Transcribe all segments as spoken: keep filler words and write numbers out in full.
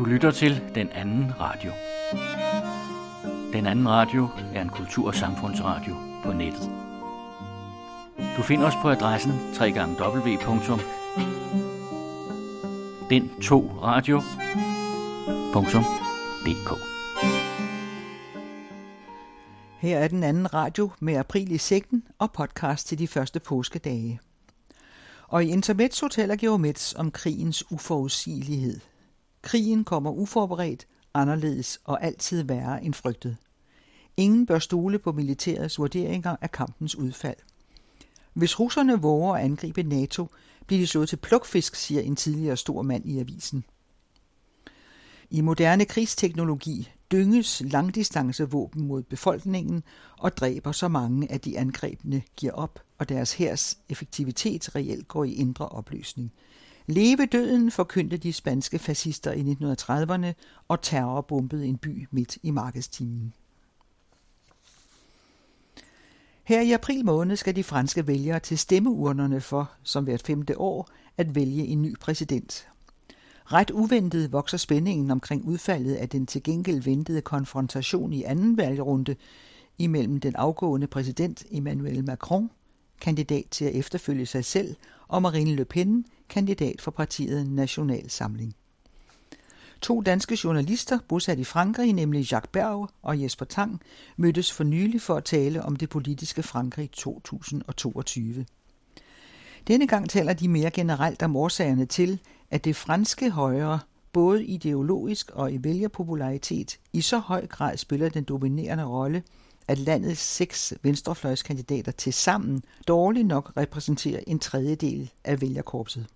Du lytter til Den Anden Radio. Den Anden Radio er en kultur- og samfundsradio på nettet. Du finder os på adressen w w w punktum den to radio punktum d k. Her er Den Anden Radio med april i sækken og podcast til de første påskedage. Og i Intermezzo taler Georg Metz om krigens uforudsigelighed. Krigen kommer uforberedt, anderledes og altid værre end frygtet. Ingen bør stole på militærets vurderinger af kampens udfald. Hvis russerne våger at angribe NATO, bliver de slået til plukfisk, siger en tidligere stor mand i avisen. I moderne krigsteknologi dynges langdistancevåben mod befolkningen og dræber så mange, at de angrebne giver op, og deres hærs effektivitet reelt går i indre opløsning. Leve døden, forkyndte de spanske fascister i nitten trediverne og terrorbombede en by midt i markedstimen. Her i april måned skal de franske vælgere til stemmeurnerne for, som hvert femte år, at vælge en ny præsident. Ret uventet vokser spændingen omkring udfaldet af den til gengæld ventede konfrontation i anden valgrunde imellem den afgående præsident Emmanuel Macron, kandidat til at efterfølge sig selv, og Marine Le Pen, kandidat for partiet National Samling. To danske journalister, bosat i Frankrig, nemlig Jacques Berg og Jesper Tang, mødtes for nylig for at tale om det politiske Frankrig to tusind toogtyve. Denne gang taler de mere generelt om årsagerne til, at det franske højre, både ideologisk og i vælgerpopularitet, i så høj grad spiller den dominerende rolle, at landets seks venstrefløjskandidater tilsammen dårligt nok repræsenterer en tredjedel af vælgerkorpset.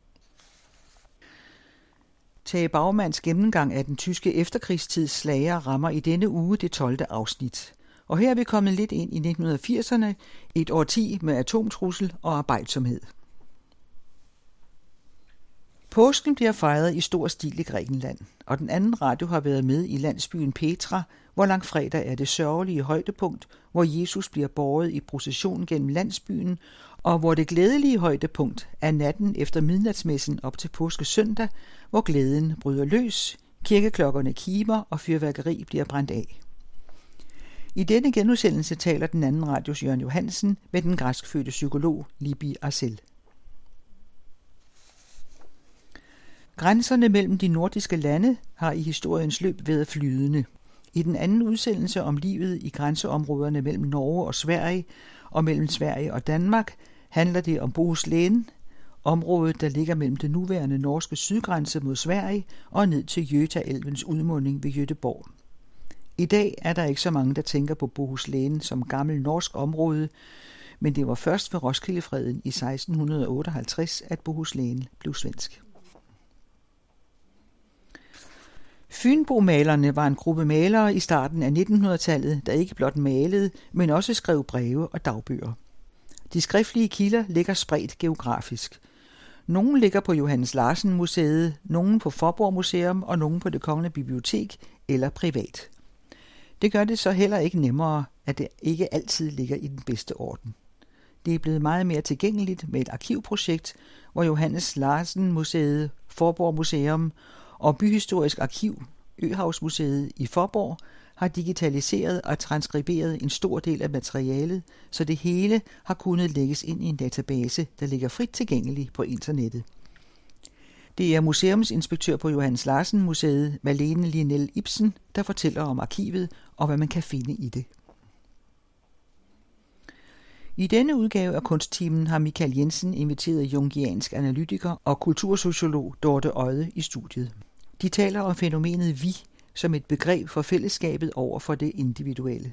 Tage Bagmans gennemgang af den tyske efterkrigstids slager rammer i denne uge det tolvte afsnit. Og her er vi kommet lidt ind i nitten firserne, et årti med atomtrussel og arbejdsomhed. Påsken bliver fejret i stor stil i Grækenland, og Den Anden Radio har været med i landsbyen Petra, hvor langfredag er det sørgelige højdepunkt, hvor Jesus bliver båret i procession gennem landsbyen, og hvor det glædelige højdepunkt er natten efter midnatsmessen op til påskesøndag, hvor glæden bryder løs, kirkeklokkerne kimer og fyrværkeri bliver brændt af. I denne genudsendelse taler Den Anden Radios Jørgen Johansen med den græskfødte psykolog Libby Arcel. Grænserne mellem de nordiske lande har i historiens løb været flydende. I den anden udsendelse om livet i grænseområderne mellem Norge og Sverige og mellem Sverige og Danmark handler det om Bohuslän, området der ligger mellem den nuværende norske sydgrænse mod Sverige og ned til Götaälvens udmunding ved Göteborg. I dag er der ikke så mange, der tænker på Bohuslän som gammel norsk område, men det var først ved Roskildefreden i seksten otteoghalvtreds, at Bohuslän blev svensk. Fynbo-malerne var en gruppe malere i starten af nittenhundredetallet, der ikke blot malede, men også skrev breve og dagbøger. De skriftlige kilder ligger spredt geografisk. Nogle ligger på Johannes Larsen Museet, nogle på Faaborg Museum og nogle på Det Kongelige Bibliotek eller privat. Det gør det så heller ikke nemmere, at det ikke altid ligger i den bedste orden. Det er blevet meget mere tilgængeligt med et arkivprojekt, hvor Johannes Larsen Museet, Faaborg Museum og Byhistorisk Arkiv, Øhavsmuseet i Faaborg, har digitaliseret og transkriberet en stor del af materialet, så det hele har kunnet lægges ind i en database, der ligger frit tilgængelig på internettet. Det er museumsinspektør på Johannes Larsen Museet, Malene Linell Ibsen, der fortæller om arkivet og hvad man kan finde i det. I denne udgave af Kunsttimen har Michael Jensen inviteret jungiansk analytiker og kultursociolog Dorte Odde i studiet. De taler om fænomenet vi som et begreb for fællesskabet over for det individuelle.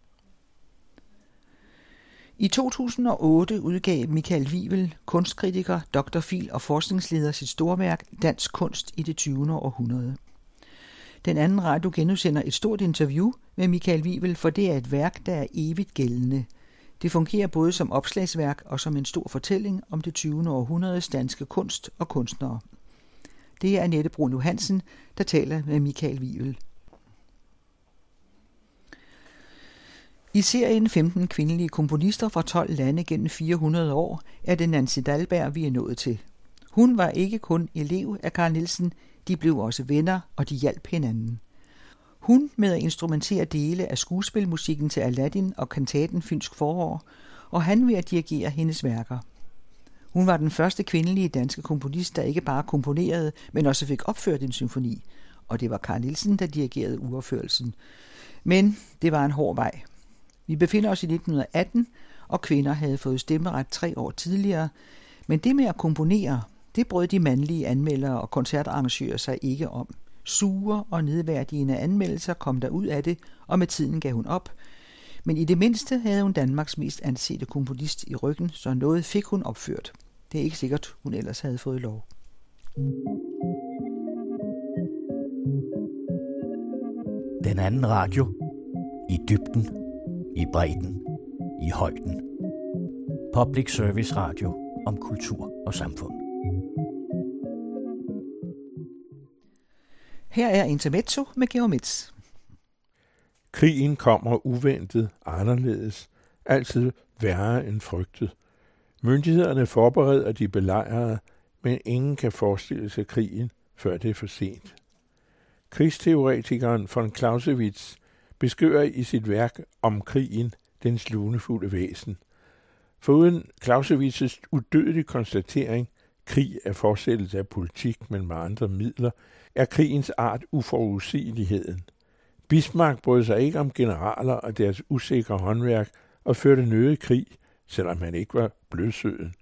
I to tusind otte udgav Michael Wivel, kunstkritiker, doktorfil og forskningsleder sit storværk Dansk kunst i det tyvende århundrede. Den Anden Radio genudsender et stort interview med Michael Wivel, for det er et værk, der er evigt gældende. Det fungerer både som opslagsværk og som en stor fortælling om det tyvende århundredes danske kunst og kunstnere. Det er Annette Brun Johansen, der taler med Michael Wivel. I serien femten kvindelige komponister fra tolv lande gennem fire hundrede år er det Nancy Dalberg, vi er nået til. Hun var ikke kun elev af Carl Nielsen, De blev også venner, og de hjalp hinanden. Hun med at instrumentere dele af skuespilmusikken til Aladdin og kantaten Fynsk forår, og han ved at dirigere hendes værker. Hun var den første kvindelige danske komponist, der ikke bare komponerede, men også fik opført en symfoni, og det var Carl Nielsen, der dirigerede uropførelsen. Men det var en hård vej. Vi befinder os i nitten atten, og kvinder havde fået stemmeret tre år tidligere, men det med at komponere, det brød de mandlige anmeldere og koncertarrangører sig ikke om. Sure og nedværdigende anmeldelser kom der ud af det, og med tiden gav hun op. Men i det mindste havde hun Danmarks mest ansete komponist i ryggen, så noget fik hun opført. Det er ikke sikkert, hun ellers havde fået lov. Den anden radio. I dybden, i bredden, i højden. Public Service Radio om kultur og samfund. Her er Intermezzo med Georg Metz. Krigen kommer uventet, anderledes, altid værre end frygtet. Myndighederne forbereder de belejrede, men ingen kan forestille sig krigen, før det er for sent. Krigsteoretikeren von Clausewitz beskriver i sit værk om krigen dens lunefulde væsen. Foruden Clausewitz's udødelige konstatering, krig er fortsættelse af politik, men med andre midler, er krigens art uforudsigeligheden. Bismarck brød sig ikke om generaler og deres usikre håndværk og førte nødig krig, selvom han ikke var blødsøden.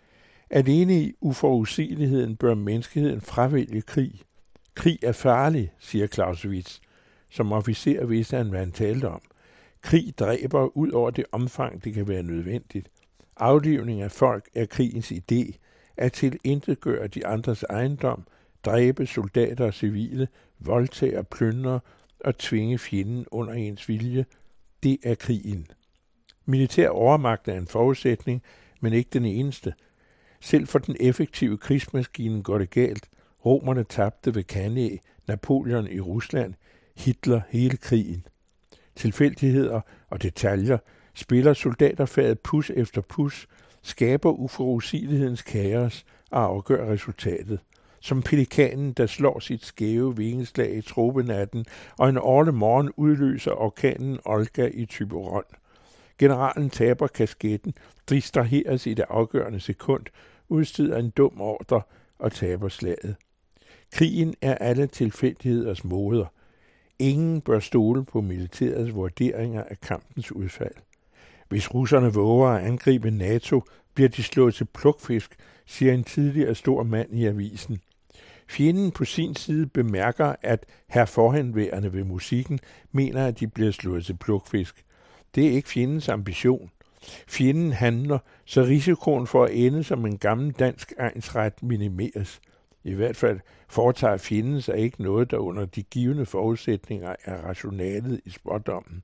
Alene i uforudsigeligheden bør menneskeheden fravælge krig. Krig er farlig, siger Clausewitz. Som officer vidste han, hvad han talte om. Krig dræber ud over det omfang, det kan være nødvendigt. Aflivning af folk er krigens idé, at tilintetgøre de andres ejendom, dræbe soldater og civile, voldtage og plyndre og tvinge fjenden under ens vilje. Det er krigen. Militær overmagt er en forudsætning, men ikke den eneste. Selv for den effektive krigsmaskine går det galt. Romerne tabte ved Cannae, Napoleon i Rusland, Hitler hele krigen. Tilfældigheder og detaljer spiller soldaterfaget pus efter pus, skaber uforudsigelighedens kaos og afgør resultatet. Som pelikanen, der slår sit skæve vingeslag i tropenatten, og en årlig morgen udløser orkanen Olga i Thyborøn. Generalen taber kasketten, distraheres i det afgørende sekund, udsteder en dum ordre og taber slaget. Krigen er alle tilfældigheders moder. Ingen bør stole på militærets vurderinger af kampens udfald. Hvis russerne våger at angribe NATO, bliver de slået til plukfisk, siger en tidligere stor mand i avisen. Fjenden på sin side bemærker, at herr forhenværende ved musikken mener, at de bliver slået til plukfisk. Det er ikke fjendens ambition. Fjenden handler, så risikoen for at ende som en gammel dansk egnsret minimeres. I hvert fald foretager fjenden sig ikke noget, der under de givne forudsætninger er rationalet i spådommen.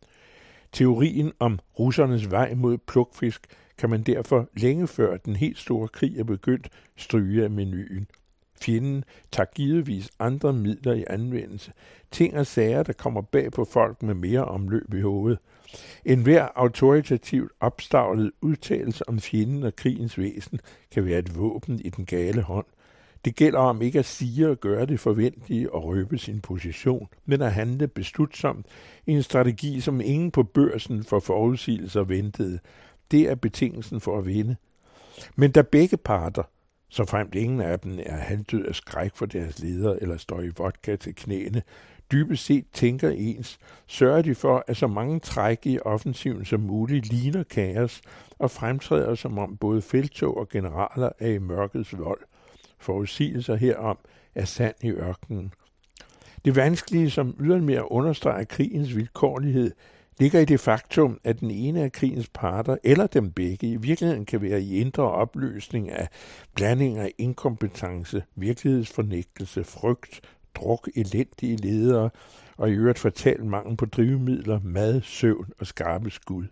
Teorien om russernes vej mod plukfisk kan man derfor længe før den helt store krig er begyndt stryge af menuen. Fjenden tager givetvis andre midler i anvendelse, ting og sager, der kommer bag på folk med mere omløb i hovedet. En hver autoritativt opstavlet udtalelse om fjenden og krigens væsen kan være et våben i den gale hånd. Det gælder om ikke at sige og gøre det forventelige og røbe sin position, men at handle beslutsomt i en strategi, som ingen på børsen for forudsigelser ventede. Det er betingelsen for at vinde. Men da begge parter, så fremt ingen af dem er halvdød af skræk for deres leder eller står i vodka til knæene, dybest set tænker ens, sørger de for, at så mange træk i offensiven som muligt ligner kaos og fremtræder som om både felttog og generaler er i mørkets vold. Forudsigelser herom er sand i ørkenen. Det vanskelige, som ydermere understreger krigens vilkårlighed, ligger i det faktum, at den ene af krigens parter, eller dem begge, i virkeligheden kan være i indre opløsning af blandinger af inkompetence, virkelighedsfornægtelse, frygt, druk, elendige ledere og i øvrigt fatal mangel på drivmidler, mad, søvn og skarpe skud.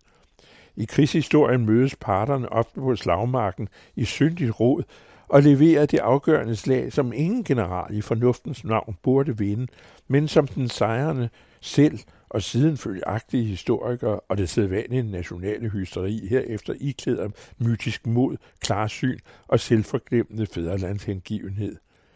I krigshistorien mødes parterne ofte på slagmarken i syndigt råd og leverer det afgørende slag, som ingen general i fornuftens navn burde vinde, men som den sejrende selv og siden følgeagtige historikere og det sædvanlige nationale hysteri herefter iklæder mytisk mod, klarsyn og selvforglemmende fædrelandshengivenhed.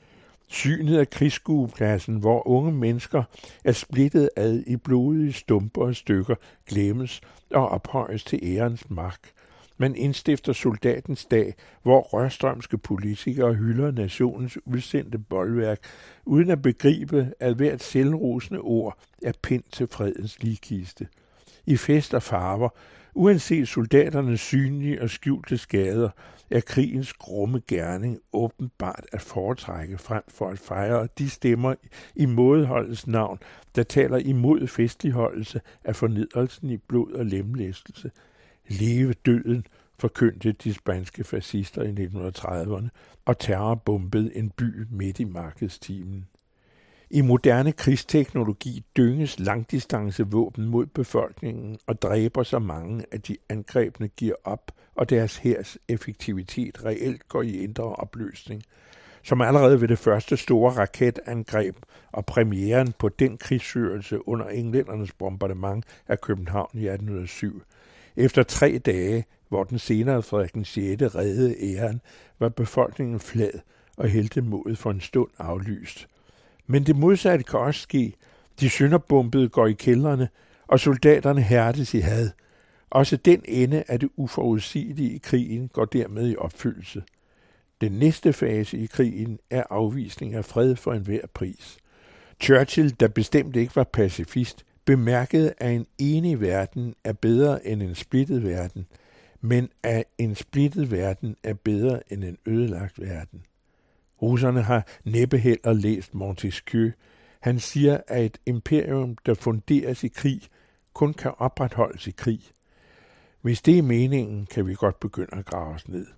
Synet af krigsskuepladsen, hvor unge mennesker er splittet ad i blodige stumper og stykker, glemmes og ophøjes til ærens mark. Man indstifter soldatens dag, hvor rørstrømske politikere hylder nationens udsendte boldværk, uden at begribe, at hvert selvrosende ord er pind til fredens ligkiste. I fest og farver, uanset soldaternes synlige og skjulte skader, er krigens grumme gerning åbenbart at foretrække frem for at fejre de stemmer i mådeholdets navn, der taler imod festligholdelse af fornedrelsen i blod og lemlæstelse. Leve døden, forkyndte de spanske fascister i nitten trediverne, og terrorbombede en by midt i markedstimen. I moderne krigsteknologi dynges langdistancevåben mod befolkningen og dræber så mange, at de angrebne giver op, og deres hærs effektivitet reelt går i indre opløsning. Som allerede ved det første store raketangreb og premieren på den krigsførelse under englændernes bombardement af København i atten hundrede og syv. Efter tre dage, hvor den senere Frederik den sjette reddede æren, var befolkningen flad og heltemodet for en stund aflyst. Men det modsatte kan også ske. De sønderbombede går i kældrene, og soldaterne hærdes i had. Også den ende af det uforudsigelige i krigen går dermed i opfyldelse. Den næste fase i krigen er afvisning af fred for enhver pris. Churchill, der bestemt ikke var pacifist, bemærkede, at en enig verden er bedre end en splittet verden, men at en splittet verden er bedre end en ødelagt verden. Russerne har næppe heller læst Montesquieu. Han siger, at et imperium, der funderes i krig, kun kan opretholdes i krig. Hvis det er meningen, kan vi godt begynde at grave os ned.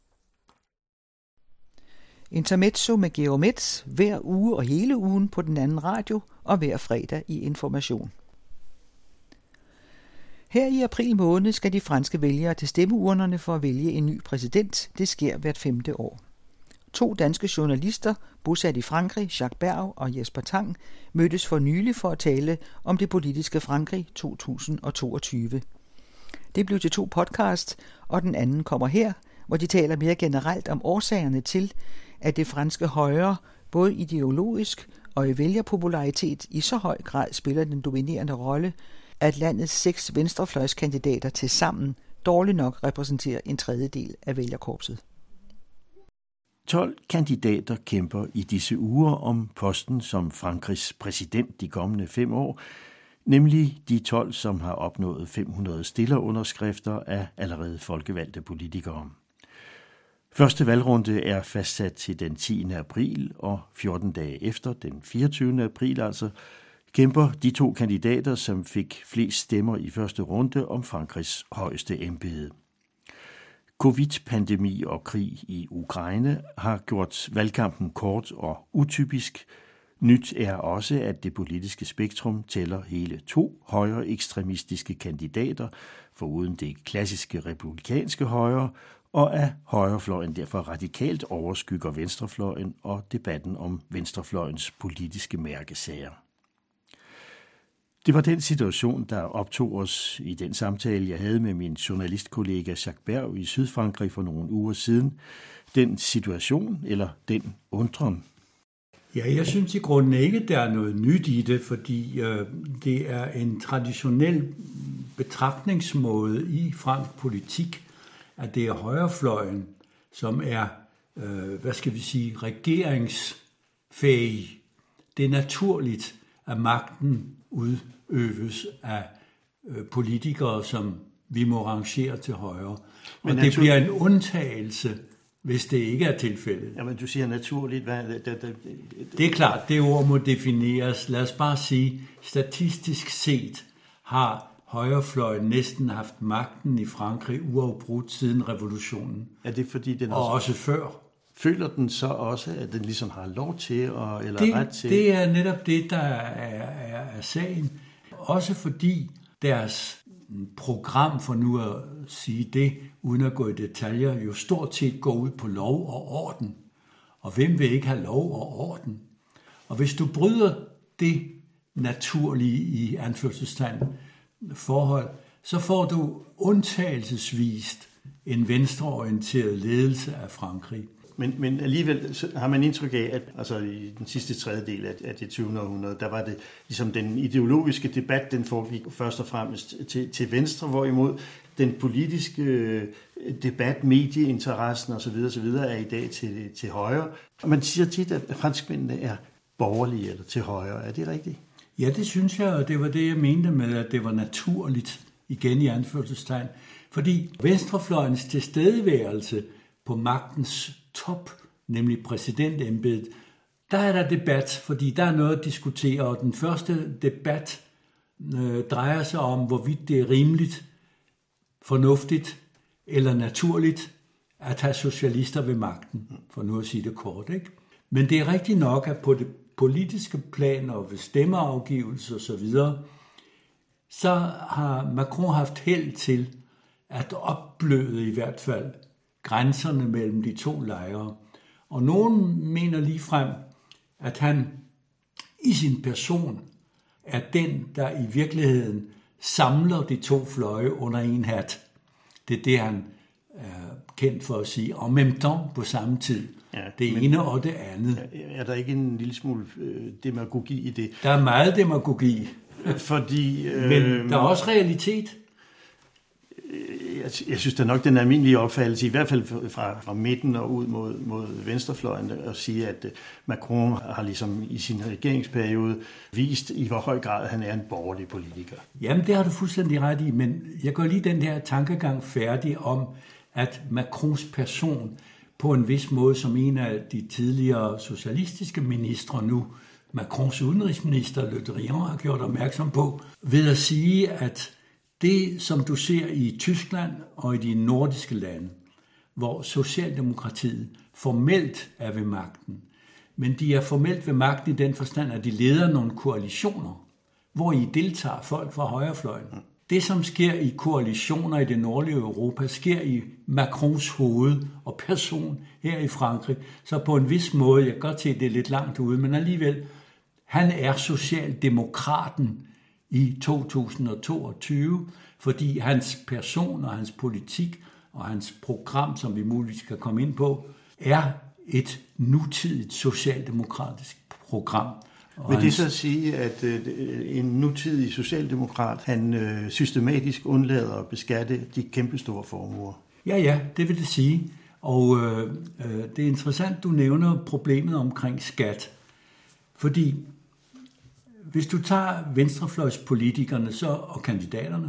Intermezzo med Georg Metz hver uge og hele ugen på den anden radio og hver fredag i Information. Her i april måned skal de franske vælgere til stemmeurnerne for at vælge en ny præsident. Det sker hvert femte år. To danske journalister, bosat i Frankrig, Jacques Berg og Jesper Tang, mødtes for nylig for at tale om det politiske Frankrig to tusind toogtyve. Det blev til to podcasts, og den anden kommer her, hvor de taler mere generelt om årsagerne til, at det franske højre, både ideologisk og i vælgerpopularitet, i så høj grad spiller den dominerende rolle, at landets seks venstrefløjskandidater til sammen dårligt nok repræsenterer en tredjedel af vælgerkorpset. tolv kandidater kæmper i disse uger om posten som Frankrigs præsident de kommende fem år, nemlig de tolv, som har opnået fem hundrede stillerunderskrifter af allerede folkevalgte politikere. Første valgrunde er fastsat til den tiende april, og fjorten dage efter, den fireogtyvende april altså, kæmper de to kandidater, som fik flest stemmer i første runde om Frankrigs højeste embede. Covid-pandemi og krig i Ukraine har gjort valgkampen kort og utypisk. Nyt er også, at det politiske spektrum tæller hele to højre ekstremistiske kandidater, foruden det klassiske republikanske højre, og at højrefløjen derfor radikalt overskygger venstrefløjen og debatten om venstrefløjens politiske mærkesager. Det var den situation, der optog os i den samtale, jeg havde med min journalistkollega Jacques Berg i Sydfrankrig for nogle uger siden. Den situation, eller den undren. Ja, jeg synes i grunden ikke, der er noget nyt i det, fordi øh, det er en traditionel betragtningsmåde i fransk politik, at det er højrefløjen, som er, øh, hvad skal vi sige, regeringsfæhig. Det er naturligt, at magten udøves af øh, politikere, som vi må rangere til højre. Og Men det natur... bliver en undtagelse, hvis det ikke er tilfældet. Jamen, du siger naturligt. Hvad, det, det, det, det er klart, det ord må defineres. Lad os bare sige, statistisk set har højrefløjen næsten haft magten i Frankrig uafbrudt siden revolutionen. Er det fordi den og også, også før. Føler den så også, at den ligesom har lov til, at, eller det, ret til? Det er netop det, der er, er, er sagen. Også fordi deres program, for nu at sige det, uden at gå i detaljer, jo stort set går ud på lov og orden. Og hvem vil ikke have lov og orden? Og hvis du bryder det naturlige i anførselstegn forhold, så får du undtagelsesvist en venstreorienteret ledelse af Frankrig. Men, men alligevel så har man indtryk af, at altså, i den sidste tredjedel af, af det tyvende århundrede, der var det ligesom den ideologiske debat, den foregik først og fremmest til, til venstre, hvorimod den politiske debat, medieinteressen osv. osv. er i dag til, til højre. Og man siger tit, at franskmændene er borgerlige eller til højre. Er det rigtigt? Ja, det synes jeg, og det var det, jeg mente med, at det var naturligt, igen i anførselstegn. Fordi venstrefløjens tilstedeværelse på magtens top, nemlig præsidentembedet, der er der debat, fordi der er noget at diskutere, og den første debat øh, drejer sig om, hvorvidt det er rimeligt, fornuftigt eller naturligt at have socialister ved magten, for nu at sige det kort, ikke? Men det er rigtigt nok, at på det politiske plan og ved stemmeafgivelse og så videre, så har Macron haft held til at opbløde i hvert fald grænserne mellem de to lejre. Og nogen mener ligefrem, at han i sin person er den, der i virkeligheden samler de to fløje under en hat. Det er det, han er kendt for at sige, en même temps på samme tid. Ja, det ene og det andet. Er der ikke en lille smule demagogi i det? Der er meget demagogi. Fordi, øh, men der er også realitet. Jeg, jeg synes da nok, den almindelige opfattelse, i hvert fald fra, fra midten og ud mod, mod venstrefløjen, at sige, at Macron har ligesom i sin regeringsperiode vist, i hvor høj grad han er en borgerlig politiker. Jamen, det har du fuldstændig ret i, men jeg går lige den der tankegang færdig om, at Macrons person på en vis måde, som en af de tidligere socialistiske ministre nu, Macrons udenrigsminister Le Drian har gjort opmærksom på, ved at sige, at det, som du ser i Tyskland og i de nordiske lande, hvor Socialdemokratiet formelt er ved magten, men de er formelt ved magten i den forstand, at de leder nogle koalitioner, hvor I deltager folk fra højrefløjen. Det, som sker i koalitioner i det nordlige Europa, sker i Macrons hoved og person her i Frankrig. Så på en vis måde, jeg kan godt se, at det er lidt langt ude, men alligevel, han er socialdemokraten i to tusind og toogtyve, fordi hans person og hans politik og hans program, som vi muligvis kan komme ind på, er et nutidigt socialdemokratisk program. Og vil det så sige, at øh, en nutidig socialdemokrat, han øh, systematisk undlader at beskatte de kæmpestore formuer? Ja, ja, det vil det sige. Og øh, øh, det er interessant, du nævner problemet omkring skat. Fordi hvis du tager venstrefløjspolitikerne så, og kandidaterne,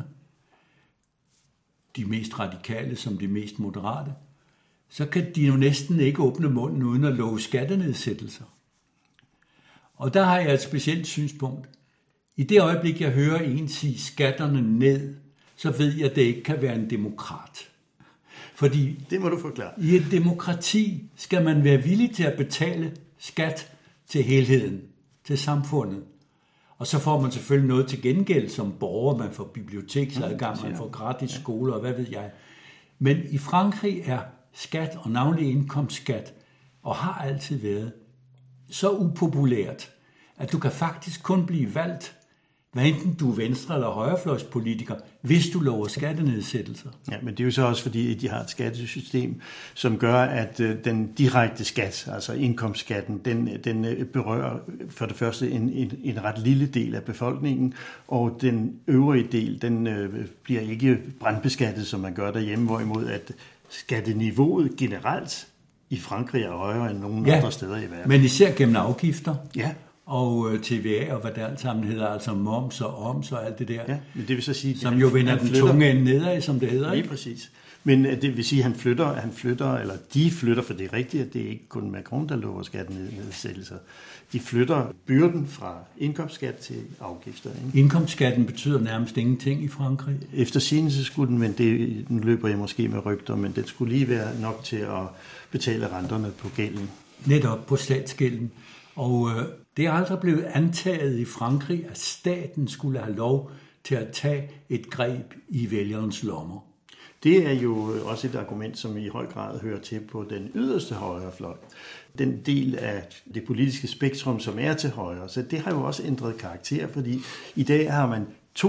de mest radikale som de mest moderate, så kan de jo næsten ikke åbne munden uden at love skattenedsættelser. Og der har jeg et specielt synspunkt. I det øjeblik, jeg hører en sige skatterne ned, så ved jeg, at det ikke kan være en demokrat. Fordi det må du forklare. I et demokrati skal man være villig til at betale skat til helheden, til samfundet. Og så får man selvfølgelig noget til gengæld som borger. Man får biblioteksadgang, man får gratis skoler og hvad ved jeg. Men i Frankrig er skat og navnlig indkomstskat, og har altid været så upopulært, at du kan faktisk kun blive valgt, hvad enten du er venstre- eller højrefløjspolitiker, hvis du lover skattenedsættelser. Ja, men det er jo så også fordi, de har et skattesystem, som gør, at den direkte skat, altså indkomstskatten, den, den berører for det første en, en, en ret lille del af befolkningen, og den øvrige del, den øh, bliver ikke brandbeskattet, som man gør derhjemme, hvorimod at skatteniveauet generelt i Frankrig er højere end nogen ja, andre steder i verden. Men især gennem afgifter. Ja. Og T V A og hvad det alt sammen hedder, altså moms og oms og alt det der. Ja, men det vil så sige, som jo vender den tunge ende nedad, som det hedder. Lige præcis. Men det vil sige, at han flytter, han flytter, eller de flytter, for det er rigtigt, at det er ikke kun Macron, der lover skattenedsættelser. De flytter byrden fra indkomstskat til afgifter. Ikke? Indkomstskatten betyder nærmest ingenting i Frankrig. Efter sigende skulle den, men det, nu løber jeg måske med rygter, men den skulle lige være nok til at betale renterne på gælden. Netop på statsgælden. Og øh, det er aldrig blevet antaget i Frankrig, at staten skulle have lov til at tage et greb i vælgerens lommer. Det er jo også et argument, som i høj grad hører til på den yderste højrefløj. Den del af det politiske spektrum, som er til højre. Så det har jo også ændret karakter, fordi i dag har man to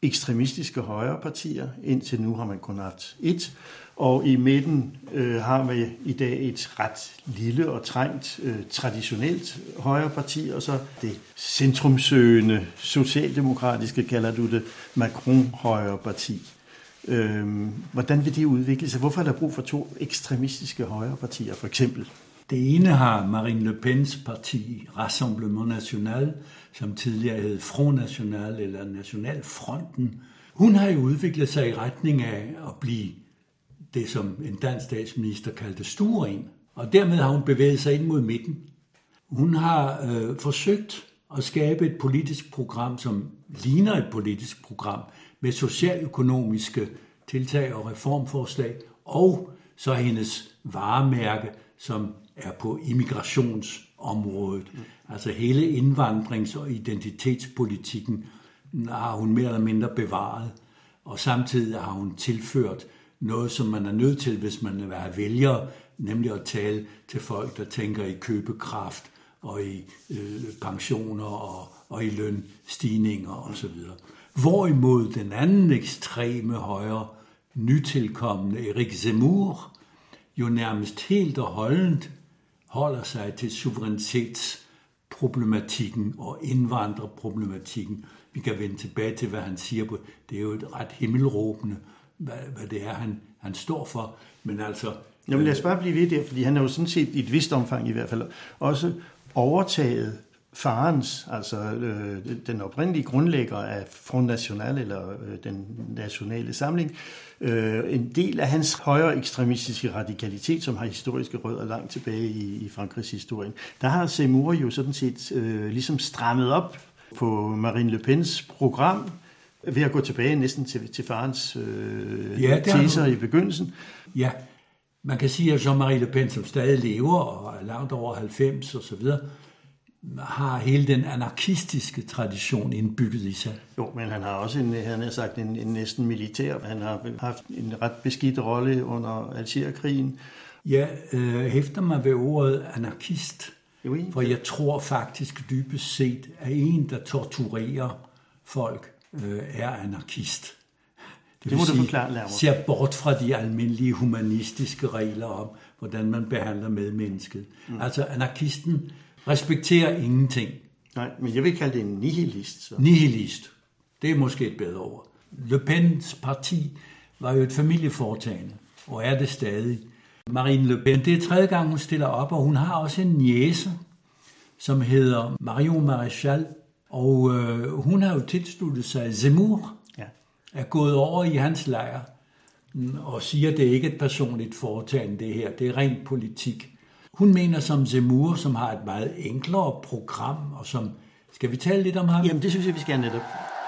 ekstremistiske højrepartier. Indtil nu har man kun haft et. Og i midten øh, har vi i dag et ret lille og trængt øh, traditionelt højreparti, og så det centrumsøgende, socialdemokratiske, kalder du det, Macron-højreparti. Øh, hvordan vil det udvikle sig? Hvorfor er der brug for to ekstremistiske højrepartier, for eksempel? Det ene har Marine Le Pens parti, Rassemblement National, som tidligere hed Front National eller Nationalfronten. Hun har jo udviklet sig i retning af at blive det, som en dansk statsminister kaldte stueren, og dermed har hun bevæget sig ind mod midten. Hun har øh, forsøgt at skabe et politisk program, som ligner et politisk program, med socialøkonomiske tiltag og reformforslag, og så hendes varemærke, som er på immigrationsområdet. Altså hele indvandrings- og identitetspolitikken har hun mere eller mindre bevaret, og samtidig har hun tilført noget, som man er nødt til, hvis man vil have vælgere, nemlig at tale til folk, der tænker i købekraft og i øh, pensioner og, og i lønstigninger osv. Hvorimod den anden ekstreme højre, nytilkommende Éric Zemmour, jo nærmest helt og holdent holder sig til suverænitetsproblematikken og indvandrerproblematikken. Vi kan vende tilbage til, hvad han siger på. Det er jo et ret himmelråbende, hvad, hvad det er, han, han står for. Men altså... Jamen lad os bare blive ved der, fordi han er jo sådan set i et vist omfang i hvert fald også overtaget farens, altså øh, den oprindelige grundlægger af Front National, eller øh, den nationale samling, øh, en del af hans højere ekstremistiske radikalitet, som har historiske rødder langt tilbage i, i Frankrigs historie. Der har Zemmour jo sådan set øh, ligesom strammet op på Marine Le Pens program, ved at gå tilbage næsten til, til farens øh, ja, teser i begyndelsen. Ja, man kan sige, at Jean-Marie Le Pen, som stadig lever og er langt over halvfems og så videre, har hele den anarkistiske tradition indbygget i sig. Jo, men han har også en, han har sagt en, en næsten militær. Han har haft en ret beskidt rolle under Algeriekrigen. Jeg øh, hæfter mig ved ordet anarkist, jo, for jeg tror faktisk dybest set, at en, der torturerer folk, øh, er anarkist. Det, det må sige, du forklare nærmere. Ser bort fra de almindelige humanistiske regler om, hvordan man behandler medmennesket. Mm. Altså anarkisten respekterer ingenting. Nej, men jeg vil kalde det en nihilist. Så. Nihilist. Det er måske et bedre ord. Le Pens parti var jo et familieforetagende, og er det stadig. Marine Le Pen, det er tredje gang, hun stiller op, og hun har også en niece, som hedder Marion Maréchal, og øh, hun har jo tilsluttet sig Zemmour, ja. Er gået over i hans lejr, og siger, at det ikke er et personligt foretagende, det her, det er rent politik. Hun mener som Zemmour, som har et meget enklere program, og som... Skal vi tale lidt om ham? Jamen, det synes jeg, vi skal netop.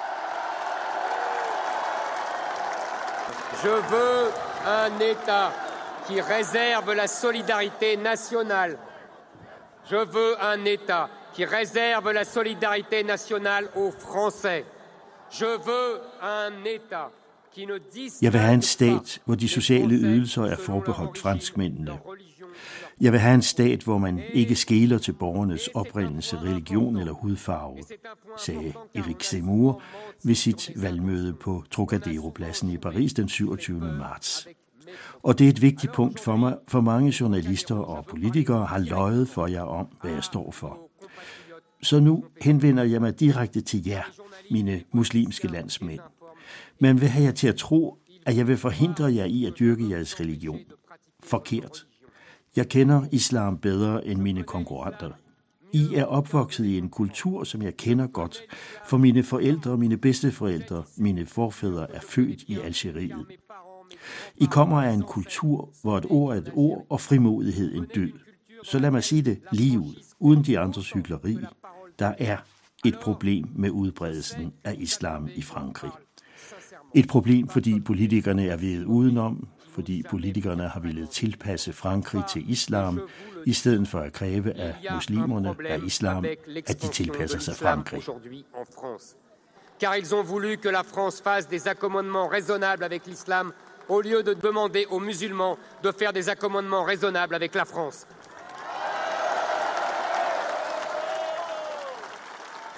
Je veux un État qui réserve la solidarité nationale. Je veux un État qui réserve la solidarité nationale aux Français. Je veux un État qui ne distingue... Jeg vil have en stat, hvor de sociale ydelser er forbeholdt franskmændene. Jeg vil have en stat, hvor man ikke skeler til borgernes oprindelse, religion eller hudfarve, sagde Éric Zemmour ved sit valgmøde på Trocadero-pladsen i Paris den syvogtyvende marts. Og det er et vigtigt punkt for mig, for mange journalister og politikere har løjet for jer om, hvad jeg står for. Så nu henvender jeg mig direkte til jer, mine muslimske landsmænd. Man vil have jer til at tro, at jeg vil forhindre jer i at dyrke jeres religion. Forkert. Jeg kender islam bedre end mine konkurrenter. I er opvokset i en kultur, som jeg kender godt, for mine forældre, mine bedsteforældre, mine forfædre er født i Algeriet. I kommer af en kultur, hvor et ord er et ord, og frimodighed en dyd. Så lad mig sige det lige ud, uden de andres hykleri. Der er et problem med udbredelsen af islam i Frankrig. Et problem, fordi politikerne er vedet udenom, fordi politikerne har ville tilpasse Frankrig til islam, i stedet for at kræve af muslimerne af islam, at de tilpasser sig Frankrig. Car ils ont voulu que la France fasse des accommodements raisonnables avec l'islam, au lieu de demander aux musulmans de faire des accommodements raisonnables avec la France.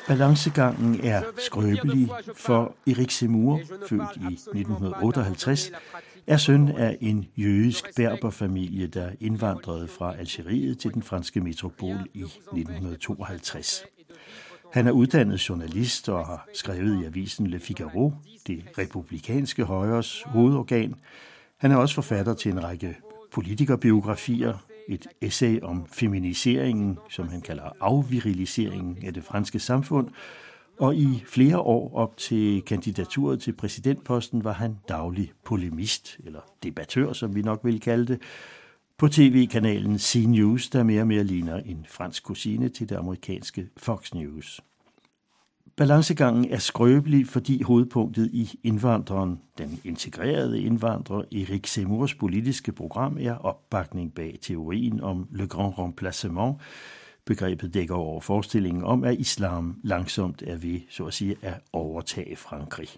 Balancegangen er skrøbelig, for Erik Zemmour, født i nitten otteoghalvtreds, er søn af en jødisk berberfamilie, der indvandrede fra Algeriet til den franske metropol i nitten tooghalvtreds. Han er uddannet journalist og har skrevet i avisen Le Figaro, det republikanske højres hovedorgan. Han er også forfatter til en række politikerbiografier, et essay om feminiseringen, som han kalder afviriliseringen af det franske samfund, og i flere år op til kandidaturet til præsidentposten var han daglig polemist, eller debattør, som vi nok vil kalde det, på tv-kanalen C News, der mere og mere ligner en fransk kusine til det amerikanske Fox News. Balancegangen er skrøbelig, fordi hovedpunktet i indvandreren, den integrerede indvandrer Erik Zemmours politiske program, er opbakning bag teorien om le grand remplacement. Begrebet dækker over forestillingen om, at islam langsomt er ved, så at sige, at overtage Frankrig.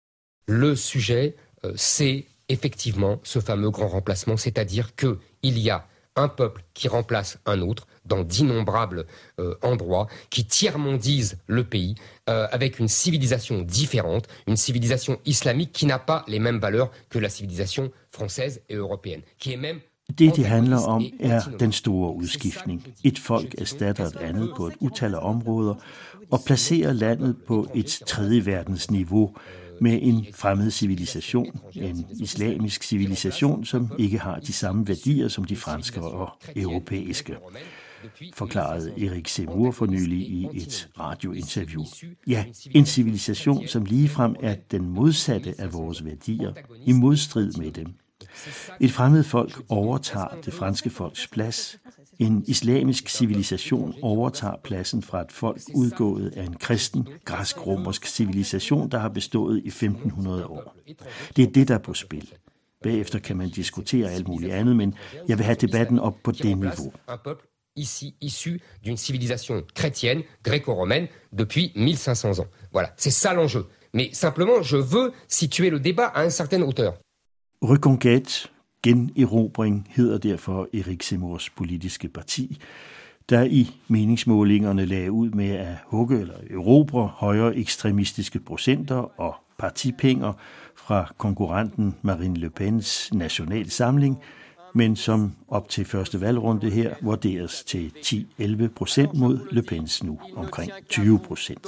Le sujet, c'est effectivement ce fameux grand remplacement, c'est-à-dire que il y a un peuple qui remplace un autre dans d'innombrables euh, endroits, qui tiers-mondise le pays euh, avec une civilisation différente, une civilisation islamique qui n'a pas les mêmes valeurs que la civilisation française et européenne, qui est même Det, det handler om, er den store udskiftning. Et folk erstatter et andet på et utal af områder og placerer landet på et tredje verdens niveau med en fremmed civilisation, en islamisk civilisation, som ikke har de samme værdier som de franske og europæiske, forklarede Erik Zemmour for nylig i et radiointerview. Ja, en civilisation, som ligefrem er den modsatte af vores værdier, i modstrid med dem. Et fremmed folk overtager det franske folks plads. En islamisk civilisation overtager pladsen fra et folk udgået af en kristen, græsk-romersk civilisation, der har bestået i femten hundrede år. Det er det, der er på spil. Bagefter kan man diskutere alt muligt andet, men jeg vil have debatten op på det niveau. Ici issu d'une civilisation chrétienne, gréco-romaine, depuis mille cinq cents ans. Voilà, c'est ça l'enjeu. Mais simplement, je veux situer le débat à une certaine hauteur. Reconquête, generobring, hedder derfor Erik Zemmours politiske parti, der i meningsmålingerne lagde ud med at hugge eller erobre højere ekstremistiske procenter og partipenger fra konkurrenten Marine Le Pens National Samling, men som op til første valgrunde her vurderes til ti til elleve procent mod Le Pens nu omkring tyve procent.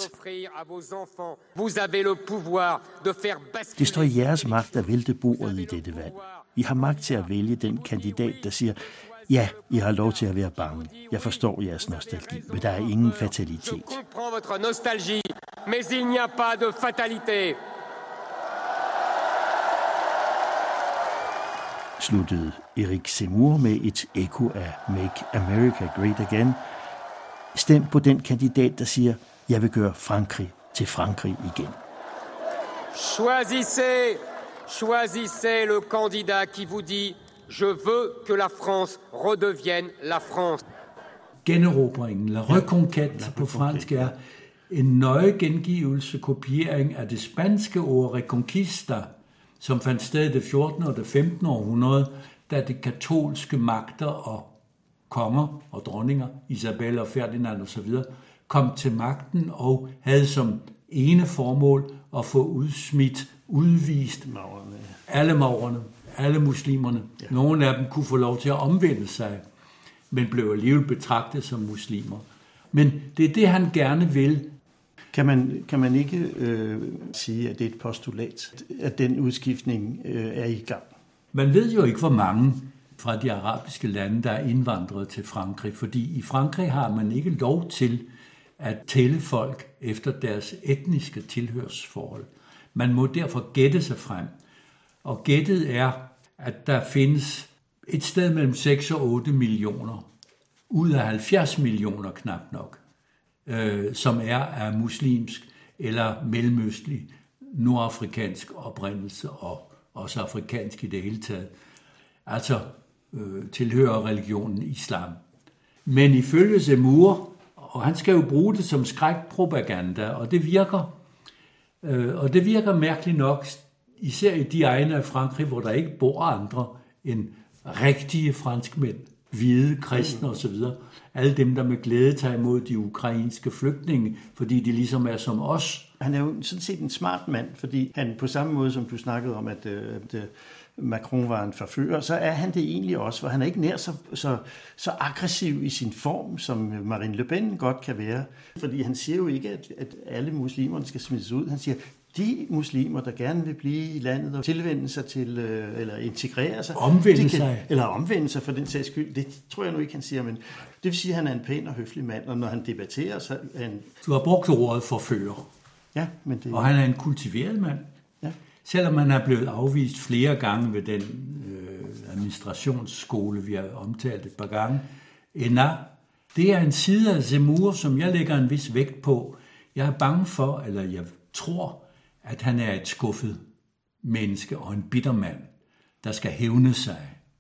Det står i jeres magt at vælte bordet i dette valg. I har magt til at vælge den kandidat, der siger, ja, I har lov til at være bange. Jeg forstår jeres nostalgi, men der er ingen fatalitet. Sluttede Erik Zemmour med et ekko af Make America Great Again. Stem på den kandidat, der siger, jeg vil gøre Frankrig til Frankrig igen. Choisissez, choisissez le candidat qui vous dit, je veux que la France redevienne la France. Generobringen, la reconquête på fransk, er en nøje gengivelse, kopiering af det spanske ord reconquista, som fandt sted i det fjortende og det femtende århundrede, da de katolske magter og konger og dronninger, Isabella og Ferdinand osv., kom til magten og havde som ene formål at få udsmidt, udvist alle maurerne, alle muslimerne. Ja. Nogle af dem kunne få lov til at omvende sig, men blev alligevel betragtet som muslimer. Men det er det, han gerne vil. Kan man, kan man ikke øh, sige, at det er et postulat, at den udskiftning øh, er i gang? Man ved jo ikke, hvor mange fra de arabiske lande, der er indvandret til Frankrig, fordi i Frankrig har man ikke lov til at tælle folk efter deres etniske tilhørsforhold. Man må derfor gætte sig frem. Og gættet er, at der findes et sted mellem seks og otte millioner, ud af halvfjerds millioner knap nok, øh, som er af muslimsk eller mellemøstlig, nordafrikansk oprindelse og også afrikansk i det hele taget. Altså øh, tilhører religionen islam. Men ifølge Zemmour, og han skal jo bruge det som skrækpropaganda, og det virker. Øh, og det virker mærkeligt nok, især i de egne af Frankrig, hvor der ikke bor andre end rigtige franskmænd, hvide, kristne osv. Alle dem, der med glæde tager imod de ukrainske flygtninge, fordi de ligesom er som os. Han er jo sådan set en smart mand, fordi han på samme måde, som du snakkede om, at, at Macron var en forfører, så er han det egentlig også, for han er ikke nær så, så, så aggressiv i sin form, som Marine Le Pen godt kan være. Fordi han siger jo ikke, at, at alle muslimerne skal smides ud. Han siger, de muslimer, der gerne vil blive i landet og tilvende sig til, eller integrere sig. Omvende kan, sig. Eller omvende sig for den sags skyld. Det tror jeg nu ikke, han siger, men det vil sige, at han er en pæn og høflig mand, og når han debatterer, så er han... Du har brugt ordet forfører. Ja, men det... Og han er en kultiveret mand. Ja. Selvom han er blevet afvist flere gange ved den øh, administrationsskole, vi har omtalt et par gange. Ena, det er en side af Zemmour, som jeg lægger en vis vægt på. Jeg er bange for, eller jeg tror, at han er et skuffet menneske og en bitter mand, der skal hævne sig.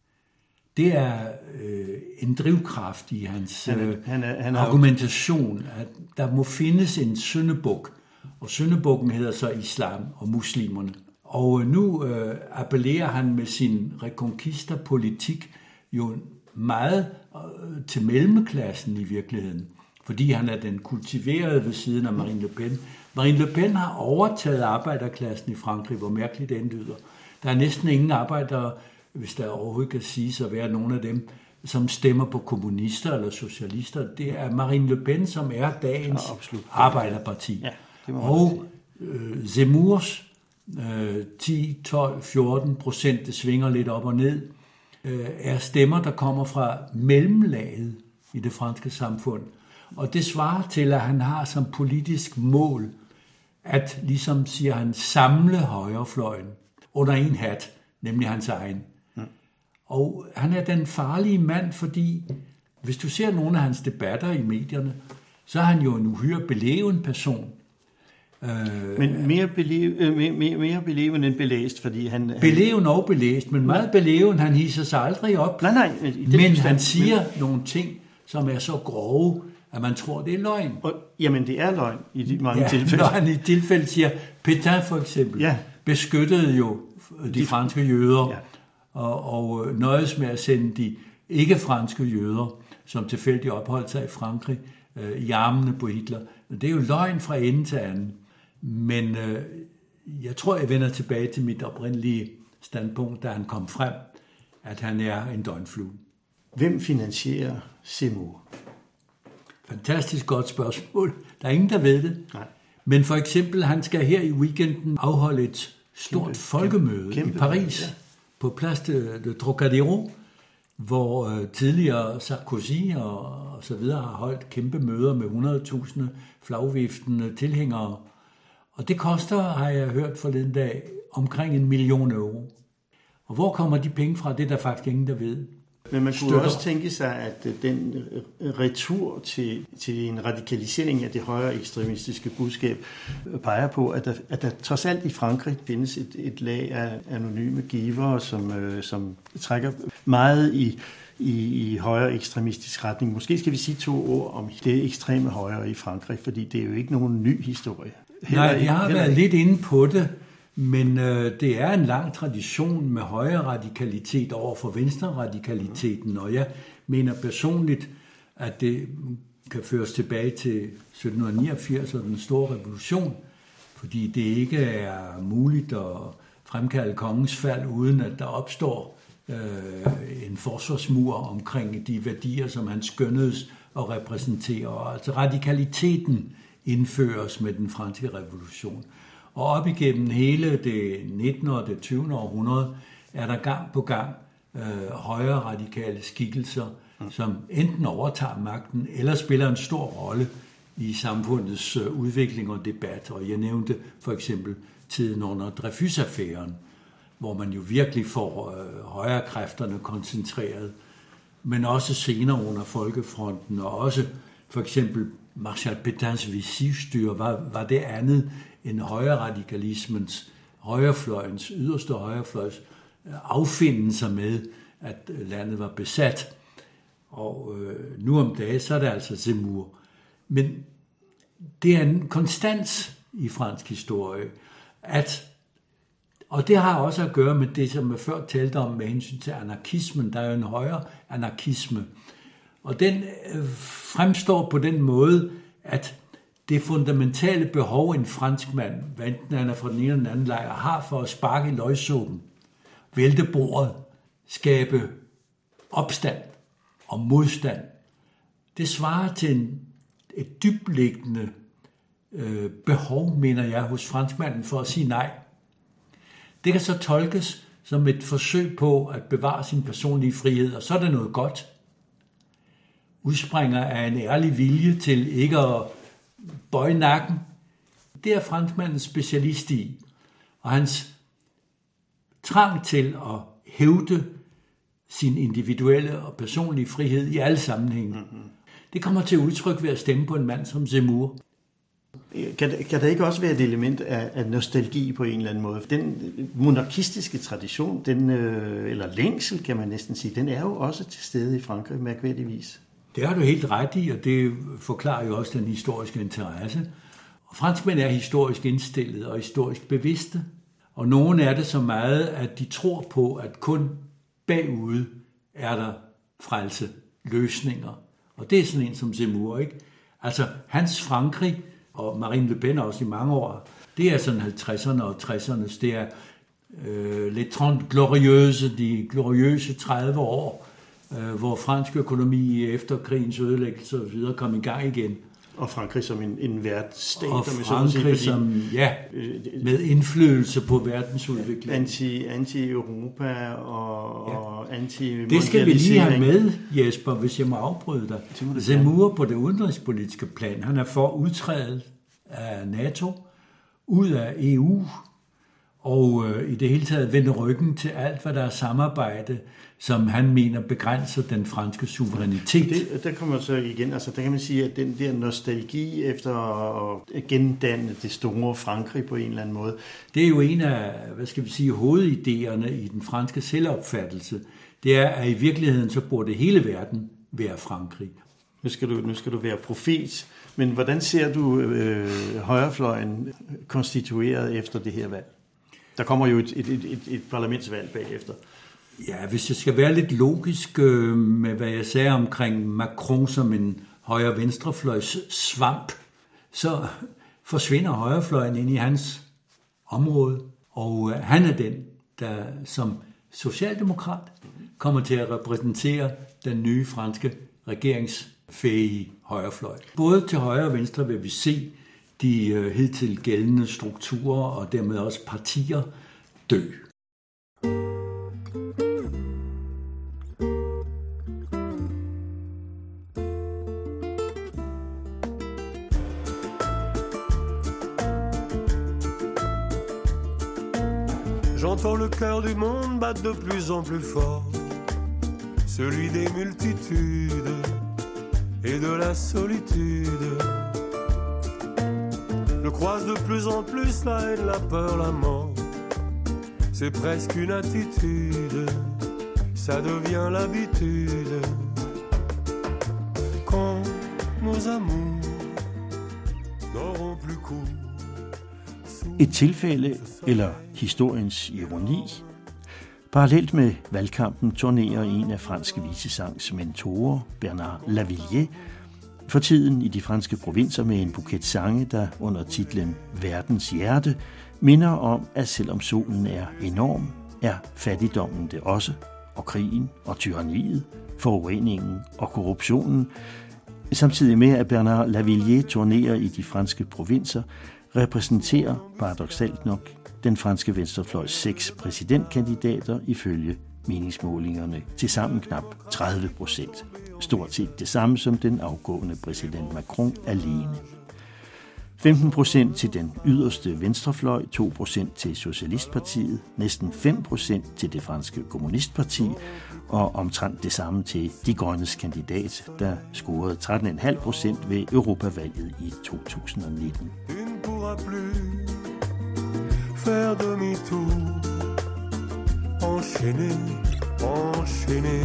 Det er øh, en drivkraft i hans han er, han er, han er argumentation, at der må findes en syndebuk, og syndebukken hedder så islam og muslimerne. Og nu øh, appellerer han med sin reconquista-politik jo meget øh, til mellemklassen i virkeligheden, fordi han er den kultiverede ved siden af Marine Le Pen. Marine Le Pen har overtaget arbejderklassen i Frankrig, hvor mærkeligt den lyder. Der er næsten ingen arbejdere, hvis der overhovedet kan siges at være nogen af dem, som stemmer på kommunister eller socialister. Det er Marine Le Pen, som er dagens ja, arbejderparti. Ja, og øh, Zemmours øh, ti, tolv, fjorten procent, det svinger lidt op og ned, øh, er stemmer, der kommer fra mellemlaget i det franske samfund. Og det svarer til, at han har som politisk mål, at ligesom siger han, samle højrefløjen under en hat, nemlig hans egen. Mm. Og han er den farlige mand, fordi hvis du ser nogle af hans debatter i medierne, så er han jo en uhyre beleven person. Men mere, belev, mere, mere beleven end belæst, fordi han... Beleven og belæst, men meget beleven, han hisser sig aldrig op. Nej, nej. Men han siger men... nogle ting, som er så grove, at man tror, det er løgn. Og, jamen, det er løgn i de mange ja, tilfælde. Når han i tilfælde siger, Pétain for eksempel, ja. beskyttede jo de, de franske jøder, ja. og, og nøjes med at sende de ikke-franske jøder, som tilfældigt opholdt sig i Frankrig, øh, i armene på Hitler. Det er jo løgn fra ende til anden. Men øh, jeg tror, jeg vender tilbage til mit oprindelige standpunkt, da han kom frem, at han er en døgnflue. Hvem finansierer Zemmour? Fantastisk godt spørgsmål. Der er ingen, der ved det. Nej. Men for eksempel, han skal her i weekenden afholde et stort kæmpe, folkemøde kæmpe, i Paris, ja. på Place de, de Trocadéro, hvor øh, tidligere Sarkozy og, og så videre har holdt kæmpe møder med hundrede tusind flagviftende tilhængere. Og det koster, har jeg hørt forleden dag, omkring en million euro. Og hvor kommer de penge fra? Det er der faktisk ingen, der ved. Men man kunne Støtter. også tænke sig, at den retur til, til en radikalisering af det højere ekstremistiske budskab peger på, at der, at der trods alt i Frankrig findes et, et lag af anonyme givere, som, øh, som trækker meget i, i, i højere ekstremistisk retning. Måske skal vi sige to ord om det ekstreme højre i Frankrig, fordi det er jo ikke nogen ny historie. Heller Nej, vi har været ikke. lidt inde på det. Men øh, det er en lang tradition med højere radikalitet over for venstre radikaliteten, og jeg mener personligt, at det kan føres tilbage til sytten niogfirs og den store revolution, fordi det ikke er muligt at fremkalde kongens fald, uden at der opstår øh, en forsvarsmur omkring de værdier, som han skønnedes og repræsenterer. Altså radikaliteten indføres med den franske revolution. Og op igennem hele det nittende og det tyvende århundrede er der gang på gang øh, højere radikale skikkelser, mm. som enten overtager magten eller spiller en stor rolle i samfundets øh, udvikling og debat. Og jeg nævnte for eksempel tiden under Dreyfus-affæren, hvor man jo virkelig får øh, højere kræfterne koncentreret, men også senere under Folkefronten, og også for eksempel Marshal Pétains Vichy-styre var, var det andet en højre radikalismens, højrefløjens, yderste højrefløjs affinde sig med, at landet var besat. Og øh, nu om dagen, så er det altså Zemmour. Men det er en konstans i fransk historie, at Og det har også at gøre med det, som jeg før talte om med hensyn til anarkismen. Der er jo en højere anarkisme. Og den fremstår på den måde, at det fundamentale behov, en franskmand, hvad enten han er fra den ene eller den anden lejr, har for at sparke i løgsåben, vælte bordet, skabe opstand og modstand, det svarer til en, et dybtliggende øh, behov, mener jeg, hos franskmanden for at sige nej. Det kan så tolkes som et forsøg på at bevare sin personlige frihed, og så er det noget godt. Udspringer af en ærlig vilje til ikke at bøje nakken. Det er franskmandens specialist i, og hans trang til at hævde sin individuelle og personlige frihed i alle sammenhænge. Mm-hmm. Det kommer til udtryk ved at stemme på en mand som Zemmour. Kan, kan der ikke også være et element af, af nostalgi på en eller anden måde? Den monarkistiske tradition, den, øh, eller længsel kan man næsten sige, den er jo også til stede i Frankrig, mærkværdigvis. Det har du helt ret i, og det forklarer jo også den historiske interesse. Og franskmænd er historisk indstillet og historisk bevidste, og nogen er det så meget, at de tror på, at kun bagude er der frelse, løsninger. Og det er sådan en som Zemmour, ikke? Altså, hans Frankrig, og Marine Le Pen også i mange år, det er sådan halvtredserne og tresserne, det er øh, les trente glorieuses, de gloriøse tredive år, øh, hvor fransk økonomi efter krigens ødelæggelse og videre kom i gang igen. Og Frankrig som en, en værtsstat. Og Frankrig sige, som, ja, med indflydelse på verdensudviklingen. Anti, anti-Europa og, ja. og anti-mondialisering. Det skal vi lige have med, Jesper, hvis jeg må afbryde dig. Zemmour på det udenrigspolitiske plan, han er for udtrædet af NATO, ud af E U, og øh, i det hele taget vende ryggen til alt, hvad der er samarbejde, som han mener begrænser den franske suverænitet. Det, der kommer så igen, altså der kan man sige, at den der nostalgi efter at gendanne det store Frankrig på en eller anden måde. Det er jo en af, hvad skal vi sige, hovedidéerne i den franske selvopfattelse. Det er, at i virkeligheden så burde hele verden være Frankrig. Nu skal du, nu skal du være profet, men hvordan ser du øh, højrefløjen konstitueret efter det her valg? Der kommer jo et, et, et, et parlamentsvalg bagefter. Ja, hvis jeg skal være lidt logisk øh, med, hvad jeg sagde omkring Macron som en højre-venstrefløjs svamp, så forsvinder højrefløjen ind i hans område. Og øh, han er den, der som socialdemokrat kommer til at repræsentere den nye franske regeringsfæhige højrefløj. Både til højre og venstre vil vi se de øh, hidtil gældende strukturer og dermed også partier dø. J'entends le cœur du monde battre de plus en plus fort, celui des multitudes et de la solitude. Je croise de plus en plus la haine, la peur, la mort. C'est presque une attitude, ça devient l'habitude. Quand nos amours n'auront plus cours. Et tilfælde eller historiens ironi. Parallelt med valgkampen turnerer en af franske visesangs mentorer, Bernard Lavilliers, for tiden i de franske provinser med en buket sange, der under titlen Verdens hjerte minder om, at selvom solen er enorm, er fattigdommen det også, og krigen og tyranniet, forureningen og korruptionen. Samtidig med, at Bernard Lavilliers turnerer i de franske provinser, repræsenterer paradoksalt nok den franske venstrefløjs seks præsidentkandidater ifølge meningsmålingerne til sammen knap tredive procent. Stort set det samme som den afgående præsident Macron alene. femten procent til den yderste venstrefløj, to procent til Socialistpartiet, næsten fem procent til det franske kommunistparti og omtrent det samme til De Grønnes kandidat, der scorede tretten komma fem procent ved Europavalget i to tusind og nitten. Faire demi-tour, enchaîner, enchaîner.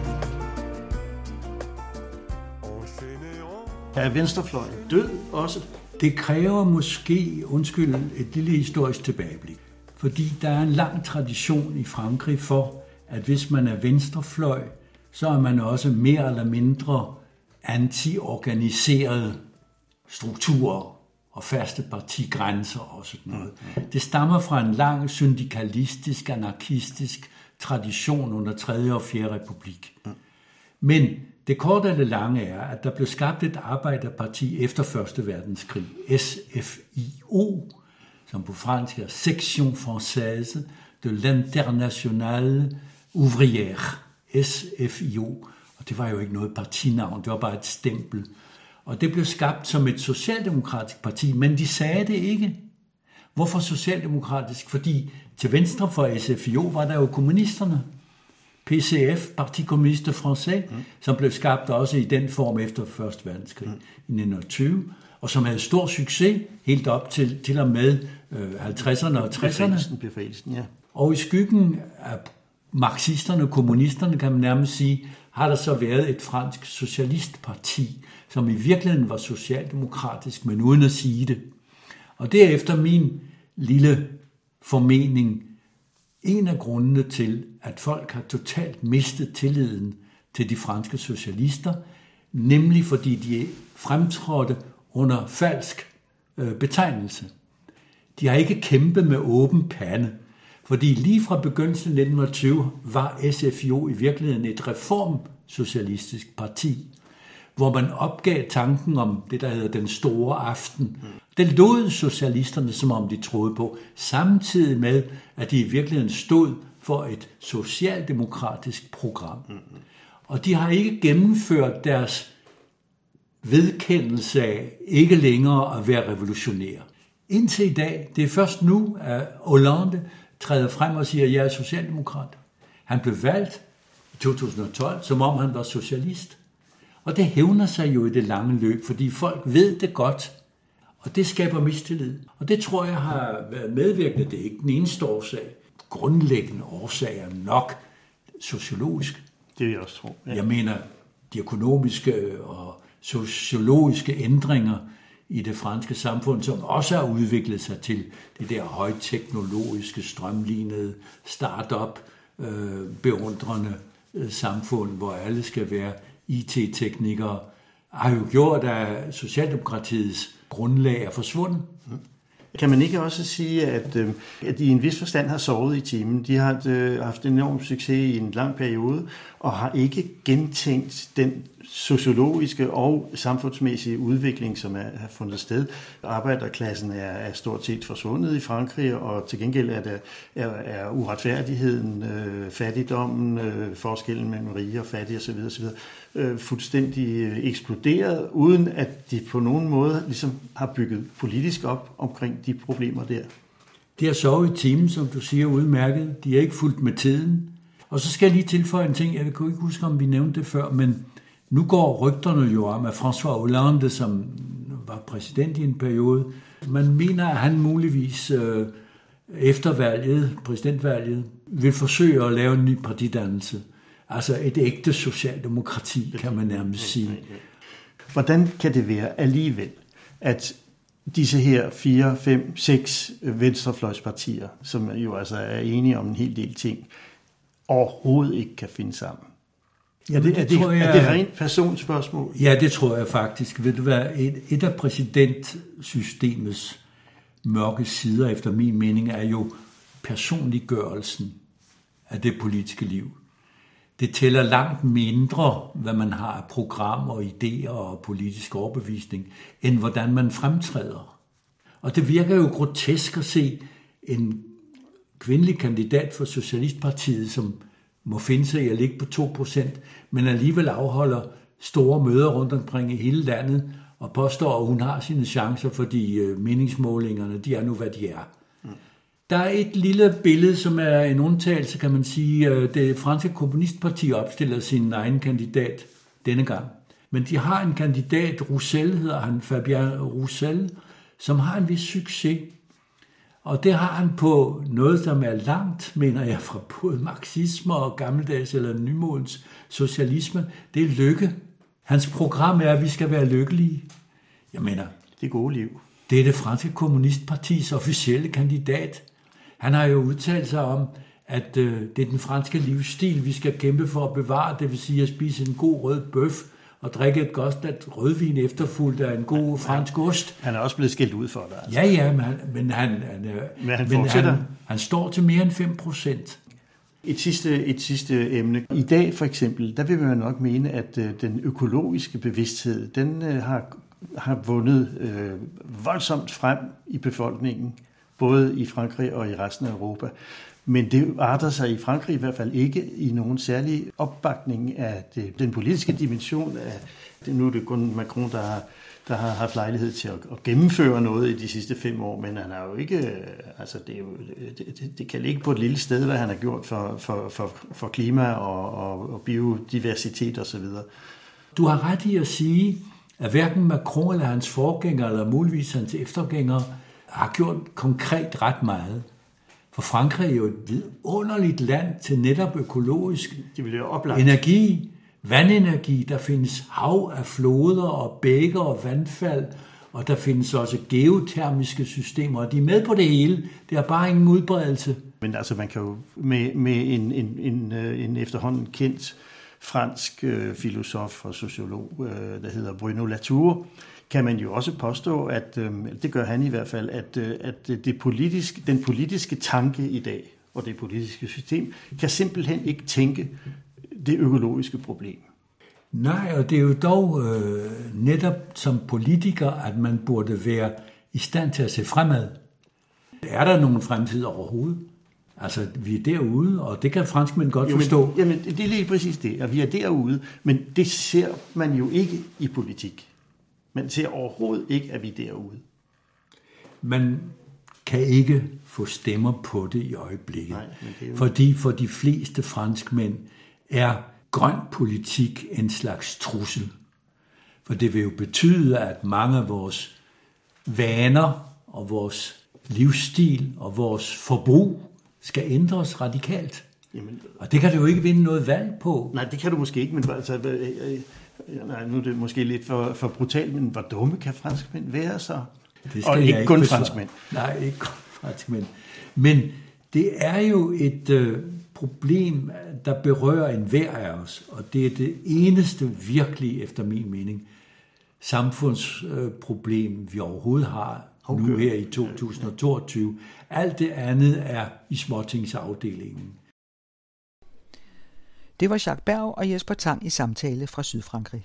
Er venstrefløjen død også? Det kræver måske, undskyld, et lille historisk tilbageblik. fordi der er en lang tradition i Frankrig for, at hvis man er venstrefløj, så er man også mere eller mindre anti-organiserede strukturer og faste partigrænser og sådan noget. Det stammer fra en lang syndikalistisk, anarkistisk tradition under tredje og fjerde republik. Men det korte af det lange er, at der blev skabt et arbejderparti efter første verdenskrig, S F I O, som på fransk er Section Française de l'Internationale Ouvrière, S F I O. Og det var jo ikke noget partinavn, det var bare et stempel. Og det blev skabt som et socialdemokratisk parti, men de sagde det ikke. Hvorfor socialdemokratisk? Fordi til venstre for S F I O var der jo kommunisterne. P C F, Parti Communiste Français, mm. som blev skabt også i den form efter første verdenskrig mm. i nitten tyve, og som havde stor succes helt op til, til og med øh, halvtredserne og tresserne. Befrielsen, ja. Og i skyggen af marxisterne og kommunisterne, kan man nærmest sige, har der så været et fransk socialistparti, som i virkeligheden var socialdemokratisk, men uden at sige det. Og det er efter min lille formening en af grundene til, at folk har totalt mistet tilliden til de franske socialister, nemlig fordi de fremtrådte under falsk øh, betegnelse. De har ikke kæmpet med åben pande, fordi lige fra begyndelsen af nitten tyve var S F I O i virkeligheden et reformsocialistisk parti, hvor man opgav tanken om det, der hedder den store aften. Det lod socialisterne, som om de troede på, samtidig med, at de i virkeligheden stod for et socialdemokratisk program. Og de har ikke gennemført deres vedkendelse af ikke længere at være revolutionære. Indtil i dag, det er først nu, at Hollande træder frem og siger, at jeg er socialdemokrat. Han blev valgt i to tusind og tolv, som om han var socialist. Og det hævner sig jo i det lange løb, fordi folk ved det godt, og det skaber mistillid. Og det tror jeg har været medvirkende. Det er ikke den eneste årsag. Grundlæggende årsager nok sociologisk. Det vil jeg også tro. Ja. Jeg mener, de økonomiske og sociologiske ændringer i det franske samfund, som også har udviklet sig til det der højteknologiske, strømlinede, start-up, øh, beundrende øh, samfund, hvor alle skal være I T-teknikere, har jo gjort, at Socialdemokratiets grundlag er forsvundet. Kan man ikke også sige, at, at de i en vis forstand har sovet i timen? De har haft enorm succes i en lang periode, og har ikke gentænkt den sociologiske og samfundsmæssige udvikling, som er, har fundet sted. Arbejderklassen er, er stort set forsvundet i Frankrig, og til gengæld er, der, er, er uretfærdigheden, øh, fattigdommen, øh, forskellen mellem rige og fattige osv. osv. Øh, fuldstændig eksploderet, uden at de på nogen måde ligesom har bygget politisk op omkring de problemer der. De har sovet i timen, som du siger, udmærket. De er ikke fulgt med tiden. Og så skal jeg lige tilføje en ting. Jeg kan ikke huske, om vi nævnte det før, men nu går rygterne jo om, at François Hollande, som var præsident i en periode, man mener, at han muligvis øh, efter valget, præsidentvalget, vil forsøge at lave en ny partidannelse. Altså et ægte socialdemokrati, kan man nærmest sige. Hvordan kan det være alligevel, at disse her fire, fem, seks venstrefløjspartier, som jo altså er enige om en hel del ting, overhovedet ikke kan finde sammen? Ja, det, er, det, jeg, er det rent personspørgsmål? Ja, det tror jeg faktisk. Ved du hvad, et, et af præsidentsystemets mørke sider, efter min mening, er jo personliggørelsen af det politiske liv. Det tæller langt mindre, hvad man har af programmer, idéer og politisk overbevisning, end hvordan man fremtræder. Og det virker jo grotesk at se en kvindelig kandidat for Socialistpartiet, som må finde sig i at ligge på to procent, men alligevel afholder store møder rundt omkring i hele landet og påstår, at hun har sine chancer, fordi meningsmålingerne, de er nu, hvad de er. Mm. Der er et lille billede, som er en undtagelse, kan man sige. Det franske kommunistparti opstiller sin egen kandidat denne gang. Men de har en kandidat, Roussel hedder han, Fabien Roussel, som har en vis succes. Og det har han på noget, som er langt, mener jeg, fra både marxisme og gammeldags eller nymodens socialisme. Det er lykke. Hans program er, at vi skal være lykkelige. Jeg mener, det gode liv. Det er det franske kommunistpartis officielle kandidat. Han har jo udtalt sig om, at øh, det er den franske livsstil, vi skal kæmpe for at bevare, det vil sige at spise en god rød bøf og drikke et godt rødvin efterfulgt af en god fransk ost. Han er også blevet skældt ud for det. Altså. Ja, ja, men han, men han, han, men han, men han, han står til mere end fem procent. Et sidste, et sidste emne. I dag for eksempel, der vil man nok mene, at øh, den økologiske bevidsthed, den øh, har, har vundet øh, voldsomt frem i befolkningen, både i Frankrig og i resten af Europa. Men det arter sig i Frankrig i hvert fald ikke i nogen særlig opbakning af det, den politiske dimension af det. Nu er det kun Macron, der har, der har haft lejlighed til at, at gennemføre noget i de sidste fem år, men han har jo ikke, altså det, er jo, det, det kan ligge på et lille sted, hvad han har gjort for, for, for, for klima og, og, og biodiversitet osv. Du har ret i at sige, at hverken Macron eller hans forgænger, eller muligvis hans eftergængere, har gjort konkret ret meget. For Frankrig er jo et vidunderligt land til netop økologisk energi, vandenergi. Der findes hav af floder og bækker og vandfald, og der findes også geotermiske systemer, og de er med på det hele. Det er bare ingen udbredelse. Men altså man kan jo med, med en, en, en, en efterhånden kendt fransk øh, filosof og sociolog, øh, der hedder Bruno Latour, kan man jo også påstå, at øh, det gør han i hvert fald, at, øh, at det politiske, den politiske tanke i dag og det politiske system kan simpelthen ikke tænke det økologiske problem. Nej, og det er jo dog øh, netop som politiker, at man burde være i stand til at se fremad. Er der nogen fremtid overhovedet? Altså, vi er derude, og det kan franskmænd godt jo, forstå. Men, jamen, det er lige præcis det, at vi er derude, men det ser man jo ikke i politik. Man ser overhovedet ikke, at vi er derude. Man kan ikke få stemmer på det i øjeblikket. Nej, det jo... Fordi for de fleste franskmænd er grøn politik en slags trussel. For det vil jo betyde, at mange af vores vaner og vores livsstil og vores forbrug skal ændres radikalt. Jamen, og det kan du jo ikke vinde noget valg på. Nej, det kan du måske ikke, men altså, nej, nu er det måske lidt for, for brutalt, men hvor dumme kan franskmænd være så? Og ikke, ikke kun besvare. franskmænd. Nej, ikke kun franskmænd. Men det er jo et øh, problem, der berører enhver af os, og det er det eneste virkelig, efter min mening, samfundsproblem, øh, vi overhovedet har okay. nu her i to tusind og toogtyve. Alt det andet er i småtingsafdelingen. Det var Jacques Berg og Jesper Tang i samtale fra Sydfrankrig.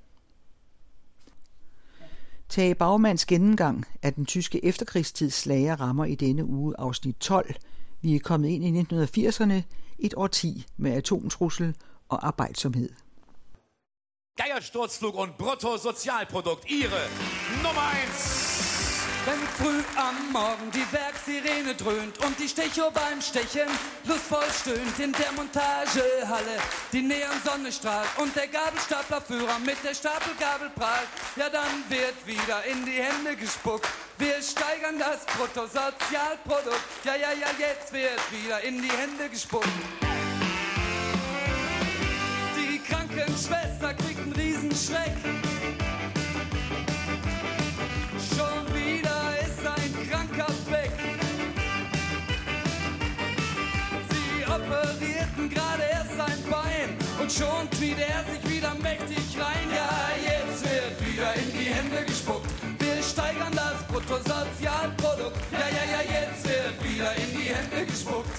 Tage Bagmans gennemgang af den tyske efterkrigstids slager rammer i denne uge afsnit tolv. Vi er kommet ind i nitten firserne, et årti med atomtrussel og arbejdsomhed. Geiersturzflug und Bruttosozialprodukt, Ihre Nummer eins. Wenn früh am Morgen die Werksirene dröhnt und die Stecho beim Stechen lustvoll stöhnt in der Montagehalle, die Neonsonne strahlt und der Gabelstaplerführer mit der Stapelgabel prahlt, ja dann wird wieder in die Hände gespuckt. Wir steigern das Bruttosozialprodukt, ja, ja, ja, jetzt wird wieder in die Hände gespuckt. Die Krankenschwester kriegt einen Riesenschreck. Schon wieder ist ein Kranker weg. Sie operierten gerade erst sein Bein und schon kniet er sich wieder mächtig rein. Ja, jetzt wird wieder in die Hände gespuckt. Wir steigern das Bruttosozialprodukt. Ja, ja, ja, jetzt wird wieder in die Hände gespuckt.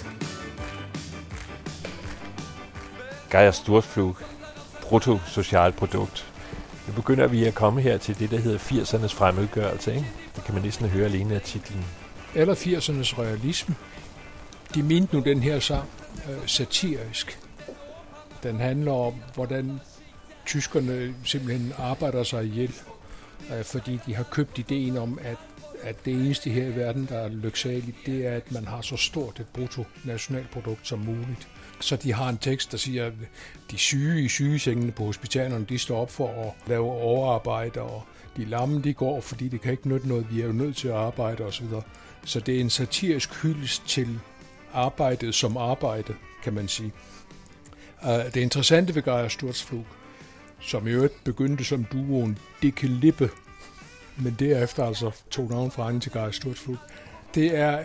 Geiersturzflug, Bruttosozialprodukt. Nu begynder vi at komme her til det, der hedder firsernes fremmedgørelse, ikke? Det kan man næsten høre alene af titlen. Eller firsernes realisme. De mente nu den her sang øh, satirisk. Den handler om, hvordan tyskerne simpelthen arbejder sig ihjel, øh, fordi de har købt ideen om, at, at det eneste her i verden, der er lyksaligt, det er, at man har så stort et bruttonationalprodukt som muligt. Så de har en tekst, der siger, at de syge i sygesengene på hospitalerne, de står op for at lave overarbejde, og de lamme, de går, fordi det kan ikke nytte noget, vi er jo nødt til at arbejde osv. Så det er en satirisk hyldest til arbejdet som arbejde, kan man sige. Det interessante ved Geiersturzflug, som i øvrigt begyndte som duoen Dicke Lippe, men derefter altså tog navn fra til Geiersturzflug, det er, at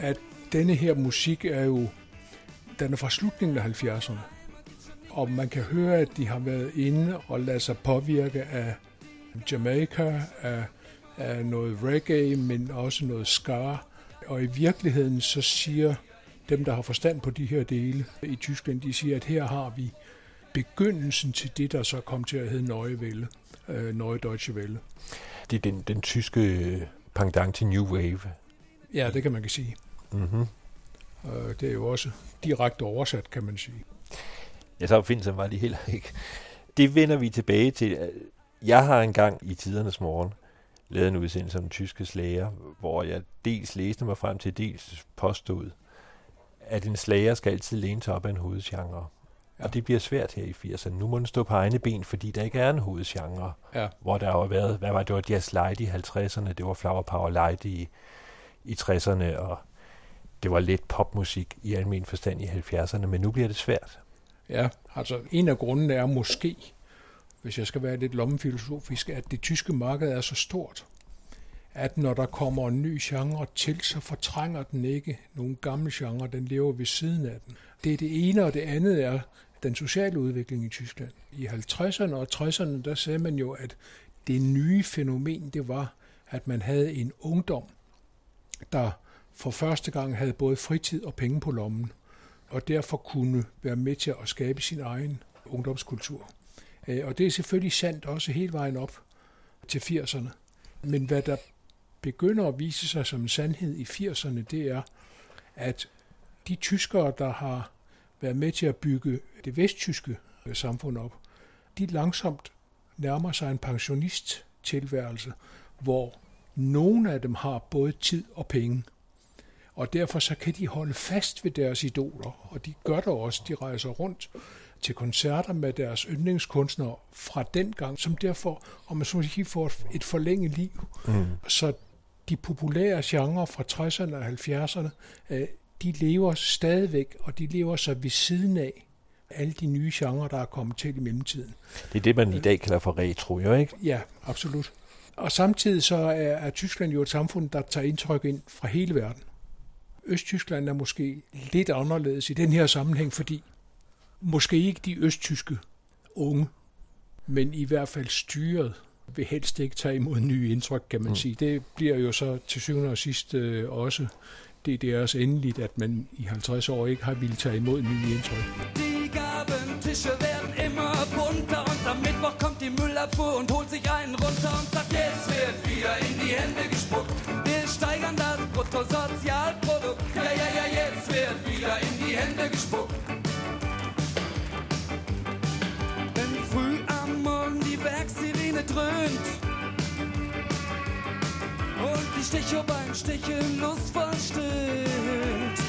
denne her musik er jo, den er fra slutningen af halvfjerdserne. Og man kan høre, at de har været inde og ladet sig påvirke af Jamaica, af, af noget reggae, men også noget ska. Og i virkeligheden så siger dem, der har forstand på de her dele i Tyskland, de siger, at her har vi begyndelsen til det, der så kom til at hedde Neue Welle, øh, Neue Deutsche Welle. Det er den, den tyske pendant til New Wave. Ja, det kan man kan sige. Mm-hmm. Øh, det er jo også direkte oversat, kan man sige. Ja, så opfindelsen var de heller ikke. Det vender vi tilbage til. Jeg har engang i tidernes morgen lavet en udsendelse om tyske slager, hvor jeg dels læste mig frem til, dels påstod, at en slager skal altid læne sig op af en hovedgenre. Ja. Og det bliver svært her i firserne. Nu må den stå på egne ben, fordi der ikke er en hovedgenre. Ja. Hvor der har været, hvad var det, det var Jazz Light i halvtredserne, det var Flower Power Light i, i tresserne, og det var lidt popmusik i almen forstand i halvfjerdserne, men nu bliver det svært. Ja, altså en af grundene er måske, hvis jeg skal være lidt lommefilosofisk, at det tyske marked er så stort, at når der kommer en ny genre til, så fortrænger den ikke nogen gamle genre, den lever ved siden af den. Det er det ene, og det andet er den sociale udvikling i Tyskland. I halvtredserne og tresserne, der sagde man jo, at det nye fænomen, det var, at man havde en ungdom, der for første gang havde både fritid og penge på lommen, og derfor kunne være med til at skabe sin egen ungdomskultur. Og det er selvfølgelig sandt også hele vejen op til firserne. Men hvad der begynder at vise sig som en sandhed i firserne, det er, at de tyskere, der har været med til at bygge det vesttyske samfund op, de langsomt nærmer sig en pensionisttilværelse, hvor nogle af dem har både tid og penge. Og derfor så kan de holde fast ved deres idoler, og de gør det også. De rejser rundt til koncerter med deres yndlingskunstnere fra den gang, som derfor, om man så sige, får et forlænget liv. Mm. Så de populære genrer fra tresserne og halvfjerdserne, de lever stadigvæk, og de lever så ved siden af alle de nye genrer, der er kommet til i mellemtiden. Det er det, man i dag kalder for retro, jo ikke? Ja, absolut. Og samtidig så er, er Tyskland jo et samfund, der tager indtryk ind fra hele verden. Østtyskland er måske lidt anderledes i den her sammenhæng, fordi måske ikke de østtyske unge, men i hvert fald styret, vil helst ikke tage imod nye indtryk, kan man mm. sige. Det bliver jo så til syvende og sidst øh, også det deres endeligt, at man i halvtreds år ikke har ville tage imod nye indtryk. Die Gabentische werden immer bunter und am Mittwoch kommt die Müllabfuhr und holt sich einen runter und sagt, jetzt wird wieder in die Hände gespuckt. Wir steigern das Bruttosozialprodukt. Ja, ja, ja, jetzt wird wieder in die Hände gespuckt. Wenn früh am Morgen die Werkssirene dröhnt und die Stecho beim Sticheln lustvoll stöhnt,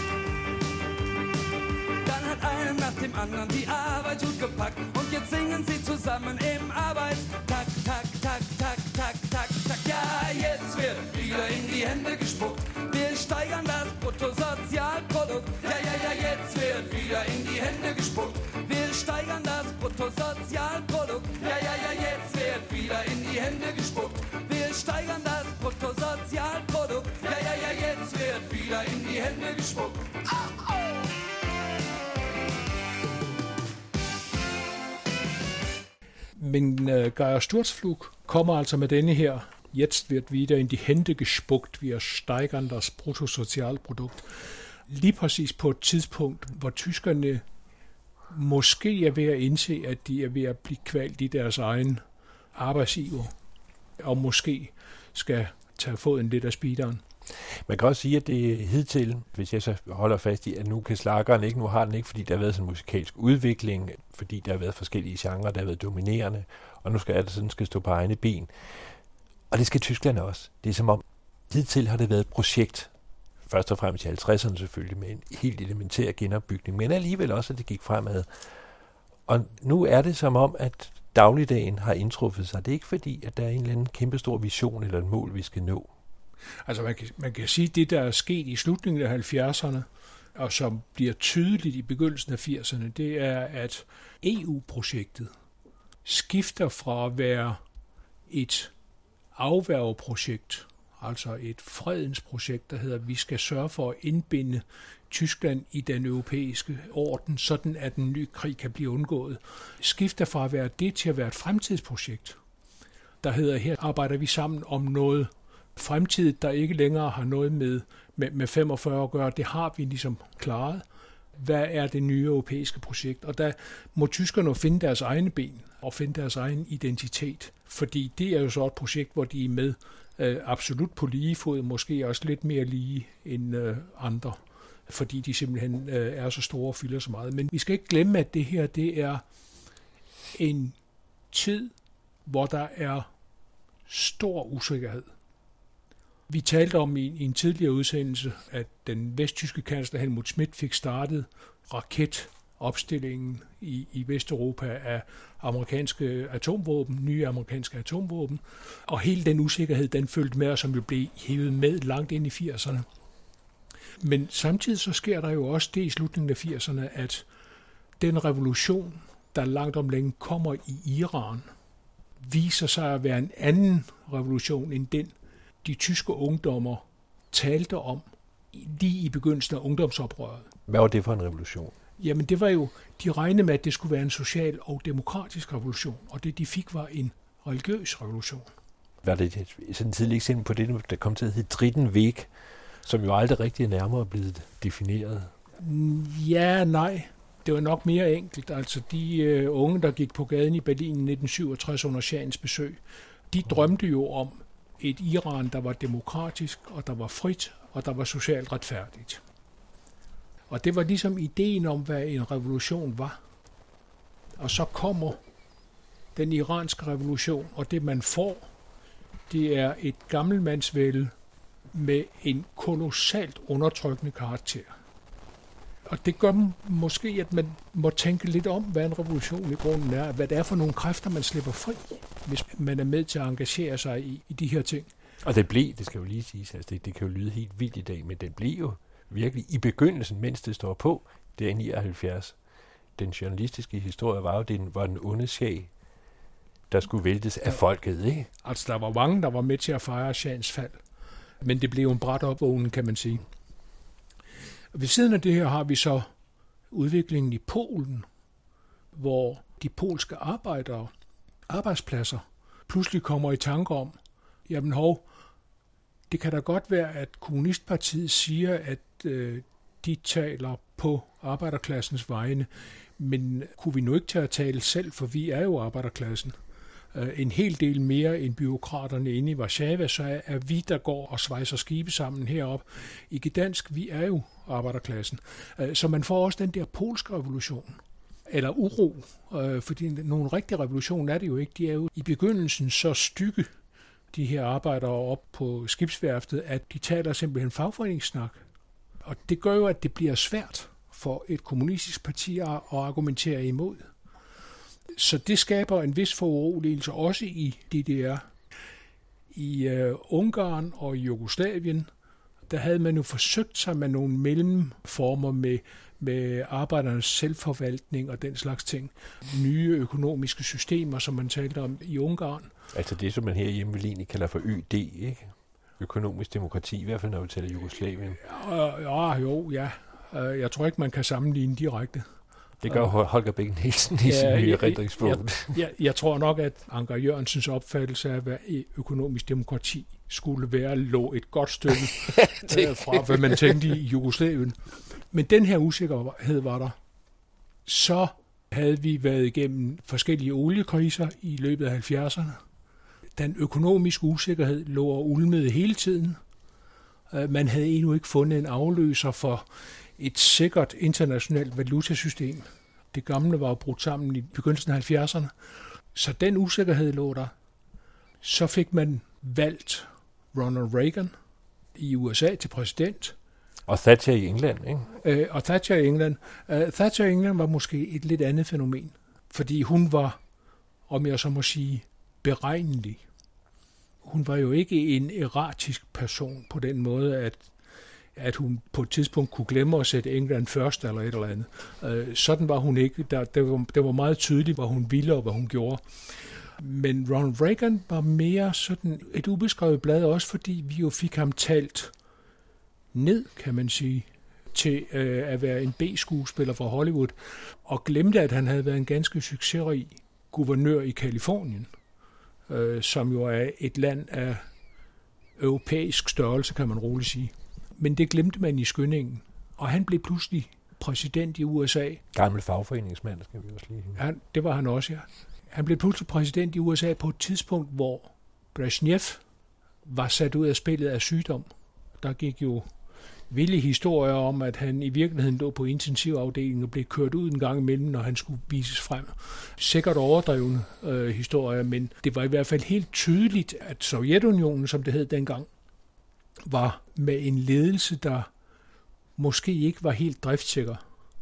dann hat einer nach dem anderen die Arbeit gut gepackt und jetzt singen sie zusammen im Arbeitstakt, tak, tak, tak, tak, tak, tak. Ja, jetzt wird wieder in die Hände gespuckt. Wir steigern das Bruttosozialprodukt. Ja, ja, ja, jetzt wird wieder in die Hände gespuckt. Wir steigern das Bruttosozialprodukt. Ja, ja, ja, jetzt wird wieder in die Hände gespuckt. Wir steigern das Bruttosozialprodukt. Ja, ja, ja, jetzt wird wieder in die Hände gespuckt. Au, au. Men uh, Geir Sturzflug kommer altså med denne her, jetzt wird wieder in die Hände gespuckt, wir steigern das Bruttosozialprodukt. Lige præcis på et tidspunkt, hvor tyskerne måske er ved at indse, at de er ved at blive kvalt i deres egen arbejdsiver, og måske skal tage foden lidt af speederen. Man kan også sige, at det hidtil, hvis jeg så holder fast i, at nu kan slageren ikke, nu har den ikke, fordi der har været sådan en musikalsk udvikling, fordi der har været forskellige genrer, der har været dominerende, og nu skal alt sådan skal stå på egne ben. Og det skal Tyskland også. Det er som om, hidtil har det været et projekt, først og fremmest i halvtredserne selvfølgelig, med en helt elementær genopbygning, men alligevel også, at det gik fremad. Og nu er det som om, at dagligdagen har indtruffet sig. Det er ikke fordi, at der er en eller anden kæmpestor vision eller et mål, vi skal nå. Altså man kan, man kan sige, at det, der er sket i slutningen af halvfjerdserne, og som bliver tydeligt i begyndelsen af firserne, det er, at E U-projektet skifter fra at være et afværgeprojekt, altså et fredens projekt, der hedder, vi skal sørge for at indbinde Tyskland i den europæiske orden, sådan at en ny krig kan blive undgået. Skifter fra at være det til at være et fremtidsprojekt, der hedder, her arbejder vi sammen om noget fremtid, der ikke længere har noget med, med, med femogfyrre at gøre. Det har vi ligesom klaret. Hvad er det nye europæiske projekt? Og der må tyskerne finde deres egne ben og finde deres egen identitet, fordi det er jo så et projekt, hvor de er med øh, absolut på lige fod, måske også lidt mere lige end øh, andre, fordi de simpelthen øh, er så store og fylder så meget. Men vi skal ikke glemme, at det her, det er en tid, hvor der er stor usikkerhed. Vi talte om i, i en tidligere udsendelse, at den vesttyske kansler Helmut Schmidt fik startet raketopstillingen i, i Vesteuropa af amerikanske atomvåben, nye amerikanske atomvåben, og hele den usikkerhed, den følte med, som jo blev hævet med langt ind i firserne. Men samtidig så sker der jo også det i slutningen af firserne, at den revolution, der langt om længe kommer i Iran, viser sig at være en anden revolution end den, de tyske ungdommer talte om lige i begyndelsen af ungdomsoprøret. Hvad var det for en revolution? Jamen det var jo, de regnede med, at det skulle være en social og demokratisk revolution, og det de fik var en religiøs revolution. Var det sådan et tidligt eksempel på det, der kom til at hedde Dritten Weg, som jo aldrig rigtig er nærmere blevet defineret? Ja, nej. Det var nok mere enkelt. Altså de uh, unge, der gik på gaden i Berlin i nitten syvogtres under Shahens besøg, de drømte jo om et Iran, der var demokratisk, og der var frit, og der var socialt retfærdigt. Og det var ligesom ideen om, hvad en revolution var. Og så kommer den iranske revolution, og det man får, det er et gammelmandsvælde med en kolossalt undertrykkende karakter. Og det gør måske, at man må tænke lidt om, hvad en revolution i grunden er, hvad det er for nogle kræfter, man slipper fri, hvis man er med til at engagere sig i, i de her ting. Og det blev, det skal jo lige siges, altså det, det kan jo lyde helt vildt i dag, men den blev jo virkelig i begyndelsen, mens det står på, det er nioghalvfjerds. Den journalistiske historie var jo, den var den onde sjæl, der skulle væltes af folket, ikke? Altså, der var mange, der var med til at fejre Shahens fald, men det blev jo en brat opvågning, kan man sige. Ved siden af det her har vi så udviklingen i Polen, hvor de polske arbejdere, arbejdspladser, pludselig kommer i tanke om, jamen hov, det kan da godt være, at kommunistpartiet siger, at øh, de taler på arbejderklassens vegne, men kunne vi nu ikke tage at tale selv, for vi er jo arbejderklassen. Øh, en hel del mere end byråkraterne inde i Warszawa, så er vi, der går og svejser skibe sammen herop. I Gdansk, vi er jo arbejderklassen. Øh, så man får også den der polske revolution, eller uro, øh, fordi nogen rigtig revolution er det jo ikke. De er jo i begyndelsen så stygge, de her arbejdere op på skibsværftet, at de taler simpelthen fagforeningssnak. Og det gør jo, at det bliver svært for et kommunistisk parti at argumentere imod. Så det skaber en vis foruroligelse også i D D R. I uh, Ungarn og Jugoslavien, der havde man jo forsøgt sig med nogle mellemformer med, med arbejdernes selvforvaltning og den slags ting. Nye økonomiske systemer, som man talte om i Ungarn. Altså det, som man herhjemme vel egentlig kalder for Ø D, ikke? Økonomisk demokrati, i hvert fald når vi taler Jugoslavien. Ja, ja, jo, ja. Jeg tror ikke, man kan sammenligne direkte. Det gør Holger Bech Nielsen i sin nye erindringsbog. Jeg, jeg, jeg tror nok, at Anker Jørgensens opfattelse af, hvad økonomisk demokrati skulle være, lå et godt stykke øh, fra, hvad man tænkte i Jugoslavien. Men den her usikkerhed var der. Så havde vi været igennem forskellige oliekriser i løbet af halvfjerdserne. Den økonomiske usikkerhed lå og ulmede hele tiden. Man havde endnu ikke fundet en afløser for et sikkert internationalt valutasystem. Det gamle var jo brudt sammen i begyndelsen af halvfjerdserne. Så den usikkerhed lå der. Så fik man valgt Ronald Reagan i U S A til præsident. Og Thatcher i England, ikke? Øh, og Thatcher i England. Uh, Thatcher i England var måske et lidt andet fænomen, fordi hun var, om jeg så må sige, beregnelig. Hun var jo ikke en erratisk person på den måde, at, at hun på et tidspunkt kunne glemme at sætte England først eller et eller andet. Uh, sådan var hun ikke. Der, det, var, det var meget tydeligt, hvad hun ville og hvad hun gjorde. Men Ronald Reagan var mere sådan et ubeskrevet blad, også fordi vi jo fik ham talt ned, kan man sige, til øh, at være en B-skuespiller fra Hollywood, og glemte, at han havde været en ganske succesrig guvernør i Kalifornien, øh, som jo er et land af europæisk størrelse, kan man roligt sige. Men det glemte man i skyndingen, og han blev pludselig præsident i U S A. Gammel fagforeningsmand, skal vi også lige. Han, det var han også, ja. Han blev pludselig præsident i U S A på et tidspunkt, hvor Brezhnev var sat ud af spillet af sygdom. Der gik jo vilde historier om, at han i virkeligheden lå på intensivafdelingen og blev kørt ud en gang imellem, når han skulle vises frem. Sikkert overdrevne øh, historier, men det var i hvert fald helt tydeligt, at Sovjetunionen, som det hed dengang, var med en ledelse, der måske ikke var helt driftssikker.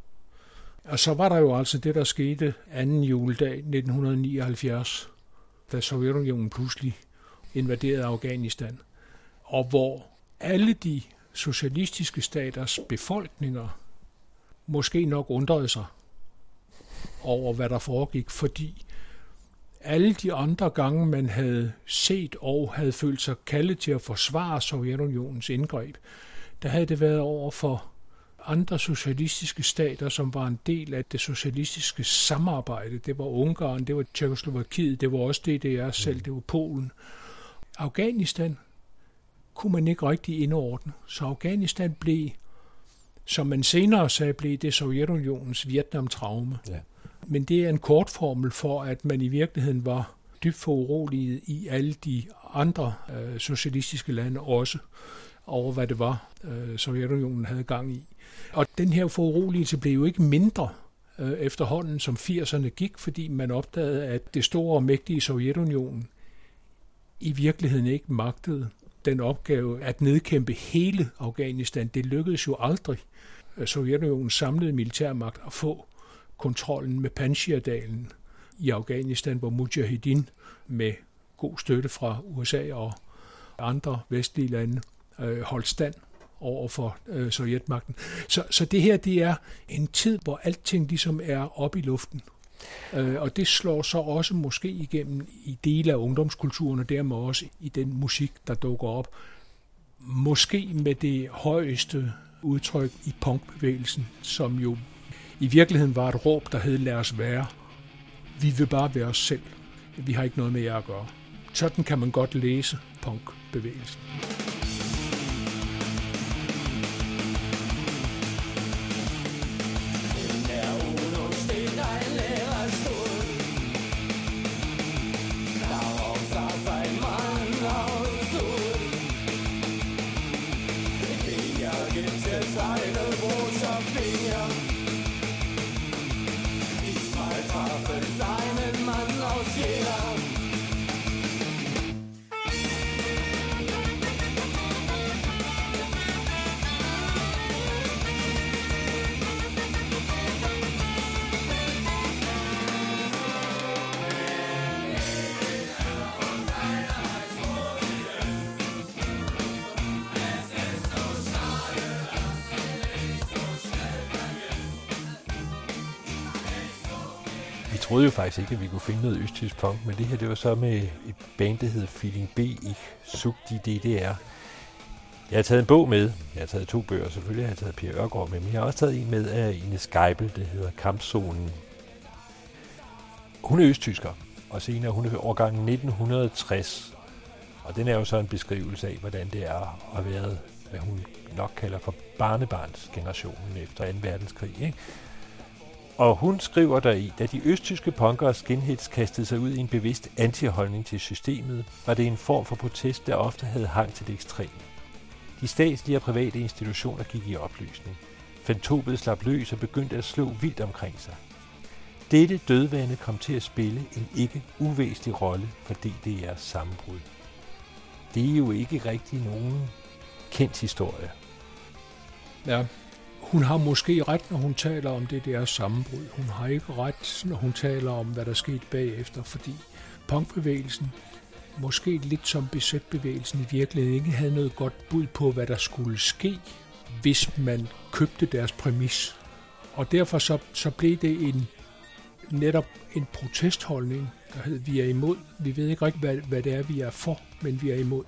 Og så var der jo altså det, der skete anden juledag nitten nioghalvfjerds, da Sovjetunionen pludselig invaderede Afghanistan, og hvor alle de socialistiske staters befolkninger måske nok undrede sig over, hvad der foregik, fordi alle de andre gange, man havde set og havde følt sig kaldet til at forsvare Sovjetunionens indgreb, der havde det været over for andre socialistiske stater, som var en del af det socialistiske samarbejde. Det var Ungarn, det var Tjekkoslovakiet, det var også D D R selv, det var Polen. Afghanistan kunne man ikke rigtig indordne. Så Afghanistan blev, som man senere sagde, blev det Sovjetunionens Vietnam-traume. Ja. Men det er en kort formel for, at man i virkeligheden var dybt foruroliget i alle de andre øh, socialistiske lande også, over hvad det var, øh, Sovjetunionen havde gang i. Og den her foruroligelse blev jo ikke mindre øh, efterhånden, som firserne gik, fordi man opdagede, at det store og mægtige Sovjetunionen i virkeligheden ikke magtede den opgave at nedkæmpe hele Afghanistan. Det lykkedes jo aldrig Sovjetunionens samlede militærmagt at få kontrollen med Panjshirdalen i Afghanistan, hvor Mujahedin med god støtte fra U S A og andre vestlige lande øh, holdt stand over for øh, sovjetmagten. Så, så det her, det er en tid, hvor alting ligesom er oppe i luften. Øh, og det slår så også måske igennem i dele af ungdomskulturen, og dermed også i den musik, der dukker op. Måske med det højeste udtryk i punkbevægelsen, som jo i virkeligheden var et råb, der hed, lad os være. Vi vil bare være os selv. Vi har ikke noget med jer at gøre. Sådan kan man godt læse punkbevægelsen. Jeg troede jo faktisk ikke, at vi kunne finde noget østtysk punk, men det her, det var så med et band, der hedder Feeling B i Zug die D D R. Jeg har taget en bog med. Jeg har taget to bøger, selvfølgelig har jeg taget Per Ørgaard med, men jeg har også taget en med af Ines Geibel, der hedder Kampzonen. Hun er østtysker, og senere hun er årgangen nitten tres, og den er jo så en beskrivelse af, hvordan det er at være, hvad hun nok kalder for barnebarnsgenerationen efter anden verdenskrig, ikke? Og hun skriver deri, da de østtyske punkere og skinheads kastede sig ud i en bevidst antiholdning til systemet, var det en form for protest, der ofte havde hang til det ekstreme. De statslige og private institutioner gik i opløsning. Fantomet slap løs og begyndte at slå vildt omkring sig. Dette dødvande kom til at spille en ikke uvæsentlig rolle for D D R's sammenbrud. Det er jo ikke rigtig nogen kendt historie. Ja. Hun har måske ret, når hun taler om det der sammenbrud. Hun har ikke ret, når hun taler om, hvad der skete bagefter, fordi punkbevægelsen, måske lidt som B Z-bevægelsen i virkeligheden, ikke havde noget godt bud på, hvad der skulle ske, hvis man købte deres præmis. Og derfor så, så blev det en netop en protestholdning, der hed, vi er imod. Vi ved ikke rigtig, hvad, hvad det er, vi er for, men vi er imod.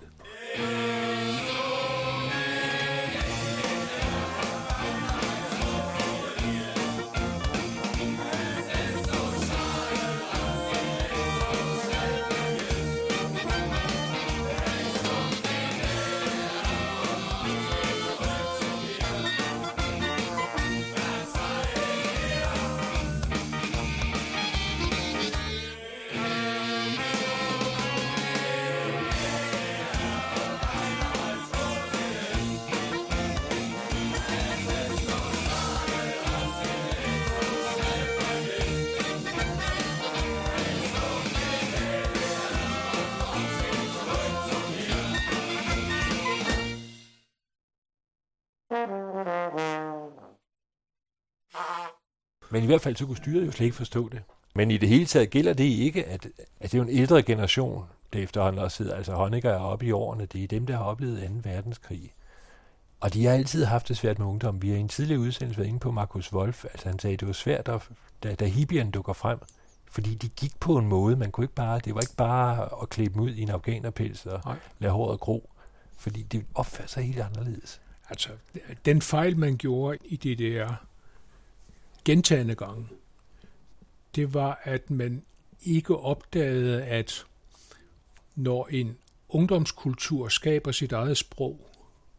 Men i hvert fald så kunne styret jo slet ikke forstå det. Men i det hele taget gælder det ikke, at, at det er jo en ældre generation, det efterhånden også sidder. Altså Honecker er oppe i årene, det er dem, der har oplevet anden verdenskrig. Og de har altid haft det svært med ungdom. Vi har i en tidligere udsendelse været inde på Markus Wolf. Altså han sagde, at det var svært, at, da, da hippierne dukker frem. Fordi de gik på en måde, man kunne ikke bare, det var ikke bare at klæde dem ud i en afghanerpels og Nej. lade håret gro. Fordi det opførte sig helt anderledes. Altså, den fejl, man gjorde i D D R gentagne gange, det var, at man ikke opdagede, at når en ungdomskultur skaber sit eget sprog,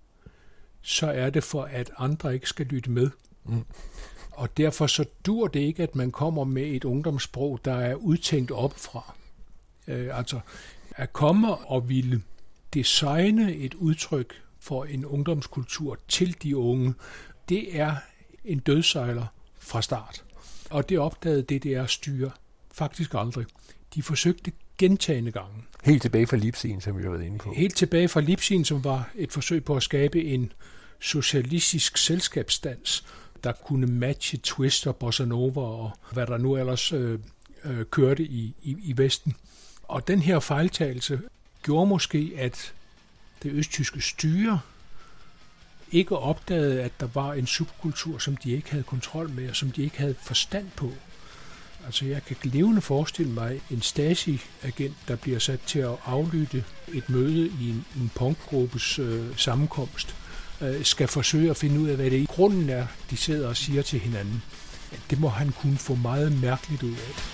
så er det for, at andre ikke skal lytte med. Mm. Og derfor så dur det ikke, at man kommer med et ungdomssprog, der er udtænkt opfra. Øh, altså, at komme og ville designe et udtryk for en ungdomskultur til de unge, det er en dødsejler fra start. Og det opdagede D D R-styre faktisk aldrig. De forsøgte gentagne gange. Helt tilbage fra Lipsin, som vi har været inde på. Helt tilbage fra Lipsin, som var et forsøg på at skabe en socialistisk selskabsdans, der kunne matche twist og bossa nova og hvad der nu ellers øh, øh, kørte i, i, i Vesten. Og den her fejltagelse gjorde måske, at det østtyske styre ikke opdagede, at der var en subkultur, som de ikke havde kontrol med, og som de ikke havde forstand på. Altså jeg kan levende forestille mig en Stasi-agent, der bliver sat til at aflytte et møde i en, en punkgruppes øh, sammenkomst, øh, skal forsøge at finde ud af, hvad det i grunden er, de sidder og siger til hinanden. Det må han kunne få meget mærkeligt ud af.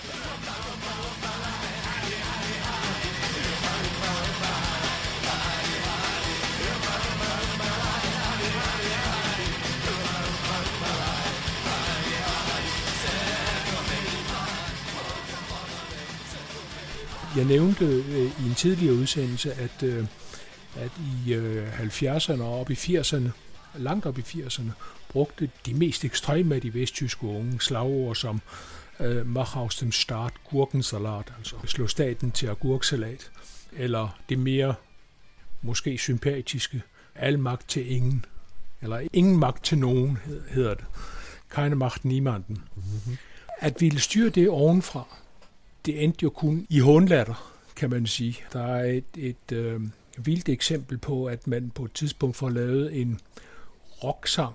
Jeg nævnte øh, i en tidligere udsendelse, at, øh, at i øh, halvfjerdserne og op i firserne, langt op i firserne, brugte de mest ekstreme af de vesttyske unge slagord som øh, mach aus dem Staat Gurkensalat, altså slå staten til agurksalat, eller det mere måske sympatiske, al magt til ingen, eller ingen magt til nogen, hedder det. Keine Macht niemanden. Mm-hmm. At ville styre det ovenfra, det endte jo kun i hånlatter, kan man sige. Der er et, et øh, vildt eksempel på, at man på et tidspunkt får lavet en rocksang,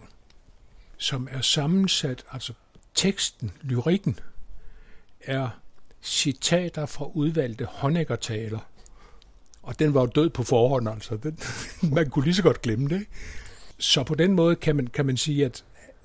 som er sammensat, altså teksten, lyrikken, er citater fra udvalgte Honecker-taler. Og den var jo død på forhånd, altså. Den, man kunne lige så godt glemme det. Så på den måde kan man, kan man sige, at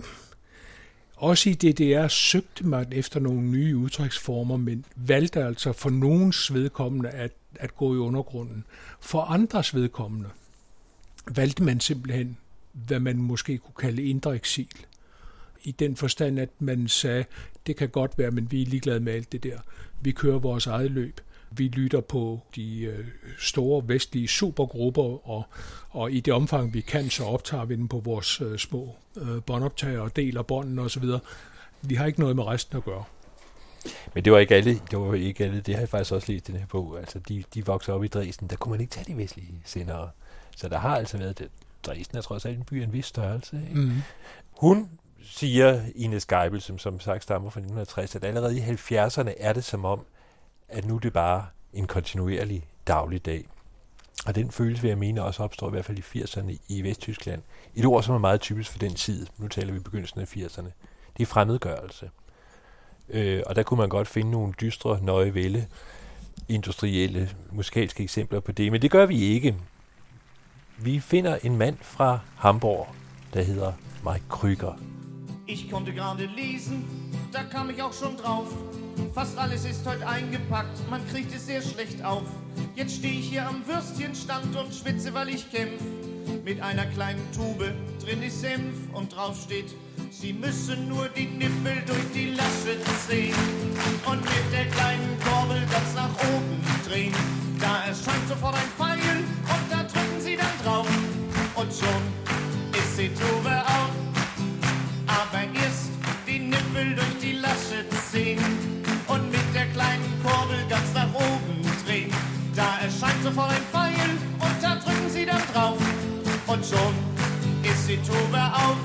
også i D D R søgte man efter nogle nye udtryksformer, men valgte altså for nogens vedkommende at, at gå i undergrunden. For andres vedkommende valgte man simpelthen, hvad man måske kunne kalde indre eksil. I den forstand, at man sagde, det kan godt være, men vi er ligeglade med alt det der. Vi kører vores eget løb. Vi lytter på de øh, store vestlige supergrupper, og, og i det omfang, vi kan, så optager vi dem på vores øh, små øh, båndoptager og deler båndene osv. Vi har ikke noget med resten at gøre. Men det var ikke alle, det var ikke alle, det har jeg faktisk også læst den her bog. Altså, de, de voksede op i Dresden, der kunne man ikke tage de vestlige sendere. Så der har altså været det. Dresden er trods alt en by af en vis størrelse. Ikke? Mm-hmm. Hun siger, Ines Geibel, som som sagt stammer fra nitten tres, at allerede i halvfjerdserne er det som om, at nu er det bare en kontinuerlig dagligdag. Og den følelse, vil jeg mene, også opstår i hvert fald i firserne i Vesttyskland. Et ord, som er meget typisk for den tid, nu taler vi begyndelsen af firserne, det er fremmedgørelse. Øh, og der kunne man godt finde nogle dystre, nøje vælde, industrielle, musikalske eksempler på det. Men det gør vi ikke. Vi finder en mand fra Hamburg, der hedder Mike Krüger. Ich konnte gerade lesen, da kam ich auch schon drauf. Fast alles ist heute eingepackt, man kriegt es sehr schlecht auf. Jetzt stehe ich hier am Würstchenstand und schwitze, weil ich kämpf. Mit einer kleinen Tube, drin ist Senf und drauf steht, Sie müssen nur die Nippel durch die Lasche ziehen und mit der kleinen Kurbel ganz nach oben drehen. Da erscheint sofort ein Pfeil und da drücken Sie dann drauf und schon ist die Tube auf. Aber erst die Nippel durch die Lasche ziehen und mit der kleinen Kurbel ganz nach oben drehen. Da erscheint sofort ein Pfeil und da drücken Sie dann drauf und schon ist die Tube auf.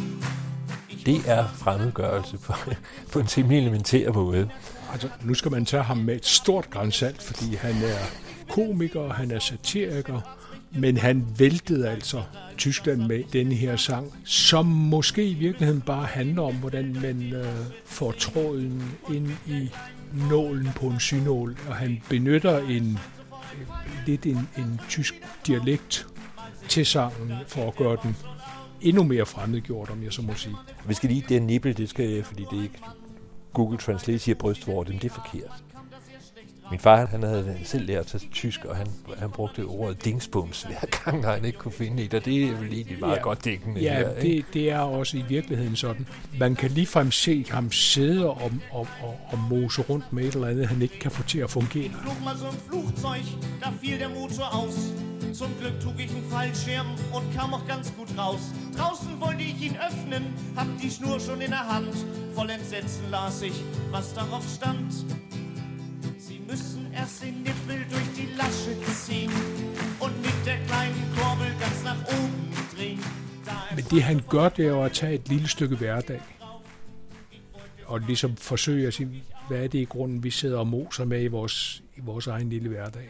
Det er fremmedgørelse på, på en simpelthen elementær måde. Altså, nu skal man tage ham med et stort grænsalt, fordi han er komiker, han er satiriker, men han væltede altså Tyskland med denne her sang, som måske i virkeligheden bare handler om, hvordan man øh, får tråden ind i nålen på en synål, og han benytter en lidt en, en tysk dialekt til sangen for at gøre den endnu mere fremmedgjort, om jeg så må sige. Vi skal lige, det er nippel, det skal jeg, fordi det ikke Google Translate siger brystvorte, men det er forkert. Min far, han havde selv lært sig tysk, og han, han brugte ordet dingsbums hver gang, han ikke kunne finde et, og det er vel egentlig meget ja, godt dækkende. Ja, her, det, det er også i virkeligheden sådan. Man kan ligefrem se ham sidde og, og, og, og mose rundt med et eller andet, han ikke kan få til at fungere. Flog mal so ein Flugzeug, da fiel der Motor aus. Zum Glück trug ich einen Fallschirm und kam auch ganz gut raus. Draußen wollte ich ihn öffnen, hab die Schnur schon in der Hand. Voll Entsetzen las ich, was darauf stand. Sie müssen erst den Nippel durch die Lasche ziehen und mit der kleinen Kurbel ganz nach oben drehen. Men det han gør, det er jo at tage et lille stykke hverdag og ligesom forsøge at sige, hvad er det i grunden, vi sidder og moser med i vores, i vores egen lille hverdag.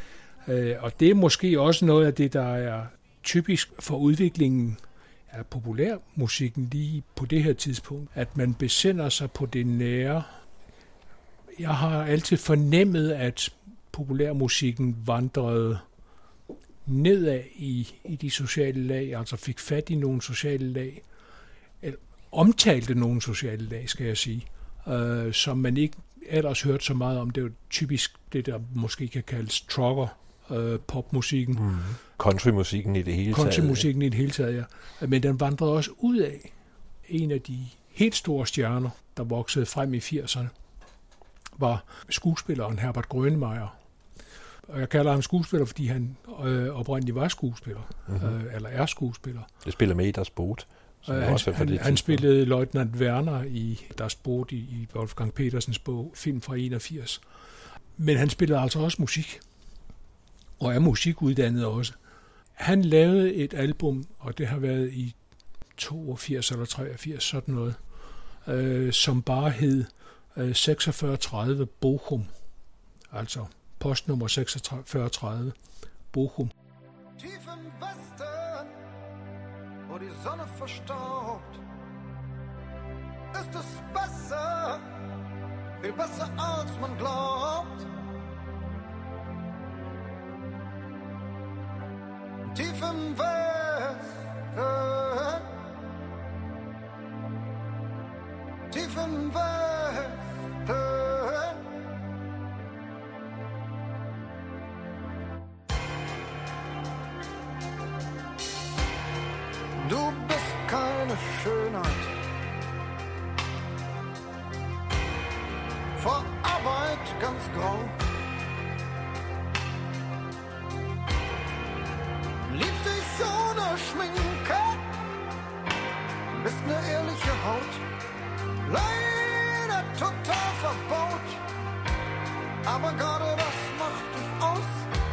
Og det er måske også noget af det, der er typisk for udviklingen af populærmusikken lige på det her tidspunkt, at man besinder sig på det nære. Jeg har altid fornemmet, at populærmusikken vandrede nedad i, i de sociale lag, altså fik fat i nogle sociale lag, eller omtalte nogle sociale lag, skal jeg sige, øh, som man ikke ellers hørte så meget om. Det er jo typisk det, der måske kan kaldes trucker, øh, popmusikken. Mm. Countrymusikken i det hele taget. Countrymusikken i det hele taget, ja. Men den vandrede også ud af. En af de helt store stjerner, der voksede frem i firserne, var skuespilleren Herbert Grönemeyer. Og jeg kalder ham skuespiller, fordi han øh, oprindeligt var skuespiller, mm-hmm. øh, eller er skuespiller. Det spiller med i Das Boot. Øh, han han, han spillede løjtnant Werner i Das Boot i, i Wolfgang Petersens bog, film fra enogfirs. Men han spillede altså også musik, og er musikuddannet også. Han lavede et album, og det har været i toogfirs eller treogfirs, sådan noget, øh, som bare hed øh, seksogfyrre tredive Bochum, altså postnummer seksogfyrre tredive Bochum. Tief im Westen, wo die Sonne verstaubt, ist es besser, viel besser als man glaubt. Tief im Westen, tief im Westen. Du bist keine Schönheit, vor Arbeit ganz grau. Liebst dich ohne Schminke, bist ne ehrliche Haut, leider total verbaut, aber gerade das macht dich aus.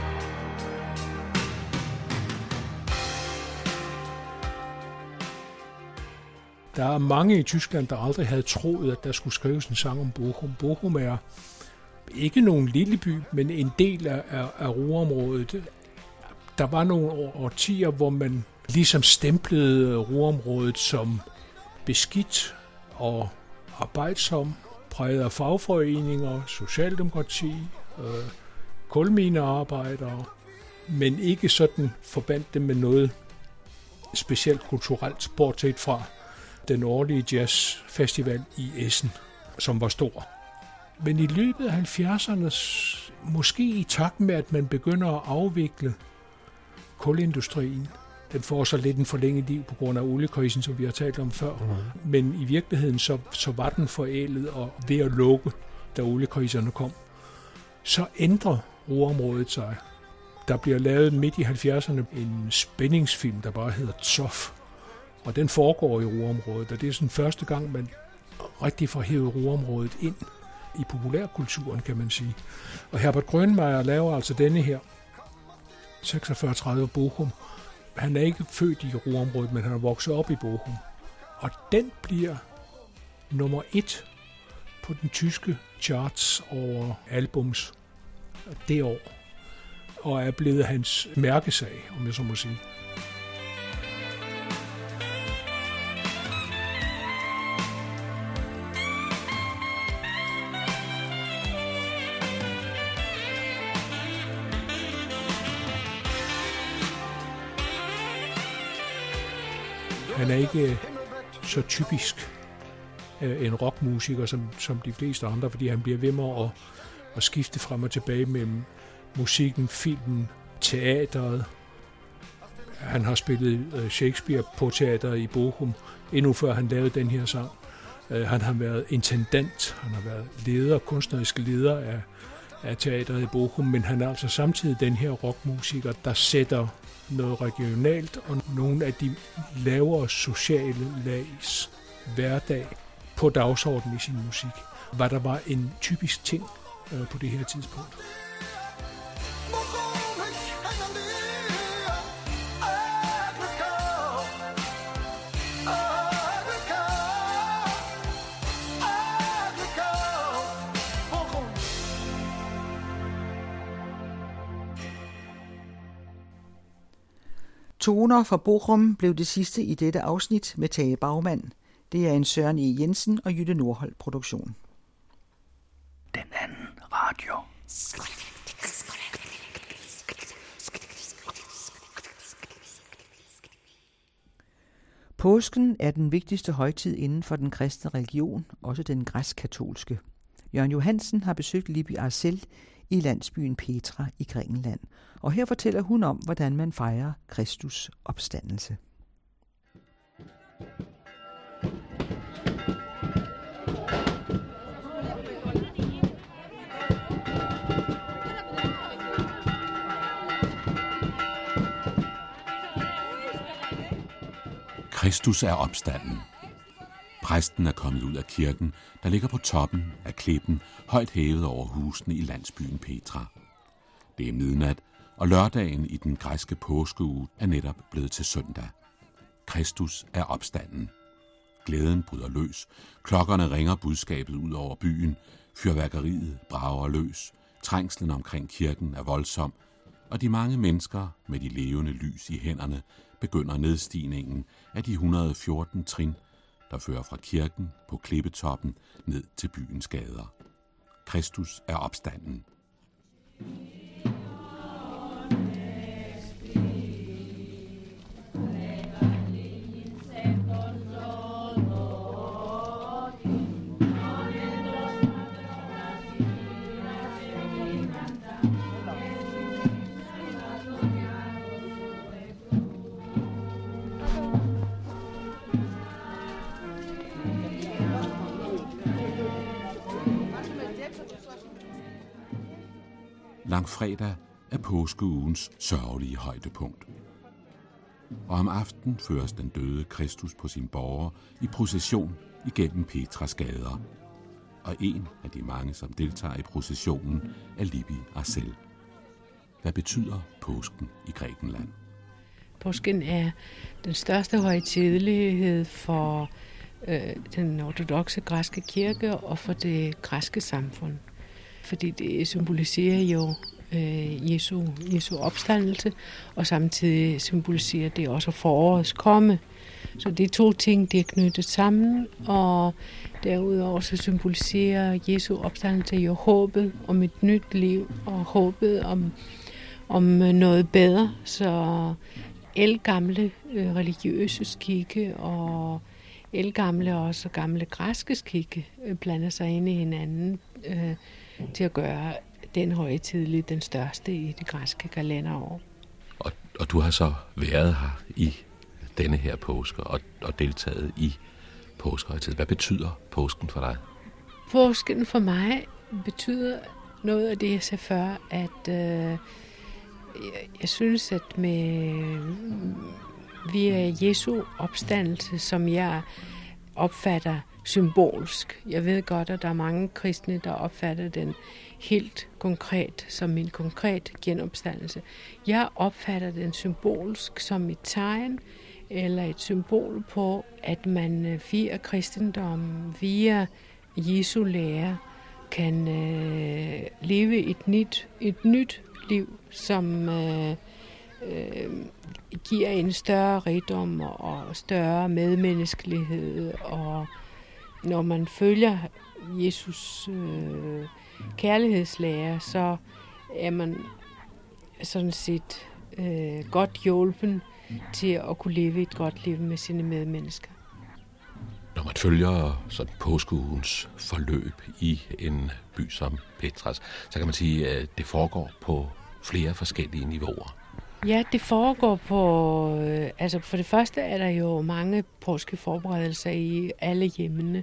Der er mange i Tyskland, der aldrig havde troet, at der skulle skrives en sang om Bochum. Bochum er ikke nogen lille by, men en del af, af, af Ruhrområdet. Der var nogle årtier, hvor man ligesom stemplede Ruhrområdet som beskidt og arbejdsom præget af fagforeninger, socialdemokrati, øh, kulminearbejdere, men ikke sådan forbandt det med noget specielt kulturelt, bortset fra den årlige jazzfestival i Essen, som var stor. Men i løbet af halvfjerdserne, måske i takt med, at man begynder at afvikle kulindustrien, den får så lidt en forlænget liv på grund af oliekrisen, som vi har talt om før. Mm. Men i virkeligheden så, så var den forældet og ved at lukke, da oliekriserne kom. Så ændrer Ruhrområdet sig. Der bliver lavet midt i halvfjerdserne en spændingsfilm, der bare hedder Zoff. Og den foregår i Ruhrområdet, og det er sådan første gang, man rigtig får hævet Ruhrområdet ind i populærkulturen, kan man sige. Og Herbert Grönemeyer laver altså denne her, seksogfyrre tredive Bochum. Han er ikke født i Ruhrområdet, men han er vokset op i Bochum. Og den bliver nummer et på den tyske charts over albums det år, og er blevet hans mærkesag, om jeg så må sige. Han er ikke så typisk en rockmusiker som, som de fleste andre, fordi han bliver ved med at, at skifte frem og tilbage mellem musikken, filmen, teateret. Han har spillet Shakespeare på teateret i Bochum, endnu før han lavede den her sang. Han har været intendant, han har været leder, kunstnerisk leder af, af teateret i Bochum, men han er altså samtidig den her rockmusiker, der sætter noget regionalt og nogle af de lavere sociale lags hverdag på dagsordenen i sin musik, hvad der var en typisk ting øh, på det her tidspunkt. Toner fra Bochum blev det sidste i dette afsnit med Tage Bagmand. Det er en Søren E. Jensen og Jytte Nordholt produktion. Den anden radio. Påsken er den vigtigste højtid inden for den kristne religion, også den græsk-katolske. Jørgen Johansen har besøgt Libby Arcel i landsbyen Petra i Grækenland, og her fortæller hun om, hvordan man fejrer Kristus opstandelse. Kristus er opstanden. Præsten er kommet ud af kirken, der ligger på toppen af klippen, højt hævet over husene i landsbyen Petra. Det er midnat, og lørdagen i den græske påskeuge er netop blevet til søndag. Kristus er opstanden. Glæden bryder løs, klokkerne ringer budskabet ud over byen, fyrværkeriet brager løs, trængslen omkring kirken er voldsom, og de mange mennesker med de levende lys i hænderne begynder nedstigningen af de et hundrede og fjorten trin, der fører fra kirken på klippetoppen ned til byens gader. Kristus er opstanden. Langfredag er påskeugens sørgelige højdepunkt. Og om aftenen føres den døde Kristus på sin borger i procession igennem Petras gader. Og en af de mange, som deltager i processionen, er Libby Arcel. Hvad betyder påsken i Grækenland? Påsken er den største højtidelighed for øh, den ortodokse græske kirke og for det græske samfund. Fordi det symboliserer jo øh, Jesu, Jesu opstandelse, og samtidig symboliserer det også forårets komme. Så de to ting, de er knyttet sammen, og derudover så symboliserer Jesu opstandelse jo håbet om et nyt liv, og håbet om, om noget bedre. Så ældgamle øh, religiøse skikke og ældgamle og også gamle græske skikke øh, blander sig ind i hinanden øh, til at gøre den højtidelige den største i det græske kalenderår. Og, og du har så været her i denne her påske og, og deltaget i påskehøjtiden. Hvad betyder påsken for dig? Påsken for mig betyder noget af det, jeg sagde før, at øh, jeg, jeg synes, at med via Jesu opstandelse, som jeg opfatter symbolsk. Jeg ved godt, at der er mange kristne, der opfatter den helt konkret, som en konkret genopstandelse. Jeg opfatter den symbolsk som et tegn, eller et symbol på, at man via kristendom, via Jesu lære, kan øh, leve et nyt, et nyt liv, som øh, øh, giver en større rigdom og større medmenneskelighed. Og når man følger Jesus øh, kærlighedslære, så er man sådan set øh, godt hjulpen til at kunne leve et godt liv med sine medmennesker. Når man følger sådan påskeugens forløb i en by som Petras, så kan man sige, at det foregår på flere forskellige niveauer. Ja, det foregår på... Øh, altså for det første er der jo mange påskeforberedelser i alle hjemmene,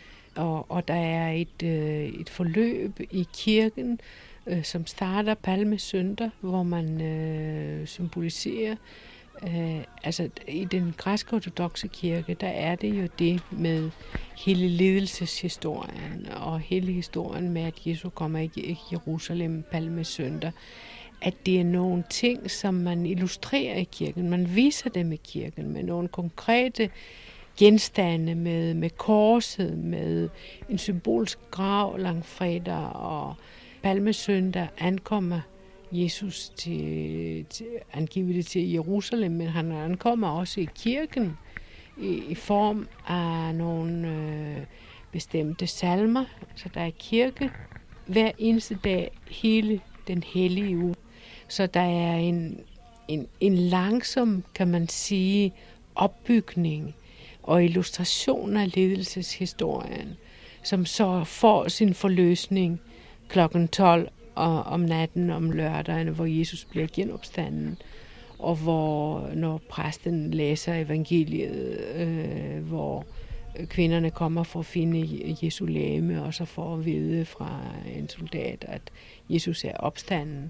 og, og der er et, øh, et forløb i kirken, øh, som starter palmesøndag, hvor man øh, symboliserer. Øh, altså i den græsk-ortodokse kirke, der er det jo det med hele lidelseshistorien og hele historien med, at Jesus kommer i Jerusalem palmesøndag, at det er nogle ting, som man illustrerer i kirken. Man viser dem i kirken med nogle konkrete genstande, med, med korset, med en symbolsk grav langfredag, og palmesøndag ankommer Jesus til, til, angiveligt til Jerusalem, men han ankommer også i kirken i, i form af nogle øh, bestemte salmer. Så der er kirke hver eneste dag hele den hellige uge. Så der er en, en, en langsom, kan man sige, opbygning og illustration af ledelseshistorien, som så får sin forløsning klokken tolv og om natten om lørdagen, hvor Jesus bliver genopstanden, og hvor når præsten læser evangeliet, øh, hvor kvinderne kommer for at finde Jesu legeme, og så får at vide fra en soldat, at Jesus er opstanden,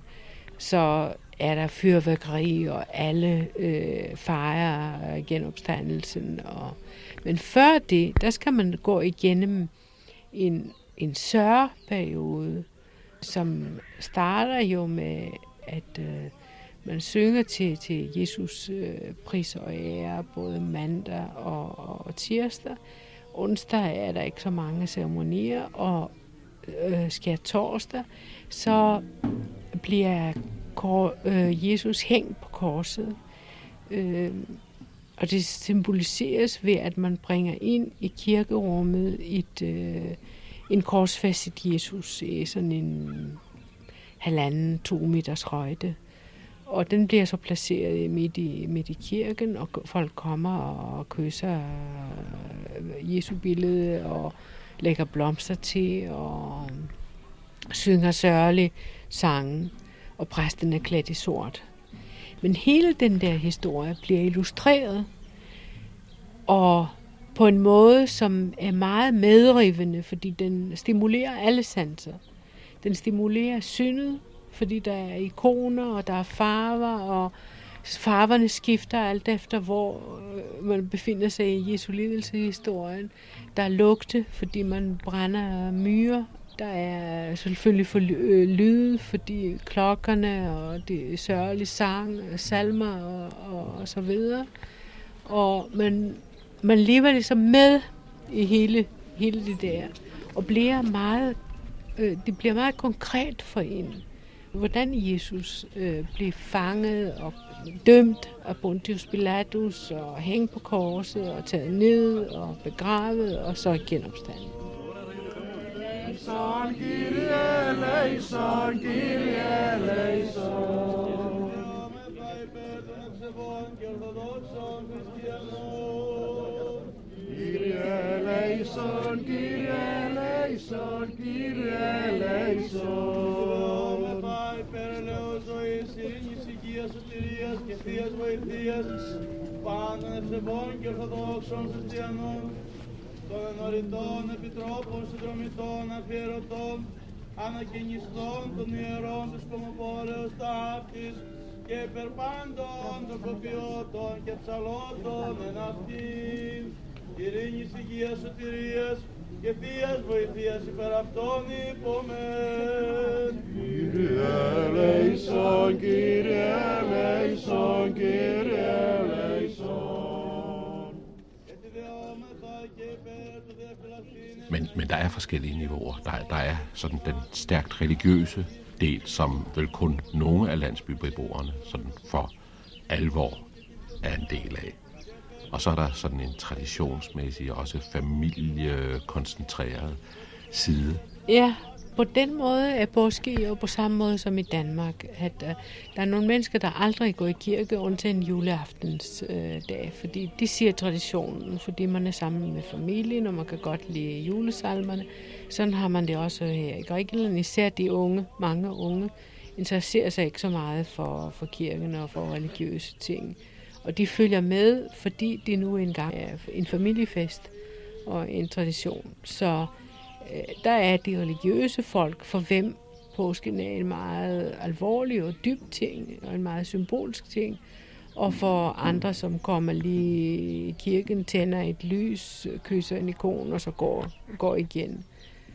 så er der fyrværkeri, og alle øh, fejrer genopstandelsen. Og, men før det, der skal man gå igennem en, en sørgeperiode, som starter jo med, at øh, man synger til, til Jesus øh, pris og ære, både mandag og, og tirsdag. Onsdag er der ikke så mange ceremonier, og øh, sker torsdag, så bliver kor, øh, Jesus hængt på korset. Øh, og det symboliseres ved, at man bringer ind i kirkerummet et, øh, en korsfæstet Jesus i sådan en halvanden, to meters højde. Og den bliver så placeret midt i, midt i kirken, og folk kommer og kysser Jesu billede og lægger blomster til og synger sørgelige sange, og præsten er klædt i sort. Men hele den der historie bliver illustreret, og på en måde, som er meget medrivende, fordi den stimulerer alle sanser. Den stimulerer synet, fordi der er ikoner, og der er farver, og farverne skifter alt efter, hvor man befinder sig i Jesu lidelseshistorien. Der er lugte, fordi man brænder myrer. Der er selvfølgelig for lyde, fordi klokkerne og det sørgelige sang, salmer og, og, og så videre. Og man, man lever ligesom med i hele, hele det der, og bliver meget, øh, det bliver meget konkret for en. hvordan Jesus øh, blev fanget og dømt af Pontius Pilatus og hængt på korset og taget ned og begravet og så genopstanden. Eleison, Kyrie eleison, Kyrie eleison. Kyrie eleison, Kyrie eleison, Kyrie eleison. Υπέρελεος ζωής, ειρήνης, υγείας, σωτηρίας και θείας βοηθείας, πάντων ευσεβών και ορθοδόξων χριστιανών, των ενωρητών επιτρόπων, συνδρομητών, αφιερωτών, ανακαινιστών των ιερών της Κομοπόλεως ταύτης και υπερπάντων των κοπιώτων και ψαλώτων εν αυτήν, ειρήνης, υγείας, σωτηρίας και θείας βοηθείας υπέρ αυτών υπομεν. Kyrie eleison, Kyrie eleison, Kyrie eleison. Men, men der er forskellige niveauer. Der, der er sådan den stærkt religiøse del, som vel kun nogle af landsbybeboerne sådan for alvor er en del af. Og så er der sådan en traditionsmæssig, også familiekoncentreret side. Ja, på den måde er påske jo på samme måde som i Danmark, at uh, der er nogle mennesker, der aldrig går i kirke undtagen juleaftens uh, dag, fordi de siger traditionen, fordi man er sammen med familien, og man kan godt lide julesalmerne. Sådan har man det også her i Grækenland, især de unge, mange unge, interesserer sig ikke så meget for, for kirken og for religiøse ting. Og de følger med, fordi det nu engang er en familiefest og en tradition. Så øh, der er de religiøse folk, for hvem påsken er en meget alvorlig og dyb ting, og en meget symbolsk ting. Og for andre, som kommer lige i kirken, tænder et lys, kysser en ikon, og så går, går igen.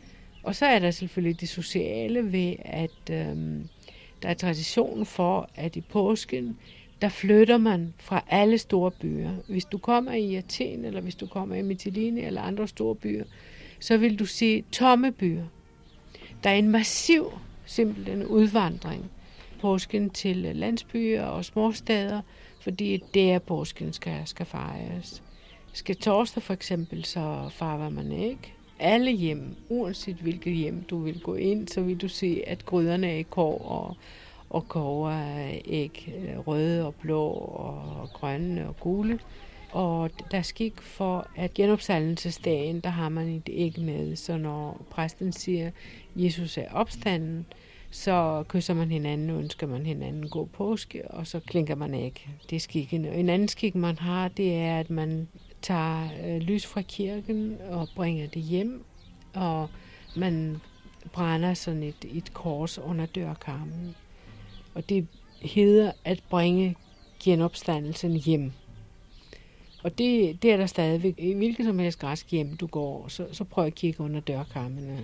Og så er der selvfølgelig det sociale ved, at øh, der er tradition for, at i påsken, der flytter man fra alle store byer. Hvis du kommer i Athen, eller hvis du kommer i Mytilene eller andre store byer, så vil du se tomme byer. Der er en massiv, simpelthen udvandring. Påsken til landsbyer og småsteder, fordi det er påsken skal, skal fejres. Skal torsdag for eksempel, så fejrer man ikke. Alle hjem, uanset hvilket hjem du vil gå ind, så vil du se, at gryderne er i kår og og koger æg, røde og blå og grønne og gule. Og der skik for, at genopstandelsesdagen, der har man et æg med, så når præsten siger, Jesus er opstanden, så kysser man hinanden, ønsker man hinanden god påske, og så klinker man æg. Det er skikken. En anden skik, man har, det er, at man tager øh, lys fra kirken og bringer det hjem, og man brænder sådan et, et kors under dørkarmen. Og det hedder at bringe genopstandelsen hjem. Og det, det er der stadigvæk. I hvilket som helst græsk hjem du går, så, så prøv at kigge under dørkarmene.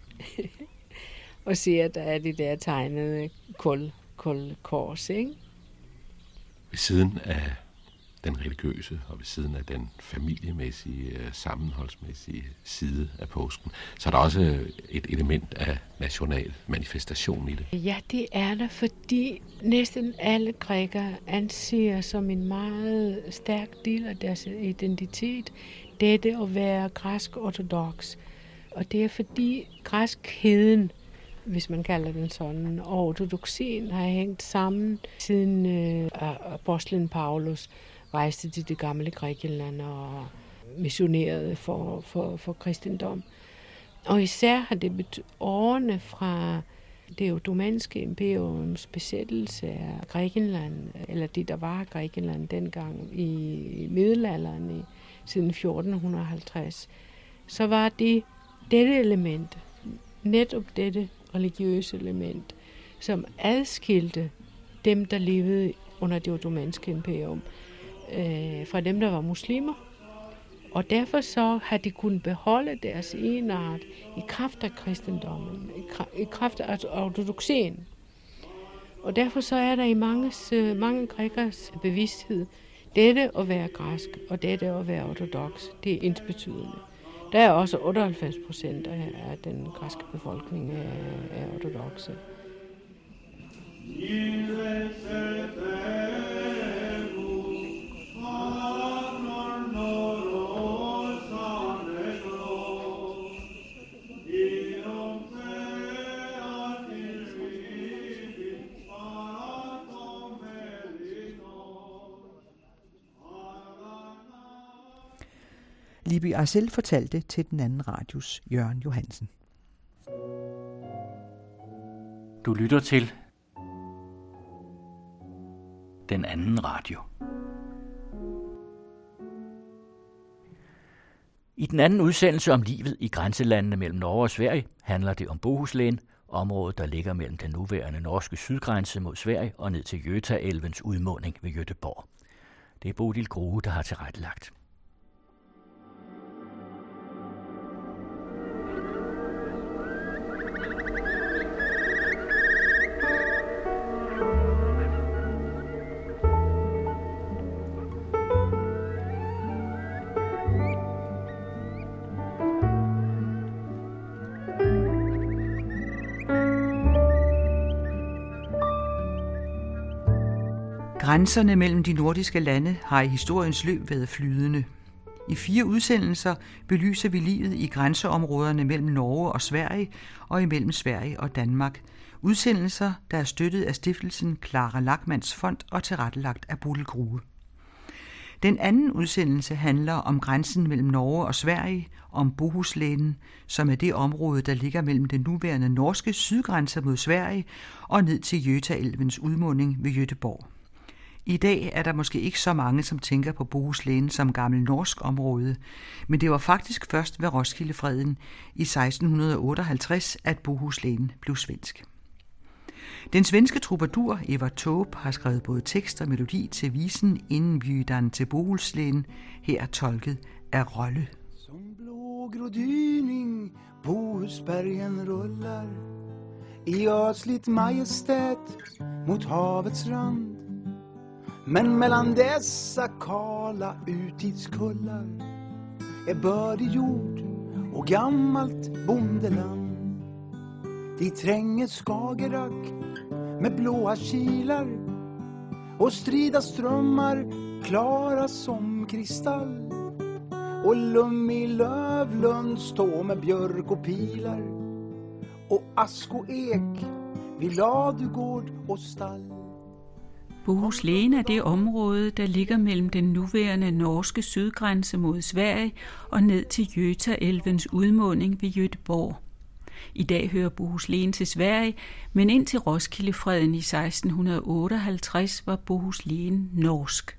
Og se, at der er de der tegnede kul, kul kors, ikke? Ved siden af den religiøse og ved siden af den familiemæssige, sammenholdsmæssige side af påsken, så er der også et element af national manifestation i det. Ja, det er der, fordi næsten alle grækere anser som en meget stærk del af deres identitet, dette at være græsk-ortodox. Og det er fordi græskheden, hvis man kalder den sådan, og ortodoxien har hængt sammen siden øh, apostlen Paulus rejste til det gamle Grækenland og missionerede for, for, for kristendom. Og især har det betydet årene fra det ottomanske imperiums besættelse af Grækenland, eller det, der var Grækenland dengang i middelalderen, i, siden fjorten halvtreds, så var det dette element, netop dette religiøse element, som adskilte dem, der levede under det ottomanske imperium, øh, fra dem, der var muslimer. Og derfor så har de kunnet beholde deres enart i kraft af kristendommen, i kraft af ortodoxien. Og derfor så er der i manges, mange grækers bevidsthed, dette at være græsk og dette at være ortodox, det er ensbetydende. Der er også otteoghalvfems procent af den græske befolkning er ortodoxe. Libby Arcel fortalte til den anden radios Jørgen Johansen. Du lytter til den anden radio. I den anden udsendelse om livet i grænselandene mellem Norge og Sverige handler det om Bohuslän, området der ligger mellem den nuværende norske sydgrænse mod Sverige og ned til Götaälvens udmunding ved Göteborg. Det er Bodil Grue, der har tilrettelagt. Grænserne mellem de nordiske lande har i historiens løb været flydende. I fire udsendelser belyser vi livet i grænseområderne mellem Norge og Sverige og imellem Sverige og Danmark. Udsendelser, der er støttet af stiftelsen Clara Lachmanns Fond og tilrettelagt af Bodil Grue. Den anden udsendelse handler om grænsen mellem Norge og Sverige, om Bohuslän, som er det område, der ligger mellem den nuværende norske sydgrænse mod Sverige og ned til Götaälvens udmunding ved Göteborg. I dag er der måske ikke så mange, som tænker på Bohuslän som gammel norsk område, men det var faktisk først ved Roskildefreden i seksten otteoghalvtreds, at Bohuslän blev svensk. Den svenske troubadour Eva Taube har skrevet både tekst og melodi til visen Inbjudan til Bohuslän, her tolket af Rolle. Som blågrå dyning Bohusbergen rullar i ödsligt majestät mot havets rand. Men mellan dessa kala utidskullar är bördig jord och gammalt bondeland. De tränger Skagerrak med blåa kilar och strida strömmar klara som kristall. Och lum i Lövlund stå med björk och pilar och ask och ek vid Ladugård och stall. Bohuslän er det område, der ligger mellem den nuværende norske sydgrænse mod Sverige og ned til Götaälvens udmunding ved Göteborg. I dag hører Bohuslän til Sverige, men indtil Roskildefreden i seksten otteoghalvtreds var Bohuslän norsk.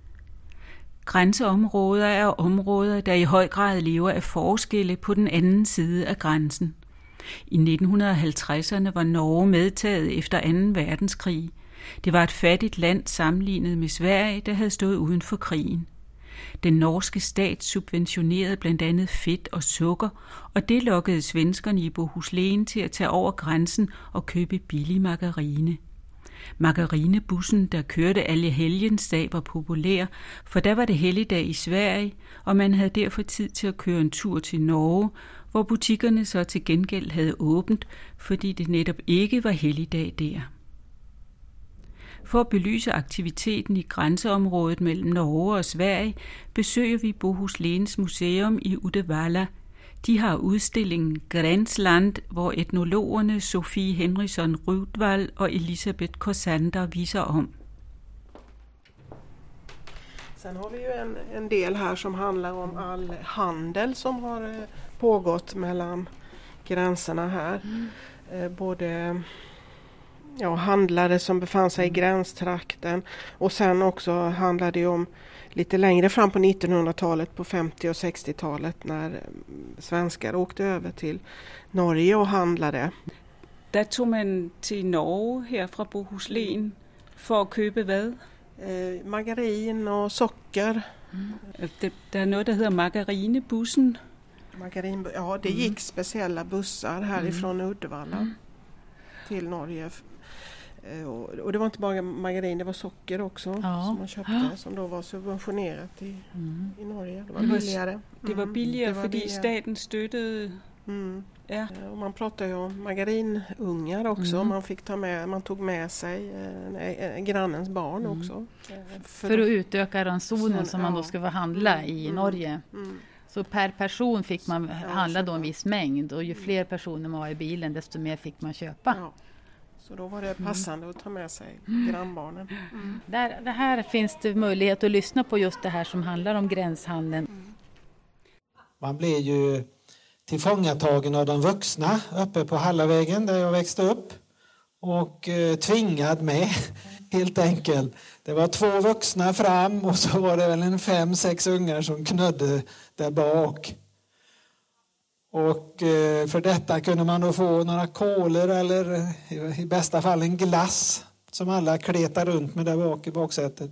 Grænseområder er områder, der i høj grad lever af forskelle på den anden side af grænsen. I nitten halvtredserne var Norge medtaget efter anden verdenskrig. Det var et fattigt land sammenlignet med Sverige, der havde stået uden for krigen. Den norske stat subventionerede blandt andet fedt og sukker, og det lokkede svenskerne i Bohuslän til at tage over grænsen og købe billig margarine. Margarinebussen, der kørte alle helgensdag, var populær, for der var det helligdag i Sverige, og man havde derfor tid til at køre en tur til Norge, hvor butikkerne så til gengæld havde åbent, fordi det netop ikke var helligdag der. For at belyse aktiviteten i grænseområdet mellem Norge og Sverige, besøger vi Bohusléns museum i Uddevalla. De har udstillingen Gränsland, hvor etnologerne Sofie Henriksson Rudvall og Elisabeth Korsander viser om. Sen har vi ju en, en del här som handlar om all handel som har pågått mellan gränserna här. Mm. Eh, både ja, handlare som befann sig i gränstrakten, och sen också handlade det om lite längre fram på nittonhundratalet, på femtio- och sextiotalet, när svenskar åkte över till Norge och handlade. Der tog man til Norge her fra Bohuslän for at købe hvad? Eh, margarin och socker. Mm. Det, der er noget, der hedder margarinebussen. Margarin, ja, det gick mm. speciella bussar härifrån mm. Uddevalla mm. till Norge. Och det var inte bara margarin, det var socker också ja. som man köpte, ja. som då var subventionerat i, mm. i Norge. Det var billigare. Det var billigere, mm. det var fordi billigere. Staten støttede Mm. Ja. Och man pratar ju om margarinungar också. Mm. Man fick ta med, man tog med sig eh, grannens barn Mm. också. För, för att utöka ransonen så, som man då ja. ska handla Mm. i Mm. Norge. Mm. Så per person fick man Ja, handla då en köpa. viss mängd och ju fler personer man var i bilen desto mer fick man köpa. Ja. Så då var det passande att ta med sig Mm. grannbarnen. Mm. Där, det här finns det möjlighet att lyssna på just det här som handlar om gränshandeln. Man blev ju tillfångatagen av de vuxna uppe på Hallavägen där jag växte upp och eh, tvingad med helt enkelt. Det var två vuxna fram och så var det väl en fem, sex ungar som knödde där bak. Och eh, för detta kunde man då få några kolor eller eh, i bästa fall en glass som alla kletade runt med där bak i baksätet.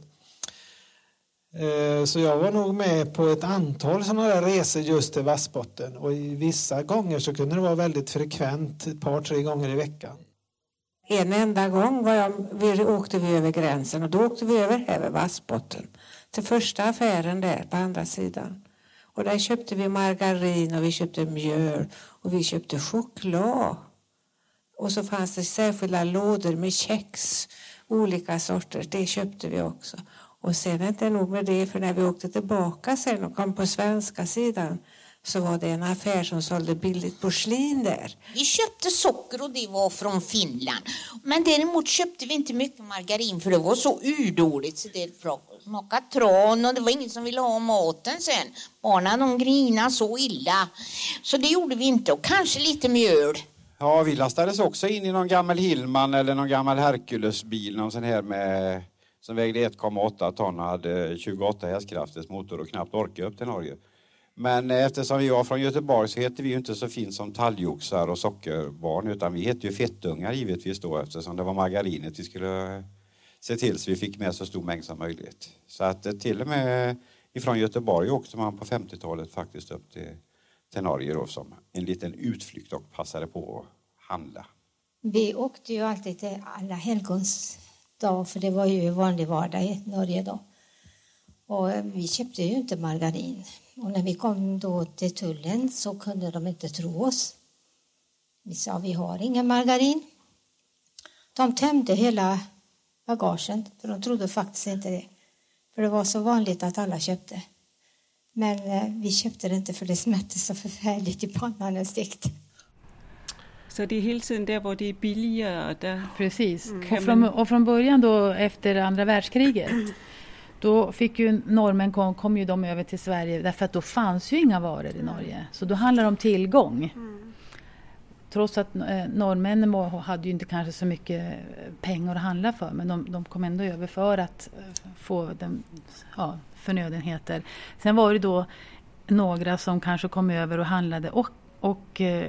Så jag var nog med på ett antal sådana där resor just till Vassbotten. Och i vissa gånger så kunde det vara väldigt frekvent, ett par, tre gånger i veckan. En enda gång var jag, vi åkte vi över gränsen och då åkte vi över över Vassbotten. Till första affären där på andra sidan. Och där köpte vi margarin och vi köpte mjöl och vi köpte choklad. Och så fanns det särskilda lådor med kex, olika sorter, det köpte vi också. Och sen är inte nog med det, för när vi åkte tillbaka sen och kom på svenska sidan så var det en affär som sålde billigt porslin där. Vi köpte socker och det var från Finland. Men däremot köpte vi inte mycket margarin för det var så urdåligt så det smakade tran och det var ingen som ville ha maten sen. Barnen de grinade så illa. Så det gjorde vi inte och kanske lite mjöl. Ja, vi lastades också in i någon gammal Hillman eller någon gammal Herculesbil, någon sån här med... som vägde ett komma åtta ton och hade tjugoåtta hästkrafters motor och knappt orkade upp till Norge. Men eftersom vi var från Göteborg så heter vi ju inte så fint som talgoxar och sockerbarn utan vi heter ju fettungar givetvis då eftersom det var margarinet vi skulle se till så vi fick med så stor mängd som möjligt. Så att till och med ifrån Göteborg åkte man på femtiotalet faktiskt upp till, till Norge då som en liten utflykt och passade på att handla. Vi åkte ju alltid till Alla helgons dag, för det var ju vanlig vardag i Norge då. Och vi köpte ju inte margarin. Och när vi kom då till tullen så kunde de inte tro oss. Vi sa, vi har ingen margarin. De tömde hela bagagen, för de trodde faktiskt inte det. För det var så vanligt att alla köpte. Men eh, vi köpte det inte för det smätte så förfärligt i pannan och stickte. Så det är hela tiden där var det är billigare. Där Precis. Mm. Och, från, och från början då efter andra världskriget då fick ju norrmän kom, kom ju de över till Sverige därför att då fanns ju inga varor i Norge. Så då handlar det om tillgång. Mm. Trots att eh, norrmännen hade ju inte kanske så mycket pengar att handla för men de, de kom ändå över för att eh, få den, ja, förnödenheter. Sen var det då några som kanske kom över och handlade och, och eh,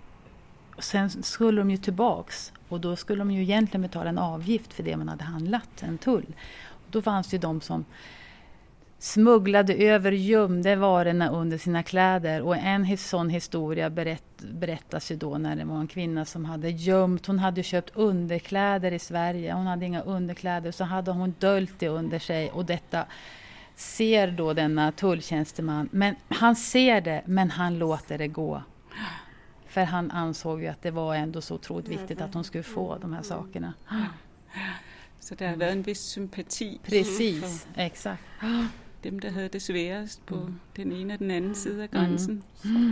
sen skulle de ju tillbaks och då skulle de ju egentligen betala en avgift för det man hade handlat, en tull. Och då fanns det de som smugglade över gömde varorna under sina kläder och en sån historia berätt, berättas ju då när det var en kvinna som hade gömt, hon hade köpt underkläder i Sverige, hon hade inga underkläder så hade hon döljt det under sig och detta ser då denna tulltjänsteman, men han ser det men han låter det gå. För han ansåg ju att det var ändå så otroligt viktigt att hon skulle få de här sakerna. Så det har varit en viss sympati. Precis, exakt. Dem, der havde det sværest på mm. den ene og den anden side af grænsen. Mm.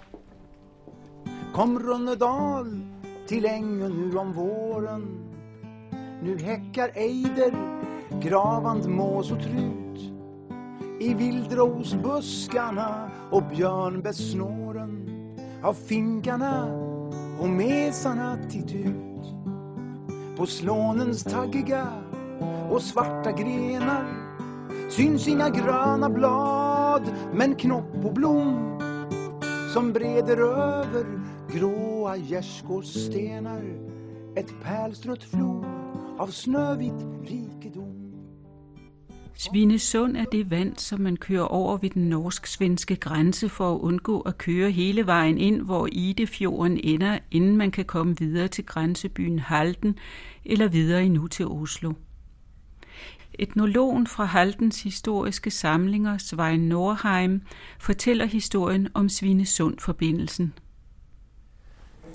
Kom Runnedal till ängen nu om våren. Nu häckar ejder, gravand mås och trut. I vildrosbuskarna och björnbässnåren. Av finkarna och mesarna titt ut. På slånens taggiga och svarta grenar syns inga gröna blad, men knopp och blom som breder över gråa gärdsgårdsstenar. Ett pärlstrött flor av snövit rikedom. Svinesund er det vand, som man kører over ved den norsk-svenske grænse for at undgå at køre hele vejen ind, hvor Idefjorden ender, inden man kan komme videre til grænsebyen Halden eller videre endnu til Oslo. Etnologen fra Haldens historiske samlinger, Svein Norheim, fortæller historien om Svinesund-forbindelsen.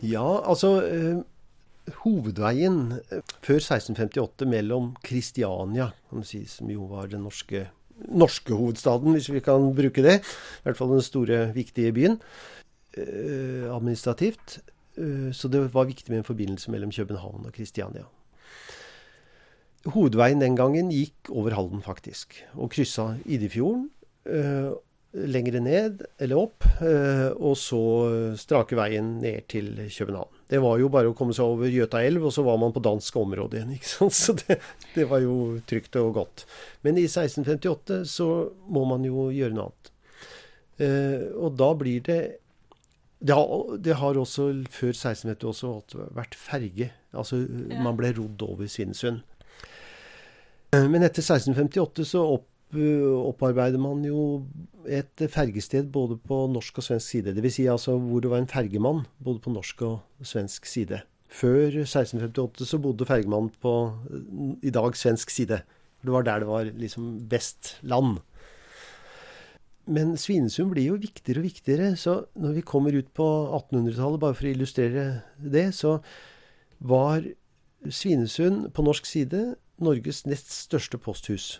Ja, altså eh, hovedveien før seksten femtiåtte mellom Kristiania, kan man si, som jo var den norske, norske hovedstaden, hvis vi kan bruke det, i hvert fall den store, viktige byen, eh, administrativt. Eh, så det var viktig med en forbindelse mellom København og Kristiania. Hovedveien den gangen gikk over Halden faktisk, og kryssa Idefjorden, eh, lengre ned eller opp, og så strake veien ned til København. Det var jo bare å komme seg over Gjøta elv, og så var man på dansk område igjen, ikke sant? Så det, det var jo trygt og godt. Men i seksten femtiåtte så må man jo gjøre noe annet. Og da blir det, det har, det har også før seksten femtiåtte også vært ferge, altså ja. Man ble rodd over Svinesund. Men etter seksten femtiåtte så opp opparbeider man jo et fergested både på norsk og svensk side. Det vil si altså hvor det var en fergemann både på norsk og svensk side. Før seksten femtiåtte så bodde fergemannen på i dag svensk side. Det var der det var liksom best land. Men Svinesund blir jo viktigere og viktigere, så når vi kommer ut på attenhundretallet, bare for å illustrere det, så var Svinesund på norsk side Norges nest største posthus.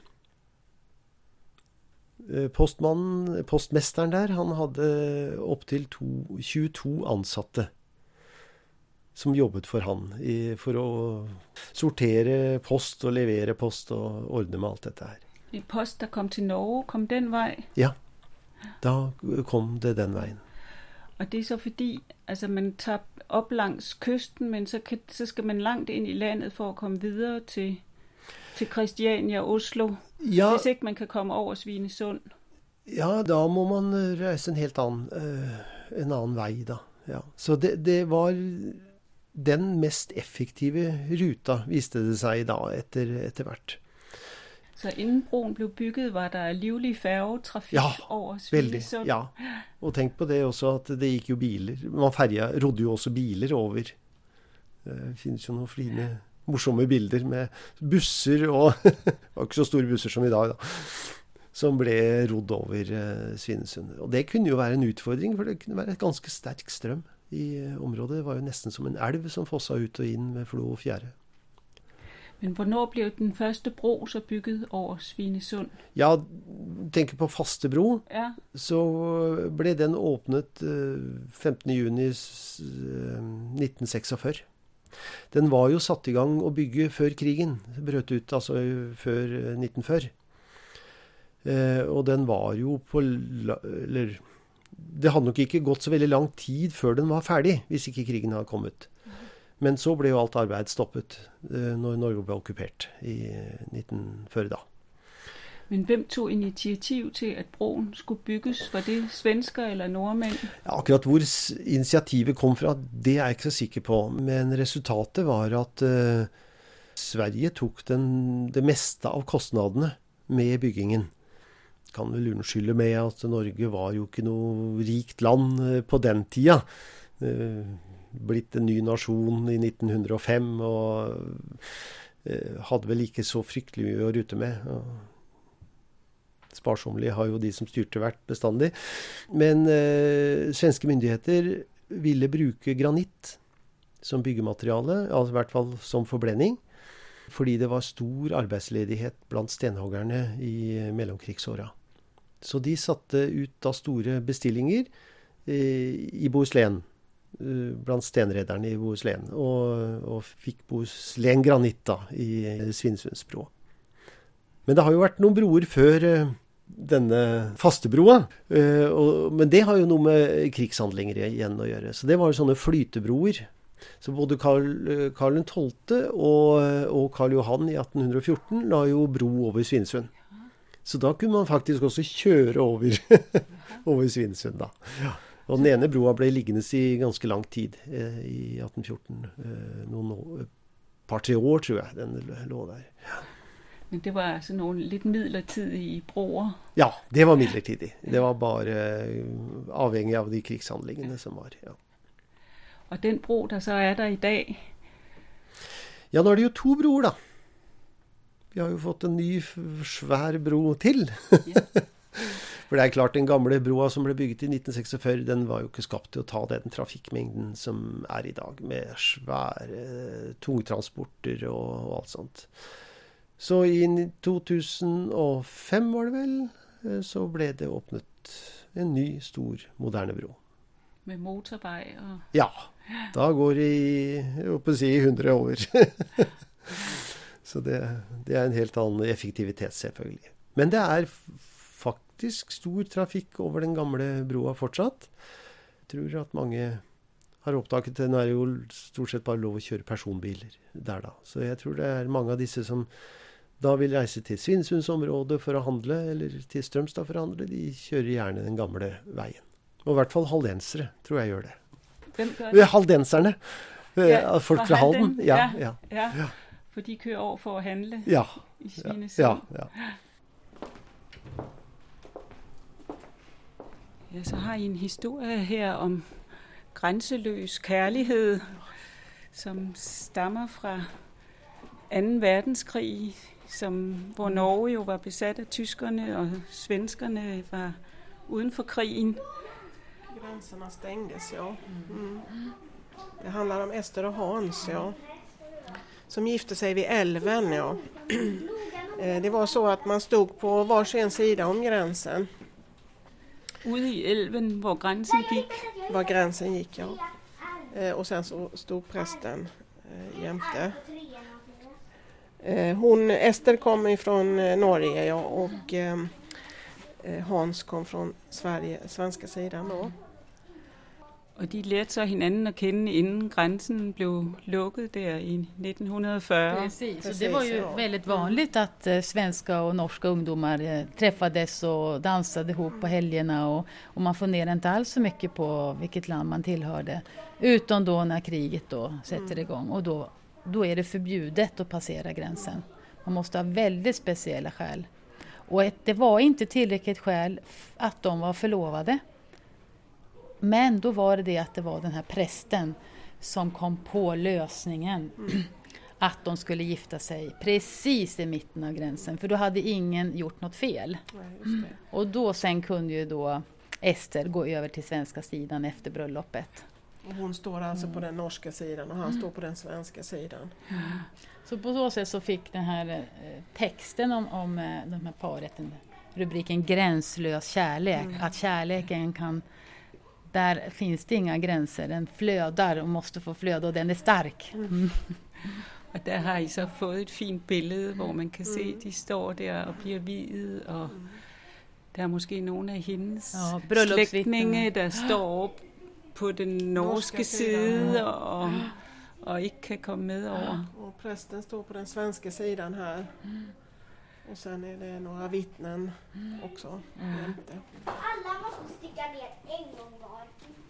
Postmannen, postmesteren der, han hadde opp til tjueto ansatte som jobbet for han i, for å sortere post og levere post og ordne med alt dette her. I post, der kom til Norge, kom den vej? Ja, da kom det den veien. Og det er så fordi, altså man tager op langs kysten, men så, kan, så skal man langt ind i landet for at komme videre til... til Kristiania og Oslo, ja, hvis ikke man kan komme over Svinesund. Ja, da må man reise en helt annen, uh, en annen vei da. Ja. Så det, det var den mest effektive ruta, viste det seg da etter, etter hvert. Så inden broen blev bygget, var der livlig færgetrafik ja, over Svinesund? Ja, og tenk på det også at det gikk jo biler. Man ferja, rodde jo også biler over. Det finnes jo noen fline... morsomme bilder med busser, og det var ikke så store busser som i dag da, som ble rodd over uh, Svinesund. Og det kunne jo være en utfordring, for det kunne være et ganske sterk strøm i uh, området. Det var jo nesten som en elv som fossa ut og inn med flo og fjære. Men hvornår blev den første bro så bygget over Svinesund? Ja, tenker på Fastebro, ja. Så ble den åpnet uh, femtende juni nitten seksogfyrre. Den var jo satt i gang å bygge før krigen, brøt ut altså før nitten førti. Eh, og den var jo på, eller det hadde nok ikke gått så veldig lang tid før den var ferdig, hvis ikke krigen hadde kommet. Men så ble jo alt arbeid stoppet eh, når Norge ble okkupert i nitten førti da. Men hvem tog initiativ til, at broen skulle bygges? Var det svensker eller nordmænd? Ja, akkurat hvor initiativet kom fra, det er jeg ikke så sikker på. Men resultatet var at uh, Sverige tok den, det meste av kostnadene med byggingen. Kan vel unnskylde med at Norge var jo ikke noe rikt land uh, på den tida. Uh, blitt en ny nasjon i nitten hundre og fem, og uh, hadde vel ikke så fryktelig mye å rute med. Og sparsomlig har jo de som styrte vært bestandig. Men eh, svenske myndigheter ville bruke granitt som byggemateriale, altså i hvert fall som forblending, fordi det var stor arbeidsledighet blant stenhoggerne i mellomkrigsåra. Så de satte ut da store bestillinger eh, i Bohuslän, eh, blant stenredderne i Bohuslän, og, og fikk Bohuslän granitt da i Svinesundsbroa. Men det har jo vært noen broer før eh, denne Fastebroa, uh, og, men det har jo noe med krigshandlinger igjen å gjøre. Så det var jo sånne flytebroer. Så både Karl, Karl den tolvte og, og Karl Johan i atten fjorten la jo bro over Svinesund. Så da kunne man faktisk også kjøre over, over Svinesund da. Ja. Og den ene broa ble liggende i ganske lang tid, eh, i atten fjorten. Eh, noen år, par-tre år tror jeg den lå der. Ja. Men det var altså nogle lidt midlertidige broer? Ja, det var midlertidig. Det var bare avhængig av de krigshandlingene som var. Ja. Og den bro, der så er der i dag? Ja, nå er det jo to broer da. Vi har jo fått en ny svær bro til. Ja. For det er klart, den gamle broa som ble bygget i nitten seksogfyrre, den var jo ikke skapt til å ta den trafikkmengden som er i dag, med svære tungtransporter og, og alt sånt. Så i to tusen og fem var det vel, så ble det åpnet en ny, stor, moderne bro. Med motorvej og... Ja, da går det i, jeg håper å si, hundre år. Så det, det er en helt annen effektivitet, selvfølgelig. Men det er faktisk stor trafikk over den gamle broa fortsatt. Jeg tror at mange har oppdaget det. Nå er det jo stort sett bare lov å kjøre personbiler der da. Så jeg tror det er mange av disse som da vil reise til Svinesundsområdet for å handle, eller til Strømstad for å handle. De kjører gjerne den gamle veien. Og i hvert fall haldensere, tror jeg gjør det. Hvem gør det? Haldenserne. Ja, folk fra Halden. Ja, ja, ja. ja. For de kører over for at handle ja, i Svinesund. Ja, ja, ja. Ja, så har I en historie her om grænseløs kærlighed, som stammer fra anden verdenskrig, som, hvor Norge jo var besat af tyskerne, og svenskerne var uden for krigen. Gränserna stängdes, ja. Mm. Det handlar om Ester och Hans, ja. Som gifte sig vid älven, ja. Det var så att man stod på varsin sida om gränsen. Ude i älven, hvor gränsen gick? Var gränsen gick, ja. Och sen så stod prästen jämte. Hon, Ester kom ifrån Norge, ja, och Hans kom från Sverige, svenska sidan då. Og de lærte så hinanden at kende inden gränsen blev lukket der i nitton fyrre. Precis, så det var ju väldigt vanligt att eh, svenska och norska ungdomar eh, träffades och dansade ihop på helgerna och, och man funderade inte alls så mycket på vilket land man tillhörde. Utom då när kriget då sätter igång och då, då är det förbjudet att passera gränsen. Man måste ha väldigt speciella skäl. Och ett, det var inte tillräckligt skäl att de var förlovade. Men då var det det att det var den här prästen som kom på lösningen mm. att de skulle gifta sig precis i mitten av gränsen. För då hade ingen gjort något fel. Nej, just det. Och då sen kunde ju då Ester gå över till svenska sidan efter bröllopet. Och hon står alltså mm. på den norska sidan och han mm. står på den svenska sidan. Mm. Så på så sätt så fick den här eh, texten om, om eh, de här paret rubriken gränslös kärlek. Mm. Att kärleken kan... Där finns det inga gränser. Den flödar och måste få flöda och den är stark. Mm. Og der har I så fået et fint billede, hvor man kan se, de står der og bliver viet, og der er måske nogle af hendes ja, slægtninge, der står op på den norske side og, og ikke kan komme med over. Og prästen står på den svenska sidan här. Och sen är det några vittnen också. Mm. Alla måste sticka ner en gång var.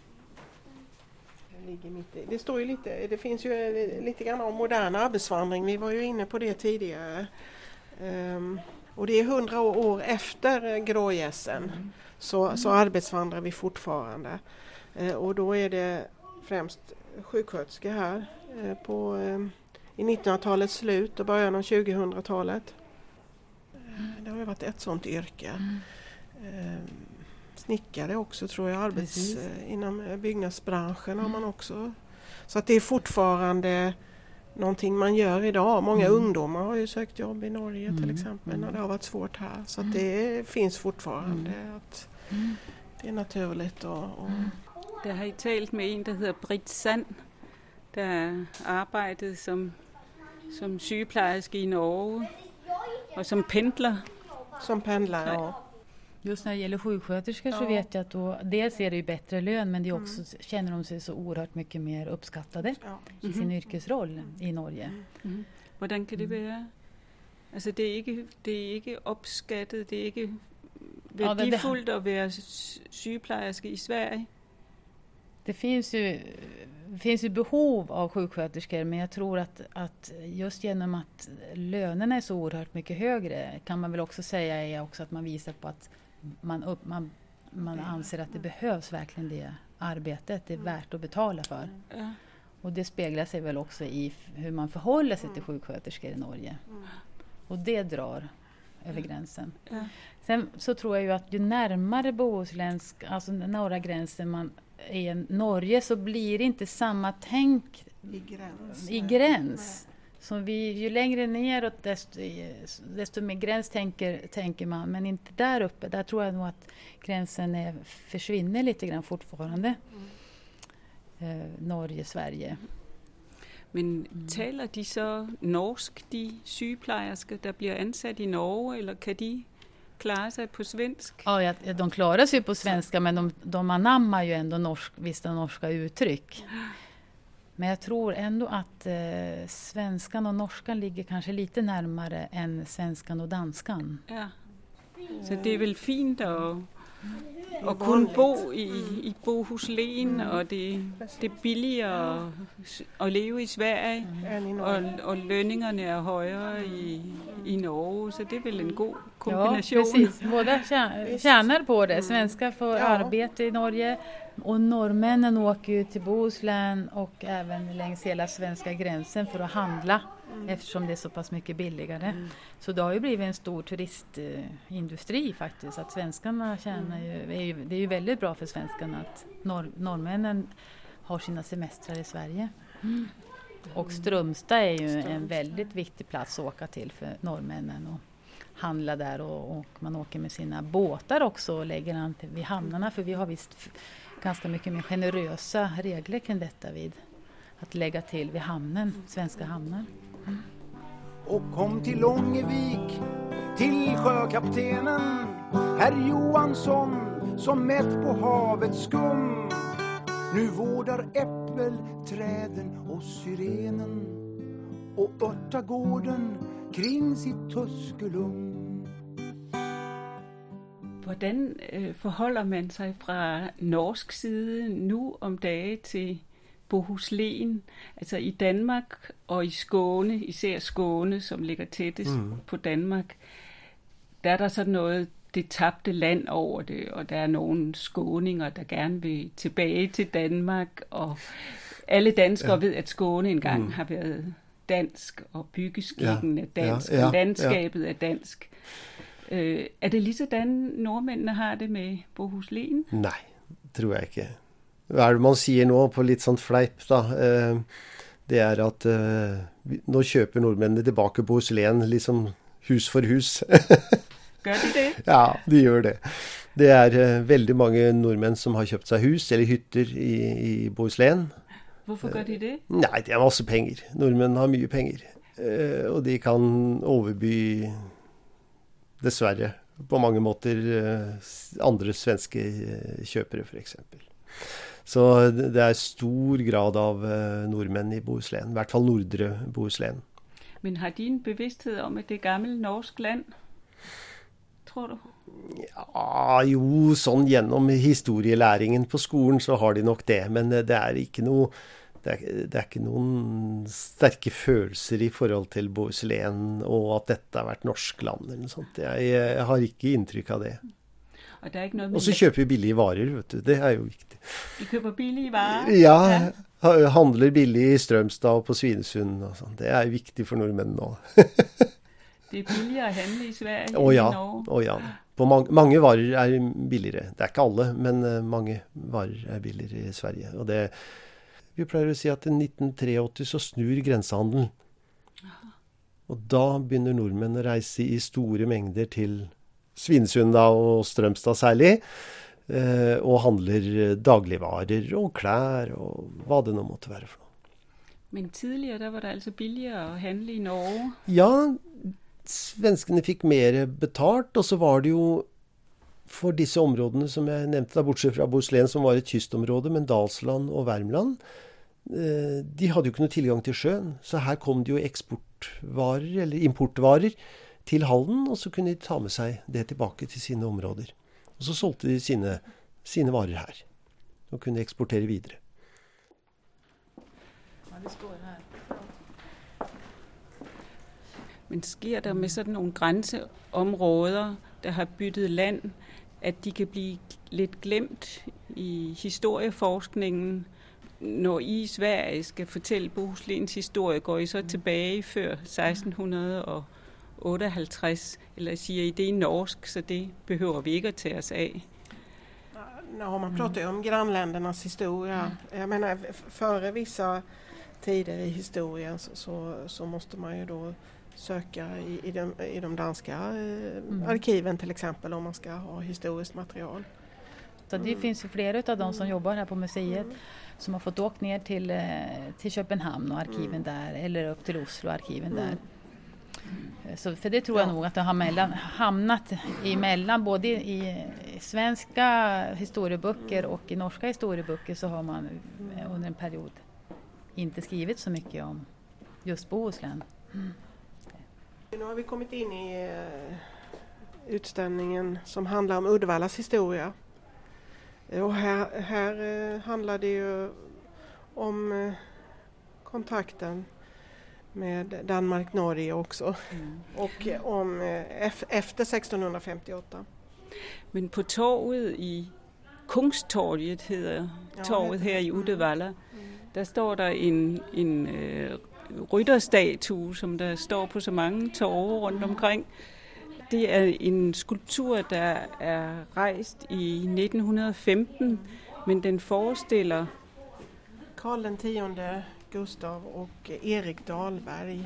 Det ligger mitt i. Det står ju lite, det finns ju lite grann om modern arbetsvandring. Vi var ju inne på det tidigare. Um, och det är hundra år efter grågässen mm. så, så arbetsvandrar vi fortfarande. Uh, och då är det främst sjuksköterskor här uh, på, uh, i nittonhundratalets slut och början av tjugohundratalet. Det har ju varit ett sånt yrke. Mm. Eh, snickare också tror jag. Arbets, eh, inom byggnadsbranschen har man också. Så att det är fortfarande någonting man gör idag. Många mm. ungdomar har ju sökt jobb i Norge mm. till exempel när det har varit svårt här. Så att det finns fortfarande. Mm. Att det är naturligt. Och, och... Der har I talt med en, der hedder Britt Sand, der arbejdede som, som sygeplejerske i Norge. Och som pendlar. Som pendlar, ja. Just när det gäller sjuksköterskor ja. så vet jag att då, dels är det ju bättre lön men det är också, mm. känner de sig så oerhört mycket mer uppskattade ja. i mm-hmm. sin yrkesroll i Norge. Mm-hmm. Hvordan kan det være? Altså det er ikke, det er ikke opskattet, det er ikke værdifuldt ja, at være sygeplejerske i Sverige? Det finns ju, finns ju behov av sjuksköterskor men jag tror att, att just genom att lönerna är så oerhört mycket högre kan man väl också säga är också att man visar på att man, upp, man, man anser att det behövs verkligen det arbetet, det är värt att betala för. Ja. Och det speglar sig väl också i hur man förhåller sig till sjuksköterskor i Norge. Och det drar över gränsen. Ja. Sen så tror jag ju att ju närmare bohuslänsk, alltså norra gränsen man är i Norge, så blir det inte samma tänk i gräns. I gräns. Så vi, ju längre neråt desto, desto mer gräns tänker, tänker man, men inte där uppe. Där tror jag nog att gränsen är, försvinner lite grann fortfarande. Mm. Eh, Norge, Sverige. Men taler de så norsk, de sygeplejersker, der bliver ansat i Norge, eller kan de klare sig på svensk? Ja, ja, de klarar sig på svenska, men de, de anammar ju ändå norsk, vissa norska uttryck. Men jag tror ändå att eh, svenskan och norskan ligger kanske lite närmare än svenskan och danskan. Ja, så det är väl fint att, att kunna bo i, i Bohuslän, och det, det är billigare att leva i Sverige, och, och löningarna är högre i, i Norge, så det är väl en god kombination. Ja, precis. Båda tjänar på det. Svenskar får ja. arbete i Norge, och norrmännen åker ju till Bohuslän och även längs hela svenska gränsen för att handla, mm. eftersom det är så pass mycket billigare. Mm. Så det har ju blivit en stor turistindustri faktiskt, att svenskarna tjänar ju, är ju, det är ju väldigt bra för svenskarna att norr, norrmännen har sina semestrar i Sverige. Mm. Och Strömstad är ju Strömstad. en väldigt viktig plats att åka till för norrmännen och handla där, och, och man åker med sina båtar också och lägger an till vid hamnarna, för vi har visst f- ganska mycket mer generösa regler kring detta vid att lägga till vid hamnen, svenska hamnar. Mm. Och kom till Långevik, till sjökaptenen herr Johansson, som mätt på havets skum. Nu vårdar äppelträden och syrenen och örtagården kring sitt Tuskulum. Hvordan øh, forholder man sig fra norsk side nu om dage til Bohuslän? Altså i Danmark og i Skåne, især Skåne, som ligger tættest mm. på Danmark, der er der sådan noget det tabte land over det, og der er nogle skåninger, der gerne vil tilbage til Danmark, og alle danskere ja. ved, at Skåne engang mm. har været dansk, og byggeskikken ja. er dansk, ja. Ja. og landskabet ja. er dansk. Uh, er det lige sådan, nordmændene har det med Bohuslän? Nej, tror jeg ikke. Hva er det man sier nå på litt sånn fleip da? Uh, det er at uh, nå kjøper nordmennene tilbake Bohuslän liksom hus for hus. Gør de det? Ja, de gjør det. Det er uh, veldig mange nordmenn som har kjøpt seg hus eller hytter i, i Bohuslän. Hvorfor gør de det? Uh, nei, det er masse penger. Nordmenn har mye penger. Uh, og de kan overby, dessverre, på mange måter andre svenske kjøpere, for eksempel. Så det er stor grad av nordmenn i Bohuslän, i hvert fall nordre Bohuslän. Men har de en bevidsthed om, at det er gammel norsk land, tror du? Ja, jo, sånn gjennom historielæringen på skolen så har de nok det, men det er ikke noe Det er, det er ikke noen sterke følelser i forhold til Bohuslän og at dette har vært norsk land eller noe sånt. Jeg, jeg har ikke inntrykk av det. Og, det er ikke noe og så kjøper vi billige varer, vet du. Det er jo viktig. Vi køber billige varer? Ja, ja. Handler billig i Strømstad og på Svinesund og sånt. Det er viktig for nordmenn nå. Det er billigere at handle i Sverige oh, ja. i Norge? Å ja. På mange, mange varer er billigere. Det er ikke alle, men mange varer er billigere i Sverige. Og det Vi pleier å si at i nitten åttitre så snur grensehandelen. Og da begynner nordmenn å reise i store mengder til Svinesund og Strømstad særlig, og handler dagligvarer og klær og hva det nå måtte være for noe. Men tidligere der var det altså billigere å handle i Norge? Ja, svenskene fikk mer betalt, og så var det jo for disse områdene som jeg nevnte, da, bortsett fra Bohuslän som var et kystområde, men Dalsland og Värmland, de hadde jo ikke noe tilgang til sjøen, så her kom det jo eksportvarer, eller importvarer, til Halden, og så kunne de ta med seg det tilbake til sine områder. Og så solgte de sine, sine varer her, og kunne eksportere videre. Men sker der med sådan nogle grænseområder, der har byttet land, at de kan blive lidt glemt i historieforskningen? Når I i Sverige skal fortælle Bohuslæns historie, går I så tilbage før seksten otteoghalvtreds, eller siger I det er norsk, så det behøver vi ikke at tage os af? Ja, man pratar ju om grannländernas historia. Jag menar, f- före vissa tider i historien så, så, så måste man ju då söka i, i, de, i de danska eh, Mm. arkiven till exempel om man ska ha historiskt material. Så det Mm. finns ju flera av de som jobbar här på museet som har fått åka ner till, eh, till Köpenhamn och arkiven Mm. där, eller upp till Oslo och arkiven Mm. där. Så för det tror jag nog att det har mellan, hamnat emellan, både i, i svenska historieböcker och i norska historieböcker, så har man eh, under en period inte skrivit så mycket om just Bohuslän. Mm. Nu har vi kommit in i eh, utställningen som handlar om Uddevallas historia. Och här, här eh, handlar det ju om eh, kontakten med Danmark-Norge också. Mm. Och eh, om eh, ef- efter sextonhundrafemtioåtta. Men på torvet i Kungstorget hedder Ja, torvet heter her det. i Uddevalla, der står der en, en øh, rytterstatue, som der står på så mange torve rundt omkring. Det er en skulptur, der er rejst i nitten femten, men den forestiller Karl den tionde Gustav och Erik Dahlberg.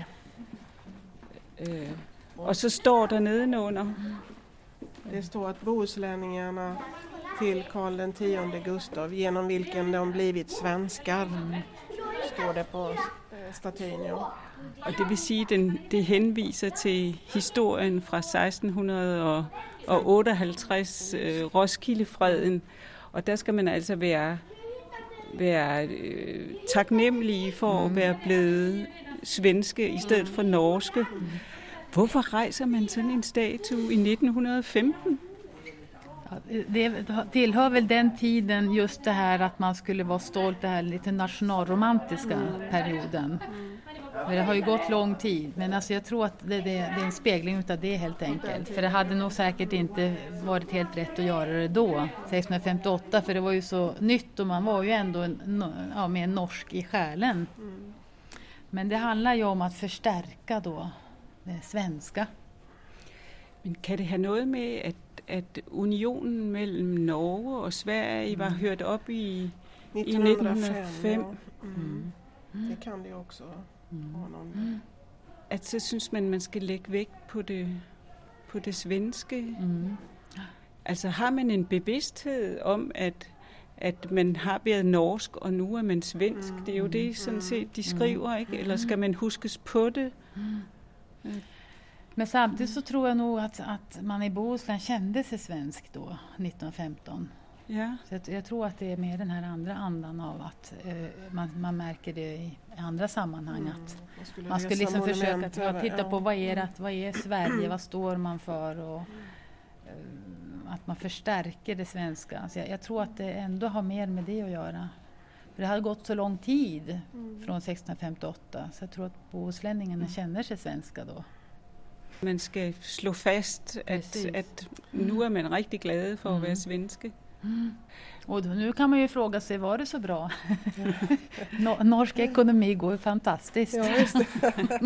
Øh, og så står der nedenunder. Det står att bohuslänningarna till Karl den tionde Gustav, genom vilken de blivit svenskar, står det på eh, statyn. Ja. Og det vil sige, at den, det henviser til historien fra seksten otteoghalvtreds, øh, Roskildefreden. Og der skal man altså være, være øh, taknemmelige for at være blevet svenske i stedet for norske. Hvorfor rejser man sådan en statue i nitten femten? Ja, det tillhör väl den tiden, just det här att man skulle vara stolt, det här lite nationalromantiska Mm. perioden. Men det har ju gått lång tid, men alltså jag tror att det, det, det är en spegling av det helt enkelt. För det hade nog säkert inte varit helt rätt att göra det då, sextonhundrafemtioåtta, för det var ju så nytt och man var ju ändå en, ja, med en norsk i själen. Mm. Men det handlar ju om att förstärka då det svenska. Men kan det have noget med, at, at unionen mellem Norge og Sverige var hørt op i, i nitten hundrede og fem? Ja. Mm. Det kan det också ha någon. At så synes man, man skal lægge vægt på det, på det svenske. Mm. Altså har man en bevidsthed om, at, at man har været norsk, og nu er man svensk? Det er jo det, sådan set, de skriver, ikke? Eller skal man huskes på det? Men samtidigt så tror jag nog att, att man i Bohuslän kände sig svensk då, nitton femton. Ja. Så jag, jag tror att det är mer den här andra andan av att eh, man, man märker det i andra sammanhang. Mm. Att Man skulle man ska resa liksom försöka monument ta, över, titta ja. på vad är, det, vad är Sverige, vad står man för, och eh, att man förstärker det svenska. Så jag, jag tror att det ändå har mer med det att göra. För det har gått så lång tid Mm. från sextonhundrafemtioåtta, så jag tror att bohuslänningarna känner sig svenska då. Man skal slå fast, at, at nu er man rigtig glade for at være svenske. Mm. Och då, nu kan man ju fråga sig, var det så bra? no, norsk ekonomi går ju fantastiskt. Ja, just det.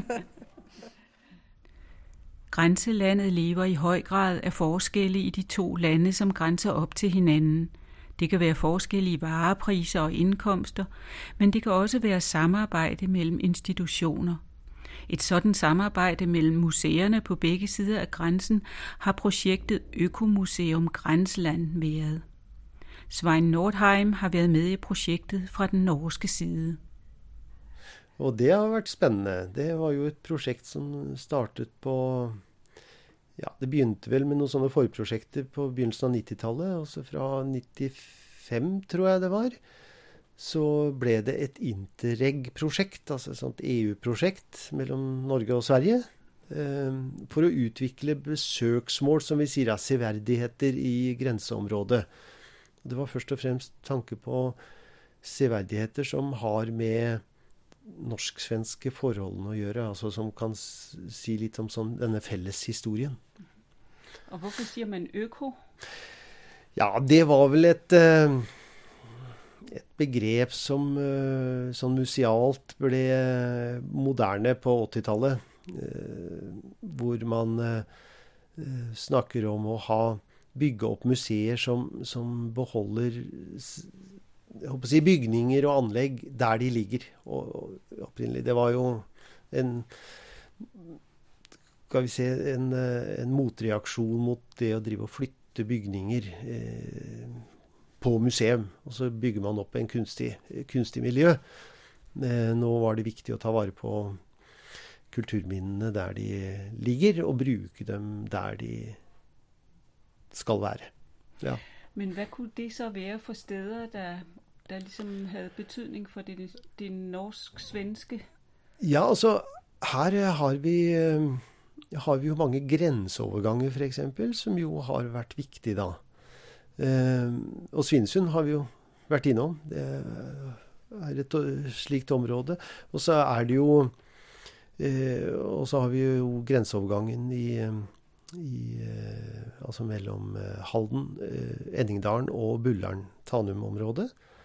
Grænselandet lever i høj grad af forskelle i de to lande, som grænser op til hinanden. Det kan være forskelle i varepriser og indkomster, men det kan også være samarbejde mellem institutioner. Et sådan samarbejde mellem museerne på begge sider af grænsen har projektet Økomuseum Grænsland været. Svein Nordheim har været med i projektet fra den norske side. Og det har vært spennende. Det var jo et projekt som startet på... Ja, det begynte vel med noen sånne forprojekter på begynnelsen av nittitallet, altså fra nittifem, tror jeg det var. Så ble det et Interreg-prosjekt, altså et sånt E U-prosjekt mellom Norge og Sverige, for å utvikle besøksmål, som vi sier, av severdigheter i grenseområdet. Det var først og fremst tanke på severdigheter som har med norsk-svenske forholdene å gjøre, altså som kan si litt om sånn, denne felles historien. Og hvorfor sier man øko? Ja, det var vel et, et begrep som sånn musealt ble moderne på åttitallet. eh, hvor man eh, snakker om å ha, bygge opp museer som, som beholder jeg håper å si, bygninger og anlegg der de ligger. Og, og opprinnelig, det var jo en, skal vi se, en, en motreaksjon mot det å drive og flytte bygninger eh, på museum, og så bygger man opp en kunstig, kunstig miljø. Eh, nå var det viktig å ta vare på kulturminnene der de ligger, og bruke dem der de skal være. Ja. Men hvad kunne det så være for steder, der, der ligesom havde betydning for det, det norsk-svenske? Ja, altså, her har vi, har vi jo mange grenseoverganger, for eksempel, som jo har vært viktig da. Eh, og Svinesund har vi jo vært innom. Det er et slikt område. Og så er det jo, eh, og så har vi jo grenseovergangen i i, eh, altså mellom eh, Halden, eh, Enningdalen og Bullern, Tanum-området.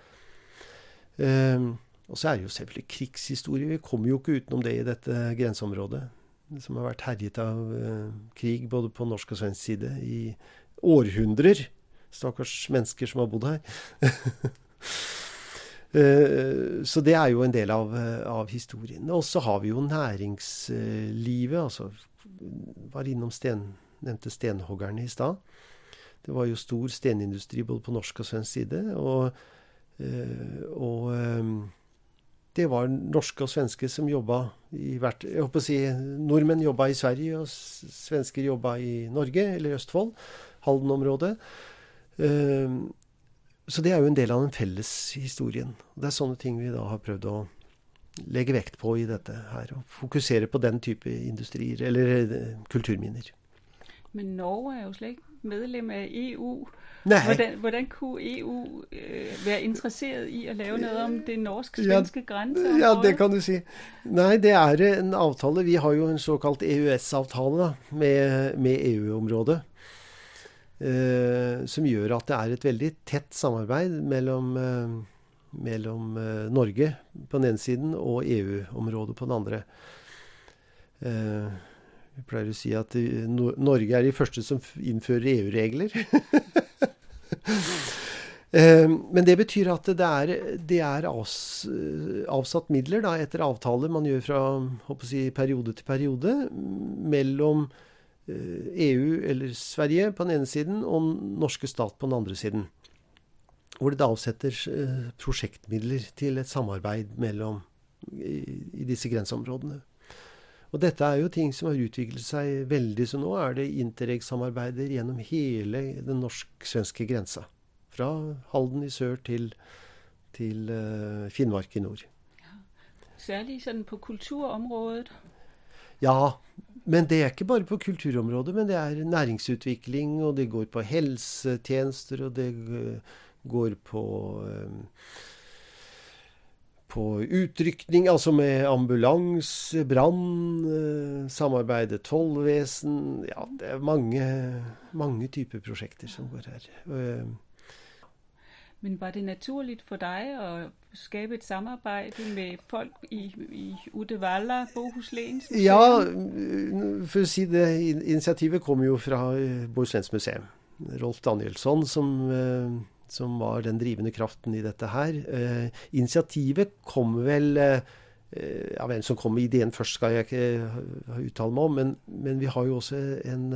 Eh, og så er det jo selvfølgelig krigshistorie. Vi kommer jo ikke utenom det i dette grenseområdet, som har vært herjet av eh, krig både på norsk og svensk side i århundrer. Stakkars mennesker som har bodd her. eh, så det er jo en del av, av historien. Og så har vi jo næringslivet, altså var innom sten, nevnte stenhoggerne i stad. Det var jo stor stenindustri både på norsk og svensk side, og, øh, og øh, det var norske og svenske som jobbet i hvert, jeg håper å si, nordmenn jobbet i Sverige, og svensker jobbet i Norge, eller Østfold, Halden-området. Uh, så det er jo en del av den felles historien. Det er sånne ting vi da har prøvd å legge vekt på i dette her, og fokusere på den type industrier, eller kulturminner. Men Norge er jo slet ikke medlem af E U. Nej. Hvordan, hvordan kunne E U øh, være interesseret i at lave noget om det norsk-svenske ja, grænseområde? Ja, det kan du si. Nei, det er en avtale. Vi har jo en såkalt E U S-avtale med, med E U-området, eh, som gjør at det er et veldig tett samarbeid mellom eh, mellom eh, Norge på den ene siden og E U-området på den andre. Eh, vi pleier å si at no- Norge er de første som innfører E U-regler. eh, men det betyr at det er, det er avs, avsatt midler da, etter avtale man gjør fra håper å si, periode til periode mellom eh, E U eller Sverige på den ene siden og norske stat på den andre siden, hvor det da avsetter eh, prosjektmidler til et samarbeid mellom i, i disse grenseområdene. Og dette er jo ting som har utviklet seg veldig, så nå er det interreg-samarbeider gjennom hele den norsk-svenske grensa. Fra Halden i sør til, til eh, Finnmark i nord. Ja. Særlig sådan på kulturområdet? Ja, men det er ikke bare på kulturområdet, men det er næringsutvikling, og det går på helsetjenester, og det går på, på utrykning, altså med ambulans, brann, samarbeide tollvesen. Ja, det er mange, mange typer prosjekter som går her. Men var det naturligt for dig at skabe et samarbejde med folk i, i Uddevalla, Bohuslæns museum? Ja, for å si det, initiativet kom jo fra Bohuslæns museum. Rolf Danielsson, som som var den drivende kraften i dette her. Eh, initiativet kom vel, eh, ja, hvem som kom med ideen først skal jeg ikke uttale meg om, men, men vi har jo også en,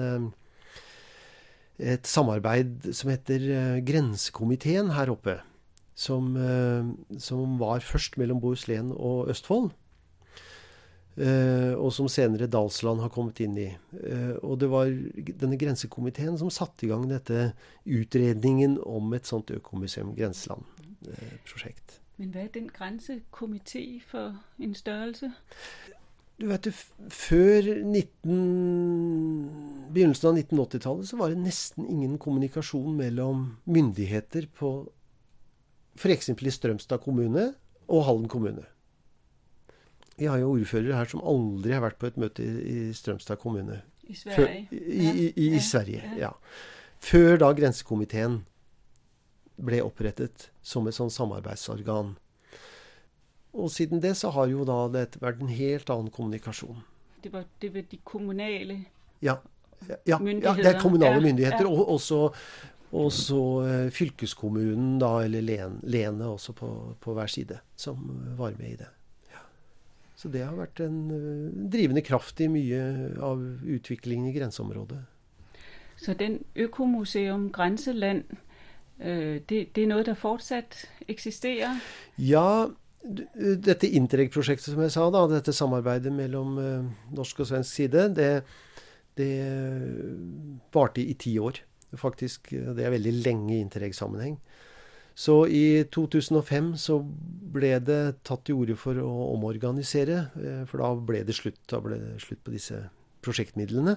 et samarbeid som heter eh, Grensekomiteen her oppe, som, eh, som var først mellom Bohuslän og Østfold, Uh, og som senere Dalsland har kommet inn i. Uh, og det var denne grensekomiteen som satte i gang dette utredningen om et sånt økomuseum Grenseland-prosjekt. Uh, Men hvad er den grensekomité for en størrelse? Du vet, før nitten, begynnelsen av nitten åtti-tallet så var det nesten ingen kommunikasjon mellom myndigheter på for eksempel i Strømstad kommune og Halden kommune. Vi har jo ordførere her som aldri har vært på et møte i, i Strømstad kommune. I Sverige. Før, i, i, i, i Sverige, ja. Før da grensekomiteen ble opprettet som et sånn samarbeidsorgan. Og siden det så har jo da det vært en helt annen kommunikasjon. Det var, det var de kommunale ja, ja, ja, myndigheter. Ja, det er kommunale ja, myndigheter, ja. og også, også uh, fylkeskommunen, da, eller len, lene også på, på hver side, som var med i det. Ja. Så det har vært en uh, drivende kraft i mye av utviklingen i grenseområdet. Så den Økomuseum Grænseland, øh, det, det er noget, der fortsat eksisterer? Ja, dette Interreg-prosjektet, som jeg sa, da, dette samarbeidet mellom uh, norsk og svensk side, det, det varte i ti år. Faktisk, det er veldig lenge i Interreg-sammenheng. Så i to tusen og fem så ble det tatt til orde for å omorganisere, for da ble det slutt, da ble det slutt på disse prosjektmidlene.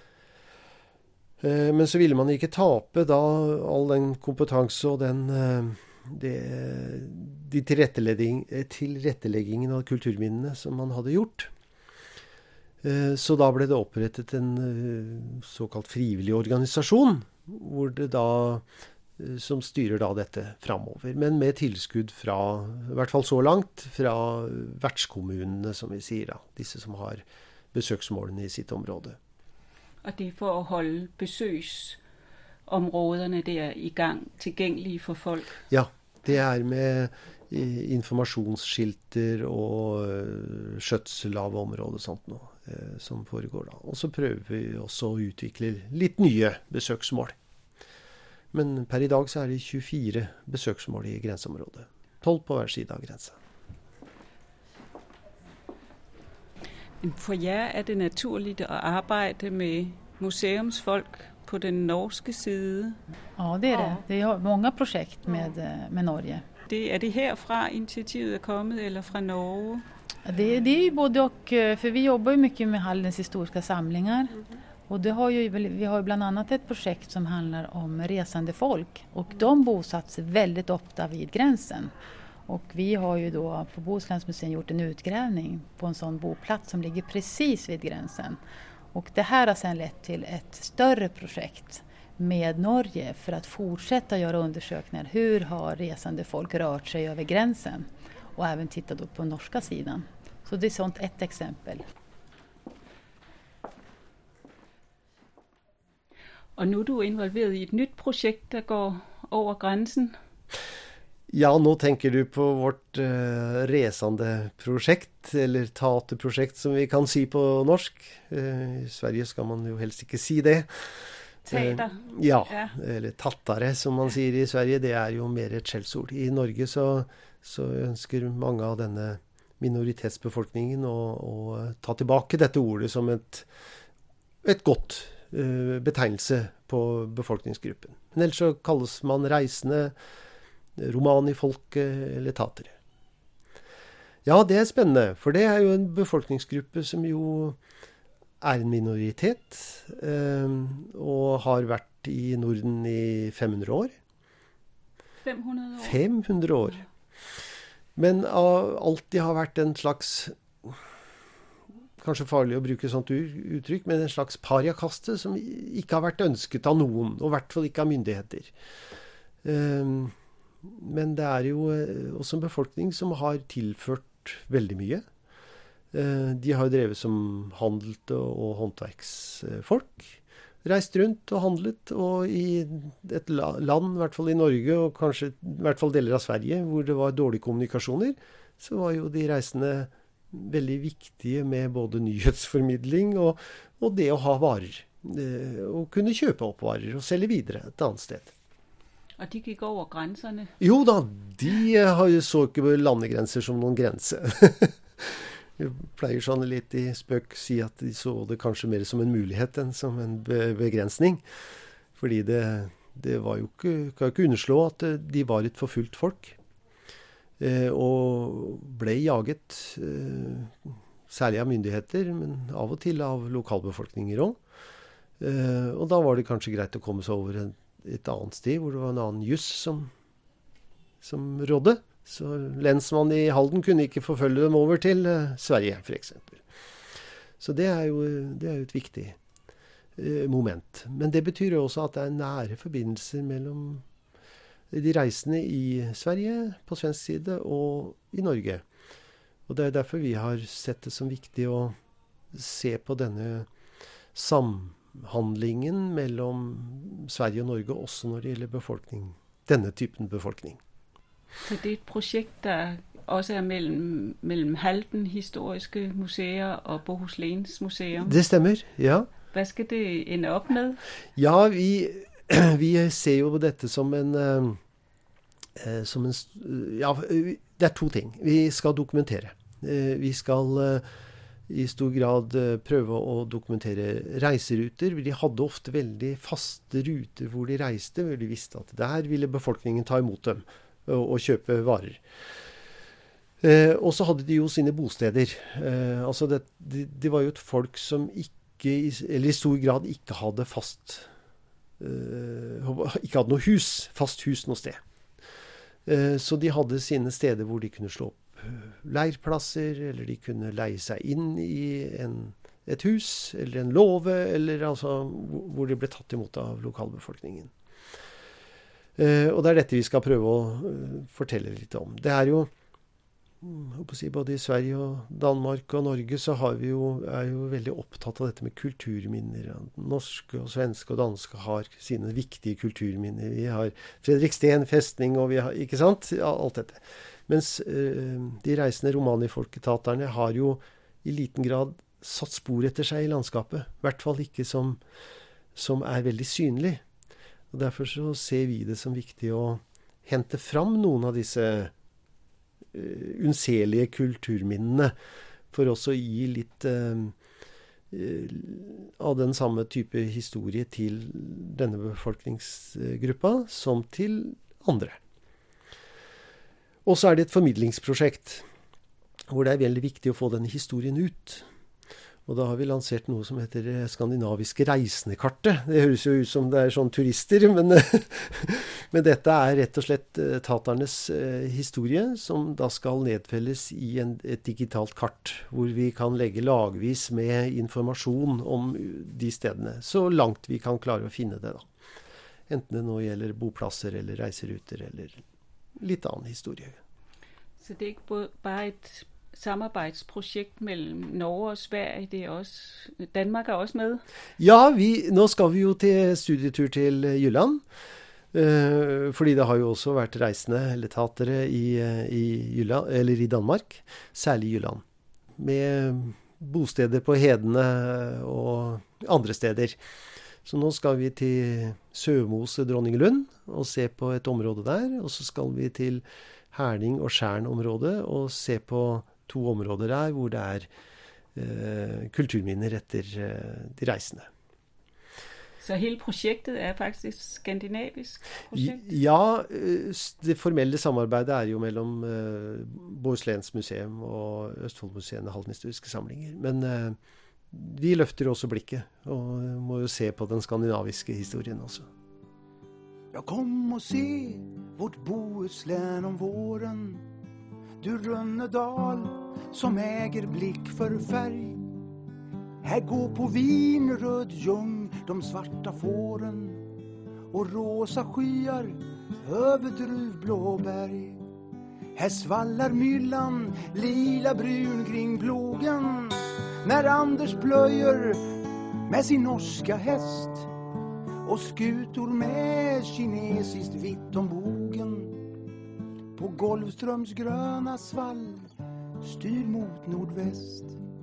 Men så ville man ikke tape da all den kompetanse og den, det, de tilrettelegging, tilretteleggingen av kulturminnene som man hadde gjort. Så da ble det opprettet en såkalt frivillig organisasjon, hvor det da, som styrer da dette fremover, men med tilskudd fra, i hvert fall så langt, fra vertskommunene, som vi sier da, disse som har besøksmålene i sitt område. Og det er for å holde besøgsområderne der i gang, tilgængelige for folk? Ja, det er med informasjonsskilter og skjøtsel av området og sånt nå, som foregår da. Og så prøver vi også å utvikle litt nye besøksmål. Men per i dag så er det tjuefire besøksmål i grenseområdet. tolv på hver side av grensa. For jer er det naturligt at arbejde med museumsfolk på den norske side? Ja, det är det. Det är många projekt med, med Norge. Det, er det herfra initiativet er kommet, eller fra Norge? Det, det är ju både och, för vi jobbar ju mycket med Hallens historiska samlingar. Och det har ju, vi har ju bland annat ett projekt som handlar om resande folk. Och de bosatt sig väldigt ofta vid gränsen. Och vi har ju då på Bohuslänsmuseet gjort en utgrävning på en sån boplats som ligger precis vid gränsen. Och det här har sedan lett till ett större projekt med Norge för att fortsätta göra undersökningar. Hur har resande folk rört sig över gränsen? Och även titta då på norska sidan. Så det är sånt ett exempel. Og nu er du involveret i et nyt projekt, der går over grænsen. Ja, nå tenker du på vårt uh, resende prosjekt, eller teaterprosjekt som vi kan si på norsk. Uh, I Sverige skal man jo helst ikke si det. Teater. Uh, ja, ja, eller tattare som man sier i Sverige, det er jo mer et skjellsord. I Norge så, så ønsker mange av denne minoritetsbefolkningen å, å ta tilbake dette ordet som et, et godt uh, betegnelse på befolkningsgruppen. Men ellers så kalles man reisende, romanifolket eller tatere. Ja, det er spennende, for det er jo en befolkningsgruppe som jo er en minoritet, eh, og har vært i Norden i fem hundre år. fem hundre år? fem hundre år. Men alltid har vært en slags, kanskje farlig å bruke sånt uttrykk, men en slags pariakaste som ikke har vært ønsket av noen, og i hvert fall ikke av myndigheter. Eh, Men det er jo også en befolkning som har tilført veldig mye. De har jo drevet som handelt og håndverksfolk. Reist rundt og handlet, og i et land, i hvert fall i Norge, og kanskje i hvert fall deler av Sverige, hvor det var dårlige kommunikasjoner, så var jo de reisende veldig viktige med både nyhetsformidling og, og det å ha varer. Å kunne kjøpe opp varer og selge videre et annet sted. Og de gikk over grænserne? Jo da, de så ikke landegrenser som noen grense. Jeg pleier sånn litt i spøk si at de så det kanskje mer som en mulighet enn som en begrensning. Fordi det, det var jo ikke, kan jo ikke underslå at de var et forfulgt folk. Eh, og ble jaget, eh, særlig av myndigheter, men av og til av lokalbefolkninger også. Eh, og da var det kanskje greit å komme seg over en et annet sted, hvor det var en annen juss som, som rådde. Så lensmannen i Halden kunne ikke forfølge dem over til uh, Sverige, for eksempel. Så det er jo, det er jo et viktig uh, moment. Men det betyr jo også at det er nære forbindelser mellom de reisende i Sverige, på svensk side, og i Norge. Og det er derfor vi har sett det som viktig å se på denne samhandlingen mellom Sverige og Norge, også når det gjelder befolkning, denne typen befolkning. Så det er et projekt, der også er mellem, mellem Halden Historiske Museer og Bohuslæns Museum? Det stemmer, ja. Hvad skal det ende op med? Ja, vi, vi ser jo dette som en, uh, som en ja, det er to ting. Vi skal dokumentere. Uh, vi skal uh, i stor grad uh, prøve å dokumentere reiseruter. De hadde ofte veldig faste ruter hvor de reiste, hvor de visste at der ville befolkningen ta imot dem og, og kjøpe varer. Uh, og så hadde de jo sine bosteder. Uh, altså det, det, det var jo et folk som ikke, eller i stor grad ikke hadde fast, uh, ikke hadde noe hus, fast hus noe sted. Uh, så de hadde sine steder hvor de kunne slå opp leirplasser, eller de kunne leie seg inn i en, et hus, eller en låve, eller altså hvor de ble tatt imot av lokalbefolkningen. Uh, og det er dette vi skal prøve å uh, fortelle litt om. Det er jo Jeg si, både i Sverige og Danmark og Norge så har vi jo, er jo veldig opptatt av dette med kulturminner. Norske og svenske og danske har sine viktige kulturminner. Vi har Fredriksten festning, og vi har, ikke sant? Ja, alt dette. Mens eh, de reisende romani-folketaterne har jo i liten grad satt spor etter seg i landskapet. I hvert fall ikke som, som er veldig synlig. Og derfor så ser vi det som viktig å hente fram noen av disse unnselige kulturminnene, for også å gi litt uh, av den samme type historie til denne befolkningsgruppa som til andre. Og så er det et formidlingsprosjekt hvor det er veldig viktig å få denne historien ut. Og da har vi lansert noe som heter Skandinaviske reisendekartet. Det høres jo ut som det er sånn turister, men, men dette er rett og slett taternes historie, som da skal nedfelles i en, et digitalt kart, hvor vi kan legge lagvis med informasjon om de stedene, så langt vi kan klare å finne det da. Enten det nå gjelder boplasser eller reiseruter eller litt annen historie. Så det er ikke bare et samarbejdsprojekt mellem Norge og Sverige, det er også, Danmark er også med? Ja, vi, nå skal vi jo til studietur til Jylland, uh, fordi det har jo også vært reisende eller tatere i, i, Jylland, eller i Danmark, særlig Jylland, med bosteder på hedene og andre steder. Så nå skal vi til Sømose Dronninglund og se på et område der, og så skal vi til Herning og Skjern område og se på to områder der hvor det er eh, kulturminner etter eh, de reisende. Så hele prosjektet er faktisk skandinavisk projekt? Ja, det formelle samarbeidet er jo mellom eh, Bohuslæns Museum og Østfoldmuseene Halden Historiske Samlinger. Men eh, vi løfter også blikket og må jo se på den skandinaviske historien også. Ja, kom og se vårt Bohuslän om våren. Du Rönnedal som äger blick för färg. Här går på vinröd ljung de svarta fåren och rosa skyar över druvblå berg. Här svallar myllan lila brun kring plogen när Anders plöjer med sin norska häst och skutor med kinesiskt vitt om bogen. På Golfströms gröna svall styr mot nordväst.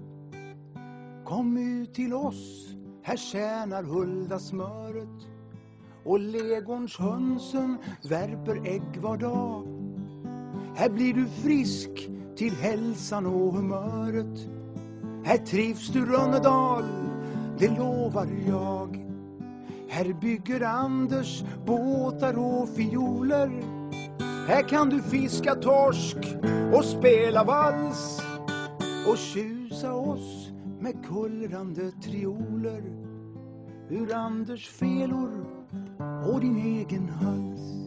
Kom ut till oss, här tjänar Hulda smöret och legons hönsen värper ägg var dag. Här blir du frisk till hälsan och humöret. Här trivs du Rönnedal, det lovar jag. Här bygger Anders båtar och fioler. Här kan du fiska torsk och spela vals och tjusa oss med kullrande trioler ur Anders felor och din egen hals.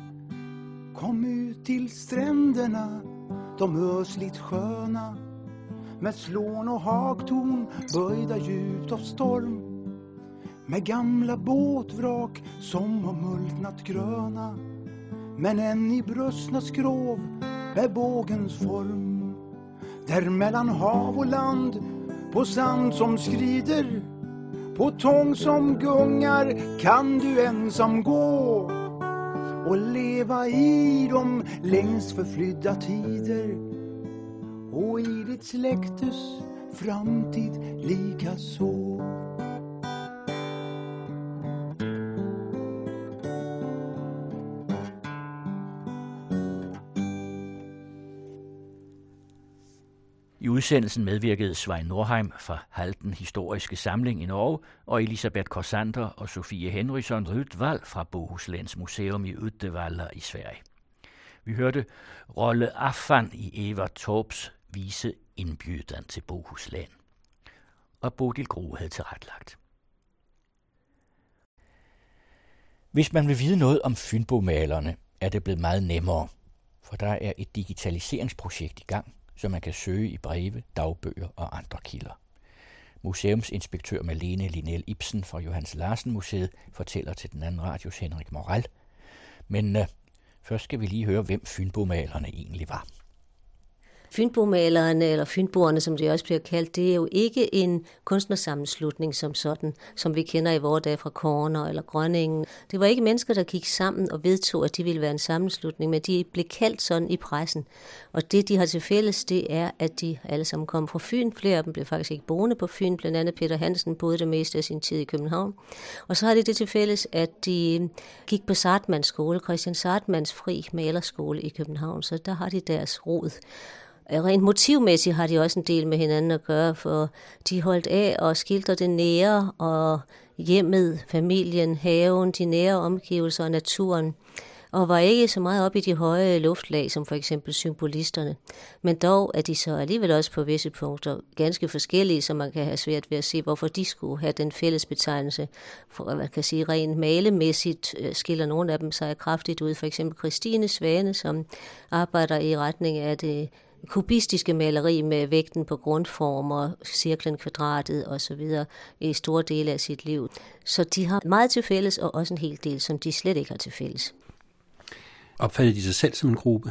Kom ut till stränderna, de ösligt sköna med slån och hagtorn böjda djupt av storm, med gamla båtvrak som har multnat gröna, men än i bröstna skrov är bågens form. Där mellan hav och land på sand som skrider, på tång som gungar kan du ensam gå och leva i de längst förflydda tider och i ditt släktes framtid lika så. I udsendelsen medvirkede Svein Nordheim fra Halden Historiske Samling i Norge og Elisabeth Korsander og Sofie Henrysson Rydvall fra Bohusläns Museum i Uddevalla i Sverige. Vi hørte Rolle Affan i Eva Torps vise Indbjudan til Bohuslän. Og Bodil Grue havde tilrettelagt. Hvis man vil vide noget om Fynbomalerne, er det blevet meget nemmere, for der er et digitaliseringsprojekt i gang, så man kan søge i breve, dagbøger og andre kilder. Museumsinspektør Malene Linell Ibsen fra Johannes Larsen Museet fortæller til den anden radios Henrik Moral. Men uh, først skal vi lige høre, hvem Fynbomalerne egentlig var. Fynbomalerne, eller Fynboerne, som det også bliver kaldt, det er jo ikke en kunstnersammenslutning som sådan, som vi kender i vore dage fra Korner eller Grønningen. Det var ikke mennesker, der gik sammen og vedtog, at de ville være en sammenslutning, men de blev kaldt sådan i pressen. Og det, de har til fælles, det er, at de alle sammen kom fra Fyn. Flere af dem blev faktisk ikke boende på Fyn, blandt andet Peter Hansen boede det meste af sin tid i København. Og så har de det til fælles, at de gik på Sartmans skole, Christian Sartmans fri malerskole i København, så der har de deres rod. Rent motivmæssigt har de også en del med hinanden at gøre, for de holdt af og skildre det nære og hjemmet, familien, haven, de nære omgivelser og naturen, og var ikke så meget op i de høje luftlag, som for eksempel symbolisterne. Men dog er de så alligevel også på visse punkter ganske forskellige, så man kan have svært ved at se, hvorfor de skulle have den fælles betegnelse. For man kan sige, rent malemæssigt skiller nogle af dem sig kraftigt ud. For eksempel Christine Svane, som arbejder i retning af det kubistiske maleri med vægten på grundformer, cirklen, kvadratet osv. i store dele af sit liv. Så de har meget til fælles, og også en hel del, som de slet ikke har til fælles. Opfattede de sig selv som en gruppe?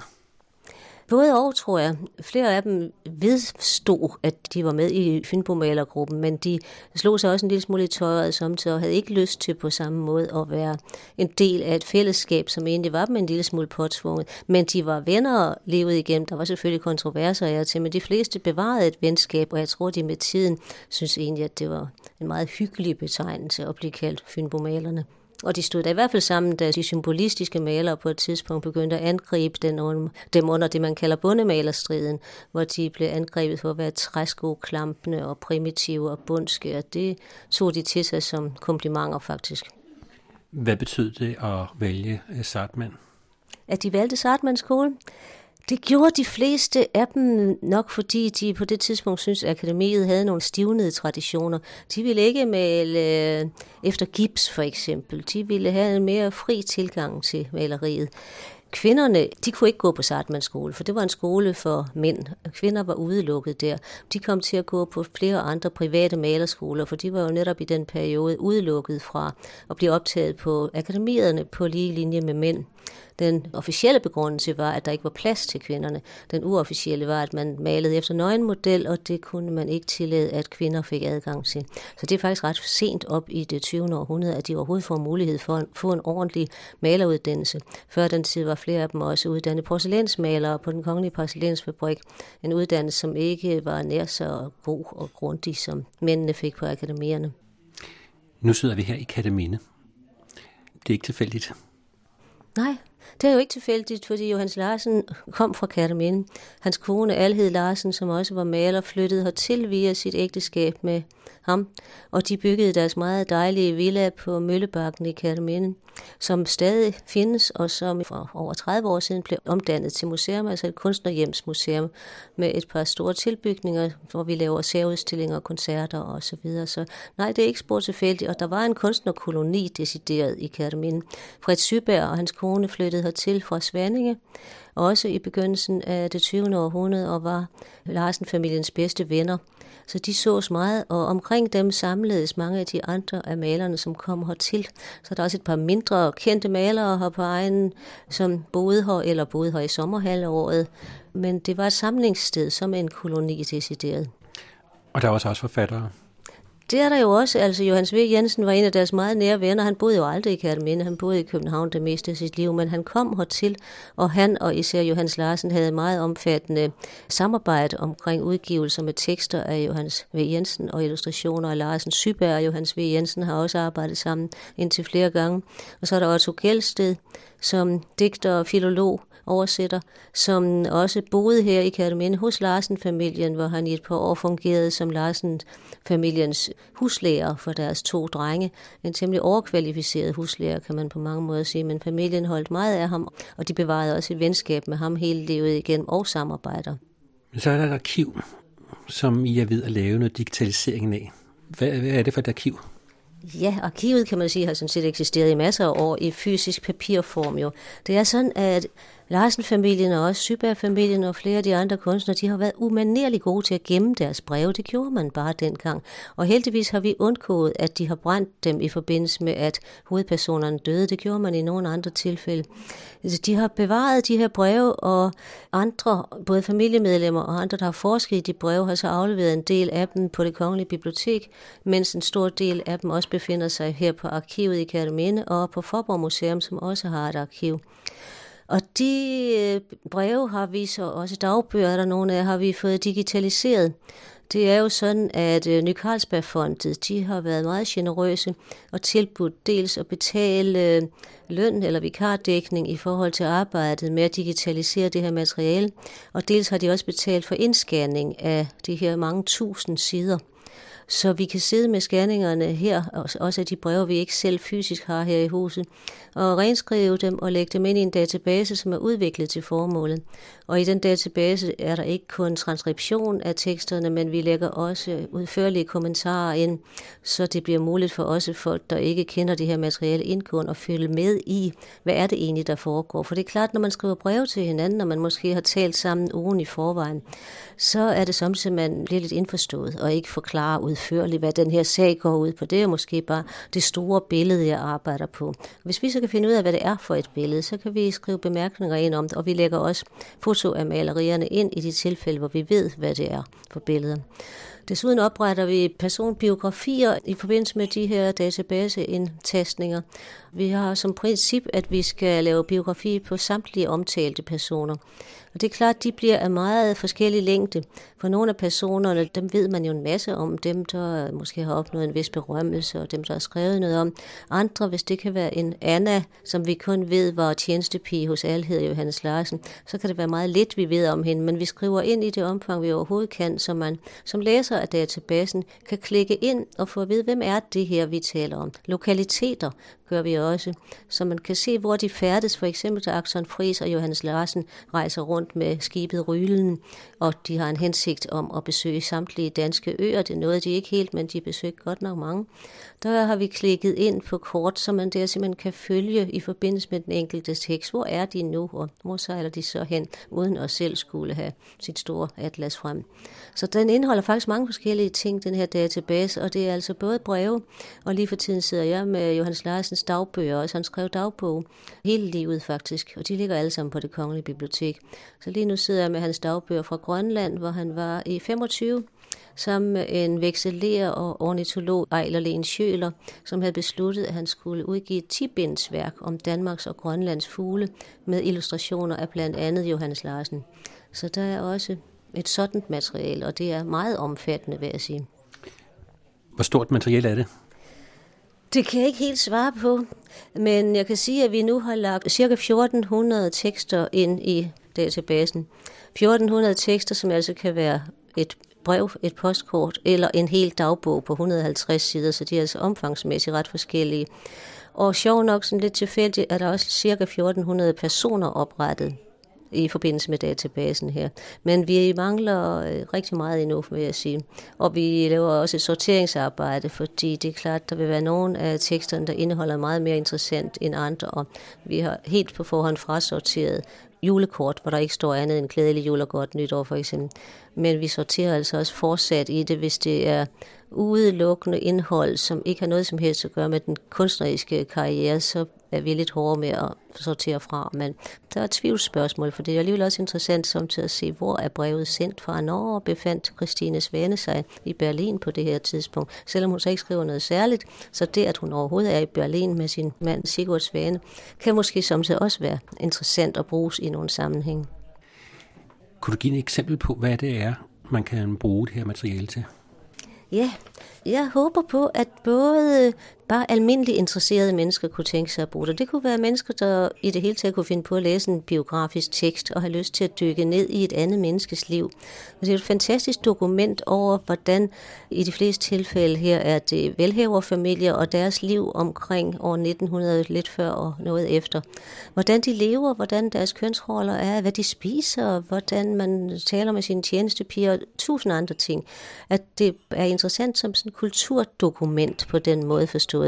Både og, tror jeg. Flere af dem vedstod, at de var med i Fynbomalergruppen, men de slog sig også en lille smule i tøjet samtidig og havde ikke lyst til på samme måde at være en del af et fællesskab, som egentlig var dem en lille smule påtvunget. Men de var venner og levede igennem. Der var selvfølgelig kontroverser af til, men de fleste bevarede et venskab, og jeg tror, de med tiden synes egentlig, at det var en meget hyggelig betegnelse at blive kaldt Fynbomalerne. Og de stod der i hvert fald sammen, da de symbolistiske malere på et tidspunkt begyndte at angribe den under, dem under det, man kalder bondemalerstriden, hvor de blev angrebet for at være træskoklampende og primitive og bundske, og det tog de til sig som komplimenter faktisk. Hvad betød det at vælge Sartman? At de valgte Sartmans skole? Det gjorde de fleste af dem nok, fordi de på det tidspunkt syntes, at akademiet havde nogle stivnede traditioner. De ville ikke male efter gips for eksempel. De ville have en mere fri tilgang til maleriet. Kvinderne, de kunne ikke gå på Sartmans skole, for det var en skole for mænd. Kvinder var udelukket der. De kom til at gå på flere andre private malerskoler, for de var jo netop i den periode udelukket fra at blive optaget på akademierne på lige linje med mænd. Den officielle begrundelse var, at der ikke var plads til kvinderne. Den uofficielle var, at man malede efter nøgenmodel, og det kunne man ikke tillade, at kvinder fik adgang til. Så det er faktisk ret sent op i det tyvende århundrede, at de overhovedet får mulighed for at få en ordentlig maleruddannelse. Før den tid var flere af dem også uddannet porcelænsmalere på den kongelige porcelænsfabrik. En uddannelse, som ikke var nær så god og grundig, som mændene fik på akademierne. Nu sidder vi her i Kerteminde. Det er ikke tilfældigt. Nej, det er jo ikke tilfældigt, fordi Johannes Larsen kom fra Kerteminde. Hans kone Alhed Larsen, som også var maler, flyttede hertil via sit ægteskab med ham, og de byggede deres meget dejlige villa på Møllebakken i Kerteminde, som stadig findes, og som for over tredive år siden blev omdannet til museum, altså et kunstnerhjemsmuseum med et par store tilbygninger, hvor vi laver særudstillinger, koncerter og så videre. Så nej, det er ikke spor tilfældigt, og der var en kunstnerkoloni decideret i Kerteminde. Fred Syberg og hans kone flyttede hertil fra Svanninge, også i begyndelsen af det tyvende århundrede, og var Larsen-familiens bedste venner. Så de sås meget, og omkring dem samledes mange af de andre af malerne, som kom hertil. Så der er også et par mindre kendte malere her på egnen, som boede her, eller boede her i sommerhalvåret. Men det var et samlingssted, som en koloni decideret. Og der er også også forfattere. Det er der jo også. Altså Johannes V. Jensen var en af deres meget nære venner. Han boede jo aldrig i Kerteminde. Han boede i København det meste af sit liv, men han kom hertil, og han og især Johannes Larsen havde meget omfattende samarbejde omkring udgivelser med tekster af Johannes V. Jensen og illustrationer af Larsen. Syberg og Johannes V. Jensen har også arbejdet sammen indtil flere gange. Og så er der Otto Gelsted, som digter og filolog, oversætter, som også boede her i Kerteminde hos Larsen-familien, hvor han i et par år fungerede som Larsen-familiens huslærer for deres to drenge. En temmelig overkvalificeret huslærer, kan man på mange måder sige, men familien holdt meget af ham, og de bevarede også et venskab med ham hele livet igennem og samarbejder. Men så er der et arkiv, som I er ved at lave noget digitalisering af. Hvad, hvad er det for et arkiv? Ja, arkivet kan man sige har sådan set eksisteret i masser af år i fysisk papirform jo. Det er sådan, at Larsen-familien og også Syberg-familien og flere af de andre kunstnere, de har været umanerligt gode til at gemme deres breve. Det gjorde man bare dengang. Og heldigvis har vi undgået, at de har brændt dem i forbindelse med, at hovedpersonerne døde. Det gjorde man i nogle andre tilfælde. De har bevaret de her breve, og andre, både familiemedlemmer og andre, der har forsket i de breve, har så afleveret en del af dem på Det Kongelige Bibliotek, mens en stor del af dem også befinder sig her på arkivet i Kerteminde og på Faaborg Museum, som også har et arkiv. Og de breve har vi så også, dagbøger er der nogle af, har vi fået digitaliseret. Det er jo sådan, at Ny Carlsbergfondet, de har været meget generøse og tilbudt dels at betale løn eller vikardækning i forhold til arbejdet med at digitalisere det her materiale, og dels har de også betalt for indscanning af de her mange tusind sider. Så vi kan sidde med scanningerne her, også af de breve, vi ikke selv fysisk har her i huset, og renskrive dem og lægge dem ind i en database, som er udviklet til formålet. Og i den database er der ikke kun transkription af teksterne, men vi lægger også udførlige kommentarer ind, så det bliver muligt for også folk, der ikke kender det her materiale indgående, at følge med i, hvad er det egentlig, der foregår. For det er klart, når man skriver breve til hinanden, og man måske har talt sammen ugen i forvejen, så er det samtidig, man bliver lidt indforstået og ikke forklarer udførligt, hvad den her sag går ud på. Det er måske bare det store billede, jeg arbejder på. Hvis vi så kan finde ud af, hvad det er for et billede, så kan vi skrive bemærkninger ind om det, og vi lægger også foto af malerierne ind i de tilfælde, hvor vi ved, hvad det er for billeder. Desuden opretter vi personbiografier i forbindelse med de her databaseindtastninger. Vi har som princip, at vi skal lave biografi på samtlige omtalte personer. Og det er klart, at de bliver af meget forskellige længde. For nogle af personerne, dem ved man jo en masse om. Dem, der måske har opnået en vis berømmelse, og dem, der har skrevet noget om. Andre, hvis det kan være en Anna, som vi kun ved var tjenestepige hos Alhed Johannes Larsen, så kan det være meget lidt, vi ved om hende. Men vi skriver ind i det omfang, vi overhovedet kan, så man som læser af databasen kan klikke ind og få at vide, hvem er det her, vi taler om. Lokaliteter gør vi også, så man kan se, hvor de færdes. For eksempel, da Axel Friis og Johannes Larsen rejser rundt med skibet Rylen, og de har en hensigt om at besøge samtlige danske øer. Det nåede de ikke helt, men de besøgte godt nok mange. Der har vi klikket ind på kort, så man der simpelthen kan følge i forbindelse med den enkelte tekst. Hvor er de nu, og hvor sejler de så hen, uden at selv skulle have sit store atlas frem. Så den indeholder faktisk mange forskellige ting, den her database, og det er altså både breve, og lige for tiden sidder jeg med Johannes Larsens dagbøger, og han skrev dagbog hele livet faktisk, og de ligger alle sammen på Det Kongelige Bibliotek. Så lige nu sidder jeg med hans dagbøger fra Grønland, hvor han var i femogtyve, sammen med en vekseler og ornitolog, Ejler Len Schøler, som havde besluttet, at han skulle udgive et ti-bindsværk om Danmarks og Grønlands fugle med illustrationer af blandt andet Johannes Larsen. Så der er også et sådan materiale, og det er meget omfattende, vil jeg sige. Hvor stort materiale er det? Det kan jeg ikke helt svare på, men jeg kan sige, at vi nu har lagt ca. fjorten hundrede tekster ind i databasen. fjorten hundrede tekster, som altså kan være et brev, et postkort eller en hel dagbog på et hundrede og halvtreds sider, så de er altså omfangsmæssigt ret forskellige. Og sjov nok, sådan lidt tilfældigt, er der også ca. fjorten hundrede personer oprettet i forbindelse med databasen her. Men vi mangler rigtig meget endnu, vil jeg sige. Og vi laver også et sorteringsarbejde, fordi det er klart, der vil være nogle af teksterne, der indeholder meget mere interessant end andre, og vi har helt på forhånd frasorteret julekort, hvor der ikke står andet end glædelig jul og godt nytår for eksempel. Men vi sorterer altså også fortsat i det, hvis det er udelukkende indhold, som ikke har noget som helst at gøre med den kunstneriske karriere, så er vi lidt hårde med at sortere fra, men der er et tvivlsspørgsmål, for det er alligevel også interessant samtidig at se, hvor er brevet sendt fra. Når befandt Christine Svane sig i Berlin på det her tidspunkt. Selvom hun så ikke skriver noget særligt, så det, at hun overhovedet er i Berlin med sin mand Sigurd Svane, kan måske samtidig også være interessant at bruges i nogle sammenhæng. Kunne du give et eksempel på, hvad det er, man kan bruge det her materiale til? Ja, jeg håber på, at både bare almindeligt interesserede mennesker kunne tænke sig at bruge det. Det kunne være mennesker, der i det hele taget kunne finde på at læse en biografisk tekst og have lyst til at dykke ned i et andet menneskes liv. Det er et fantastisk dokument over, hvordan i de fleste tilfælde her er det velhaverfamilier og deres liv omkring år nitten hundrede, lidt før og noget efter. Hvordan de lever, hvordan deres kønsroller er, hvad de spiser, hvordan man taler med sine tjenestepiger og tusind andre ting. At det er interessant som sådan et kulturdokument på den måde forstået.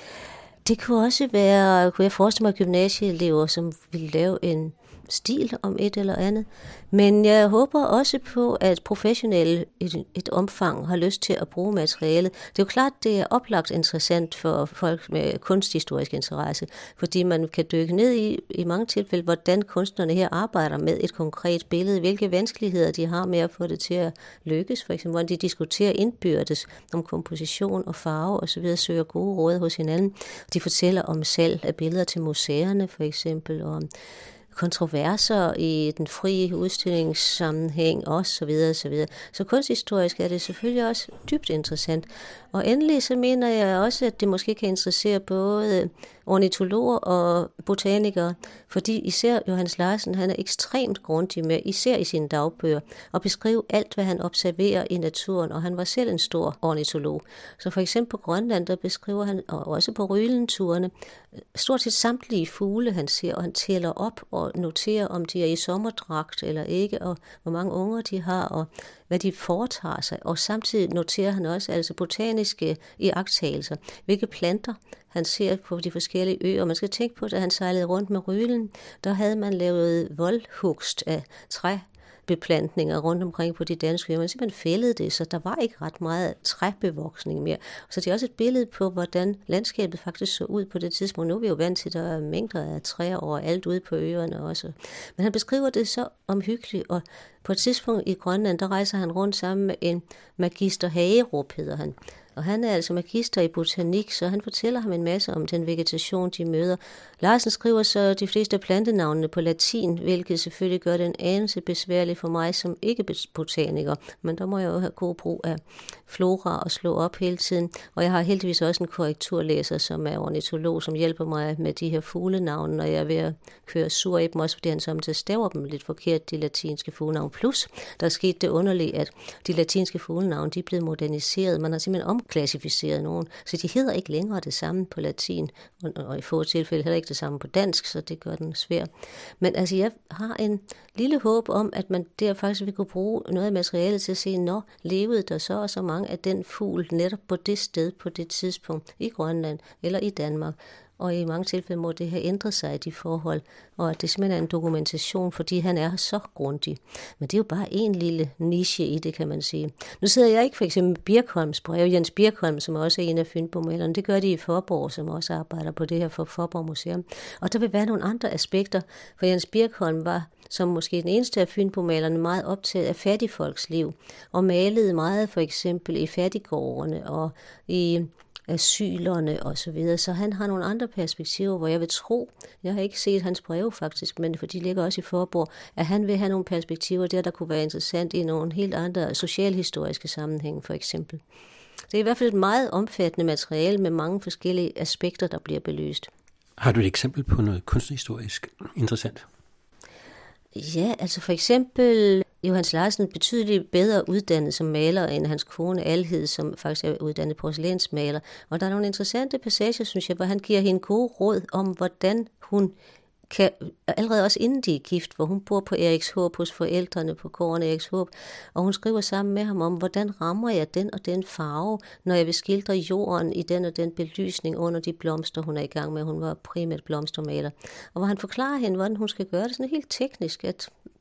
Det kunne også være, kunne jeg forestille mig, gymnasieelever, som ville lave en stil om et eller andet. Men jeg håber også på, at professionelle i et omfang har lyst til at bruge materialet. Det er jo klart, det er oplagt interessant for folk med kunsthistorisk interesse, fordi man kan dykke ned i, i mange tilfælde, hvordan kunstnerne her arbejder med et konkret billede, hvilke vanskeligheder de har med at få det til at lykkes, for eksempel, hvordan de diskuterer indbyrdes om komposition og farve osv., søger gode råd hos hinanden. De fortæller om salg af billeder til museerne, for eksempel, og om kontroverser i den frie udstillingssammenhæng og så videre, så videre. Så kunsthistorisk er det selvfølgelig også dybt interessant. Og endelig så mener jeg også, at det måske kan interessere både ornitologer og botanikere, fordi især Johannes Larsen, han er ekstremt grundig med, især i sine dagbøger, at beskrive alt, hvad han observerer i naturen, og han var selv en stor ornitolog. Så for eksempel på Grønland, der beskriver han, og også på Rylenturene, stort set samtlige fugle, han ser, og han tæller op og noterer, om de er i sommerdragt eller ikke, og hvor mange unger de har, og hvad de foretager sig, og samtidig noterer han også altså botaniske iagttagelser, hvilke planter han ser på de forskellige øer. Man skal tænke på, at han sejlede rundt med Rylen, der havde man lavet voldhugst af træbeplantninger rundt omkring på de danske øer. Man simpelthen fældede det, så der var ikke ret meget træbevoksning mere. Så det er også et billede på, hvordan landskabet faktisk så ud på det tidspunkt. Nu er vi jo vant til, at der er mængder af træer overalt ude på øerne også. Men han beskriver det så omhyggeligt, og på et tidspunkt i Grønland, der rejser han rundt sammen med en magister Hagerup, hedder han. Og han er altså magister i botanik, så han fortæller ham en masse om den vegetation, de møder. Larsen skriver så de fleste af plantenavnene på latin, hvilket selvfølgelig gør det en anelse besværligt for mig som ikke-botaniker. Men der må jeg jo have god brug af flora og slå op hele tiden. Og jeg har heldigvis også en korrekturlæser, som er ornitolog, som hjælper mig med de her fuglenavne, når jeg er ved at køre sur i dem, også fordi han samtidig staver dem lidt forkert, de latinske fuglenavne. Plus, der er sket det underlige, at de latinske fuglenavne, de er blevet moderniseret. Man har simpelthen omklassificeret nogen, så de hedder ikke længere det samme på latin, og, og i få tilfælde heller ikke det samme på dansk, så det gør den svær. Men altså, jeg har en lille håb om, at man der faktisk vil kunne bruge noget af materialet til at se, når levede der så og så mange af den fugl netop på det sted, på det tidspunkt, i Grønland eller i Danmark. Og i mange tilfælde må det have ændret sig i de forhold, og at det simpelthen er en dokumentation, fordi han er så grundig. Men det er jo bare en lille niche i det, kan man sige. Nu sidder jeg ikke for eksempel Birkholms brev, Jens Birkholm, som også er en af Fynbomalerne. Det gør de i Faaborg, som også arbejder på det her for Faaborg Museum. Og der vil være nogle andre aspekter, for Jens Birkholm var som måske den eneste af Fynbomalerne meget optaget af fattigfolks liv, og malede meget for eksempel i fattiggårdene og i asylerne og så videre. Så han har nogle andre perspektiver, hvor jeg vil tro, jeg har ikke set hans breve faktisk, men for de ligger også i Faaborg, at han vil have nogle perspektiver der, der kunne være interessant i nogle helt andre socialhistoriske sammenhænge for eksempel. Det er i hvert fald et meget omfattende materiale med mange forskellige aspekter, der bliver belyst. Har du et eksempel på noget kunsthistorisk interessant? Ja, altså for eksempel Johannes Larsen betydeligt bedre uddannet som maler end hans kone Alhed, som faktisk er uddannet porcelænsmaler. Og der er nogle interessante passager, synes jeg, hvor han giver hende gode råd om, hvordan hun kan, allerede også inden de er gift, hvor hun bor på Erikshåb hos forældrene på gården Erikshåb, og hun skriver sammen med ham om, hvordan rammer jeg den og den farve, når jeg vil skildre jorden i den og den belysning under de blomster, hun er i gang med. Hun var primært blomstermaler. Og hvor han forklarer hende, hvordan hun skal gøre det sådan helt teknisk, at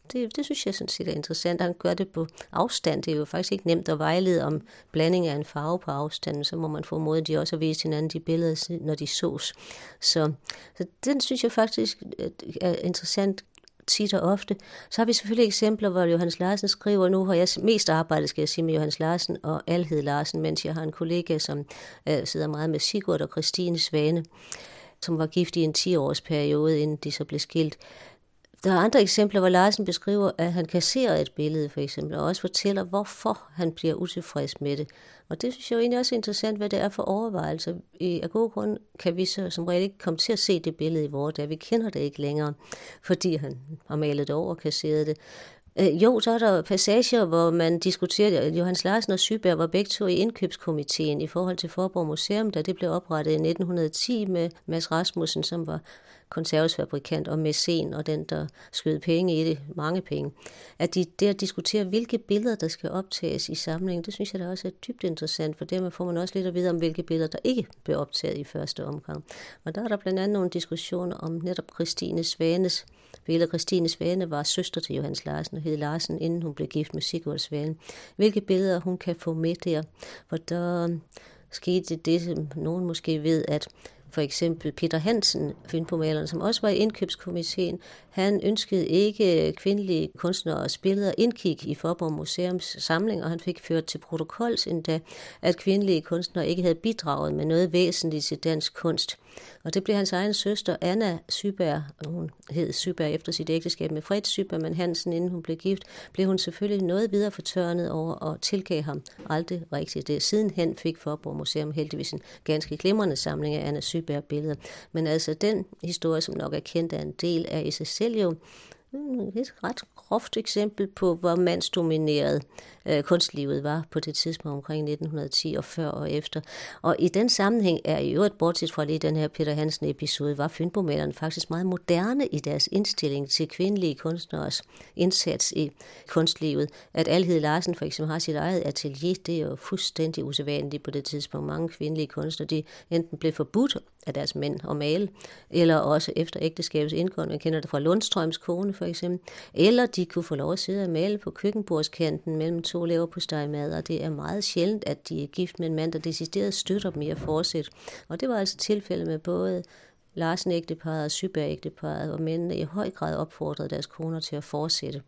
Det, det synes jeg sådan set er interessant. Han gør det på afstand. Det er jo faktisk ikke nemt at vejlede om blanding af en farve på afstand. Så må man få måde, de også har vist hinanden de billeder, når de sås. Så, så den synes jeg faktisk er interessant tit og ofte. Så har vi selvfølgelig eksempler, hvor Johannes Larsen skriver, nu har jeg mest arbejdet, skal jeg sige, med Johannes Larsen og Alhed Larsen, mens jeg har en kollega, som øh, sidder meget med Sigurd og Christine Svane, som var gift i en ti-års periode, inden de så blev skilt. Der er andre eksempler, hvor Larsen beskriver, at han kasserer et billede, for eksempel, og også fortæller, hvorfor han bliver utilfreds med det. Og det synes jeg jo egentlig også er interessant, hvad det er for overvejelser. I af gode grunde kan vi så som regel ikke komme til at se det billede i vores dag. Vi kender det ikke længere, fordi han har malet det over og kasseret det. Øh, jo, så er der passager, hvor man diskuterer, Johannes Larsen og Syberg var begge to i indkøbskomiteen i forhold til Faaborg Museum, da det blev oprettet i nitten ti med Mads Rasmussen, som var konservesfabrikant og mæcen, og den, der skød penge i det, mange penge, at de der diskuterer, hvilke billeder, der skal optages i samlingen. Det synes jeg da også er dybt interessant, for dermed får man også lidt at vide om, hvilke billeder, der ikke blev optaget i første omgang. Og der er der blandt andet nogle diskussioner om netop Christine Svanes billede. Christine Svane var søster til Johannes Larsen og hed Larsen, inden hun blev gift med Sigurd Svane. Hvilke billeder hun kan få med der, for der skete det, som nogen måske ved, at for eksempel Peter Hansen, fynbomaleren, som også var i indkøbskomiteen, han ønskede ikke kvindelige kunstneres billeder indkig i Faaborg Museums samling, og han fik ført til protokols endda, at kvindelige kunstnere ikke havde bidraget med noget væsentligt til dansk kunst. Og det blev hans egen søster, Anna Syberg, hun hed Syberg efter sit ægteskab med Fred Syberg, men Hansen, inden hun blev gift, blev hun selvfølgelig noget videre fortørnet over og tilgav ham aldrig rigtigt det. Sidenhen fik Faaborg Museum heldigvis en ganske glimrende samling af Anna Syberg billeder. Men altså den historie, som nok er kendt af en del, er i sig selv jo et ret groft eksempel på, hvor mandsdomineret øh, kunstlivet var på det tidspunkt omkring nitten ti og før og efter. Og i den sammenhæng er i øvrigt, bortset fra lige den her Peter Hansen-episode, var fynbomalerne faktisk meget moderne i deres indstilling til kvindelige kunstneres indsats i kunstlivet. At Alhed Larsen for eksempel har sit eget atelier, det er jo fuldstændig usædvanligt på det tidspunkt. Mange kvindelige kunstnere, de enten blev forbudt af deres mænd at male, eller også efter ægteskabets indgående, man kender det fra Lundstrøms kone for eksempel, eller de kunne få lov at sidde og male på køkkenbordskanten mellem to leverpostejmad, og det er meget sjældent, at de er gift med en mand, der decideret støtter dem i at fortsætte. Og det var altså tilfældet med både Larsen-ægteparret og Syberg-ægteparret, og mændene i høj grad opfordrede deres koner til at fortsætte.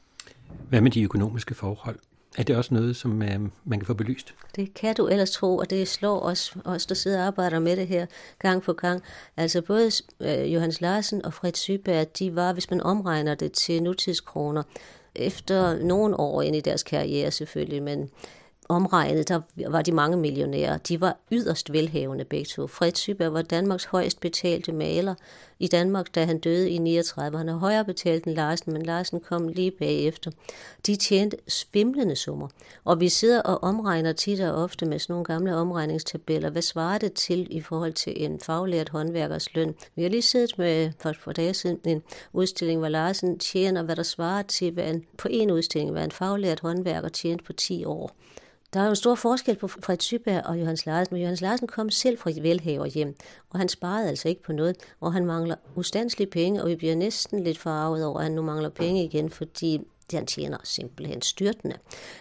Hvad med de økonomiske forhold? Er det også noget, som øh, man kan få belyst? Det kan du ellers tro, og det slår os, os der sidder og arbejder med det her gang på gang. Altså både øh, Johannes Larsen og Fred Syberg, de var, hvis man omregner det til nutidskroner, efter nogle år ind i deres karriere selvfølgelig, men omregnet, der var de mange millionærer. De var yderst velhavende begge to. Fred Syberg var Danmarks højst betalte maler i Danmark, da han døde i niogtredive. Han er højere betalt end Larsen, men Larsen kom lige bagefter. De tjente svimlende summer. Og vi sidder og omregner tit og ofte med sådan nogle gamle omregningstabeller. Hvad svarer det til i forhold til en faglært håndværkers løn? Vi har lige siddet med for et par dage siden en udstilling, hvor Larsen tjener, hvad der svarer til hvad en, på en udstilling, hvad en faglært håndværker tjente på ti år. Der er jo en stor forskel på Fred Syberg og Johannes Larsen, men Johannes Larsen kom selv fra velhaver hjem, og han sparede altså ikke på noget, og han mangler ustandslige penge, og vi bliver næsten lidt forarvet over, at han nu mangler penge igen, fordi han tjener simpelthen styrtende.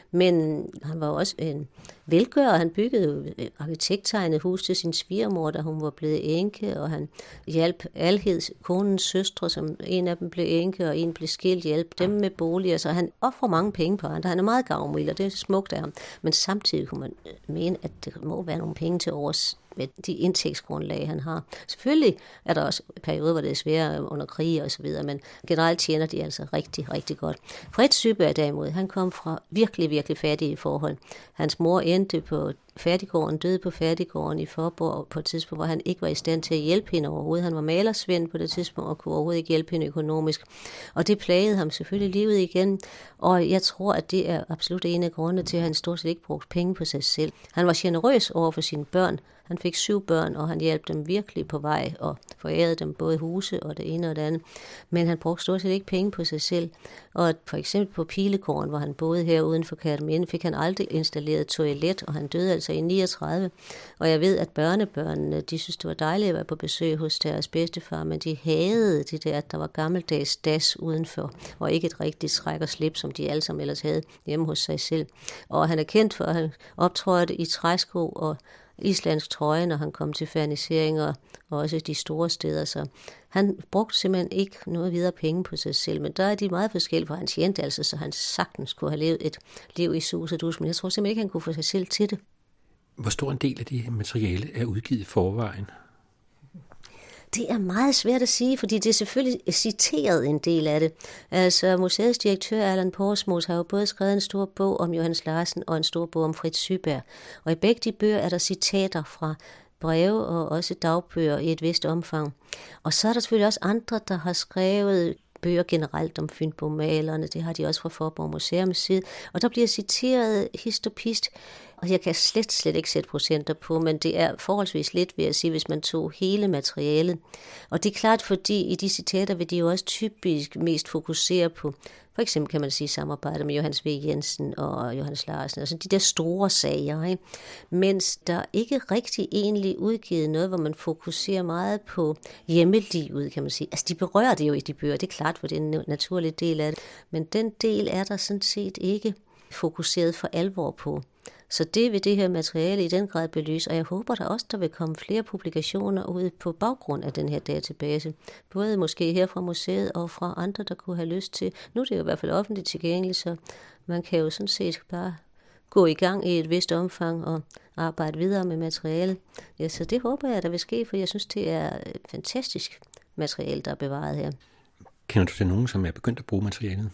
Men han var også en velgører. Han byggede arkitekttegnet hus til sin svigermor, da hun var blevet enke, og han hjalp Alhed, konens søstre, som en af dem blev enke, og en blev skilt, hjalp dem med boliger, så han offrer mange penge på andre. Han er meget gavmild, og det er smukt af ham. Men samtidig kunne man mene, at det må være nogle penge til års med de indtægtsgrundlag, han har. Selvfølgelig er der også perioder, hvor det er svære under krig og så videre, men generelt tjener de altså rigtig, rigtig godt. Fred Syberg derimod, han kom fra virkelig, virkelig fattige forhold. Hans mor endte på fattiggården, døde på fattiggården i Faaborg på et tidspunkt, hvor han ikke var i stand til at hjælpe hende overhovedet. Han var malersvend på det tidspunkt og kunne overhovedet ikke hjælpe hende økonomisk. Og det plagede ham selvfølgelig livet igen. Og jeg tror, at det er absolut en af grundene til, at han stort set ikke brugte penge på sig selv. Han var generøs over for sine børn. Han fik syv børn, og han hjalp dem virkelig på vej og forærede dem både huse og det ene og det andet. Men han brugte stort set ikke penge på sig selv. Og for eksempel på Pilegården, hvor han boede her uden for Kerteminde, fik han aldrig installeret toilet, og han døde altså altså i niogtredive. Og jeg ved, at børnebørnene, de synes, det var dejligt at være på besøg hos deres bedstefar, men de hadede det der, at der var gammeldags das udenfor, og ikke et rigtigt træk og slip, som de alle sammen ellers havde hjemme hos sig selv. Og han er kendt for, at han optrådte i træsko og islandsk trøje, når han kom til ferniseringer, og også de store steder. Så han brugte simpelthen ikke noget videre penge på sig selv, men der er de meget forskellige, for han tjente altså, så han sagtens kunne have levet et liv i sus og dus, men jeg tror simpelthen ikke, han kunne få sig selv til det. Hvor stor en del af det materiale er udgivet i forvejen? Det er meget svært at sige, fordi det er selvfølgelig citeret en del af det. Altså, museets direktør Allan Porsmos har jo både skrevet en stor bog om Johannes Larsen og en stor bog om Fritz Syberg. Og i begge de bøger er der citater fra breve og også dagbøger i et vist omfang. Og så er der selvfølgelig også andre, der har skrevet bøger generelt om Fynbomalerne. Det har de også fra Faaborg Museums side. Og der bliver citeret hist og pist. Og jeg kan slet, slet ikke sætte procenter på, men det er forholdsvis lidt, vil jeg sige, hvis man tog hele materialet. Og det er klart, fordi i de citater vil de jo også typisk mest fokusere på, for eksempel kan man sige samarbejde med Johannes V. Jensen og Johannes Larsen, altså de der store sager, ikke? Mens der ikke rigtig egentlig udgivet noget, hvor man fokuserer meget på hjemmelivet, kan man sige. Altså de berører det jo i de bøger, det er klart, for det er en naturlig del af det, men den del er der sådan set ikke fokuseret for alvor på. Så det vil det her materiale i den grad belyse, og jeg håber der også, der vil komme flere publikationer ud på baggrund af den her database. Både måske her fra museet og fra andre, der kunne have lyst til. Nu er det jo i hvert fald offentligt tilgængeligt, så man kan jo sådan set bare gå i gang i et vist omfang og arbejde videre med materialet. Ja, så det håber jeg, der vil ske, for jeg synes, det er et fantastisk materiale, der er bevaret her. Kender du til nogen, som er begyndt at bruge materialet?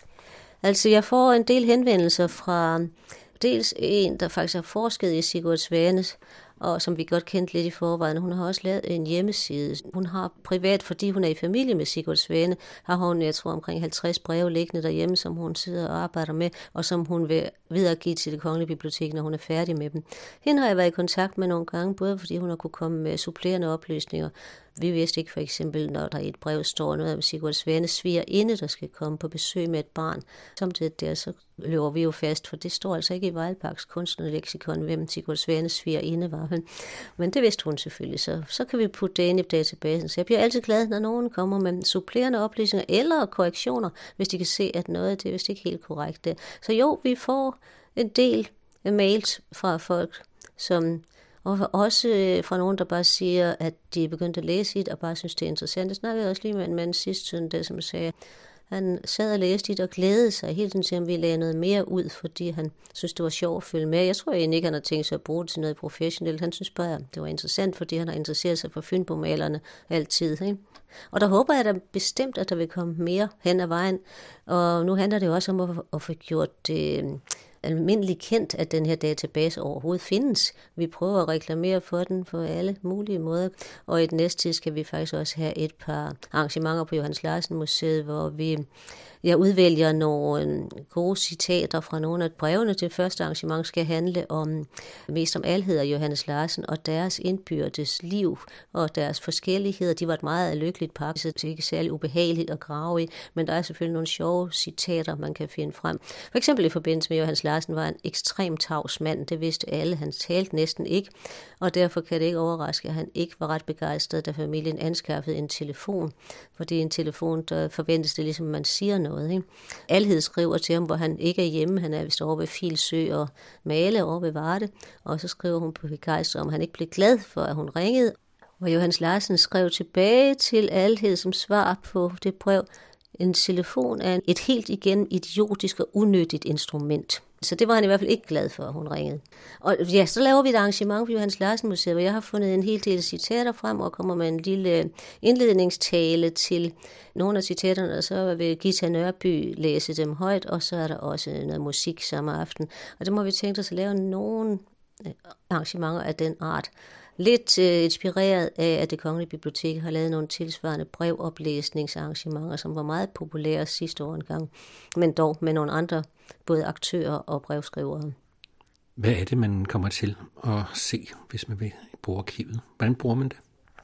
Altså, jeg får en del henvendelser fra dels en, der faktisk har forsket i Sigurd Svanes, og som vi godt kendte lidt i forvejen. Hun har også lavet en hjemmeside. Hun har privat, fordi hun er i familie med Sigurd Svane, har hun, jeg tror, omkring halvtreds breve liggende derhjemme, som hun sidder og arbejder med, og som hun vil videregive til Det Kongelige Bibliotek, når hun er færdig med dem. Hende har jeg været i kontakt med nogle gange, både fordi hun har kunne komme med supplerende oplysninger. Vi vidste ikke for eksempel, når der i et brev står noget om Sigurd Svanes svigerinde, der skal komme på besøg med et barn. Samtidig der, så løber vi jo fast, for det står altså ikke i Vejlparks kunstnerleksikon, hvem Sigurd Svanes svigerinde var. Men det vidste hun selvfølgelig, så, så kan vi putte det ind i databasen. Så jeg bliver altid glad, når nogen kommer med supplerende oplysninger eller korrektioner, hvis de kan se, at noget det er vist ikke helt korrekt der. Så jo, vi får en del mails fra folk, som og også fra nogen, der bare siger, at de er begyndt at læse it og bare synes, det er interessant. Jeg snakkede også lige med en mand sidste søndag, som sagde, han sad og læste it og glædede sig hele tiden til, om vi lagde noget mere ud, fordi han synes, det var sjovt at følge med. Jeg tror egentlig ikke, han har tænkt sig at bruge det til noget professionelt. Han synes bare, det var interessant, fordi han har interesseret sig for Fynbomalerne altid. Ikke? Og der håber jeg da bestemt, at der vil komme mere hen ad vejen. Og nu handler det jo også om at, at få gjort det almindeligt kendt, at den her database overhovedet findes. Vi prøver at reklamere for den på alle mulige måder, og i den næste tid skal vi faktisk også have et par arrangementer på Johannes Larsen Museet, hvor vi jeg udvælger nogle gode citater fra nogle af brevene. Det første arrangement skal handle om mest om Alhed og Johannes Larsen og deres indbyrdes liv og deres forskelligheder. De var et meget lykkeligt par, så det er ikke særlig ubehageligt at grave i, men der er selvfølgelig nogle sjove citater, man kan finde frem. For eksempel i forbindelse med Johannes Larsen var en ekstremt tavs mand. Det vidste alle. Han talte næsten ikke, og derfor kan det ikke overraske, at han ikke var ret begejstret, da familien anskaffede en telefon. Fordi en telefon, der forventes det ligesom, man siger noget. Ikke? Alhed skriver til ham, hvor han ikke er hjemme. Han er vist over ved Filsø og Male over ved Varde. Og så skriver hun på begejstret, om han ikke blev glad for, at hun ringede. Og Johannes Larsen skrev tilbage til Alhed som svar på det brev. En telefon er et helt igen idiotisk og unødigt instrument. Så det var han i hvert fald ikke glad for, at hun ringede. Og ja, så laver vi et arrangement på Johannes Larsen Museet, hvor jeg har fundet en hel del citater frem, og kommer med en lille indledningstale til nogle af citaterne, og så vil Gita Nørby læse dem højt, og så er der også noget musik samme aften. Og det må vi tænke os at lave nogle arrangementer af den art. Lidt øh, inspireret af, at Det Kongelige Bibliotek har lavet nogle tilsvarende brevoplæsningsarrangementer, som var meget populære sidste år engang, men dog med nogle andre, både aktører og brevskrivere. Hvad er det, man kommer til at se, hvis man vil bruge arkivet? Hvordan bruger man det?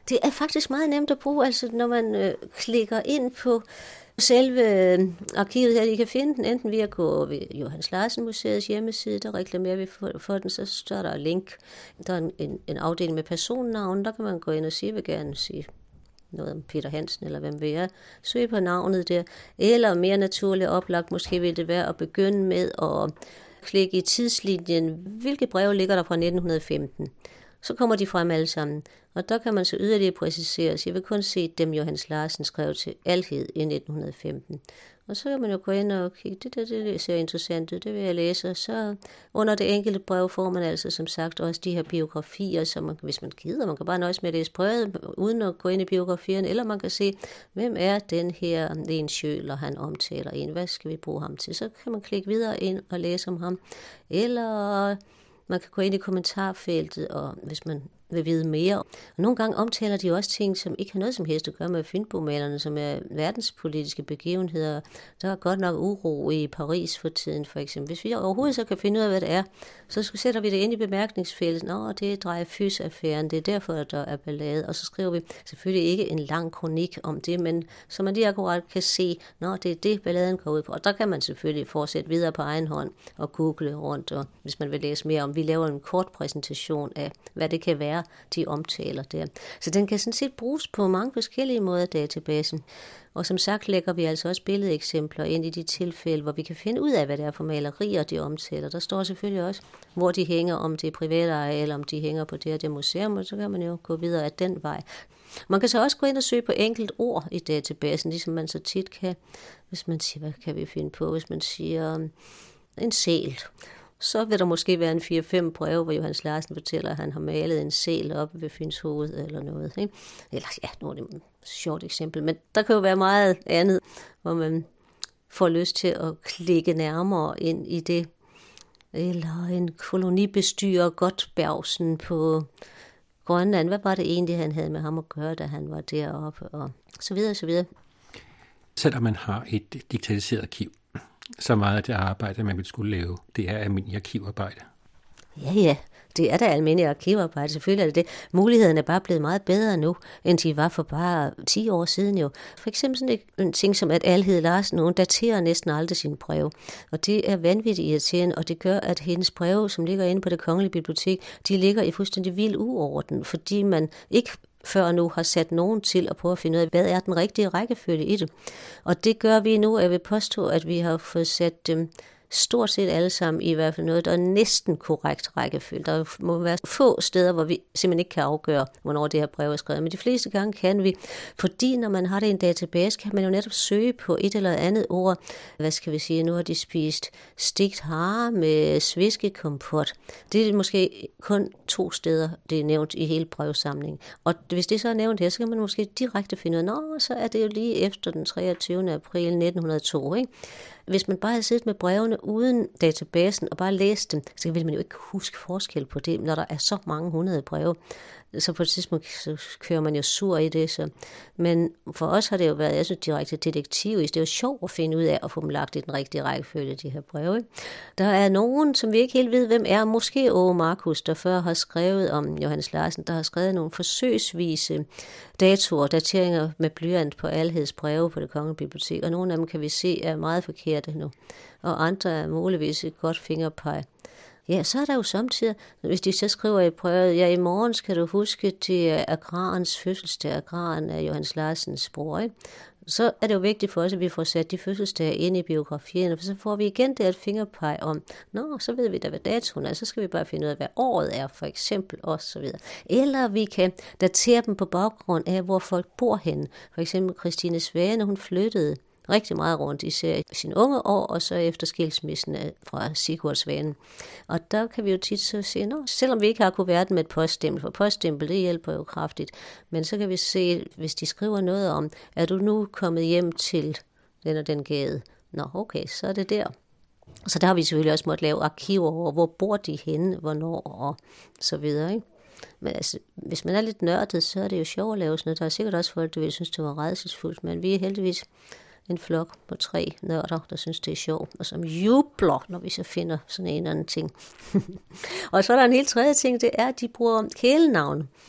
Det er faktisk meget nemt at bruge, altså når man øh, klikker ind på selve øh, arkivet her. I kan finde den enten ved at gå ved Johannes Larsen Museets hjemmeside, der reklamerer vi for, for den, så står der link. Der er en, en afdeling med personnavn, der kan man gå ind og sige, vil gerne sige noget om Peter Hansen, eller hvem vi er. Søg på navnet der. Eller mere naturligt oplagt, måske vil det være at begynde med at klikke i tidslinjen, hvilke breve ligger der fra nitten femten. Så kommer de frem alle sammen. Og der kan man så yderligere præcisere, jeg vil kun se dem, Johannes Larsen skrev til Alhed i nitten femten. Og så kan man jo gå ind og kigge, det der det ser interessant ud, det vil jeg læse. Og så under det enkelte brev får man altså som sagt også de her biografier, som man, hvis man gider, man kan bare nøjes med at læse brevet, uden at gå ind i biografierne, eller man kan se, hvem er den her Lene Schøler, han omtaler en, hvad skal vi bruge ham til? Så kan man klikke videre ind og læse om ham. Eller man kan gå ind i kommentarfeltet, og hvis man vil vide mere. Og nogle gange omtaler de også ting, som ikke har noget som helst at gøre med Fynbomalerne, som er verdenspolitiske begivenheder. Der er godt nok uro i Paris for tiden, for eksempel. Hvis vi overhovedet så kan finde ud af, hvad det er, så sætter vi det ind i bemærkningsfeltet. Nå, det er Dreyfus-affæren, det er derfor, der er ballade. Og så skriver vi selvfølgelig ikke en lang kronik om det, men så man lige akkurat kan se, nå, det er det, balladen går ud på. Og der kan man selvfølgelig fortsætte videre på egen hånd og google rundt, og hvis man vil læse mere om. Vi laver en kort præsentation af, hvad det kan være, de omtaler der. Så den kan sådan set bruges på mange forskellige måder, databasen. Og som sagt lægger vi altså også billedeksempler ind i de tilfælde, hvor vi kan finde ud af, hvad det er for malerier, de omtaler. Der står selvfølgelig også, hvor de hænger, om det er private eje, eller om de hænger på det her det museum, og så kan man jo gå videre ad den vej. Man kan så også gå ind og søge på enkelt ord i databasen, ligesom man så tit kan, hvis man siger, hvad kan vi finde på, hvis man siger en sæl. Så vil der måske være en fire fem breve, hvor Johannes Larsen fortæller, at han har malet en sæl oppe ved Fyns hoved eller noget. Ikke? Eller ja, nu er det et sjovt eksempel, men der kan jo være meget andet, hvor man får lyst til at klikke nærmere ind i det. Eller en kolonibestyrer Gotbergsen på Grønland. Hvad var det egentlig, han havde med ham at gøre, da han var deroppe? Og så videre, så videre. Selvom man har et digitaliseret arkiv, så meget af det arbejde, man vil skulle lave, det er almindelig arkivarbejde. Ja, ja, det er da almindelig arkivarbejde, selvfølgelig er det det. Mulighederne er bare blevet meget bedre nu, end de var for bare ti år siden jo. For eksempel sådan en ting som, at Alhed Larsen, hun daterer næsten aldrig sine breve. Og det er vanvittigt irriterende, og det gør, at hendes breve, som ligger inde på Det Kongelige Bibliotek, de ligger i fuldstændig vild uorden, fordi man ikke før nu har sat nogen til at prøve at finde ud af, hvad er den rigtige rækkefølge i det. Og det gør vi nu, og jeg vil påstå, at vi har fået sat dem stort set alle sammen i hvert fald noget, der er næsten korrekt rækkefølge. Der må være få steder, hvor vi simpelthen ikke kan afgøre, hvornår det her brev er skrevet. Men de fleste gange kan vi, fordi når man har det i en database, kan man jo netop søge på et eller andet ord. Hvad skal vi sige? Nu har de spist stegt hare med sviskekompot. Det er måske kun to steder, det er nævnt i hele brevsamlingen. Og hvis det så er nævnt her, så kan man måske direkte finde ud af, nå, så er det jo lige efter den treogtyvende april nitten hundrede og to, ikke? Hvis man bare havde siddet med brevene uden databasen og bare læst dem, så vil man jo ikke huske forskel på det, når der er så mange hundrede breve. Så på et tidspunkt så kører man jo sur i det. Så. Men for os har det jo været, jeg synes, direkte detektivisk. Det er jo sjovt at finde ud af at få dem lagt i den rigtige rækkefølge, de her breve. Der er nogen, som vi ikke helt ved, hvem er. Måske Åge Markus, der før har skrevet om Johannes Larsen, der har skrevet nogle forsøgsvise datoer, dateringer med blyant på Alheds breve på Det Kongelige Bibliotek. Og nogle af dem kan vi se er meget forkerte nu. Og andre er muligvis et godt fingerpeg. Ja, så er der jo samtidig, hvis de så skriver i brevet, ja, i morgen skal du huske, det er agrarens fødselsdag, agraren er Johannes Larsens bror, ikke? Så er det jo vigtigt for os, at vi får sat de fødselsdage ind i biografierne, for så får vi igen der et fingerpeg om, nå, så ved vi da, hvad datoen er, så skal vi bare finde ud af, hvad året er, for eksempel, og så videre. Eller vi kan datere dem på baggrund af, hvor folk bor henne. For eksempel Christine Svane, hun flyttede rigtig meget rundt, især i sine unge år, og så efter skilsmissen fra Sigurd Svane. Og der kan vi jo tit så se, nå, selvom vi ikke har kuverten med et poststempel, for poststempel, det hjælper jo kraftigt, men så kan vi se, hvis de skriver noget om, er du nu kommet hjem til den og den gade? Nå, okay, så er det der. Så der har vi selvfølgelig også måttet lave arkiver over, hvor bor de henne, hvornår, og så videre, ikke? Men altså, hvis man er lidt nørdet, så er det jo sjovt at lave sådan noget. Der er sikkert også folk, der vil synes, det var rædselsfuldt, men vi er heldigvis en flok på tre nørder, der synes, det er sjovt, og som jubler, når vi så finder sådan en eller anden ting. Og så er der en helt tredje ting, det er, at de bruger kælenavne.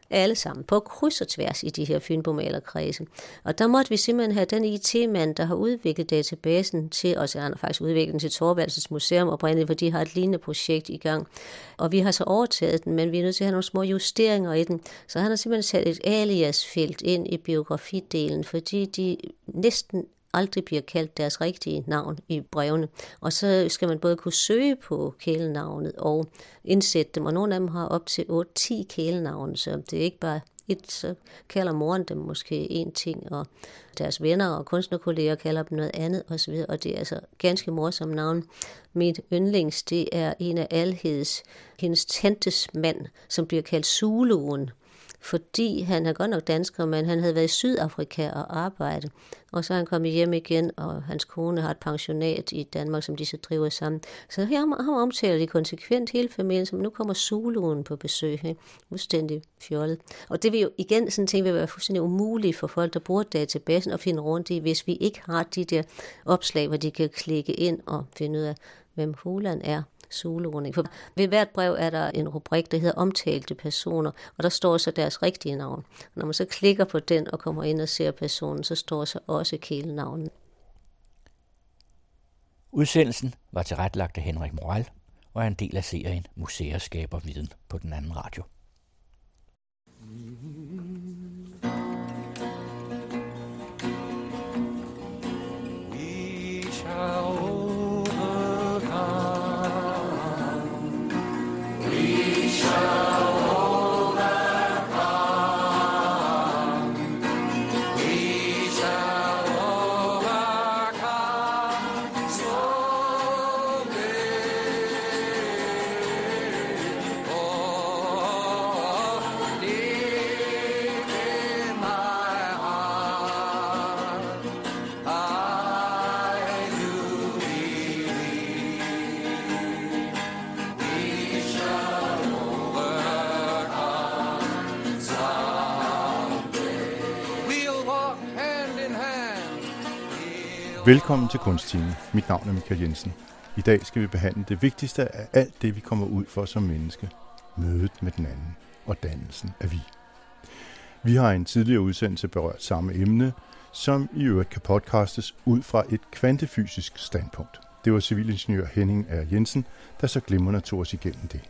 alle sammen på kryds og tværs i de her Fynbomalerkredse. Og der måtte vi simpelthen have den I T-mand, der har udviklet databasen til, og så har han faktisk udviklet den til Thorvaldsens Museum oprindeligt, for de har et lignende projekt i gang. Og vi har så overtaget den, men vi er nødt til at have nogle små justeringer i den. Så han har simpelthen sat et alias-felt ind i biografidelen, fordi de næsten aldrig bliver kaldt deres rigtige navn i brevene. Og så skal man både kunne søge på kælenavnet og indsætte dem, og nogle af dem har op til otte ti kælenavne, så det er ikke bare et, så kalder moren dem måske en ting, og deres venner og kunstnerkolleger kalder dem noget andet osv., og det er altså ganske morsomme navn. Mit yndlings, det er en af Alheds, hendes tantes mand, som bliver kaldt Zulu'en, fordi han er godt nok dansker, men han havde været i Sydafrika og arbejde. Og så er han kommet hjem igen, og hans kone har et pensionat i Danmark, som de så driver sammen. Så her har omtaler de konsekvent hele familien, som nu kommer Zulu'en på besøg. He? Udstændig fjollet. Og det vil jo igen sådan ting vil være fuldstændig umuligt for folk, der bruger databasen at finde rundt i, hvis vi ikke har de der opslag, hvor de kan klikke ind og finde ud af, hvem hulen er. Zuluerne. For ved hvert brev er der en rubrik, der hedder omtalte personer, og der står så deres rigtige navn. Når man så klikker på den og kommer ind og ser personen, så står så også kælenavnet. Udsendelsen var tilrettelagt af Henrik Moral og er en del af serien Museer skaber viden på Den Anden Radio. We shall Velkommen til Kunsttimen. Mit navn er Michael Jensen. I dag skal vi behandle det vigtigste af alt det, vi kommer ud for som menneske. Mødet med den anden og dannelsen af vi. Vi har i en tidligere udsendelse berørt samme emne, som i øvrigt kan podcastes ud fra et kvantefysisk standpunkt. Det var civilingeniør Henning R. Jensen, der så glimrende tog os igennem det.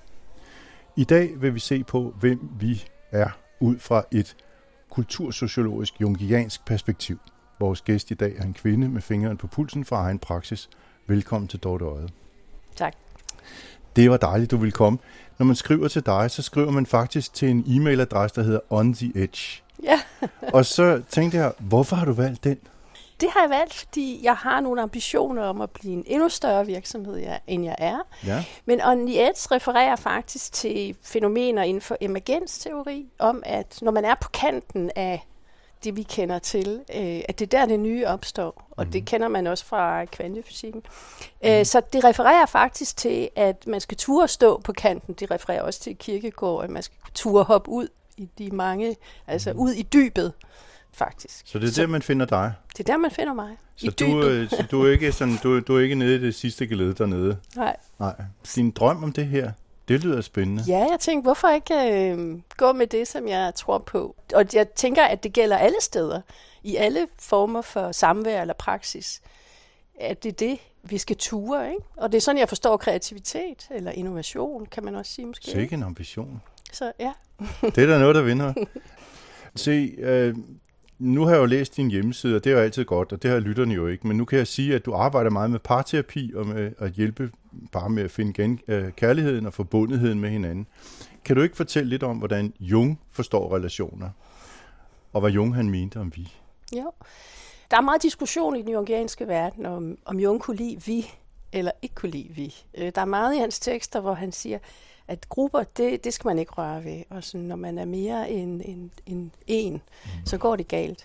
I dag vil vi se på, hvem vi er ud fra et kultursociologisk jungiansk perspektiv. Vores gæst i dag er en kvinde med fingeren på pulsen fra egen praksis. Velkommen til Dorte Odde. Tak. Det var dejligt, du ville komme. Når man skriver til dig, så skriver man faktisk til en e-mailadresse, der hedder On The Edge. Ja. Og så tænkte jeg, hvorfor har du valgt den? Det har jeg valgt, fordi jeg har nogle ambitioner om at blive en endnu større virksomhed, end jeg er. Ja. Men On The Edge refererer faktisk til fænomener inden for emergensteori, om at når man er på kanten af det, vi kender til, øh, at det er der, det nye opstår. Og mm. det kender man også fra kvantefysikken. Mm. Øh, så det refererer faktisk til, at man skal turde stå på kanten. Det refererer også til Kierkegaard, at man skal turde hoppe ud i de mange, altså mm. ud i dybet, faktisk. Så det er så, der, man finder dig? Det er der, man finder mig. Så, i du, så du, er ikke sådan, du, du er ikke nede i det sidste geled dernede? Nej. Nej. Din drøm om det her, det lyder spændende. Ja, jeg tænkte, hvorfor ikke øh, gå med det, som jeg tror på? Og jeg tænker, at det gælder alle steder, i alle former for samvær eller praksis, at det er det, vi skal ture, ikke? Og det er sådan, jeg forstår kreativitet, eller innovation, kan man også sige måske. Sikke en ambition. Så ja. Det er da noget, der vinder. Se, øh, nu har jeg jo læst din hjemmeside, og det er jo altid godt, og det har lytterne jo ikke, men nu kan jeg sige, at du arbejder meget med parterapi og med at hjælpe bare med at finde gen, øh, kærligheden og forbundetheden med hinanden. Kan du ikke fortælle lidt om, hvordan Jung forstår relationer, og hvad Jung han mente om vi? Jo, der er meget diskussion i den jungianske verden, om, om Jung kunne lide vi, eller ikke kunne lide vi. Der er meget i hans tekster, hvor han siger, at grupper, det, det skal man ikke røre ved, og sådan, når man er mere end en, en, en mm. så går det galt.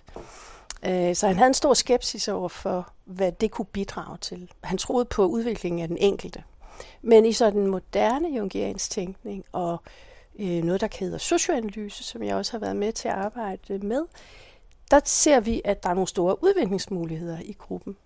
Så han havde en stor skepsis over for, hvad det kunne bidrage til. Han troede på udviklingen af den enkelte. Men i sådan en moderne jungiansk tænkning, og øh, noget, der hedder socioanalyse, som jeg også har været med til at arbejde med, der ser vi, at der er nogle store udviklingsmuligheder i gruppen,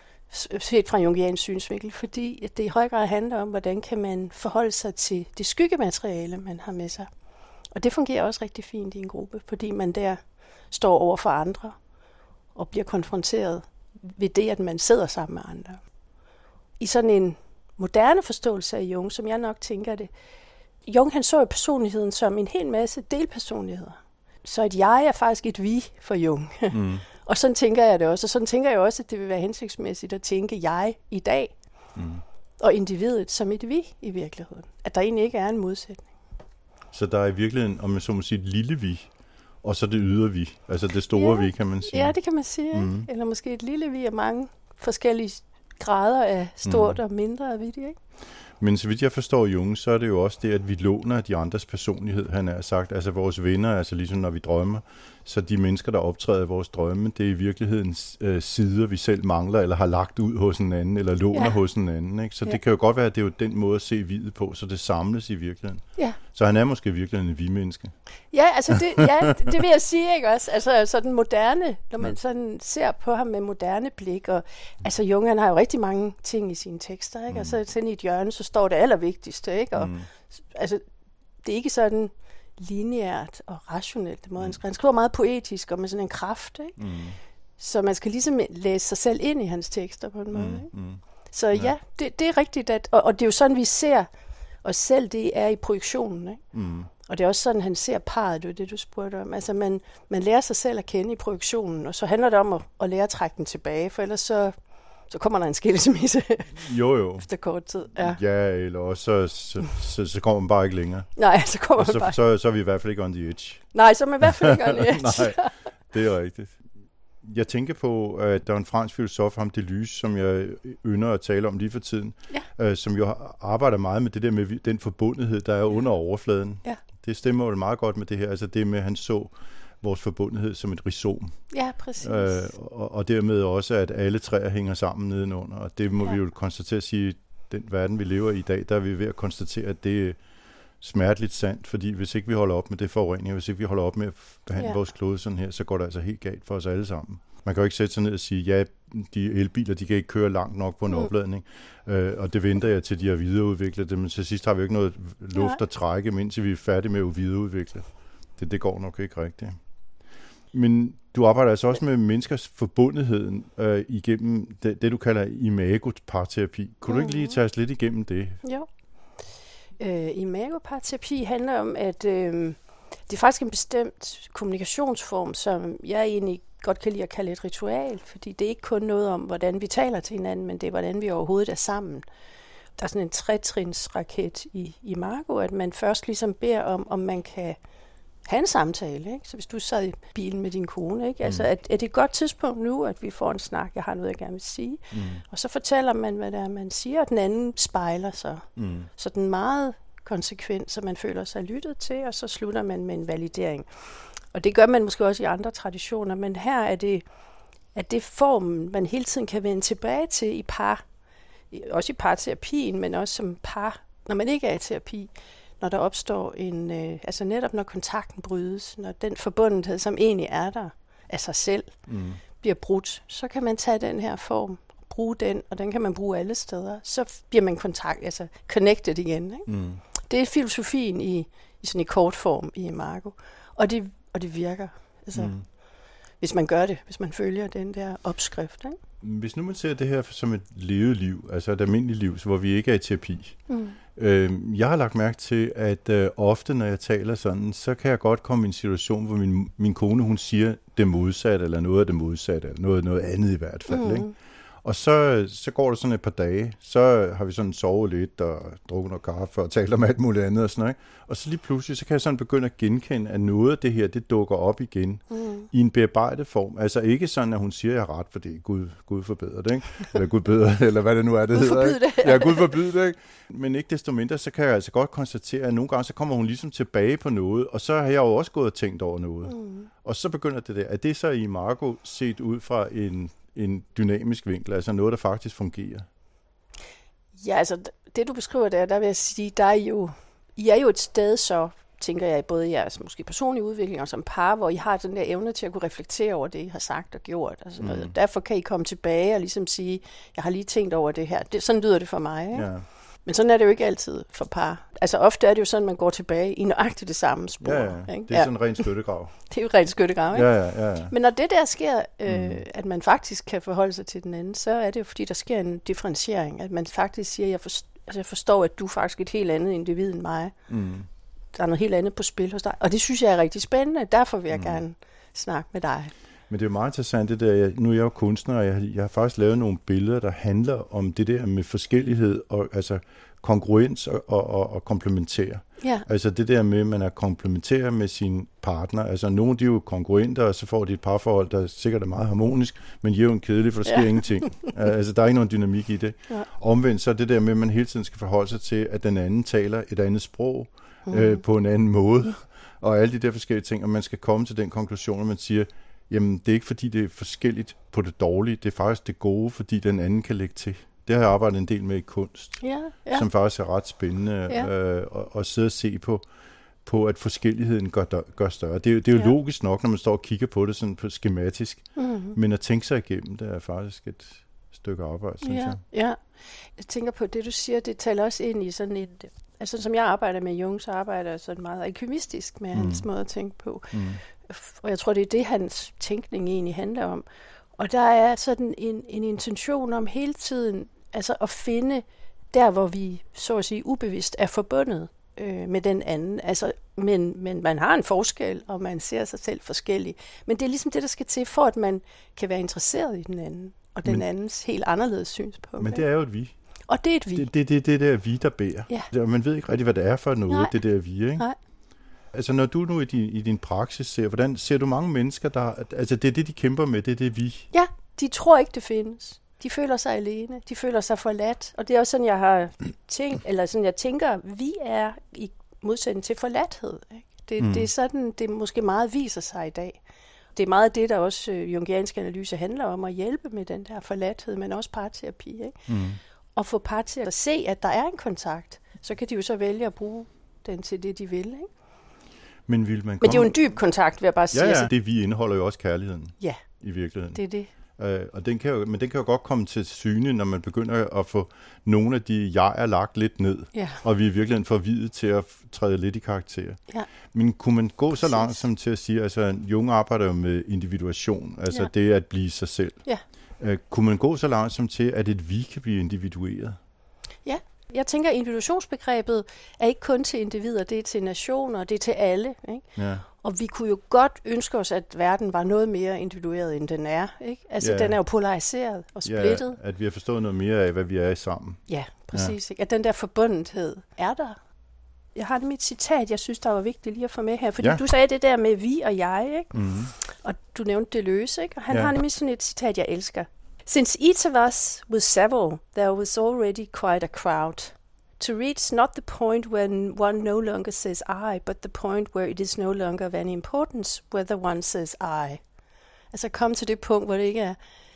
set fra jungiansk synsvinkel, fordi det i høj grad handler om, hvordan kan man forholde sig til det skyggemateriale, man har med sig Og det fungerer også rigtig fint i en gruppe, fordi man der står over for andre og bliver konfronteret ved det, at man sidder sammen med andre. I sådan en moderne forståelse af Jung, som jeg nok tænker det, Jung han så jo personligheden som en hel masse delpersonligheder. Så et jeg er faktisk et vi for Jung. Mm. Og sådan tænker jeg det også. Og sådan tænker jeg også, at det vil være hensigtsmæssigt at tænke jeg i dag. Mm. Og individet som et vi i virkeligheden. At der egentlig ikke er en modsætning. Så der er i virkeligheden, om man så må sige, et lille vi, og så det ydre vi. Altså det store ja. vi, kan man sige. Ja, det kan man sige. Mm. Eller måske et lille vi af mange forskellige grader af stort mm. og mindre af vi, ikke? Men så vidt jeg forstår Jung, så er det jo også det, at vi låner de andres personlighed, han har sagt. Altså vores venner, altså ligesom når vi drømmer. Så de mennesker, der optræder i vores drømme, det er i virkeligheden øh, sider, vi selv mangler, eller har lagt ud hos en anden, eller låner ja. hos en anden. Ikke? Så ja. det kan jo godt være, at det er jo den måde at se videt på, så det samles i virkeligheden. Ja. Så han er måske i virkeligheden en vi-menneske. Ja, altså det, ja, det vil jeg sige, ikke også? Altså sådan moderne, når man sådan ser på ham med moderne blik, og altså Jung, han har jo rigtig mange ting i sine tekster, ikke? Mm. Og så sådan i et hjørne, så står det allervigtigste, ikke? Og mm. altså, det er ikke sådan lineært og rationelt, det måde han skriver. Han skriver meget poetisk og med sådan en kraft, ikke? Mm. Så man skal ligesom læse sig selv ind i hans tekster på en måde, ikke? Mm. Så ja, ja det, det er rigtigt, at, og, og det er jo sådan, vi ser os selv, det er i projektionen, ikke? Mm. Og det er også sådan, han ser parret, det er det, du spurgte om. Altså, man, man lærer sig selv at kende i projektionen, og så handler det om at, at lære at trække den tilbage, for ellers så, så kommer der en skilsmisse jo, jo. efter kort tid. Ja, ja eller også så, så, så, så kommer man bare ikke længere. Nej, så kommer så, man bare så, så er vi i hvert fald ikke on the edge. Nej, så er man i hvert fald ikke on the edge. Nej, det er rigtigt. Jeg tænker på, at der er en fransk filosof, ham Deleuze, som jeg ynder at tale om lige for tiden, ja. øh, som jo arbejder meget med det der med den forbundethed, der er under overfladen. Ja. Det stemmer jo meget godt med det her, altså det med, at han så vores forbundethed som et rhizom. Ja, præcis. Øh, og, og dermed også, at alle træer hænger sammen nedenunder, og det må ja. vi jo konstatere at sige, den verden, vi lever i i dag, der er vi ved at konstatere, at det er smerteligt sandt, fordi hvis ikke vi holder op med det forurening, hvis ikke vi holder op med at behandle ja. vores klode sådan her, så går det altså helt galt for os alle sammen. Man kan jo ikke sætte sig ned og sige, ja, de elbiler, de kan ikke køre langt nok på en mm. opladning, øh, og det venter jeg til, de har videreudviklet det, men til sidst har vi jo ikke noget luft ja. at trække, indtil vi er færdige med at videreudvikle. Det, det går nok ikke rigtigt. Men du arbejder altså også med menneskers forbundetheden øh, igennem det, det, du kalder imagoparterapi. Kunne mm. du ikke lige tage os lidt igennem det? Jo. Øh, imagoparterapi handler om, at øh, det er faktisk en bestemt kommunikationsform, som jeg egentlig godt kan lide at kalde et ritual, fordi det er ikke kun noget om, hvordan vi taler til hinanden, men det er, hvordan vi overhovedet er sammen. Der er sådan en tretrinsraket i, i Imago, at man først ligesom beder om, om man kan have en samtale. Ikke? Så hvis du sad i bilen med din kone, ikke? Altså, er, er det et godt tidspunkt nu, at vi får en snak, jeg har noget, jeg gerne vil sige. Mm. Og så fortæller man, hvad det er, man siger, og den anden spejler sig. Mm. Så den er meget konsekvent, så man føler sig lyttet til, og så slutter man med en validering. Og det gør man måske også i andre traditioner, men her er det, at det form, man hele tiden kan vende tilbage til i par, også i parterapien, men også som par, når man ikke er i terapi, når der opstår en, øh, altså netop når kontakten brydes, når den forbundethed, som egentlig er der af sig selv, mm. bliver brudt, så kan man tage den her form, bruge den, og den kan man bruge alle steder. Så bliver man kontakt, altså connected igen. Ikke? Mm. Det er filosofien i, i sådan en kort form i Imago, og det, og det virker. Altså, mm. hvis man gør det, hvis man følger den der opskrift. Ikke? Hvis nu man ser det her som et levet liv, altså et almindeligt liv, hvor vi ikke er i terapi. Mm. Øh, jeg har lagt mærke til, at øh, ofte, når jeg taler sådan, så kan jeg godt komme i en situation, hvor min, min kone, hun siger det modsatte, eller noget af det modsatte, eller noget, noget andet i hvert fald. Mm. Ikke? Og så, så går der sådan et par dage, så har vi sådan sovet lidt og drukket noget kaffe og talt om alt muligt andet og sådan noget. Og så lige pludselig, så kan jeg sådan begynde at genkende, at noget af det her, det dukker op igen mm. i en bearbejdet form. Altså ikke sådan, at hun siger, at jeg har ret, for det er Gud, Gud forbyder det, ikke? Eller Gud bedre, eller hvad det nu er, det hedder. Ikke? Det. Ja, Gud forbyder det, ikke? Men ikke desto mindre, så kan jeg altså godt konstatere, at nogle gange, så kommer hun ligesom tilbage på noget, og så har jeg jo også gået og tænkt over noget. Mm. Og så begynder det der. Er det så i Imago set ud fra en en dynamisk vinkel, altså noget, der faktisk fungerer? Ja, altså det du beskriver der, der vil jeg sige, der er jo, I er jo et sted så, tænker jeg, både i jeres måske personlige udvikling og som par, hvor I har den der evne til at kunne reflektere over det, I har sagt og gjort. Og sådan noget. Mm. Derfor kan I komme tilbage og ligesom sige, jeg har lige tænkt over det her. Det, sådan lyder det for mig. Ikke? Ja. Men sådan er det jo ikke altid for par. Altså ofte er det jo sådan, at man går tilbage i nøjagtigt det samme spor. Ja, ja. Ikke? Det er sådan en ren skyttegrav. Det er jo ren skyttegrav, ikke? Ja, ja, ja, ja. Men når det der sker, øh, Mm. at man faktisk kan forholde sig til den anden, så er det jo fordi, der sker en differentiering. At man faktisk siger, jeg, forstår, altså, jeg forstår, at du er faktisk et helt andet individ end mig. Mm. Der er noget helt andet på spil hos dig. Og det synes jeg er rigtig spændende. Derfor vil jeg mm. gerne snakke med dig. Men det er jo meget interessant det der, jeg, nu er jeg jo kunstner, og jeg, jeg har faktisk lavet nogle billeder, der handler om det der med forskellighed, og altså kongruens og, og, og, og komplementær. Ja. Altså det der med, at man er komplementær med sin partner. Altså nogle de er jo kongruenter, og så får de et parforhold, der sikkert er meget harmonisk, men jævnt kedeligt, for der sker ja. ingenting. Altså der er ikke nogen dynamik i det. Ja. Omvendt så er det der med, at man hele tiden skal forholde sig til, at den anden taler et andet sprog, mm. øh, på en anden måde, og alle de der forskellige ting, og man skal komme til den konklusion, at man siger, jamen det er ikke fordi, det er forskelligt på det dårlige, det er faktisk det gode, fordi den anden kan lægge til. Det har jeg arbejdet en del med i kunst, ja, ja. som faktisk er ret spændende ja. øh, at, at sidde og se på, på at forskelligheden gør, gør større. Det er, det er jo ja. logisk nok, når man står og kigger på det sådan på skematisk, mm-hmm. men at tænke sig igennem, det er faktisk et stykke arbejde, synes ja, jeg. Ja, jeg tænker på det, du siger, det taler også ind i sådan et, altså som jeg arbejder med Jung, så arbejder jeg sådan meget alkymistisk med mm. hans måde at tænke på. Mm. Og jeg tror, det er det, hans tænkning egentlig handler om. Og der er sådan en, en intention om hele tiden altså at finde der, hvor vi så at sige ubevidst er forbundet øh, med den anden. Altså, men, men man har en forskel, og man ser sig selv forskellig. Men det er ligesom det, der skal til, for at man kan være interesseret i den anden, og den men, andens helt anderledes synspunkt. Men det er jo et vi. Og det er et vi. Det, det, det, det der vi, der bærer. Ja. Man ved ikke rigtig, hvad det er for noget, Nej. det der vi, ikke? Nej. Altså når du nu i din, i din praksis ser, hvordan ser du mange mennesker, der, altså det er det, de kæmper med, det er det vi? Ja, de tror ikke, det findes. De føler sig alene, de føler sig forladt. Og det er også sådan, jeg har tænkt, eller sådan, jeg tænker, vi er i modsætning til forladthed. Ikke? Det, mm. det er sådan, det måske meget viser sig i dag. Det er meget det, der også øh, jungiansk analyse handler om, at hjælpe med den der forladthed, men også parterapi. Ikke? Mm. Og få par til at se, at der er en kontakt. Så kan de jo så vælge at bruge den til det, de vil. Ikke? Men, vil man komme... Men det er jo en dyb kontakt, vil jeg bare sige. Ja, ja. Det vi indeholder jo også kærligheden. Ja. I virkeligheden. Det er det. Øh, og den kan jo, men den kan jo godt komme til syne, når man begynder at få nogle af de jeg er lagt lidt ned, ja. og vi er virkelig forvidet til at træde lidt i karakter. Ja. Men kunne man gå så langt som til at sige, altså Jung arbejder jo med individuation, altså ja. det at blive sig selv. Ja. Øh, kunne man gå så langt som til, at et vi kan blive individueret? Ja. Jeg tænker, at individuationsbegrebet er ikke kun til individer, det er til nationer, det er til alle. Ikke? Ja. Og vi kunne jo godt ønske os, at verden var noget mere individueret, end den er. Ikke? Altså, ja. den er jo polariseret og splittet. Ja, at vi har forstået noget mere af, hvad vi er sammen. Ja, præcis. Ja. Ikke? At den der forbundethed er der. Jeg har mit citat, jeg synes, der var vigtigt lige at få med her. Fordi ja. du sagde det der med vi og jeg, ikke? Mm-hmm. Og du nævnte Deleuze, ikke? Og han ja. har nemlig sådan et citat, jeg elsker. Since each of us was several, there was already quite a crowd. To reach not the point when one no longer says I, but the point where it is no longer of any importance whether one says I. Altså komme til det punkt, hvor det ikke er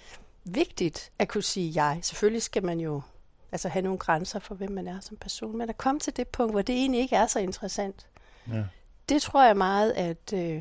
vigtigt at kunne sige jeg. Selvfølgelig skal man jo altså have nogle grænser for, hvem man er som person, men at komme til det punkt, hvor det egentlig ikke er så interessant. Ja. Det tror jeg meget, at øh,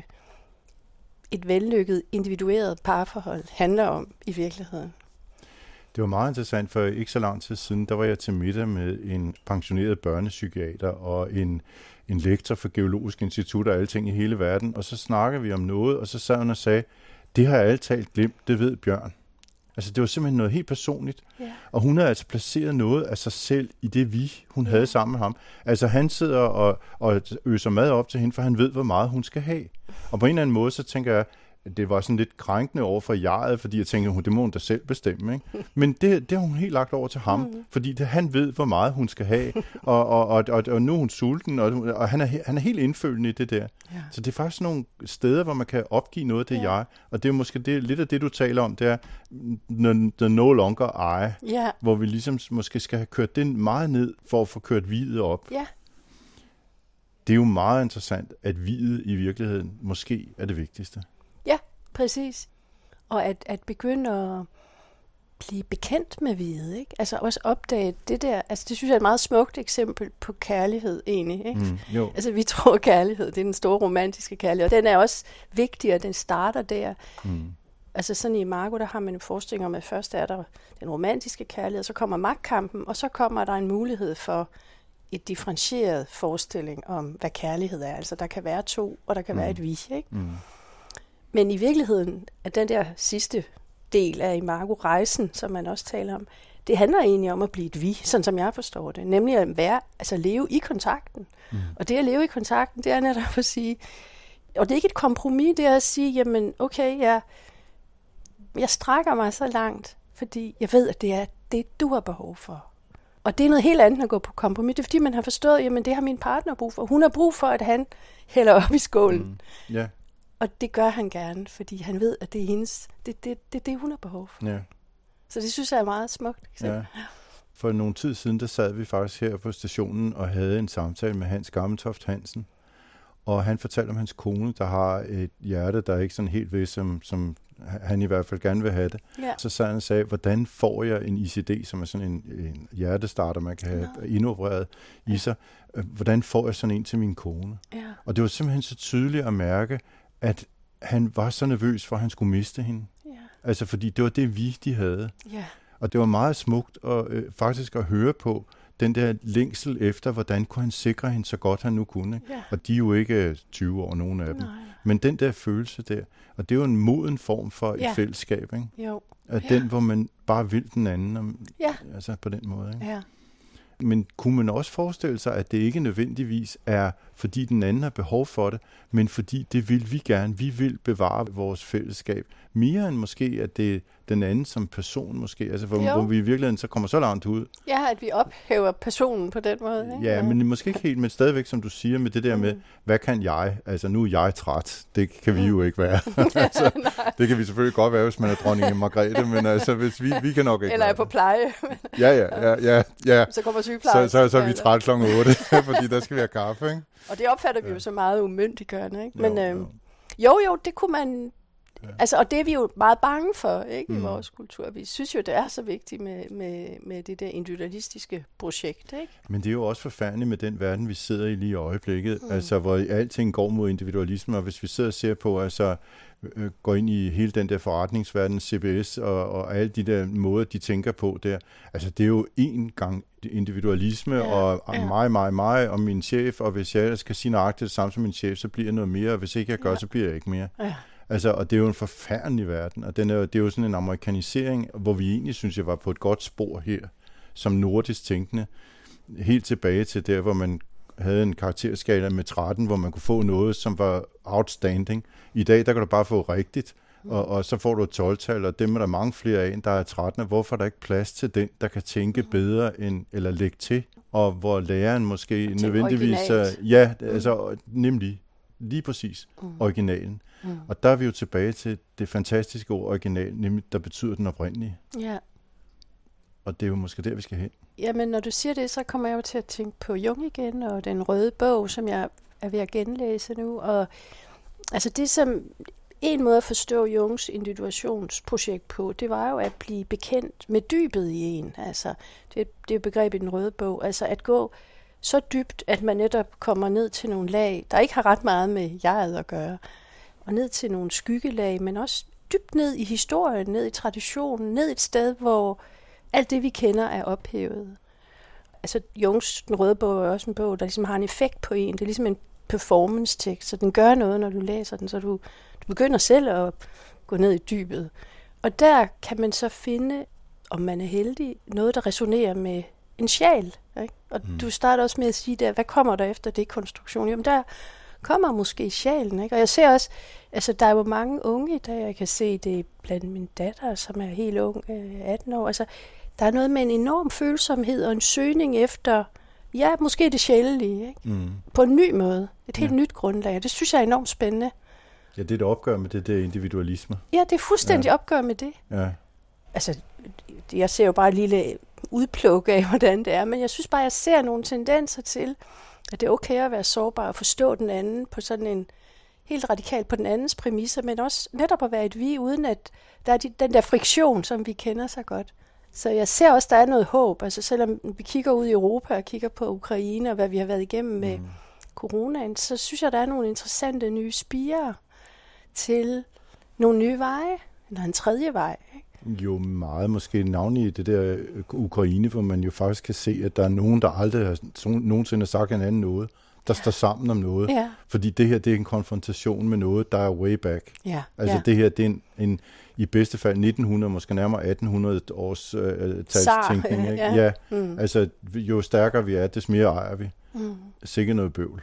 et vellykket, individueret parforhold handler om i virkeligheden. Det var meget interessant, for ikke så lang tid siden, der var jeg til middag med en pensioneret børnepsykiater og en, en lektor for Geologisk Institut og alle ting i hele verden, og så snakkede vi om noget, og så sad hun og sagde, det har jeg alt talt glemt, det ved Bjørn. Altså det var simpelthen noget helt personligt, yeah. og hun havde altså placeret noget af sig selv i det vi, hun yeah. havde sammen med ham. Altså han sidder og, og øser mad op til hende, for han ved, hvor meget hun skal have. Og på en eller anden måde, så tænker jeg, det var sådan lidt krænkende over for jeget, fordi jeg tænker, det må hun da selv bestemme. Ikke? Men det, det har hun helt lagt over til ham, mm. fordi det, han ved, hvor meget hun skal have, og, og, og, og, og nu er hun sulten, og, og han, er, han er helt indfølende i det der. Ja. Så det er faktisk nogle steder, hvor man kan opgive noget af det ja. jeg, og det er måske det, lidt af det, du taler om, det er the no longer I, ja. hvor vi ligesom måske skal have kørt den meget ned, for at få kørt videt op. Ja. Det er jo meget interessant, at videt i virkeligheden måske er det vigtigste. Ja, præcis. Og at, at begynde at blive bekendt med vide, ikke? Altså også opdage det der, altså det synes jeg er et meget smukt eksempel på kærlighed egentlig, ikke? Mm, jo. Altså vi tror kærlighed, det er den store romantiske kærlighed, og den er også vigtig, og den starter der. Mm. Altså sådan i Margot, der har man en forestilling om, at først er der den romantiske kærlighed, så kommer magtkampen, og så kommer der en mulighed for et differentieret forestilling om, hvad kærlighed er. Altså der kan være to, og der kan mm. være et vi, ikke? Mm. Men i virkeligheden, at den der sidste del af i Margot rejsen, som man også taler om, det handler egentlig om at blive et vi, sådan som jeg forstår det. Nemlig at være, altså leve i kontakten. Mm. Og det at leve i kontakten, det er netop at sige, og det er ikke et kompromis, det er at sige, jamen okay, jeg, jeg strækker mig så langt, fordi jeg ved, at det er det, du har behov for. Og det er noget helt andet at gå på kompromis. Det er fordi, man har forstået, jamen det har min partner brug for. Hun har brug for, at han hælder op i skålen. Mm. Yeah. Og det gør han gerne, fordi han ved, at det er hendes, det, det, det, det hun har behov for. Yeah. Så det synes jeg er meget smukt. Ja. For nogle tid siden, der sad vi faktisk her på stationen og havde en samtale med Hans Gammeltoft Hansen. Og han fortalte om hans kone, der har et hjerte, der er ikke sådan helt ved, som, som han i hvert fald gerne vil have det. Ja. Så sad han og sagde, hvordan får jeg en I C D, som er sådan en, en hjertestarter, man kan have no. indopereret i sig. Hvordan får jeg sådan en til min kone? Ja. Og det var simpelthen så tydeligt at mærke, at han var så nervøs for, at han skulle miste hende. Ja. Altså fordi det var det, vi de havde. Ja. Og det var meget smukt og, øh, faktisk at høre på, den der længsel efter, hvordan kunne han sikre hende så godt han nu kunne. Ja. Og de er jo ikke tyve år, nogen af dem. Nej. Men den der følelse der, og det er jo en moden form for ja. et fællesskab, ikke? Jo. At ja. den, hvor man bare vil den anden, og, ja. altså på den måde. Ikke? Ja. Men kunne man også forestille sig, at det ikke nødvendigvis er, fordi den anden har behov for det, men fordi det vil vi gerne. Vi vil bevare vores fællesskab. Mere end måske, at det er den anden som person måske. Altså hvor, hvor vi i virkeligheden så kommer så langt ud. Ja, at vi ophæver personen på den måde. Ikke? Ja, men måske ikke helt, men stadigvæk, som du siger, med det der mm. med, hvad kan jeg? Altså nu er jeg træt. Det kan vi jo ikke være. altså, det kan vi selvfølgelig godt være, hvis man er dronning Margrethe, men altså, hvis vi, vi kan nok ikke Eller er på pleje. ja, ja, ja, ja, ja. Så kommer sygeplejersken. Så, så, så er vi træt klokken otte, fordi der skal vi have kaffe, ikke? Og det opfatter vi jo så meget umyndiggørende, ikke? Men jo, øh, jo. jo, jo, det kunne man... Ja. Altså, og det er vi jo meget bange for, ikke, mm. i vores kultur. Vi synes jo, det er så vigtigt med, med, med det der individualistiske projekt, ikke? Men det er jo også forfærdeligt med den verden, vi sidder i lige i øjeblikket, mm. altså hvor alting går mod individualisme, og hvis vi sidder og ser på, altså øh, går ind i hele den der forretningsverden, C B S og, og alle de der måder, de tænker på der, altså det er jo en gang individualisme, ja, og ja. mig, mig, mig, og min chef, og hvis jeg skal sige nøjagtigt det samme som min chef, så bliver jeg noget mere, og hvis ikke jeg gør, ja. så bliver jeg ikke mere. Ja. Altså, og det er jo en forfærdelig verden, og den er, det er jo sådan en amerikanisering, hvor vi egentlig synes, jeg var på et godt spor her, som nordisk tænkende, helt tilbage til der, hvor man havde en karakterskala med tretten, hvor man kunne få noget, som var outstanding. I dag, der kan du bare få rigtigt, og, og så får du et tolv-tal, og dem er der mange flere af, end der er tretten. Hvorfor er der ikke plads til den, der kan tænke bedre end, eller lægge til, og hvor læreren måske nødvendigvis... Er, ja, altså nemlig, lige præcis, mm. originalen. Mm. Og der er vi jo tilbage til det fantastiske ord original, nemlig der betyder den oprindelige. Ja. Og det er jo måske der, vi skal hen. Jamen, når du siger det, så kommer jeg jo til at tænke på Jung igen, og den røde bog, som jeg er ved at genlæse nu. Og altså det, som en måde at forstå Jungs individuationsprojekt på, det var jo at blive bekendt med dybet i en. Altså, det, det er jo begrebet i den røde bog. Altså at gå så dybt, at man netop kommer ned til nogle lag, der ikke har ret meget med jeget at gøre, og ned til nogle skyggelag, men også dybt ned i historien, ned i traditionen, ned et sted, hvor alt det, vi kender, er ophævet. Altså, Jungs Den Røde Bog er også en bog, der ligesom har en effekt på en. Det er ligesom en performance-tekst, så den gør noget, når du læser den, så du, du begynder selv at gå ned i dybet. Og der kan man så finde, om man er heldig, noget, der resonerer med en sjæl. Ikke? Og mm. du starter også med at sige der, hvad kommer der efter det konstruktion? Jamen, der kommer måske sjælen, ikke? Og jeg ser også, altså der er jo mange unge i dag, jeg kan se det blandt min datter, som er helt ung, atten år, altså der er noget med en enorm følsomhed og en søgning efter, ja, måske det sjælelige, ikke? Mm. På en ny måde, et helt ja. nyt grundlag, det synes jeg er enormt spændende. Ja, det er et opgør med det der individualisme. Ja, det er fuldstændig ja. opgør med det. Ja. Altså, jeg ser jo bare et lille udpluk af, hvordan det er, men jeg synes bare, jeg ser nogle tendenser til, at det er okay at være sårbar og forstå den anden på sådan en helt radikalt på den andens præmisser, men også netop at være et vi, uden at der er de, den der friktion, som vi kender så godt. Så jeg ser også, at der er noget håb. Altså selvom vi kigger ud i Europa og kigger på Ukraine og hvad vi har været igennem med mm. coronaen, så synes jeg, der er nogle interessante nye spirer til nogle nye veje. eller en tredje vej. Ikke? Jo, meget måske navnlig i det der Ukraine, hvor man jo faktisk kan se, at der er nogen, der aldrig har nogensinde har sagt en anden noget, der står sammen om noget. Ja. Fordi det her, det er en konfrontation med noget, der er way back. Ja. Altså ja. det her, det er en, en i bedste fald nitten hundrede, måske nærmere atten hundrede års øh, talstænkning. Ikke? Ja. ja. Mm. Altså jo stærkere vi er, des mere ejer vi. Mm. Sikkert noget bøvl.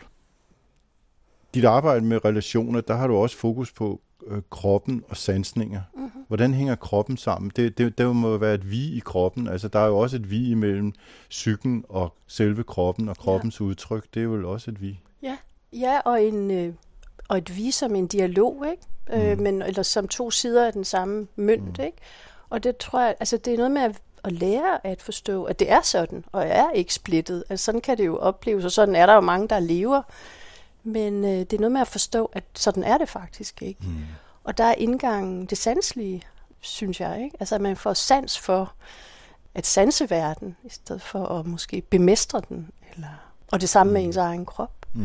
Dit arbejde med relationer, der har du også fokus på øh, kroppen og sansninger. Mm-hmm. Hvordan hænger kroppen sammen? Det, det, der må være et vi i kroppen. Altså, der er jo også et vi imellem psyken og selve kroppen og kroppens ja. udtryk. Det er jo også et vi. Ja, ja og, en, øh, og et vi som en dialog, ikke? Mm. Øh, men, eller som to sider af den samme mønt. Mm. Ikke? Og det tror jeg, altså det er noget med at, at lære at forstå, at det er sådan, og er ikke splittet. Altså sådan kan det jo opleves, og sådan er der jo mange, der lever. Men øh, det er noget med at forstå, at sådan er det faktisk ikke. Mm. Og der er indgangen det sanselige, synes jeg. Ikke? Altså at man får sans for at sanse verden, i stedet for at måske bemestre den. Eller, og det samme mm. med ens egen krop. Mm.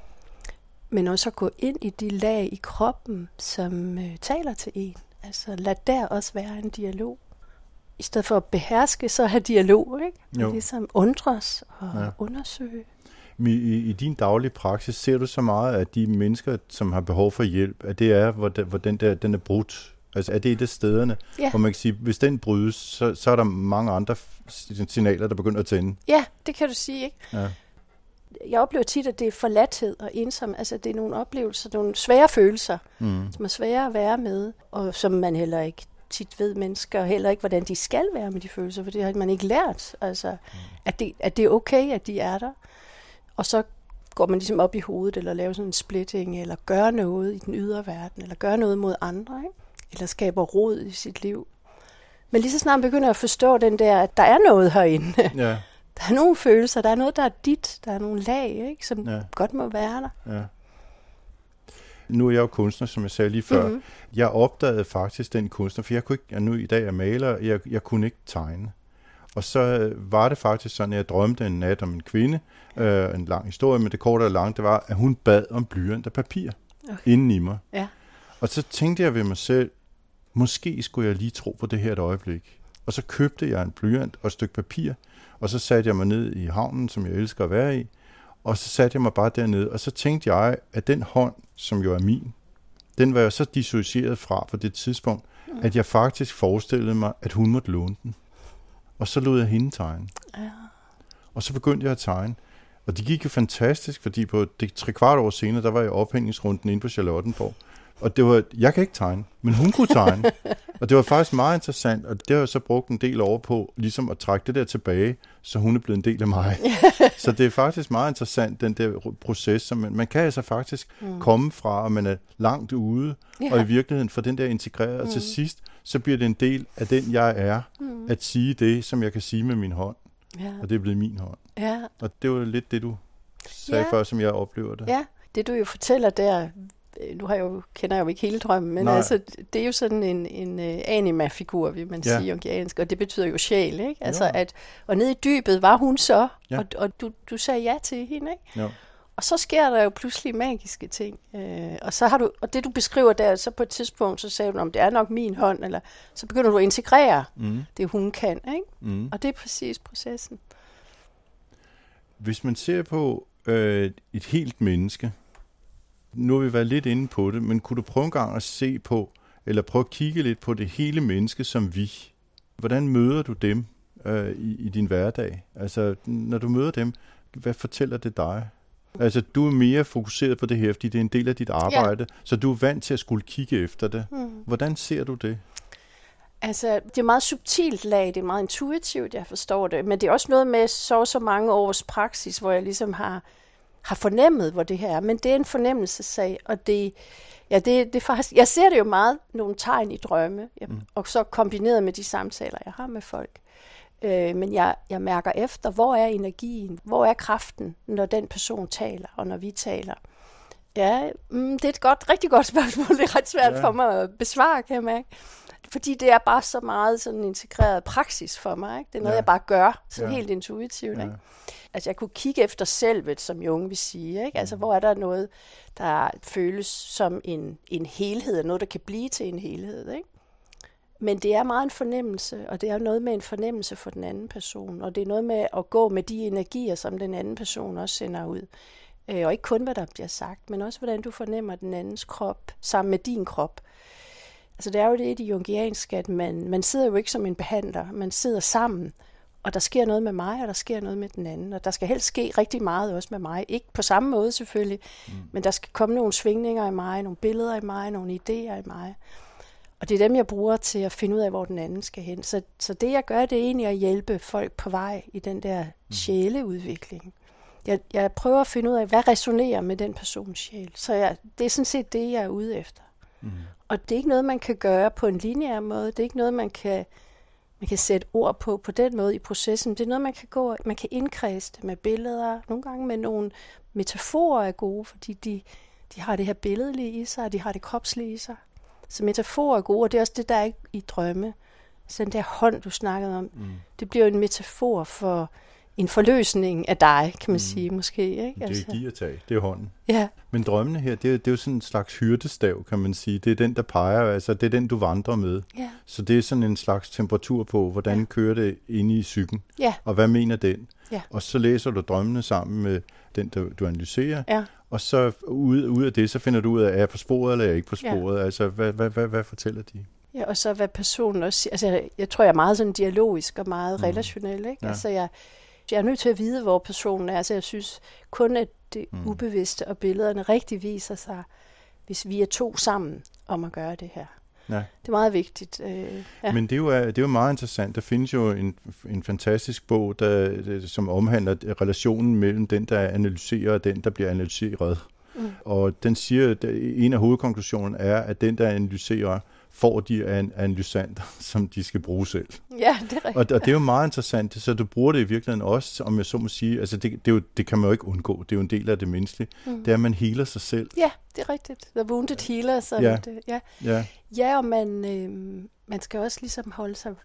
Men også at gå ind i de lag i kroppen, som øh, taler til en. Altså lad der også være en dialog. I stedet for at beherske, så have dialog. Ikke? Og ligesom undres og ja. undersøge. I, I din daglige praksis ser du så meget, at de mennesker, som har behov for hjælp, at det er, hvor, den, hvor den, der, den er brudt? Altså er det et af stederne, ja. hvor man kan sige, hvis den brydes, så, så er der mange andre signaler, der begynder at tænde? Ja, det kan du sige, ikke? Ja. Jeg oplever tit, at det er forladthed og ensom. Altså det er nogle oplevelser, nogle svære følelser, mm. som er svære at være med, og som man heller ikke tit ved mennesker, heller ikke, hvordan de skal være med de følelser, for det har man ikke lært. Altså, mm. at, det, at det er okay, at de er der. Og så går man ligesom op i hovedet, eller laver sådan en splitting, eller gør noget i den ydre verden, eller gør noget mod andre, ikke? Eller skaber rod i sit liv. Men lige så snart man begynder at forstå den der, at der er noget herinde. Ja. Der er nogle følelser, der er noget, der er dit, der er nogle lag, ikke? Som ja. godt må være der. Ja. Nu er jeg jo kunstner, som jeg sagde lige før. Mm-hmm. Jeg opdagede faktisk den kunstner, for jeg kunne ikke, jeg nu i dag er maler, jeg, jeg kunne ikke tegne. Og så var det faktisk sådan, at jeg drømte en nat om en kvinde, øh, en lang historie, men det korte og lange, det var, at hun bad om blyant og papir okay. inden i mig. Ja. Og så tænkte jeg ved mig selv, måske skulle jeg lige tro på det her et øjeblik. Og så købte jeg en blyant og et stykke papir, og så satte jeg mig ned i havnen, som jeg elsker at være i, og så satte jeg mig bare dernede, og så tænkte jeg, at den hånd, som jo er min, den var jeg så dissocieret fra på det tidspunkt, mm. at jeg faktisk forestillede mig, at hun måtte låne den. Og så lod jeg hende tegne. Ja. Og så begyndte jeg at tegne. Og det gik jo fantastisk, fordi på det tre kvart år senere, der var jeg i ophængningsrunden inde på Charlottenborg. Og det var, jeg kan ikke tegne, men hun kunne tegne. Og det var faktisk meget interessant, og det har jeg så brugt en del over på, ligesom at trække det der tilbage, så hun er blevet en del af mig. Så det er faktisk meget interessant, den der proces, som man, man kan altså faktisk mm. komme fra, og man er langt ude, ja. og i virkeligheden få den der integreret, mm. og til sidst, så bliver det en del af den, jeg er, mm. at sige det, som jeg kan sige med min hånd. Ja. Og det er blevet min hånd. Ja. Og det var lidt det, du sagde ja. før, som jeg oplever det. Ja, det du jo fortæller der, nu har jeg jo, kender jeg jo ikke hele drømmen, men altså, det er jo sådan en, en uh, anima-figur, vil man ja. sige jungiansk, og det betyder jo sjæl, ikke? Altså, at, og nede i dybet var hun så, ja. og, og du, du sagde ja til hende, ikke? Ja. Og så sker der jo pludselig magiske ting. Øh, og så har du, og det du beskriver der, så på et tidspunkt, så sagde du, om det er nok min hånd, eller så begynder du at integrere mm. det, hun kan, ikke? Mm. Og det er præcis processen. Hvis man ser på øh, et helt menneske, nu har vi været lidt inde på det, men kunne du prøve en gang at se på, eller prøve at kigge lidt på det hele menneske som vi? Hvordan møder du dem øh, i, i din hverdag? Altså, når du møder dem, hvad fortæller det dig? Altså, du er mere fokuseret på det her, fordi det er en del af dit arbejde, ja. så du er vant til at skulle kigge efter det. Mm. Hvordan ser du det? Altså, det er meget subtilt lag, det er meget intuitivt, jeg forstår det, men det er også noget med så så mange års praksis, hvor jeg ligesom har, har fornemmet, hvor det her er, men det er en fornemmelsessag, og det, ja, det, det er faktisk, jeg ser det jo meget, nogle tegn i drømme, ja, mm. og så kombineret med de samtaler, jeg har med folk. Øh, men jeg, jeg mærker efter, hvor er energien, hvor er kraften, når den person taler, og når vi taler. Ja, mm, det er et godt, rigtig godt spørgsmål, det er ret svært ja. for mig at besvare, kan jeg mærke. Fordi det er bare så meget sådan en integreret praksis for mig, ikke? Det er noget, ja. jeg bare gør, sådan ja. helt intuitivt, ikke? Ja. Altså, jeg kunne kigge efter selvet, som Jung vil sige, ikke? Altså, hvor er der noget, der føles som en, en helhed, noget, der kan blive til en helhed, ikke? Men det er meget en fornemmelse, og det er noget med en fornemmelse for den anden person. Og det er noget med at gå med de energier, som den anden person også sender ud. Og ikke kun, hvad der bliver sagt, men også, hvordan du fornemmer den andens krop sammen med din krop. Altså, det er jo det i det jungianske, at man, man sidder jo ikke som en behandler. Man sidder sammen, og der sker noget med mig, og der sker noget med den anden. Og der skal helst ske rigtig meget også med mig. Ikke på samme måde selvfølgelig, mm. men der skal komme nogle svingninger i mig, nogle billeder i mig, nogle idéer i mig. Og det er dem, jeg bruger til at finde ud af, hvor den anden skal hen. Så, så det, jeg gør, det er egentlig at hjælpe folk på vej i den der sjæleudvikling. Jeg, jeg prøver at finde ud af, hvad resonerer med den persons sjæl. Så jeg, det er sådan set det, jeg er ude efter. Mm. Og det er ikke noget, man kan gøre på en lineær måde. Det er ikke noget, man kan, man kan sætte ord på på den måde i processen. Det er noget, man kan gå, man kan indkredse det med billeder. Nogle gange med nogle metaforer er gode, fordi de, de har det her billedlige i sig, og de har det kropslige i sig. Så metaforer er gode, og det er også det, der er ikke i drømme. Så den der hånd, du snakkede om, mm. det bliver jo en metafor for en forløsning af dig, kan man mm. sige, måske. Ikke? Det er altså. Give og tage, det er hånden. Ja. Men drømmene her, det er, det er jo sådan en slags hyrdestav, kan man sige. Det er den, der peger, altså det er den, du vandrer med. Ja. Så det er sådan en slags temperatur på, hvordan ja. kører det inde i psyken, ja. og hvad mener den? Ja. Og så læser du drømmene sammen med den, du, du analyserer, ja. og så ud, ud af det, så finder du ud af, er jeg på sporet, eller er jeg ikke på sporet? Ja. Altså, hvad, hvad, hvad, hvad fortæller de? Ja, og så hvad personen også siger. Altså, jeg, jeg tror, jeg er meget sådan dialogisk og meget mm. relationel, ikke? Ja. Altså, jeg, jeg er nødt til at vide, hvor personen er. Altså, jeg synes kun, at det mm. ubevidste og billederne rigtig viser sig, hvis vi er to sammen om at gøre det her. Ja. Det er meget vigtigt. Øh, ja. Men det er, jo, det er jo meget interessant. Der findes jo en, en fantastisk bog, der, som omhandler relationen mellem den, der analyserer, og den, der bliver analyseret. Mm. Og den siger, at en af hovedkonklusionerne er, at den, der analyserer, får de af en analysanter, som de skal bruge selv. Ja, det er rigtigt. Og, og det er jo meget interessant, så du bruger det i virkeligheden også, om jeg så må sige, altså det, det, er jo, det kan man jo ikke undgå, det er jo en del af det menneskelige, mm. det er, at man healer sig selv. Ja, det er rigtigt. The wounded healer, så ja. det, ja. Ja. Ja, og man, øh, man skal også ligesom holde sig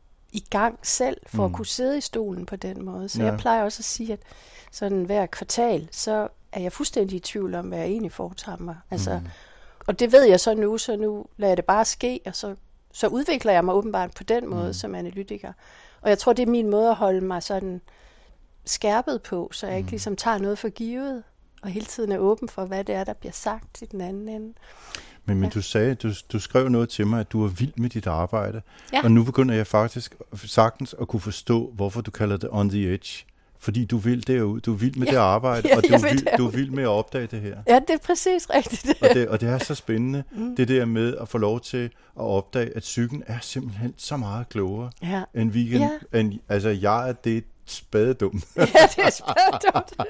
i gang selv, for mm. at kunne sidde i stolen på den måde. Så ja. jeg plejer også at sige, at sådan hver kvartal, så er jeg fuldstændig i tvivl om, hvad jeg egentlig foretager mig. Altså, mm. Og det ved jeg så nu, så nu lader jeg det bare ske, og så, så udvikler jeg mig åbenbart på den måde mm. som analytiker. Og jeg tror, det er min måde at holde mig sådan skærpet på, så jeg mm. ikke ligesom tager noget for givet, og hele tiden er åben for, hvad det er, der bliver sagt i den anden ende. Men, men ja. du sagde, du, du skrev noget til mig, at du er vild med dit arbejde, ja. og nu begynder jeg faktisk sagtens at kunne forstå, hvorfor du kalder det on the edge. Fordi du vil derud, du er vild med ja, det arbejde, ja, og du er, vild, du er vild med at opdage det her. Ja, det er præcis rigtigt. og, det, og det er så spændende, mm. det der med at få lov til at opdage, at psyken er simpelthen så meget klogere, ja. end vi kan. Ja. End, altså, jeg er det spadedumt. Ja, det er spadedumt.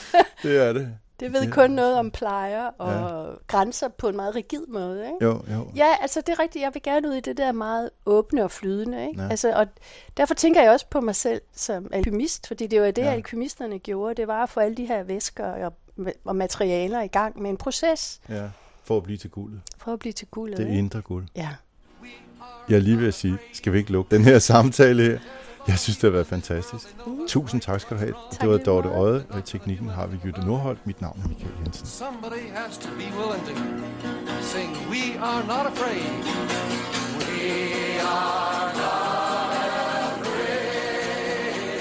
Det er det. Det ved kun noget om plejer og ja. grænser på en meget rigid måde, ikke? Jo, jo. Ja, altså det er rigtigt. Jeg vil gerne ud i det der meget åbne og flydende, ikke? Ja. Altså, og derfor tænker jeg også på mig selv som alkymist, fordi det var det, ja. alkymisterne gjorde. Det var at få alle de her væsker og, og materialer i gang med en proces. Ja, for at blive til guldet. For at blive til guldet, det indre guld. Ja. Jeg er lige ved at sige, skal vi ikke lukke den her samtale her? Jeg synes, det har været fantastisk. Mm. Tusind tak skal du have. Tak, det var Dorte Odde, og i teknikken har vi Jytte Nordholt. Mit navn er Michael Jensen. Somebody has to be willing to sing We Are Not Afraid. We are not afraid.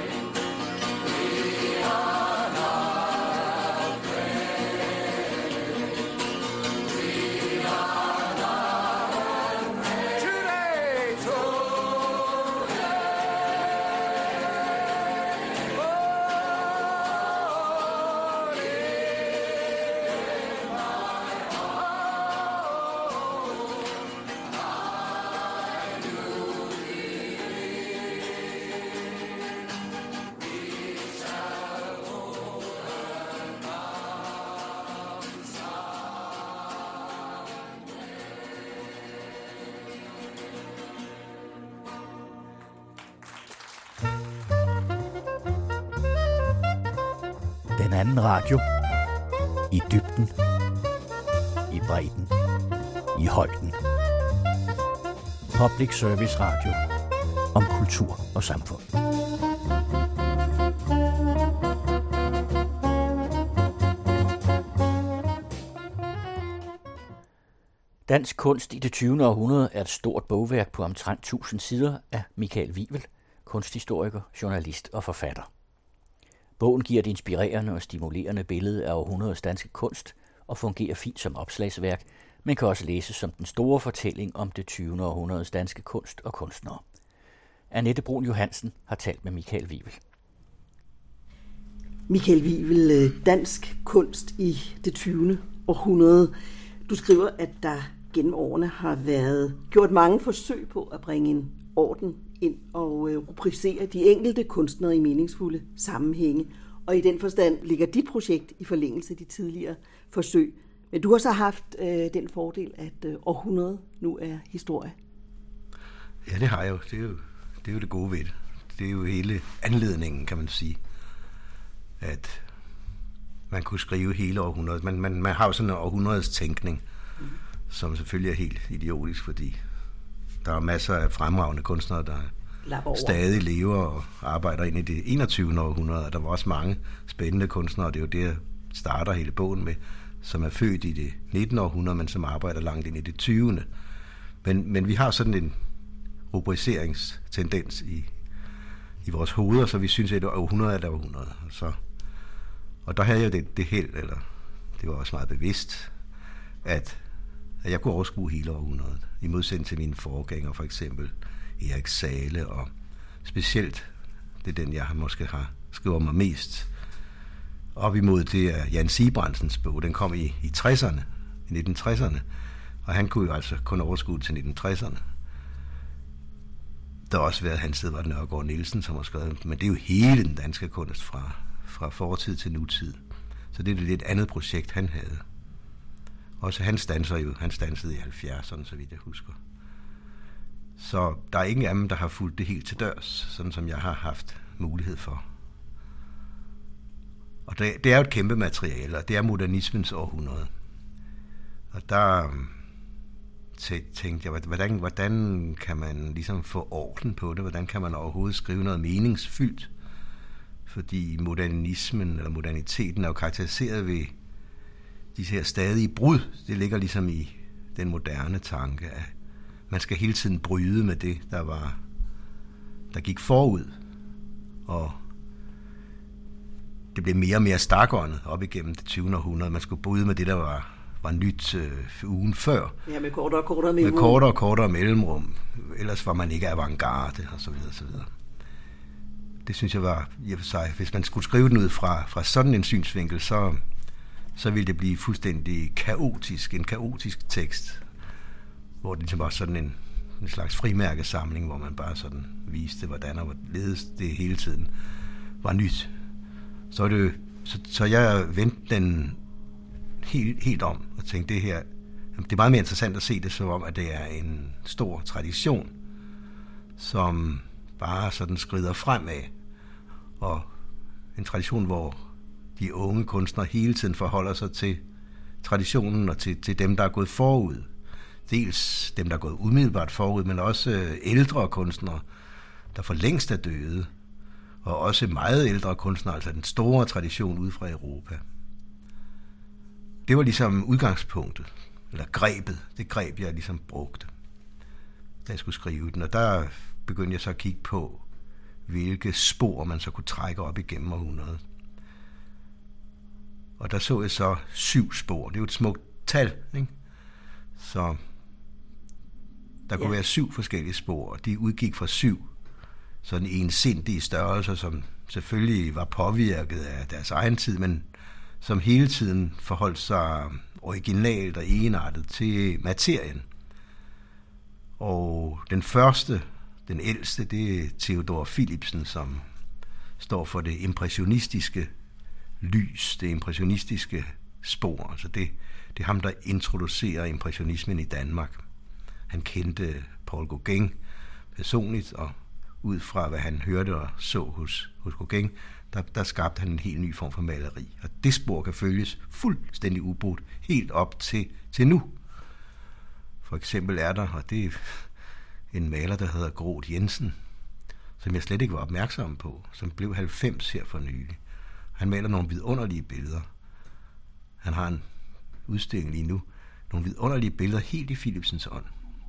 We are not afraid. We are not afraid. Today, today. Den anden radio. I dybden. I bredden. I højden. Public Service Radio. Om kultur og samfund. Dansk kunst i det tyvende århundrede er et stort bogværk på omtrent tusind sider af Michael Wivel, kunsthistoriker, journalist og forfatter. Bogen giver et inspirerende og stimulerende billede af århundredets danske kunst og fungerer fint som opslagsværk, men kan også læses som den store fortælling om det tyvende århundredes danske kunst og kunstnere. Annette Brun Johansen har talt med Michael Wivel. Michael Wivel, dansk kunst i det tyvende århundrede. Du skriver, at der gennem årene har været gjort mange forsøg på at bringe en orden ind og rubricere de enkelte kunstnere i meningsfulde sammenhænge. Og i den forstand ligger dit projekt i forlængelse af de tidligere forsøg. Men du har så haft øh, den fordel, at øh, århundredet nu er historie. Ja, det har jeg jo. Det er jo det, er jo det gode ved det. Det er jo hele anledningen, kan man sige, at man kunne skrive hele århundredet. Man, man, man har jo sådan en århundredets tænkning, mm. som selvfølgelig er helt idiotisk, fordi der er masser af fremragende kunstnere, der stadig lever og arbejder ind i det enogtyvende århundrede, og der var også mange spændende kunstnere, og det er jo det, jeg starter hele bogen med, som er født i det nittende århundrede, men som arbejder langt ind i det tyvende. Men, men vi har sådan en rubriceringstendens i, i vores hoveder, så vi synes, at århundrede er et århundrede. Så, og der havde jeg det, det held, eller det var også meget bevidst, at, at jeg kunne overskue hele århundredet, i modsætning til mine forgængere, for eksempel Erik Sahle, og specielt, det er den, jeg måske har skrevet mig mest op imod, det er Jan Sibransens bog. Den kom i, i tresserne, i nitten tresserne, og han kunne jo altså kun overskue til nitten tresserne. Der har også været Hans Edvard Nørgaard Nielsen, som har skrevet, men det er jo hele den danske kunst fra, fra fortid til nutid. Så det er lidt andet projekt, han havde. Også han standser jo, han stansede i halvfjerdserne, så vidt jeg husker. Så der er ingen af dem, der har fulgt det helt til dørs, sådan som jeg har haft mulighed for. Og det, det er jo et kæmpe materiale, og det er modernismens århundrede. Og der tænkte jeg, hvordan, hvordan kan man ligesom få orden på det? Hvordan kan man overhovedet skrive noget meningsfyldt? Fordi modernismen, eller moderniteten, er jo karakteriseret ved de her stadige brud. Det ligger ligesom i den moderne tanke, at man skal hele tiden bryde med det, der var, der gik forud. Og det blev mere og mere stakåndet op igennem det tyvende århundrede. Man skulle bryde med det, der var, var nyt øh, ugen før. Ja, med kortere og kortere mellemrum. Med kortere og kortere mellemrum. Ellers var man ikke avantgarde, og så videre, og så videre. Det synes jeg var, i og for sig, hvis man skulle skrive den ud fra, fra sådan en synsvinkel, så, så ville det blive fuldstændig kaotisk, en kaotisk tekst, hvor det ligesom var sådan en, en slags frimærkesamling, hvor man bare sådan viste, hvordan og hvorledes det hele tiden var nyt. Så, det, så, så jeg vendte den helt, helt om og tænkte, det her, det er meget mere interessant at se det som om, at det er en stor tradition, som bare sådan skrider fremad, og en tradition, hvor de unge kunstnere hele tiden forholder sig til traditionen og til, til dem, der er gået forud. Dels dem, der er gået umiddelbart forud, men også ældre kunstnere, der for længst er døde, og også meget ældre kunstnere, altså den store tradition ude fra Europa. Det var ligesom udgangspunktet, eller grebet, det greb, jeg ligesom brugte, da jeg skulle skrive den. Og der begyndte jeg så at kigge på, hvilke spor man så kunne trække op igennem århundredet. Og der så jeg så syv spor. Det er jo et smukt tal, ikke? Så der kunne ja. være syv forskellige spor, og de udgik fra syv sådan ensindige størrelser, som selvfølgelig var påvirket af deres egen tid, men som hele tiden forholdt sig originalt og enartet til materien. Og den første, den ældste, det er Theodor Philipsen, som står for det impressionistiske lys, det impressionistiske spor. Altså det, det er ham, der introducerer impressionismen i Danmark. Han kendte Paul Gauguin personligt, og ud fra hvad han hørte og så hos, hos Gauguin, der, der skabte han en helt ny form for maleri. Og det spor kan følges fuldstændig ubrudt helt op til, til nu. For eksempel er der, og det er en maler, der hedder Groth Jensen, som jeg slet ikke var opmærksom på, som blev halvfems her for nylig. Han maler nogle vidunderlige billeder. Han har en udstilling lige nu, nogle vidunderlige billeder helt i Philipsens ånd.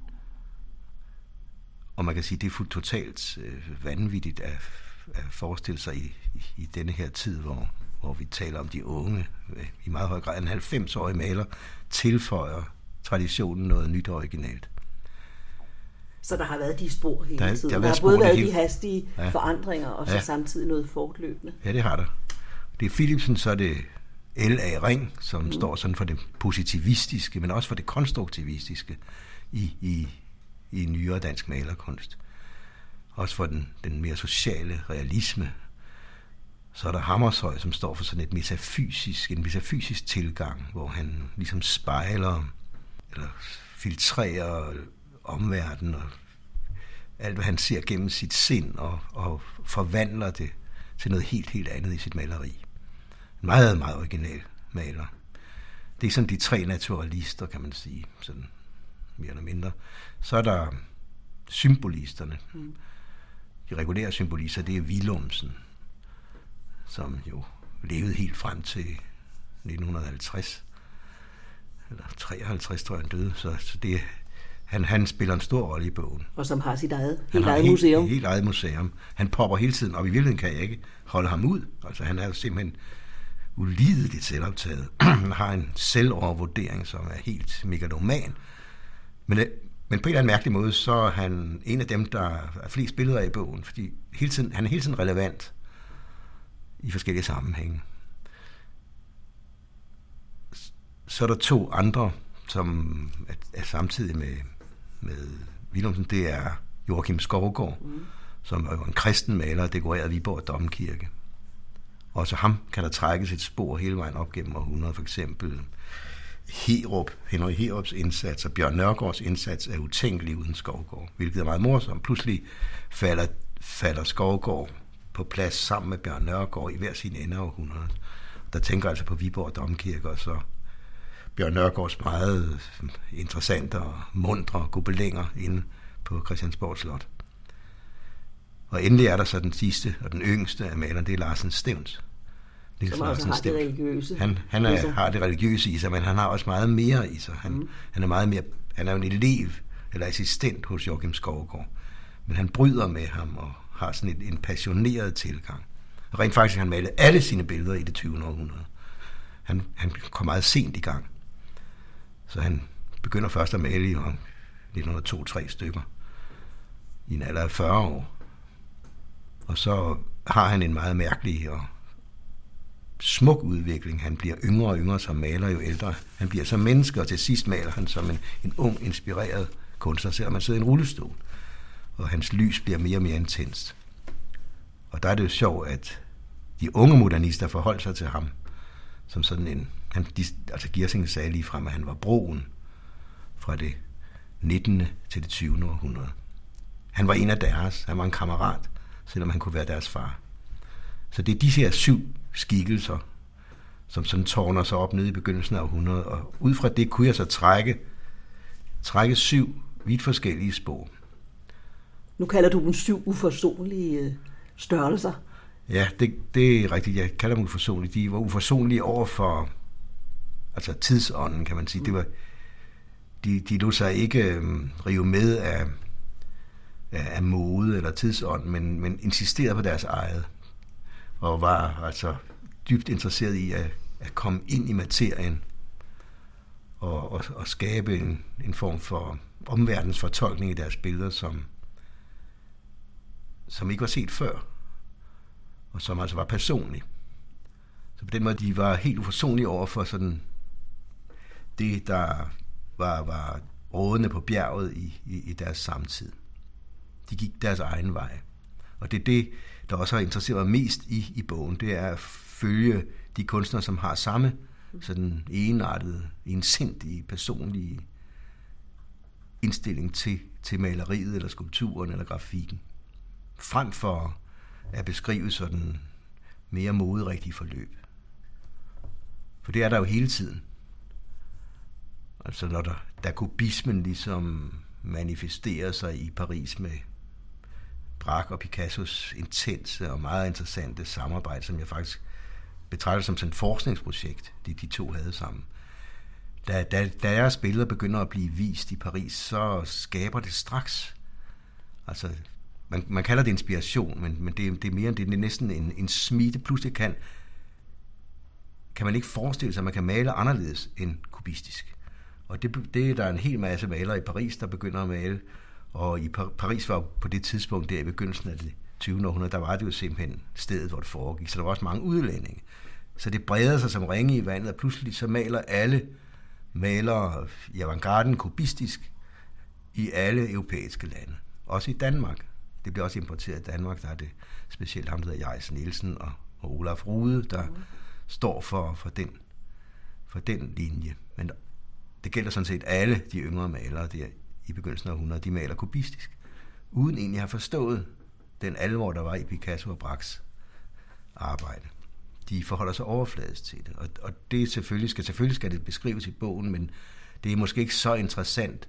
Og man kan sige, det er fuldt totalt øh, vanvittigt at, at forestille sig i, i, i denne her tid, hvor, hvor vi taler om de unge. I meget høj grad en halvfems-årig maler tilføjer traditionen noget nyt og originalt. Så der har været de spor hele der, tiden. Der, der har både været hele... de hastige ja. forandringer, og så ja. samtidig noget fortløbende. Ja, det har der. Det er Philipsen, så er det L A. Ring, som mm. står sådan for det positivistiske, men også for det konstruktivistiske i, i, i nyere dansk malerkunst. Også for den, den mere sociale realisme. Så er der Hammershøi, som står for sådan et metafysisk, en metafysisk tilgang, hvor han ligesom spejler eller filtrerer omverdenen og alt, hvad han ser gennem sit sind, og, og forvandler det til noget helt, helt andet i sit maleri. En meget, meget original maler. Det er sådan de tre naturalister, kan man sige, sådan mere eller mindre. Så er der symbolisterne. Mm. De regulære symbolister, det er Willumsen, som jo levede helt frem til nitten halvtreds, eller treoghalvtreds, tror jeg, han døde. Så, så det, han, han spiller en stor rolle i bogen. Og som har sit eget, helt eget helt, museum. Helt eget museum. Han popper hele tiden, og i virkeligheden kan jeg ikke holde ham ud. Altså han er jo simpelthen ulideligt selvoptaget. Han har en selvovervurdering, som er helt megaloman. Men, men på en eller anden mærkelig måde, så er han en af dem, der er flest billeder af i bogen, fordi hele tiden, han er hele tiden relevant i forskellige sammenhænge. Så er der to andre, som er, er samtidig med, med Willumsen. Det er Joachim Skovgaard, mm. som er jo en kristen maler og dekoreret Viborg Domkirke. Også ham kan der trækkes et spor hele vejen op gennem århundreder. For eksempel Herup, Henrik Herups indsats og Bjørn Nørgaards indsats er utænkelig uden Skovgaard, hvilket er meget morsomt. Pludselig falder, falder Skovgaard på plads sammen med Bjørn Nørgaard i hver sin ende af århundredet. Der tænker altså på Viborg Domkirke, og så Bjørn Nørgaards meget interessante og mundre gobelænger inde på Christiansborg Slot. Og endelig er der så den sidste og den yngste af maleren, det er Larsen Stevns. Som også har det religiøse. Han, han er, har det religiøse i sig, men han har også meget mere i sig. Han, mm. han er meget mere, han er jo en elev eller assistent hos Joachim Skovgaard. Men han bryder med ham og har sådan en, en passioneret tilgang. Og rent faktisk han malede alle sine billeder i det tyvende århundrede. Han, han kom meget sent i gang. Så han begynder først at male i nitten hundrede og to til tre stykker i en alder af fyrre år. Og så har han en meget mærkelig og smuk udvikling. Han bliver yngre og yngre som maler, jo ældre han bliver som menneske, og til sidst maler han som en, en ung, inspireret kunstner, selvom man sidder i en rullestol. Og hans lys bliver mere og mere intenst. Og der er det jo sjovt, at de unge modernister forholdt sig til ham som sådan en, han, de, altså Giersing sagde lige frem, at han var broen fra det nittende til det tyvende århundrede. Han var en af deres, han var en kammerat, selvom han kunne være deres far. Så det er disse her syv skikkelser, som sådan tårner sig op nede i begyndelsen af århundredet, og ud fra det kunne jeg så trække, trække syv vidt forskellige spor. Nu kalder du dem syv uforsonlige størrelser. Ja, det, det er rigtigt. Jeg kalder dem uforsonlige. De var uforsonlige over for altså tidsånden, kan man sige. Det var, de, de lod sig ikke um, rive med af, af, af mode eller tidsånden, men, men insisterede på deres eget, og var altså dybt interesseret i at, at komme ind i materien og, og, og skabe en, en form for omverdens fortolkning i deres billeder, som, som ikke var set før, og som altså var personlig. Så på den måde, de var helt uforsonlige over for sådan det, der var, var rådende på bjerget i, i, i deres samtid. De gik deres egen vej. Og det er det, der også har interesseret mig mest i, i bogen, det er at følge de kunstnere, som har samme sådan enartede, ensindige, personlige indstilling til, til maleriet, eller skulpturen, eller grafikken. Frem for at beskrive sådan mere moderigtige forløb. For det er der jo hele tiden. Altså når der, der kubismen ligesom manifesterer sig i Paris med Braque og Picassos intense og meget interessante samarbejde, som jeg faktisk betragter som sådan et forskningsprojekt, de, de to havde sammen. da, da, da deres billeder begynder at blive vist i Paris, så skaber det straks. Altså, man, man kalder det inspiration, men, men det, det er mere end det. Det er næsten en, en smide. Pludselig kan, kan man ikke forestille sig, at man kan male anderledes end kubistisk. Og det, det er der en hel masse malere i Paris, der begynder at male. Og i Paris var på det tidspunkt, der i begyndelsen af det tyvende århundrede, der var det jo simpelthen stedet, hvor det foregik. Så der var også mange udlændinge. Så det breder sig som ringe i vandet, og pludselig så maler alle malere i avantgarden kubistisk i alle europæiske lande. Også i Danmark. Det bliver også importeret i Danmark. Der er det specielt ham, der hedder Jais Nielsen og, og Olaf Rude, der mm. står for, for, den, for den linje. Men det gælder sådan set alle de yngre malere der i begyndelsen af århundredet. De maler kubistisk, uden egentlig at have forstået den alvor, der var i Picasso og Braques arbejde. De forholder sig overfladisk til det, og, og det selvfølgelig skal, selvfølgelig skal det beskrives i bogen, men det er måske ikke så interessant,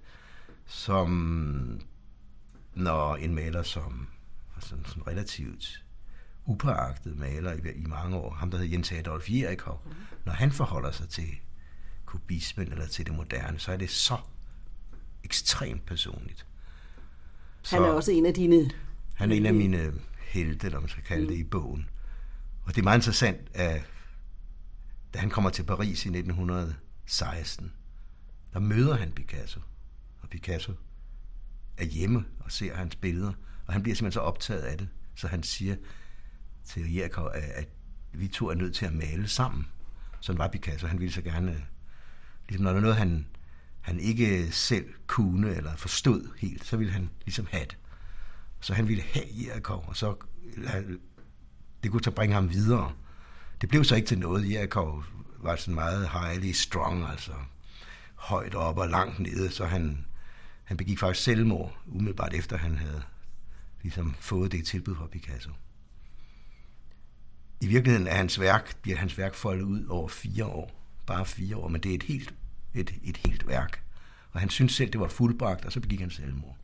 som når en maler som sådan, sådan relativt upåagtet maler i, i mange år, ham der hedder Jens Adolf Jerichau, mm. når han forholder sig til kubismen eller til det moderne, så er det så ekstremt personligt. Så han er også en af dine... Han er en af mine helte, eller man skal kalde det, mm. i bogen. Og det er meget interessant, at da han kommer til Paris i nitten seksten, der møder han Picasso. Og Picasso er hjemme og ser hans billeder, og han bliver simpelthen så optaget af det, så han siger til Jerichau, at, at vi to er nødt til at male sammen. Sådan var Picasso. Han ville så gerne, ligesom når der er noget, han, han ikke selv kunne eller forstod helt, så ville han ligesom have det. Så han ville have Jerichau, og så det kunne så bringe ham videre. Det blev så ikke til noget. Jerichau var sådan meget highly strong, altså højt op og langt nede, så han, han begik faktisk selvmord, umiddelbart efter han havde ligesom fået det tilbud fra Picasso. I virkeligheden er hans værk, bliver hans værk foldet ud over fire år. Bare fire år, men det er et helt, et, et helt værk. Og han syntes selv, det var fuldbragt, og så begik han selvmord.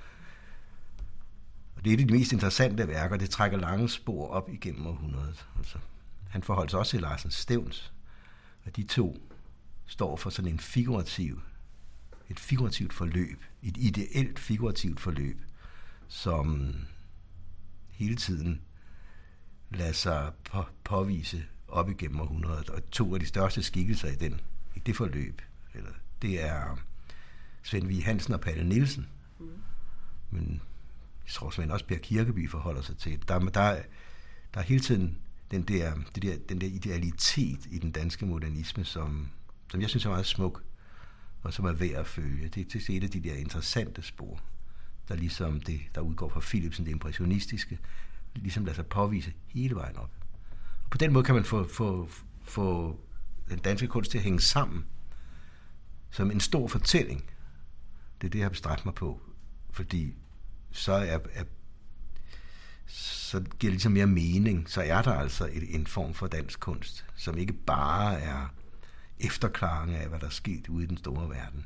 Og det er et af de mest interessante værker, det trækker lange spor op igennem århundredet. Altså, han forholdt sig også til Larsen Stevns, og de to står for sådan en figurativ, et figurativt forløb, et ideelt figurativt forløb, som hele tiden lader sig på, påvise op igennem århundredet. Og to af de største skikkelser i, den, i det forløb, eller, det er Svend Vig Hansen og Palle Nielsen. Mm. Men jeg tror Svend også Per Kirkeby forholder sig til. Der, der, der er hele tiden den der, det der, den der idealitet i den danske modernisme, som, som jeg synes er meget smuk, og som er værd at følge. Det, det er et af de der interessante spor, der ligesom det, der udgår fra Philipsen, det impressionistiske, ligesom lader sig påvise hele vejen op. Og på den måde kan man få, få, få den danske kunst til at hænge sammen som en stor fortælling. Det er det, jeg har bestræbt mig på, fordi så er, er så giver det ligesom mere mening, så er der altså et, en form for dansk kunst, som ikke bare er efterklange af, hvad der er sket ude i den store verden.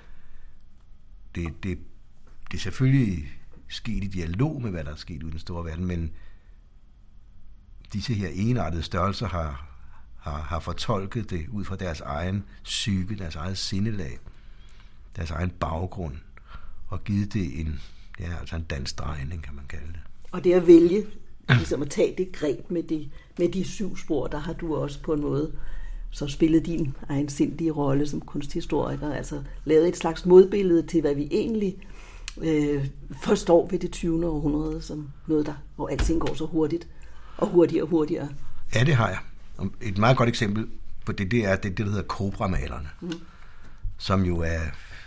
Det, det, det er selvfølgelig sket i dialog med, hvad der er sket ude i den store verden, men disse her enartede størrelser har, har, har fortolket det ud fra deres egen psyke, deres eget sindelag, deres egen baggrund, og givet det en, ja, altså en dansk drejning, kan man kalde det. Og det at vælge, ligesom at tage det greb med de, med de syv spor, der har du også på en måde så spillet din egen sindige rolle som kunsthistoriker, altså lavet et slags modbillede til, hvad vi egentlig øh, forstår ved det tyvende århundrede, som noget, der, hvor alting går så hurtigt, og hurtigere og hurtigere. Ja, det har jeg. Et meget godt eksempel på det, det er det, det der hedder Cobra-malerne, mm. som jo er,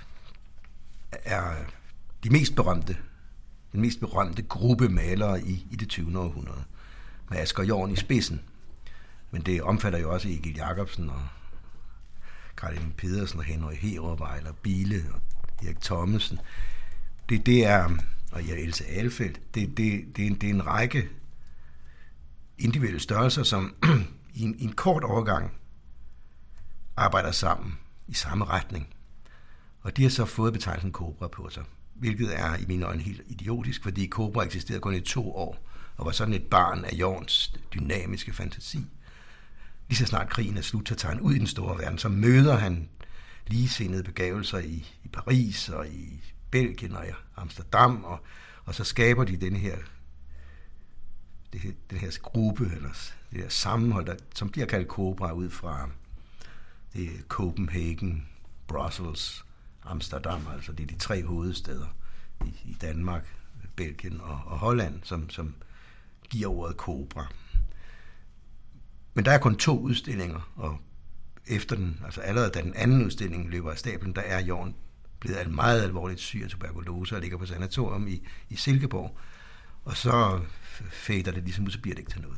er de mest berømte, den mest berømte gruppe malere i, i det tyvende århundrede, med Asger Jorn i spidsen. Men det omfatter jo også Egil Jacobsen og Karl Emil Pedersen og Henry Herup, Ejler Bile og Erik Thommessen. Det, det er, og ja, Else Alfeldt, det, det, det, er en, det er en række individuelle størrelser, som i en, i en kort overgang arbejder sammen i samme retning. Og de har så fået betegnelsen Cobra på sig, hvilket er i mine øjne helt idiotisk, fordi Cobra eksisterede kun i to år, og var sådan et barn af Jorns dynamiske fantasi. Lige så snart krigen er slut, så tager han ud i den store verden, så møder han ligesindede begavelser i, i Paris og i Belgien og i Amsterdam, og, og så skaber de den her, det, den her gruppe, eller det her sammenhold, der, som bliver kaldt Cobra, ud fra det er Copenhagen, Brussels, Amsterdam, altså det er de tre hovedsteder i, i Danmark, Belgien og, og Holland, som, som giver ordet Cobra. Men der er kun to udstillinger, og efter den, altså allerede da den anden udstilling løber af stablen, der er Jorn blevet meget alvorligt syg af tuberkulose og ligger på sanatorium i, i Silkeborg. Og så fader det ligesom ud, så bliver det ikke til noget.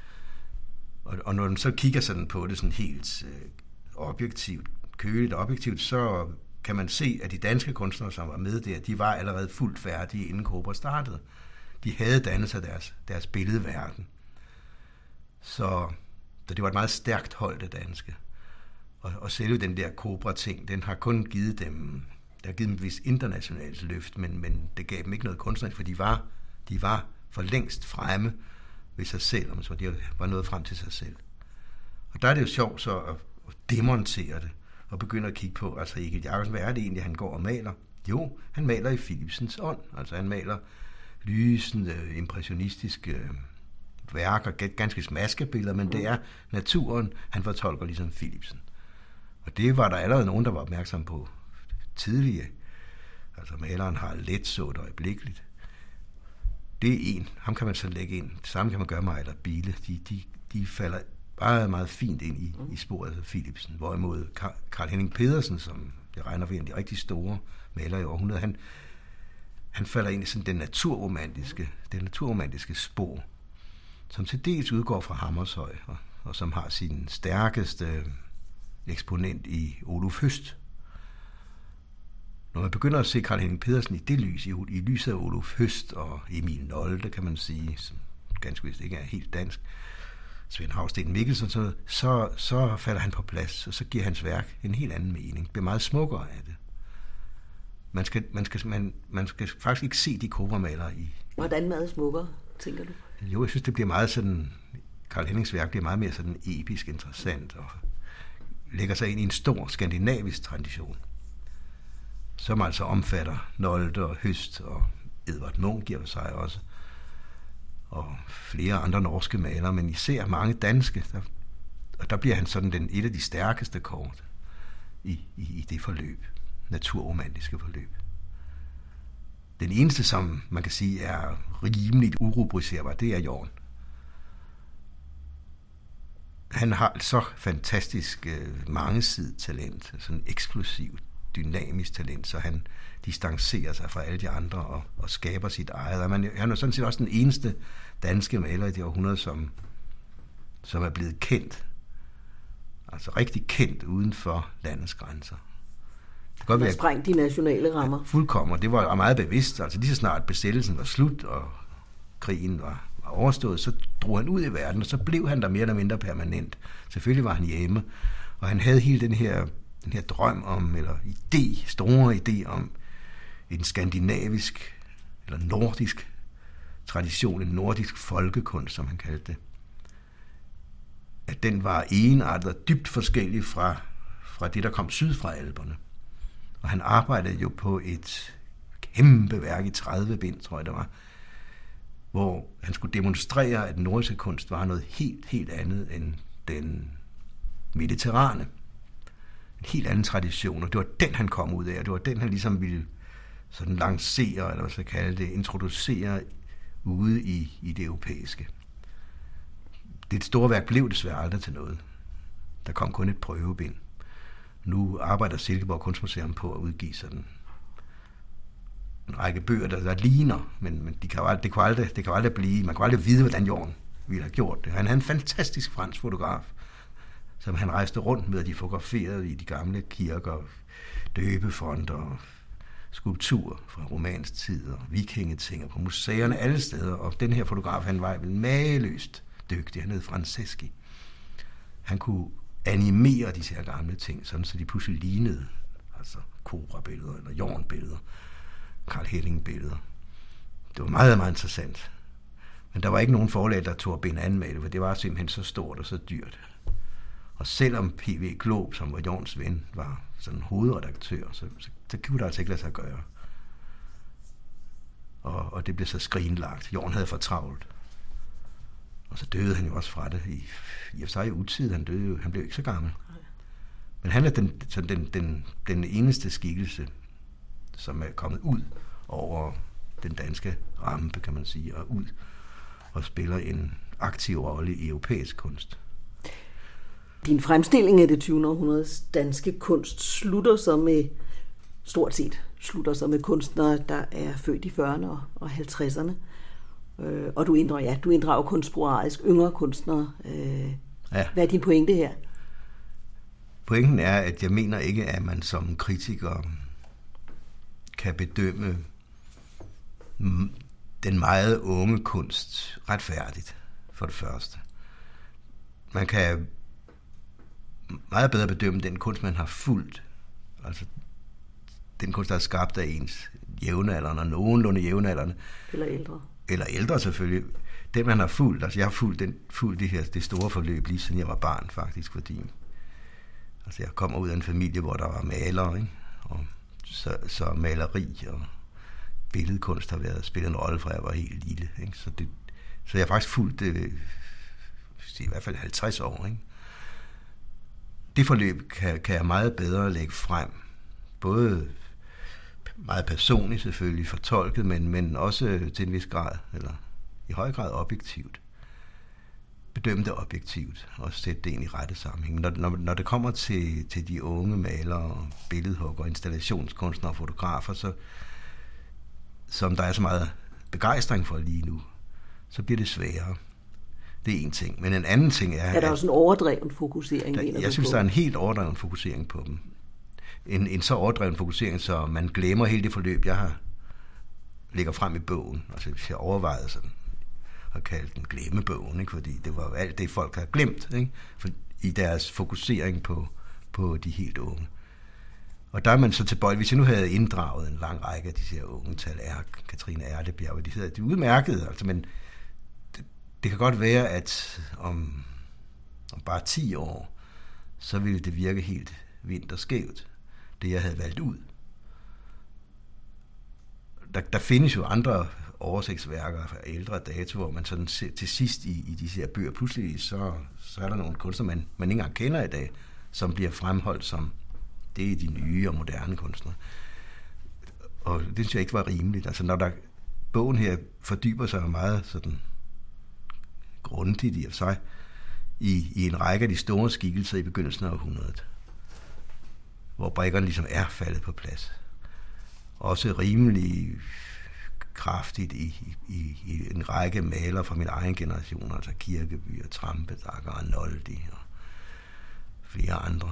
Og, og når den så kigger sådan på det sådan helt øh, objektivt, køligt objektivt, så kan man se, at de danske kunstnere, som var med der, de var allerede fuldt færdige, inden Cobra startede. De havde dannet sig deres, deres billedverden. Så, så det var et meget stærkt hold, det danske. Og, og selve den der Cobra-ting, den har kun givet dem, der har givet dem et vist internationalt løft, men, men det gav dem ikke noget kunstnerisk, for de var, de var for længst fremme ved sig selv, om så de var nået frem til sig selv. Og der er det jo sjovt så at, at demontere det, og begynde at kigge på, altså Egil Jacobsen, hvad er det egentlig, han går og maler? Jo, han maler i Philipsens ånd, altså han maler lysende, impressionistiske værker, ganske smaskebilleder, men det er naturen, han fortolker ligesom Philipsen. Og det var der allerede nogen, der var opmærksom på tidligere. Altså maleren har let så et øjeblikkeligt. Det er en. Ham kan man så lægge ind. Det samme kan man gøre med Ejler Bile. De, de, de falder meget, meget fint ind i, i sporet af Philipsen. Hvorimod Carl Henning Pedersen, som jeg regner ved en af de rigtig store malere i århundredet, han, han falder ind i sådan den naturromantiske, den naturromantiske spor, som til dels udgår fra Hammershøi, og, og som har sin stærkeste eksponent i Oluf Høst. Når man begynder at se Carl Henning Pedersen i det lys, i, i lyset af Oluf Høst og Emil Nolde, kan man sige, som ganske vist ikke er helt dansk, Svend Hausten Mikkelsen, så, så, så falder han på plads, og så giver hans værk en helt anden mening. Det bliver meget smukkere af det. Man skal, man skal, man, man skal faktisk ikke se de Cobra-malere i. Hvordan meget smukkere, tænker du? Jo, jeg synes, det bliver meget sådan, Carl Hennings værk bliver meget mere sådan episk interessant, og lægger sig ind i en stor skandinavisk tradition, som altså omfatter Nolde og Høst og Edvard Munch giver sig også, og flere andre norske malere, men især mange danske, der, og der bliver han sådan den, et af de stærkeste kort i, i, i det forløb, naturromantiske forløb. Den eneste, som man kan sige er rimeligt urubricerbar, det er Jorn. Han har så fantastisk øh, mangesidigt talent, sådan eksplosivt, dynamisk talent, så han distancerer sig fra alle de andre og, og skaber sit eget. Og man, han er sådan set også den eneste danske maler i det århundrede, som, som er blevet kendt, altså rigtig kendt uden for landets grænser. Det kan godt være sprængt de nationale rammer. Ja, fuldkommen, og det var meget bevidst. Altså lige så snart besættelsen var slut, og krigen var, var overstået, så drog han ud i verden, og så blev han der mere eller mindre permanent. Selvfølgelig var han hjemme, og han havde hele den her, den her drøm om, eller idé, store idé om en skandinavisk, eller nordisk tradition, en nordisk folkekunst, som han kaldte det. At den var enartet og dybt forskellig fra, fra det, der kom syd fra Alperne. Og han arbejdede jo på et kæmpe værk i tredive bind, tror jeg det var, hvor han skulle demonstrere, at den nordiske kunst var noget helt, helt andet end den mediterrane. En helt anden tradition, og det var den, han kom ud af, og det var den, han ligesom ville sådan lancere, eller hvad skal jeg kalde det, introducere ude i, i det europæiske. Det store værk blev desværre aldrig til noget. Der kom kun et prøvebind. Nu arbejder Silkeborg Kunstmuseum på at udgive sådan en række bøger, der, der ligner, men, men de kan aldrig, det, kan aldrig, det kan aldrig blive, man kan aldrig vide, hvordan Jorn ville have gjort det. Han havde en fantastisk fransk fotograf, som han rejste rundt med, og de fotograferede i de gamle kirker, døbefonter, skulpturer fra romansk tid og vikingeting på museerne alle steder, og den her fotograf, han var mageløst dygtig, han hed Franceschi. Han kunne animere disse her gamle ting, sådan så de pludselig lignede, altså Cobra-billeder eller Jorn-billeder, Carl Henning-billeder. Det var meget, meget interessant. Men der var ikke nogen forlag, der tog at binde an med det, for det var simpelthen så stort og så dyrt. Og selvom P V Glob, som var Jorns ven, var sådan hovedredaktør, så, så, så kunne det altså ikke lade sig gøre. Og, og det blev så skrinlagt. Jorn havde for travlt. Og så døde han jo også fra det. I, i og for sig i utid, han døde jo, han blev ikke så gammel. Men han er den, den, den, den eneste skikkelse, som er kommet ud over den danske rampe, kan man sige, og ud og spiller en aktiv rolle i europæisk kunst. Din fremstilling af det tyvende århundredes danske kunst slutter så med, stort set slutter så med kunstnere, der er født i fyrrerne og halvtredserne. Øh, og du inddrager, ja, du inddrager kun sporadisk yngre kunstnere. Øh, ja. Hvad er din pointe her? Pointen er, at jeg mener ikke, at man som kritiker kan bedømme den meget unge kunst retfærdigt, for det første. Man kan meget bedre bedømme den kunst, man har fulgt. Altså den kunst, der er skabt af ens jævnaldrende og nogenlunde jævnaldrende. Eller ældre. Eller ældre selvfølgelig. Den, man har fulgt. Altså jeg har fulgt, den, fulgt det her det store forløb lige siden jeg var barn, faktisk, fordi altså jeg kommer ud af en familie, hvor der var malere, ikke? Og så, så maleri og billedkunst har været spillet en rolle, fra jeg var helt lille. Ikke? Så, det, så jeg har faktisk fulgt det i hvert fald halvtreds år. Ikke? Det forløb kan, kan jeg meget bedre lægge frem. Både meget personligt selvfølgelig fortolket, men, men også til en vis grad, eller i høj grad objektivt. Bedømme det objektivt og sætte det ind i rette sammenhæng. Når, når, når det kommer til, til de unge malere, billedhugger, installationskunstnere og fotografer, så, som der er så meget begejstring for lige nu, så bliver det sværere. Det er en ting. Men en anden ting er... Er der også en overdreven fokusering? Der, jeg synes, der er en helt overdreven fokusering på dem. En, en så overdreven fokusering, så man glemmer hele det forløb, jeg har lægger frem i bogen. Altså, hvis jeg overvejede sådan at kalde den glemmebogen, ikke? Fordi det var alt det, folk har glemt, ikke? For, i deres fokusering på, på de helt unge. Og der er man så tilbøjelig, hvis jeg nu havde inddraget en lang række af de her unge tal, er Katrine Erlebjerg, de hedder, de er udmærkede, altså, men det, det kan godt være, at om, om bare ti år, så ville det virke helt vinterskævt, det jeg havde valgt ud. Der, der findes jo andre oversigtsværker fra ældre dato, hvor man sådan til sidst i, i de her bøger, pludselig så, så er der nogle kunstnere, man, man ikke engang kender i dag, som bliver fremholdt som det er de nye og moderne kunstnere. Og det synes jeg ikke var rimeligt. Altså når der bogen her fordyber sig meget sådan grundigt i og sig i, i en række af de store skikkelser i begyndelsen af århundredet, hvor brikkerne ligesom er faldet på plads. Også rimelig kraftigt i, i, i en række malere fra min egen generation, altså Kirkeby og Trampedach og Arnoldi og flere andre.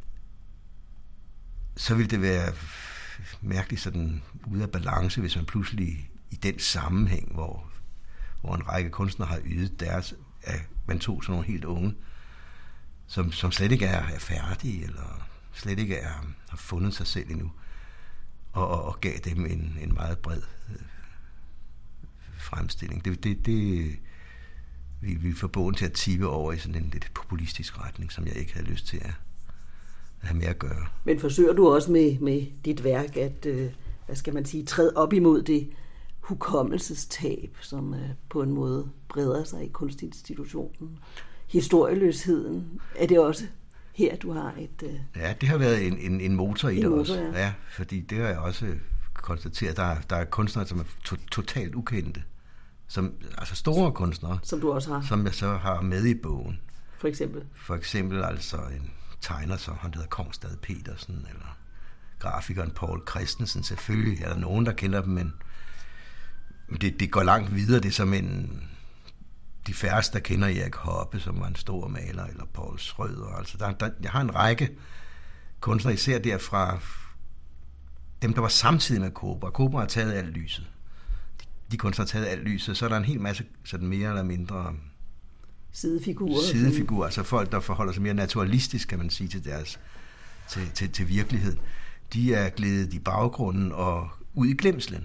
Så ville det være mærkeligt sådan ude af balance, hvis man pludselig i den sammenhæng, hvor, hvor en række kunstnere har ydet deres, at man tog sådan nogle helt unge, som, som slet ikke er, er færdige, eller slet ikke er, har fundet sig selv endnu, og, og, og gav dem en, en meget bred øh, fremstilling. Det, det, det vi ville få bogen til at tippe over i sådan en lidt populistisk retning, som jeg ikke havde lyst til at have med at gøre. Men forsøger du også med, med dit værk at, øh, hvad skal man sige, træde op imod det hukommelsestab, som øh, på en måde breder sig i kunstinstitutionen? Historieløsheden, er det også her, du har et... Øh, ja, det har været en, en, en motor i en det motor, også. Ja. Ja, fordi det har jeg også konstateret. Der, der er kunstnere, som er to- totalt ukendte. Som, altså store kunstnere. Som du også har. Som jeg så har med i bogen. For eksempel? For eksempel altså en tegner, så han hedder Kongstad Petersen, eller grafikeren Paul Christensen. Selvfølgelig er der nogen, der kender dem, men det, det går langt videre. Det er som en... De færreste, der kender Erik Hoppe, som var en stor maler, eller Paul Schrøder. Altså, der, der, jeg har en række kunstnere, især derfra dem, der var samtidig med Cobra. Cobra har taget alt lyset. De, de kunstnere har taget alt lyset. Så er der en hel masse sådan mere eller mindre sidefigurer. Sidefigurer, altså folk, der forholder sig mere naturalistisk, kan man sige, til deres til, til, til virkeligheden. De er glædet i baggrunden og ud i glemslen.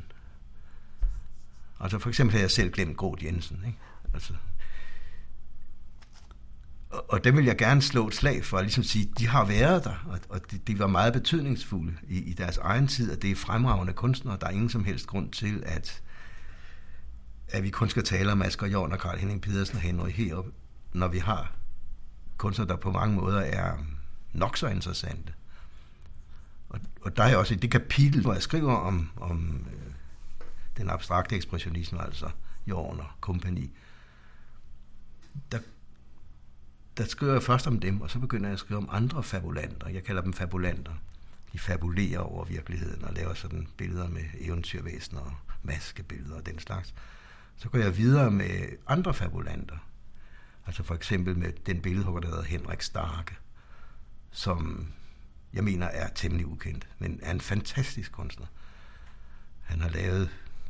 Altså for eksempel har jeg selv glemt Groth Jensen, ikke? Altså. Og, og det vil jeg gerne slå et slag for, at ligesom sige, de har været der, og, og de, de var meget betydningsfulde i, i deres egen tid, og det er fremragende kunstnere. Der er ingen som helst grund til, at, at vi kun skal tale om Asger Jorn og Carl Henning Pedersen og Henry Heerup, når vi har kunstnere, der på mange måder er nok så interessante. Og, og der er også i det kapitel, hvor jeg skriver om, om øh, den abstrakte ekspressionisme, altså Jorn og kompagni, der, der skriver jeg først om dem, og så begynder jeg at skrive om andre fabulanter. Jeg kalder dem fabulanter. De fabulerer over virkeligheden og laver sådan billeder med eventyrvæsener og maskebilleder og den slags. Så går jeg videre med andre fabulanter. Altså for eksempel med den billedhugger, der hedder Henrik Starke, som jeg mener er temmelig ukendt, men er en fantastisk kunstner. Han har lavet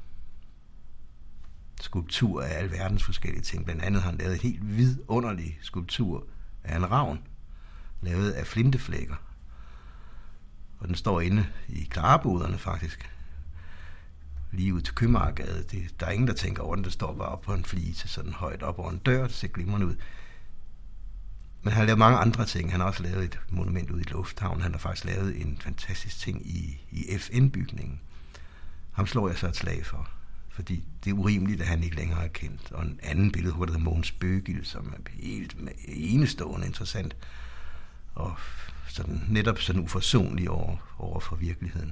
skulptur af alverdens forskellige ting. Blandt andet har han lavet en helt vidunderlig skulptur af en ravn, lavet af flinteflækker. Og den står inde i klareboderne faktisk, lige ud til Købmagergade. Det, der er ingen, der tænker over den. Det står bare op på en flise, sådan højt op over en dør. Det ser glimrende ud. Men han har lavet mange andre ting. Han har også lavet et monument ude i Lufthavn. Han har faktisk lavet en fantastisk ting i, i F N-bygningen. Ham slår jeg så et slag for, fordi det er urimeligt, at han ikke længere er kendt. Og en anden billede, hvor der hedder Mogens Bøgel, som er helt enestående interessant, og sådan, netop sådan uforsonlig over, over for virkeligheden.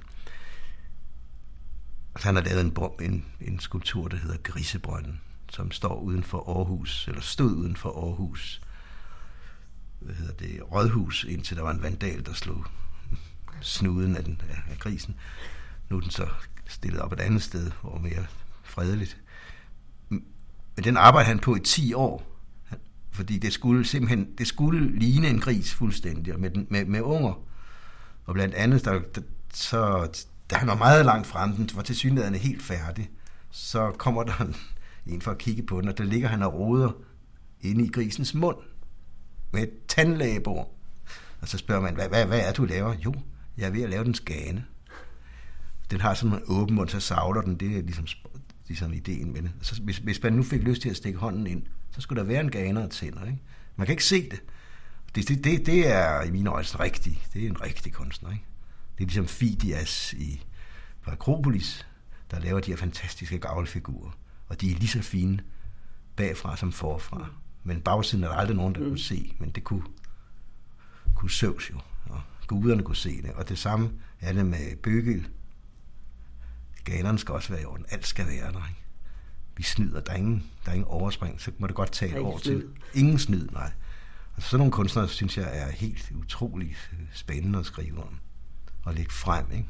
Altså, han har lavet en, en, en skulptur, der hedder Grisebrønden, som står uden for Aarhus, eller stod uden for Aarhus, hvad hedder det, rådhus, indtil der var en vandal, der slog snuden af, den, af grisen. Nu er den så stillet op et andet sted, hvor mere fredeligt. Men den arbejdede han på i ti år, fordi det skulle simpelthen, det skulle ligne en gris fuldstændig, med, den, med, med unger. Og blandt andet, der, der, så, da han var meget langt frem, den var tilsyneladende helt færdig, så kommer der en, en for at kigge på den, og der ligger han og roder inde i grisens mund med et tandlægebord. Og så spørger man, hvad, hvad, hvad er du laver? Jo, jeg er ved at lave den skane. Den har sådan en åben mund, så savler den. Det er ligesom, ligesom ideen med det. Så hvis, hvis man nu fik lyst til at stikke hånden ind, så skulle der være en ganer og tænder. Ikke? Man kan ikke se det. Det, det, det, det er i mine øjne rigtig. Det er en rigtig kunstner. Ikke? Det er ligesom Fidias i på Akropolis, der laver de her fantastiske gavlfigurer. Og de er lige så fine bagfra som forfra. Men bagsiden er der aldrig nogen, der mm. kunne se. Men det kunne, kunne Zeus jo. Og guderne kunne se det. Og det samme er det med Bøgel. Ganerne skal også være i orden. Alt skal være der. Ikke? Vi snyder. Der er ingen, der er ingen overspring. Så må det godt tage et år til. Ingen snyd, nej. Altså, sådan nogle kunstnere, synes jeg, er helt utroligt spændende at skrive om. Og lægge frem, ikke?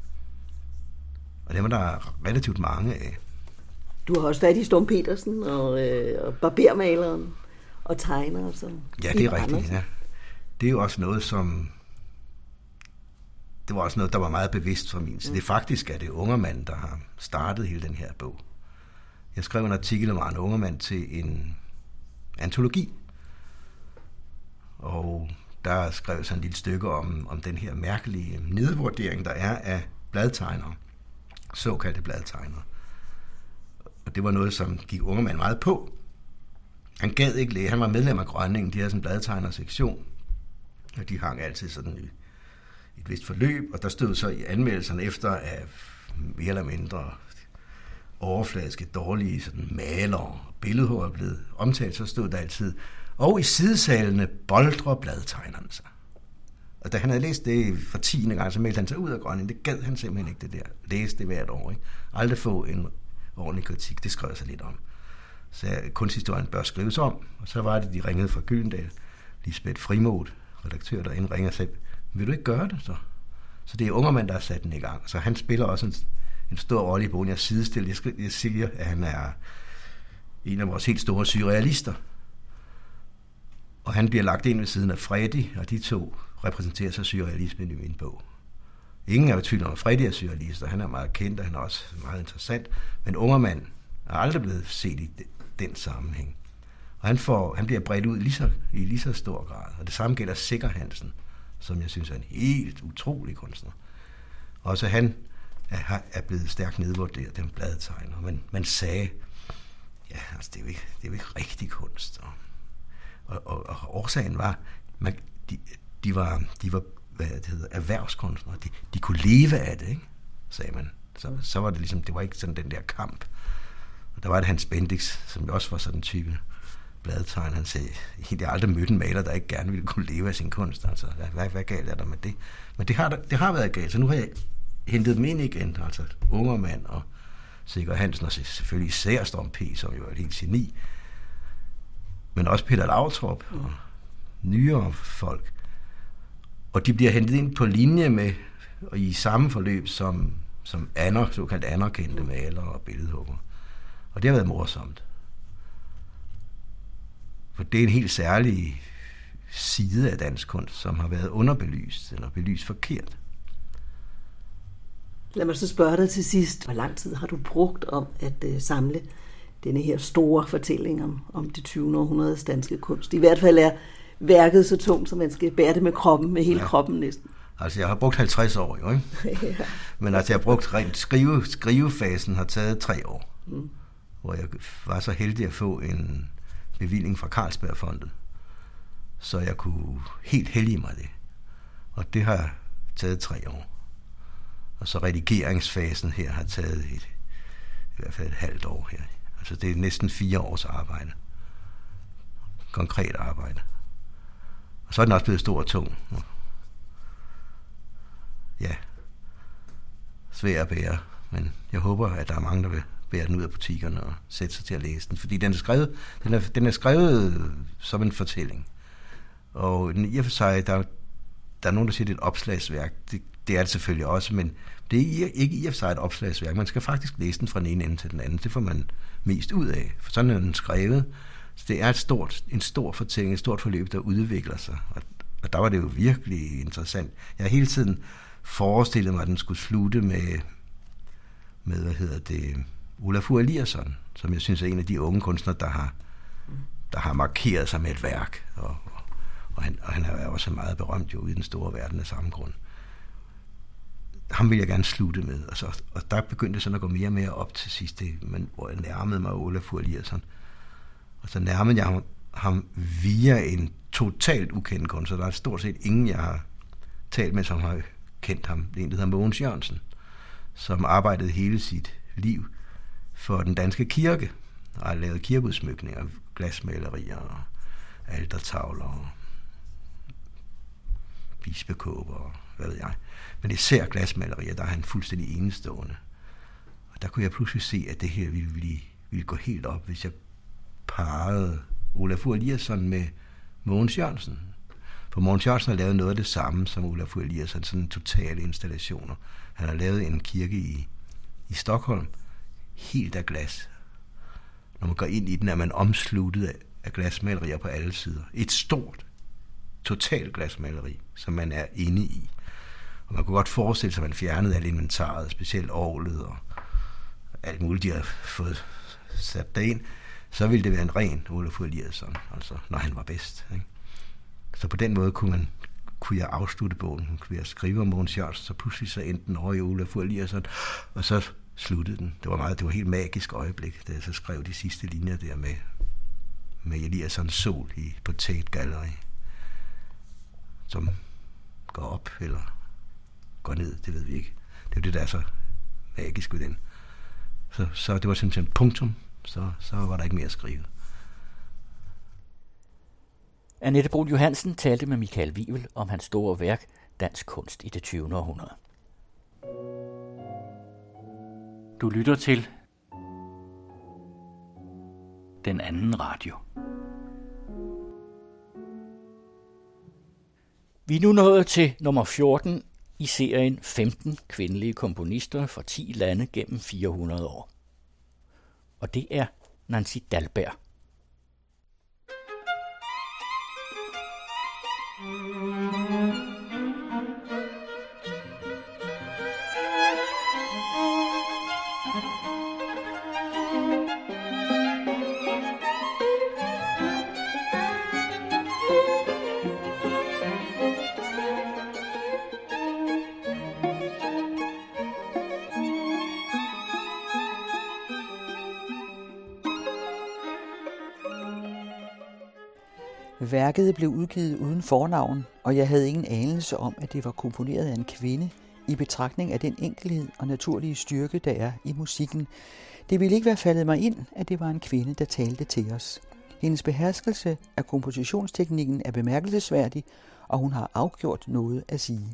Og dem er der relativt mange af. Du har også fat i Storm Petersen og, øh, og barbermaleren og tegner. Så ja, det er rigtigt, ja. Det er jo også noget, som... Det var også noget, der var meget bevidst for min. Så det faktisk er det Ungermand, der har startet hele den her bog. Jeg skrev en artikel om Arne Ungermand til en antologi. Og der skrev jeg en lille stykke om, om den her mærkelige nedvurdering, der er af bladtegnere. Såkaldte bladtegnere. Og det var noget, som gik Ungermand meget på. Han gad ikke læge. Han var medlem af Grønningen. De havde sådan en bladtegnersektion. Og de hang altid sådan i et vist forløb. Og der stod så i anmeldelserne efter af mere eller mindre overfladiske, dårlige sådan maler og billedhår er blevet omtalt, så stod der altid, og i sidesalene boldrer bladtegnerne sig. Og da han havde læst det for tiende gang, så meldte han sig ud af Grønningen. Det gad han simpelthen ikke, det der. Læse det hvert år, ikke? Aldrig få en ordentlig kritik. Det skrev jeg sig lidt om. Så kunsthistorien bør skrives om. Og så var det, de ringede fra Gyldendal. Lisbeth Frimod, redaktør derinde, ringer og sagde, vil du ikke gøre det så? Så det er Ungermand, der har sat den i gang. Så han spiller også en, en stor rolle i bogen. Jeg sidestiller, jeg, jeg siger, at han er en af vores helt store surrealister. Og han bliver lagt ind ved siden af Freddy, og de to repræsenterer så surrealismen i min bog. Ingen er jo tvivl om, at Freddy er surrealist, og han er meget kendt, og han er også meget interessant. Men Ungermand er aldrig blevet set i den sammenhæng. Og han, får, han bliver bredt ud lige så, i lige så stor grad. Og det samme gælder Sikker Hansen, som jeg synes er en helt utrolig kunstner. Også han er, er blevet stærkt nedvurderet, den bladtegner. Men man sagde, ja, altså det er jo ikke, det er jo ikke rigtig kunst. Og, Og, og, og årsagen var, man, de, de var, de var hvad det hedder, erhvervskunstnere. De, de kunne leve af det, ikke? Sagde man. Så, så var det ligesom, det var ikke sådan den der kamp. Og der var det Hans Bendix, som jo også var sådan en type bladtegner. Han sagde, jeg har aldrig mødt en maler, der ikke gerne ville kunne leve af sin kunst. Altså, hvad, hvad galt er der med det? Men det har, det har været galt, så nu har jeg hentet dem ind igen. Altså Ungermann og Sigurd Hansen, og selvfølgelig især Storm P., som jo er et helt geni. Men også Peter Lautrup og nyere folk. Og de bliver hentet ind på linje med, og i samme forløb som, som aner, såkaldt anerkendte malere og billedhugger. Og det har været morsomt. For det er en helt særlig side af dansk kunst, som har været underbelyst, eller belyst forkert. Lad mig så spørge dig til sidst. Hvor lang tid har du brugt om at uh, samle denne her store fortælling om, om det tyvende århundredes danske kunst? I hvert fald er værket så tungt, så man skal bære det med kroppen, med hele ja. kroppen næsten. Altså, jeg har brugt halvtreds år jo, ikke? ja. Men altså, jeg har brugt rent skrive, skrivefasen har taget tre år. Mm. Hvor jeg var så heldig at få en bevilling fra Carlsbergfondet, så jeg kunne helt hellige mig det. Og det har taget tre år. Og så redigeringsfasen her har taget et, i hvert fald et halvt år her. Altså det er næsten fire års arbejde. Konkret arbejde. Og så er den også blevet stor og tung. Ja, svær at bære, men jeg håber, at der er mange, der vil bære den ud af butikkerne og sætte sig til at læse den. Fordi den er skrevet, den er, den er skrevet som en fortælling. Og i og for sig, der, der er nogen, der siger, det er et opslagsværk. Det, det er det selvfølgelig også, men det er ikke i og for sig et opslagsværk. Man skal faktisk læse den fra den ene ende til den anden. Det får man mest ud af, for sådan er den skrevet. Så det er et stort, en stor fortælling, et stort forløb, der udvikler sig. Og, og der var det jo virkelig interessant. Jeg har hele tiden forestillet mig, at den skulle slutte med, med hvad hedder det, Olafur Eliasson, som jeg synes er en af de unge kunstnere, der har, der har markeret sig med et værk. Og, og, og, han, og han er også meget berømt jo i den store verden af samme grund. Ham vil jeg gerne slutte med. Og, så, og der begyndte det sådan at gå mere og mere op til sidst, det, men, hvor jeg nærmede mig Olafur Eliasson. Og så nærmede jeg ham, ham via en totalt ukendt kunstner. Der er stort set ingen, jeg har talt med, som har kendt ham. Det er en, der hedder Mogens Jørgensen, som arbejdede hele sit liv for den danske kirke, og har lavet kirkeudsmykninger, glasmalerier og altertavler og bispekåber og hvad ved jeg. Men især glasmalerier, der er han fuldstændig enestående. Og der kunne jeg pludselig se, at det her ville, ville, ville gå helt op, hvis jeg parrede Olafur Eliasson med Mogens Jørgensen. For Mogens Jørgensen har lavet noget af det samme som Olafur Eliasson, sådan totale installationer. Han har lavet en kirke i, i Stockholm, helt af glas. Når man går ind i den, er man omsluttet af, af glasmalerier på alle sider. Et stort, totalt glasmaleri, som man er inde i. Og man kunne godt forestille sig, at man fjernede alt inventaret, specielt orglet og alt muligt, de har fået sat derind. Så ville det være en ren Olafur Eliasson, altså når han var bedst. Ikke? Så på den måde kunne, man, kunne jeg afslutte bogen, kunne jeg skrive om Mogens Jørgensen, så pludselig så endte den over i Olafur Eliasson, og så sluttede den. Det var meget, det var et helt magisk øjeblik, da jeg så skrev de sidste linjer der med, med Eliassons sol i, på Tate Gallery, som går op eller går ned, det ved vi ikke. Det er jo det, der er så magisk ved den. Så, så det var simpelthen punktum, så, så var der ikke mere at skrive. Annette Brun Johansen talte med Michael Wivel om hans store værk, Dansk kunst i det tyvende århundrede. Du lytter til Den anden radio. Vi er nu nået til nummer fjorten i serien femten kvindelige komponister fra ti lande gennem fire hundrede år. Og det er Nancy Dalberg. Værket blev udgivet uden fornavn, og jeg havde ingen anelse om, at det var komponeret af en kvinde, i betragtning af den enkelhed og naturlige styrke, der er i musikken. Det ville ikke være faldet mig ind, at det var en kvinde, der talte til os. Hendes beherskelse af kompositionsteknikken er bemærkelsesværdig, og hun har afgjort noget at sige.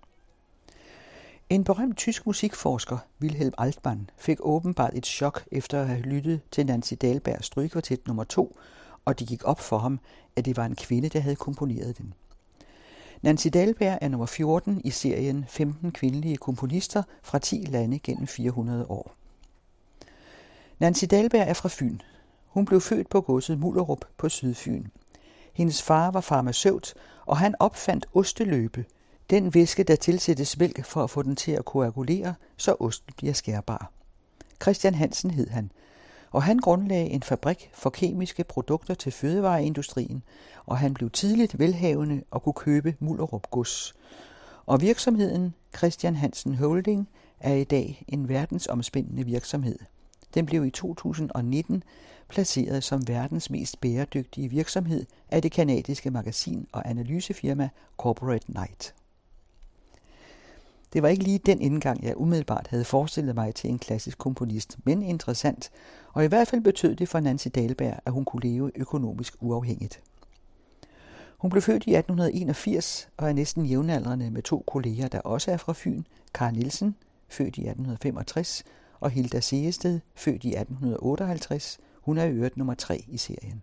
En berømt tysk musikforsker, Wilhelm Altmann, fik åbenbart et chok efter at have lyttet til Nancy Dahlbergs strygekvartet nummer to, og det gik op for ham, at det var en kvinde, der havde komponeret den. Nancy Dahlberg er nummer fjorten i serien femten kvindelige komponister fra ti lande gennem fire hundrede år. Nancy Dahlberg er fra Fyn. Hun blev født på godset Mullerup på Sydfyn. Hendes far var farmaceut, og han opfandt osteløbe, den væske, der tilsættes mælk for at få den til at koagulere, så osten bliver skærbar. Christian Hansen hed han, og han grundlagde en fabrik for kemiske produkter til fødevareindustrien, og han blev tidligt velhavende og kunne købe Mullerup gods. Og virksomheden Christian Hansen Holding er i dag en verdensomspændende virksomhed. Den blev i to tusind og nitten placeret som verdens mest bæredygtige virksomhed af det kanadiske magasin og analysefirma Corporate Knight. Det var ikke lige den indgang, jeg umiddelbart havde forestillet mig til en klassisk komponist, men interessant, og i hvert fald betød det for Nancy Dahlberg, at hun kunne leve økonomisk uafhængigt. Hun blev født i atten enogfirs og er næsten jævnaldrende med to kolleger, der også er fra Fyn, Carl Nielsen, født i atten femogtres, og Hilda Segested, født i atten otteoghalvtreds. Hun er i øvrigt nummer tre i serien.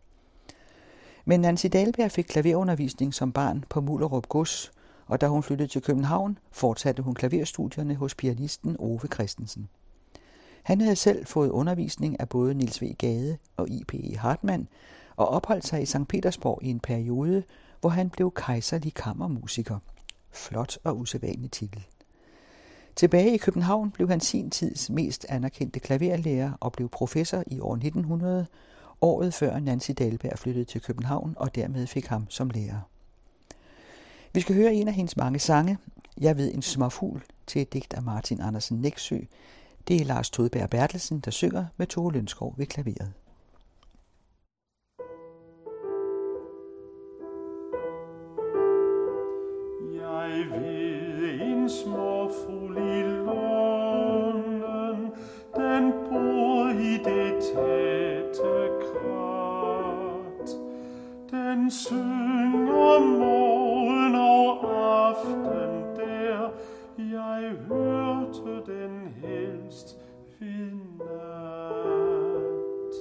Men Nancy Dahlberg fik klaverundervisning som barn på Mullerup Gods, og da hun flyttede til København, fortsatte hun klaverstudierne hos pianisten Ove Christensen. Han havde selv fået undervisning af både Niels W. Gade og I P E Hartmann, og opholdt sig i Sankt Petersborg i en periode, hvor han blev kejserlig kammermusiker. Flot og usædvanlig titel. Tilbage i København blev han sin tids mest anerkendte klaverlærer og blev professor i år nitten hundrede, året før Nancy Dahlberg flyttede til København og dermed fik ham som lærer. Vi skal høre en af hendes mange sange, Jeg ved en småfugl, til et digt af Martin Andersen Nexø. Det er Lars Todberg Bertelsen, der synger med Tove Lønskov ved klaveret. Jeg ved en småfugl i lunden, den bor i det tætte krat. Den synger morgen og aften der, jeg hørte den helst ved nat.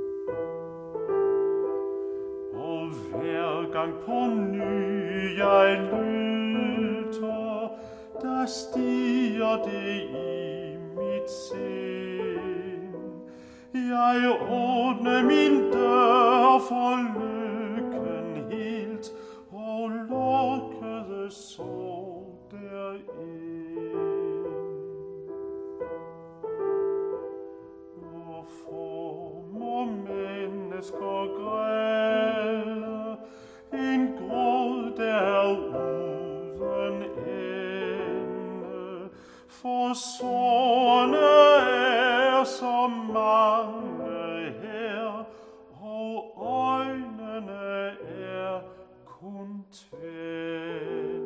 Og hver gang på ny jeg lytter, der stiger det i mit sind. Jeg åbner min dør for lykken helt, og lukkede så derind. Hvorfor må mennesker græde en gråd, der er uden ende? For sårene er så mange her, og øjnene er kun tvende.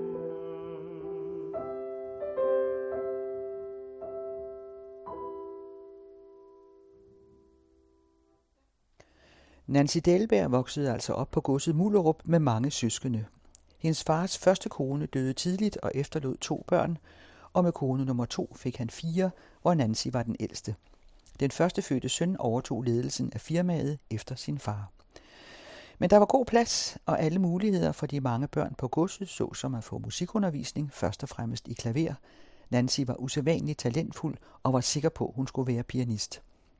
Nancy Dahlberg voksede altså op på godset Mullerup med mange søskende. Hendes fars første kone døde tidligt og efterlod to børn, og med kone nummer to fik han fire, hvor Nancy var den ældste. Den første fødte søn overtog ledelsen af firmaet efter sin far. Men der var god plads og alle muligheder for de mange børn på godset, såsom at få musikundervisning, først og fremmest i klaver. Nancy var usædvanligt talentfuld og var sikker på, at hun skulle være pianist.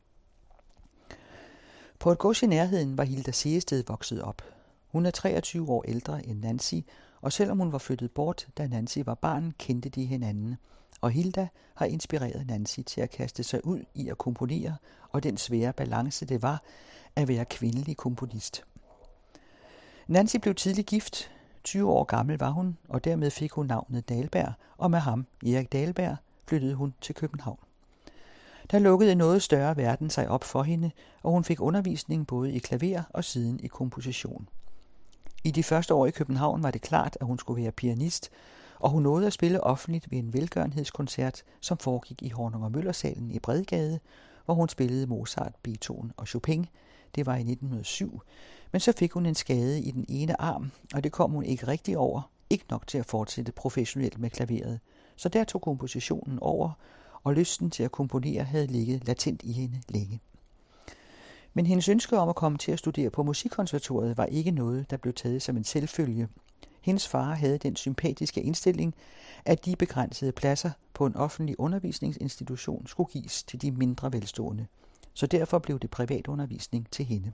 På et gods i nærheden var Hilda Segested vokset op. Hun er treogtyve år ældre end Nancy, og selvom hun var flyttet bort, da Nancy var barn, kendte de hinanden. Og Hilda har inspireret Nancy til at kaste sig ud i at komponere, og den svære balance det var at være kvindelig komponist. Nancy blev tidlig gift. tyve år gammel var hun, og dermed fik hun navnet Dahlberg, og med ham, Erik Dahlberg, flyttede hun til København. Der lukkede en noget større verden sig op for hende, og hun fik undervisning både i klaver og siden i komposition. I de første år i København var det klart, at hun skulle være pianist, og hun nåede at spille offentligt ved en velgørenhedskoncert, som foregik i Hornung og Møllersalen i Bredgade, hvor hun spillede Mozart, Beethoven og Chopin. Det var i nitten hundrede og syv, men så fik hun en skade i den ene arm, og det kom hun ikke rigtig over, ikke nok til at fortsætte professionelt med klaveret. Så der tog kompositionen over, og lysten til at komponere havde ligget latent i hende længe. Men hendes ønske om at komme til at studere på Musikkonservatoriet var ikke noget, der blev taget som en selvfølge. Hendes far havde den sympatiske indstilling, at de begrænsede pladser på en offentlig undervisningsinstitution skulle gives til de mindre velstående. Så derfor blev det privatundervisning til hende.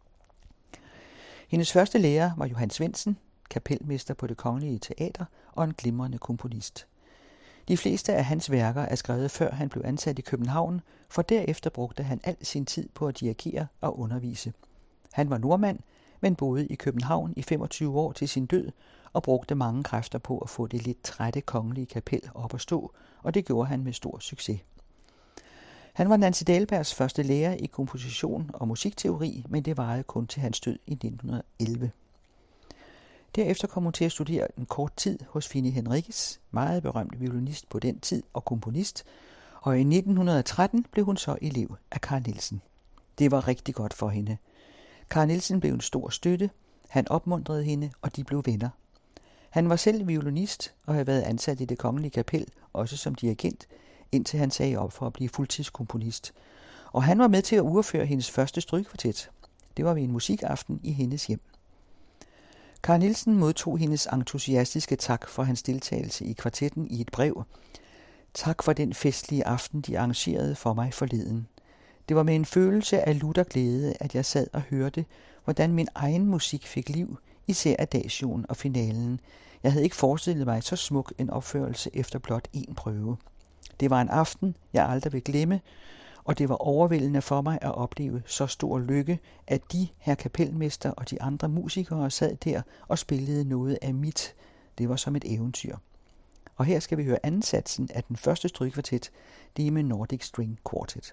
Hendes første lærer var Johan Svendsen, kapelmester på Det Kongelige Teater og en glimrende komponist. De fleste af hans værker er skrevet før han blev ansat i København, for derefter brugte han al sin tid på at dirigere og undervise. Han var nordmand, men boede i København i femogtyve år til sin død og brugte mange kræfter på at få det lidt trætte kongelige kapel op at stå, og det gjorde han med stor succes. Han var Nancy Dahlbergs første lærer i komposition og musikteori, men det varede kun til hans død i nitten hundrede og elleve. Derefter kom hun til at studere en kort tid hos Fini Henriques, meget berømt violinist på den tid og komponist, og i nitten hundrede og tretten blev hun så elev af Carl Nielsen. Det var rigtig godt for hende. Carl Nielsen blev en stor støtte, han opmuntrede hende, og de blev venner. Han var selv violinist og havde været ansat i Det Kongelige Kapel, også som dirigent, indtil han sagde op for at blive fuldtidskomponist. Og han var med til at udføre hendes første strygekvartet. Det var ved en musikaften i hendes hjem. Carl Nielsen modtog hendes entusiastiske tak for hans deltagelse i kvartetten i et brev. Tak for den festlige aften, de arrangerede for mig forleden. Det var med en følelse af lutter glæde, at jeg sad og hørte, hvordan min egen musik fik liv, især adagioen og finalen. Jeg havde ikke forestillet mig så smuk en opførelse efter blot én prøve. Det var en aften, jeg aldrig vil glemme, og det var overvældende for mig at opleve så stor lykke, at de, herr kapelmester og de andre musikere sad der og spillede noget af mit. Det var som et eventyr. Og her skal vi høre anden satsen af den første strygekvartet, det er med Nordic String Quartet.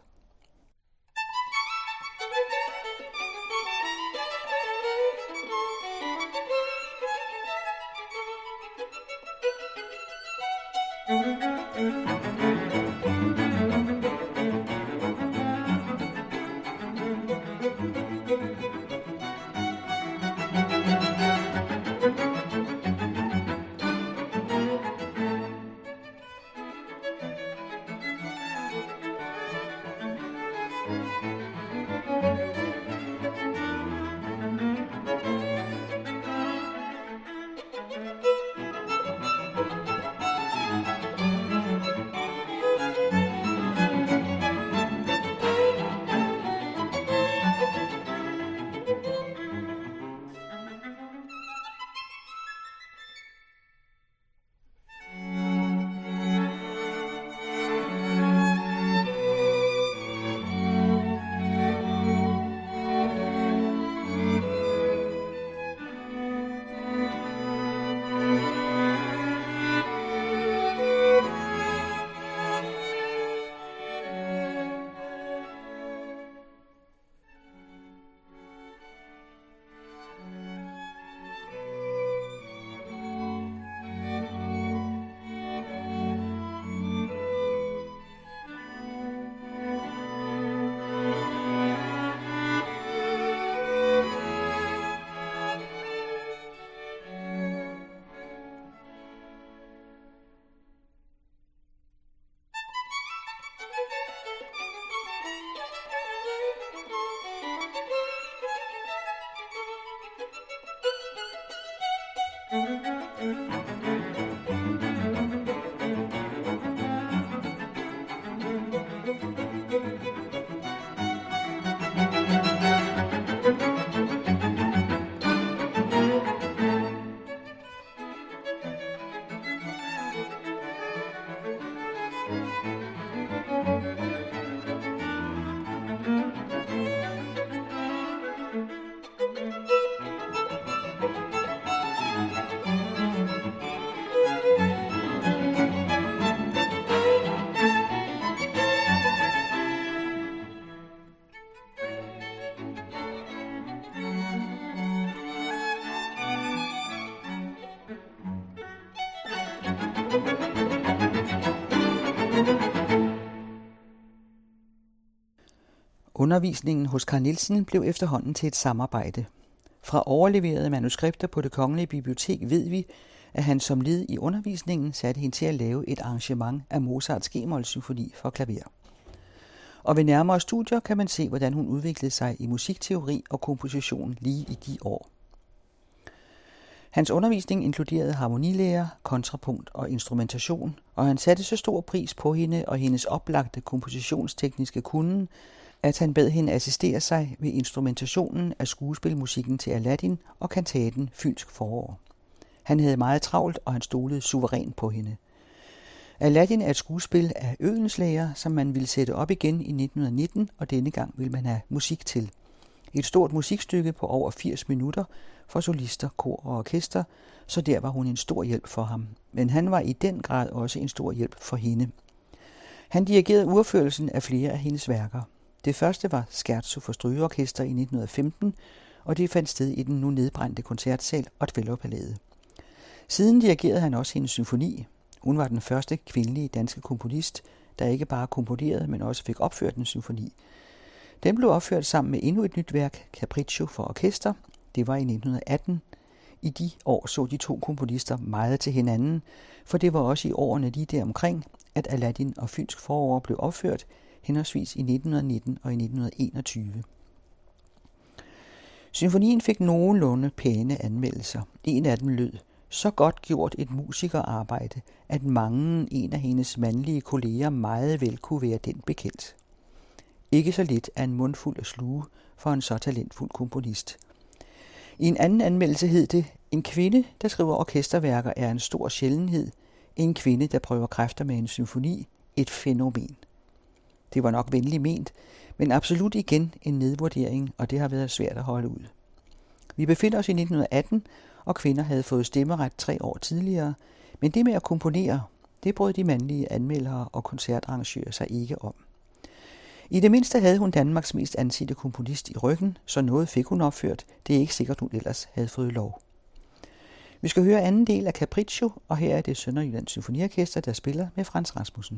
Undervisningen hos Carl Nielsen blev efterhånden til et samarbejde. Fra overleverede manuskripter på Det Kongelige Bibliotek ved vi, at han som led i undervisningen satte hende til at lave et arrangement af Mozarts G-mol-symfoni for klaver. Og ved nærmere studier kan man se, hvordan hun udviklede sig i musikteori og komposition lige i de år. Hans undervisning inkluderede harmonilære, kontrapunkt og instrumentation, og han satte så stor pris på hende og hendes oplagte kompositionstekniske kunnen, at han bad hende assistere sig ved instrumentationen af skuespilmusikken til Aladdin og kantaten Fynsk forår. Han havde meget travlt, og han stolede suverænt på hende. Aladdin er et skuespil af Oehlenschläger, som man ville sætte op igen i nitten nitten, og denne gang ville man have musik til. Et stort musikstykke på over firs minutter for solister, kor og orkester, så der var hun en stor hjælp for ham. Men han var i den grad også en stor hjælp for hende. Han dirigerede urførelsen af flere af hendes værker. Det første var Scherzo for strygeorkester i nitten femten, og det fandt sted i den nu nedbrændte koncertsal Ottweiler-palæet. Siden dirigerede han også hendes symfoni. Hun var den første kvindelige danske komponist, der ikke bare komponerede, men også fik opført en symfoni. Den blev opført sammen med endnu et nyt værk, Capriccio for orkester. Det var i nitten atten. I de år så de to komponister meget til hinanden, for det var også i årene lige deromkring, at Aladdin og Fynsk forår blev opført, henholdsvis i nitten nitten og i nitten enogtyve. Symfonien fik nogenlunde pæne anmeldelser. En af dem lød: så godt gjort et musikerarbejde, at mange en af hendes mandlige kolleger meget vel kunne være den bekendt. Ikke så lidt af en mundfuld at sluge for en så talentfuld komponist. I en anden anmeldelse hed det: en kvinde, der skriver orkesterværker, er en stor sjældenhed. En kvinde, der prøver kræfter med en symfoni, et fænomen. Det var nok venligt ment, men absolut igen en nedvurdering, og det har været svært at holde ud. Vi befinder os i nitten atten, og kvinder havde fået stemmeret tre år tidligere, men det med at komponere, det brød de mandlige anmeldere og koncertarrangører sig ikke om. I det mindste havde hun Danmarks mest ansete komponist i ryggen, så noget fik hun opført. Det er ikke sikkert, hun ellers havde fået lov. Vi skal høre anden del af Capriccio, og her er det Sønderjyllands Symfoniorkester, der spiller med Frans Rasmussen.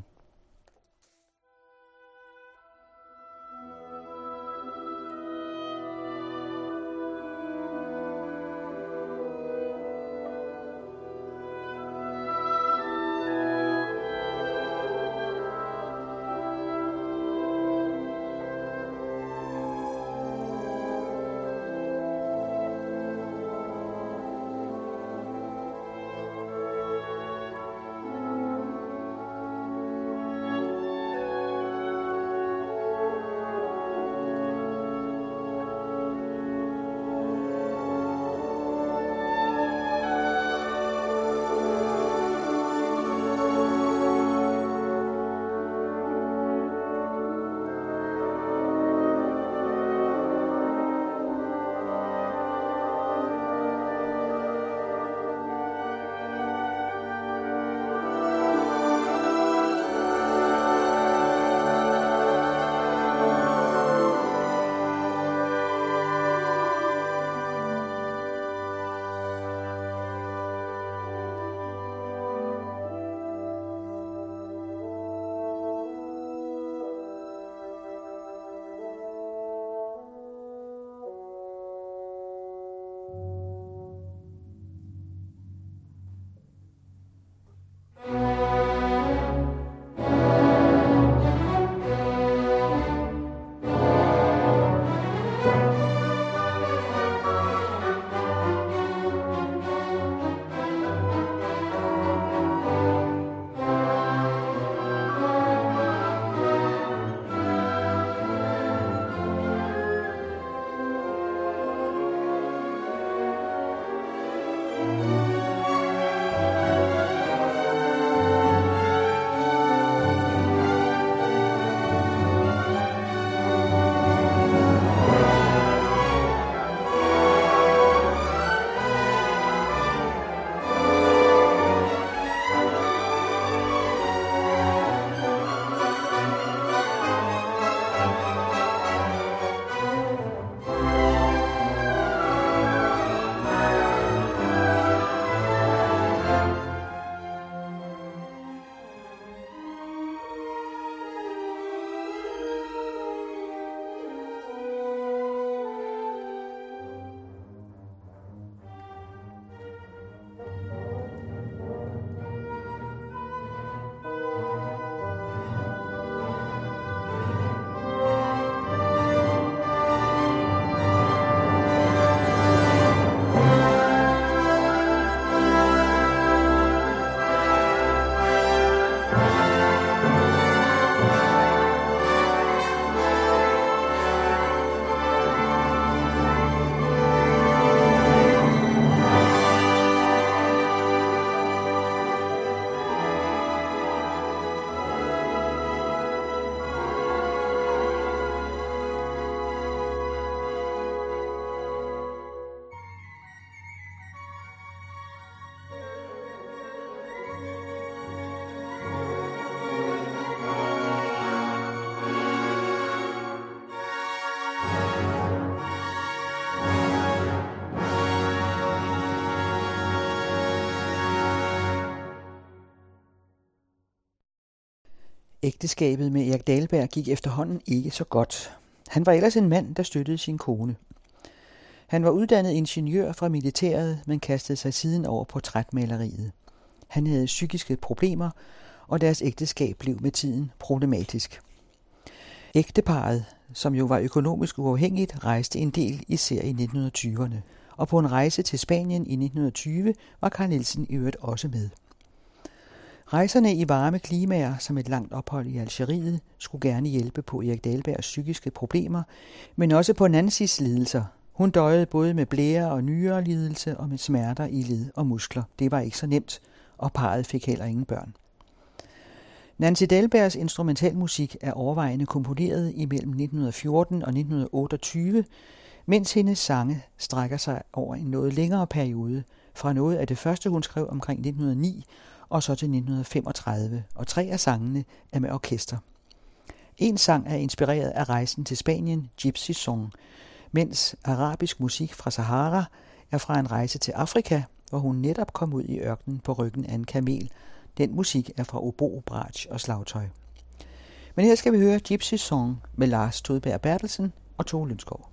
Ægteskabet med Erik Dahlberg gik efterhånden ikke så godt. Han var ellers en mand, der støttede sin kone. Han var uddannet ingeniør fra militæret, men kastede sig siden over portrætmaleriet. Han havde psykiske problemer, og deres ægteskab blev med tiden problematisk. Ægteparret, som jo var økonomisk uafhængigt, rejste en del, især i nitten tyverne. Og på en rejse til Spanien i nitten tyve var Carl Nielsen i øvrigt også med. Rejserne i varme klimaer, som et langt ophold i Algeriet, skulle gerne hjælpe på Erik Dahlbergs psykiske problemer, men også på Nancys lidelser. Hun døjede både med blære og nyrelidelse og med smerter i led og muskler. Det var ikke så nemt, og parret fik heller ingen børn. Nancy Dahlbergs instrumentalmusik er overvejende komponeret imellem nitten fjorten og nitten otteogtyve, mens hendes sange strækker sig over en noget længere periode, fra noget af det første, hun skrev omkring nitten hundrede og ni, og så til nitten femogtredive, og tre af sangene er med orkester. En sang er inspireret af rejsen til Spanien, Gypsy Song, mens arabisk musik fra Sahara er fra en rejse til Afrika, hvor hun netop kom ud i ørkenen på ryggen af en kamel. Den musik er fra obo, bratsch og slagtøj. Men her skal vi høre Gypsy Song med Lars Todberg Bertelsen og Tove Lønskov.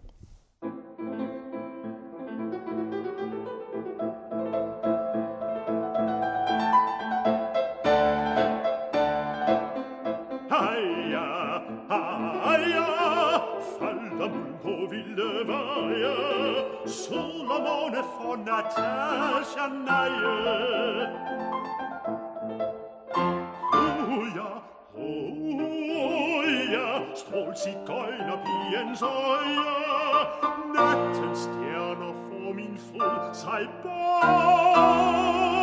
Natasha neje. Oh ja, oh ja, strål zigøjnerpigens øje. Nattens stjerner for min fod sig bøje.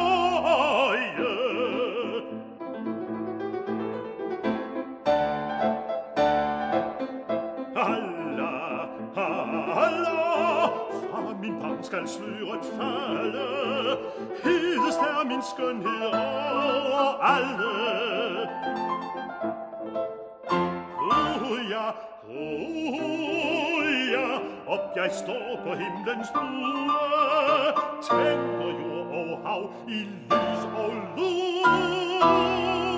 Allah, Allah, fra min pang skal sløret falde. Hedest er min skønhed over alle. Oh ja, oh ja, op jeg står på himlens bue, tænder jord og hav i lys og lue.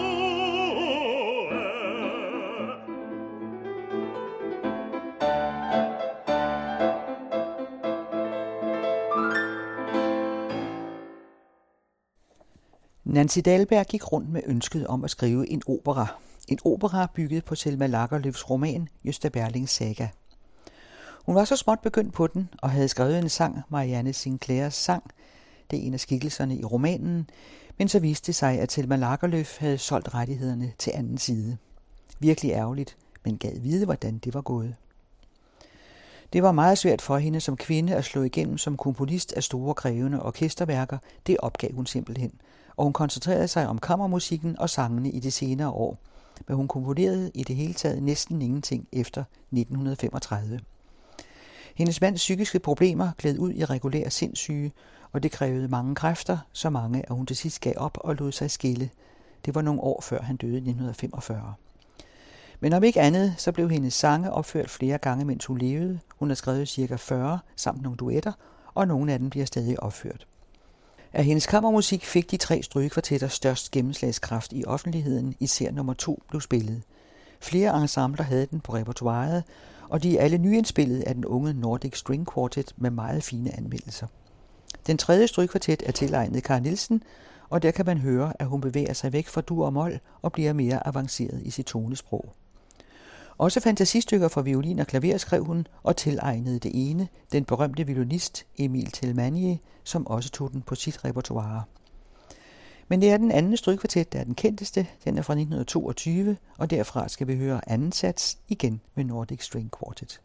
Nancy Dahlberg gik rundt med ønsket om at skrive en opera. En opera bygget på Selma Lagerlöfs roman Gösta Berlings saga. Hun var så småt begyndt på den og havde skrevet en sang, Marianne Sinclairs sang. Det er en af skikkelserne i romanen, men så viste det sig, at Selma Lagerlöf havde solgt rettighederne til anden side. Virkelig ærgerligt, men gad vide, hvordan det var gået. Det var meget svært for hende som kvinde at slå igennem som komponist af store krævende orkesterværker. Det opgav hun simpelthen, og hun koncentrerede sig om kammermusikken og sangene i de senere år. Men hun komponerede i det hele taget næsten ingenting efter nitten femogtredive. Hendes mands psykiske problemer gled ud i regulær sindssyge, og det krævede mange kræfter, så mange, at hun til sidst gav op og lod sig skille. Det var nogle år før han døde i nitten femogfyrre. Men om ikke andet, så blev hendes sange opført flere gange, mens hun levede. Hun har skrevet cirka fyrre samt nogle duetter, og nogle af dem bliver stadig opført. Af hendes kammermusik fik de tre strygekvartetter størst gennemslagskraft i offentligheden, især nummer to blev spillet. Flere ensembler havde den på repertoiret, og de er alle nyindspillet af den unge Nordic String Quartet med meget fine anmeldelser. Den tredje strygekvartet er tilegnet Carl Nielsen, og der kan man høre, at hun bevæger sig væk fra dur og mol og bliver mere avanceret i sit tonesprog. Også fantasistykker for violin og klaver skrev hun og tilegnede det ene, den berømte violinist Emil Telmanier, som også tog den på sit repertoire. Men det er den anden strygekvartet, der er den kendteste. Den er fra nitten toogtyve, og derfra skal vi høre anden sats igen med Nordic String Quartet.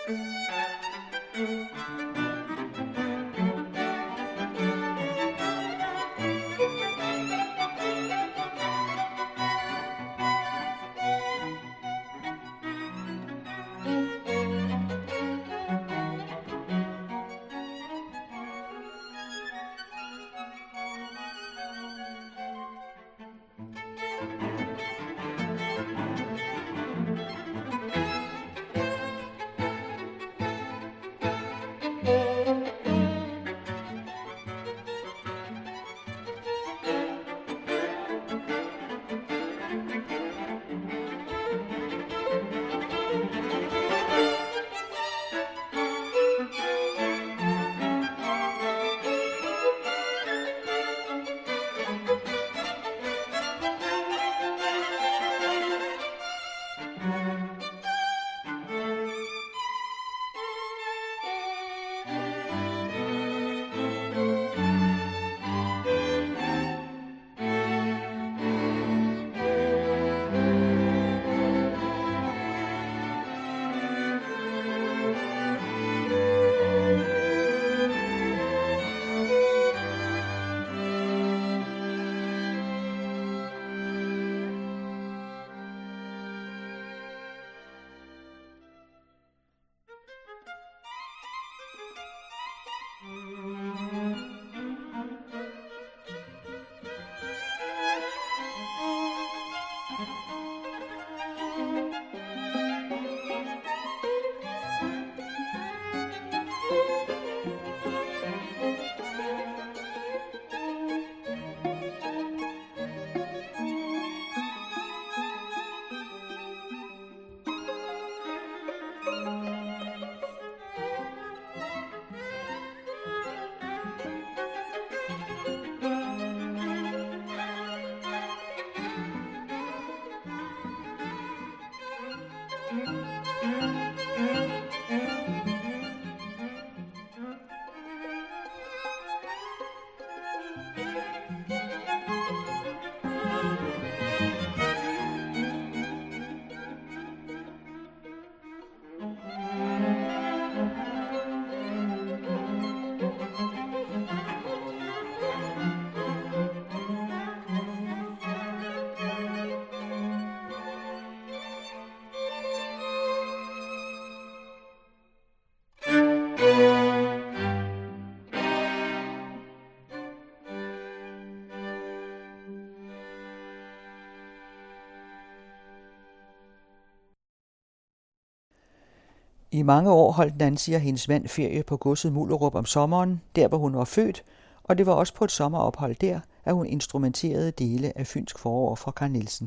I mange år holdt Nancy og hendes mand ferie på godset Mullerup om sommeren, der hvor hun var født, og det var også på et sommerophold der, at hun instrumenterede dele af Fynsk forår fra Carl Nielsen.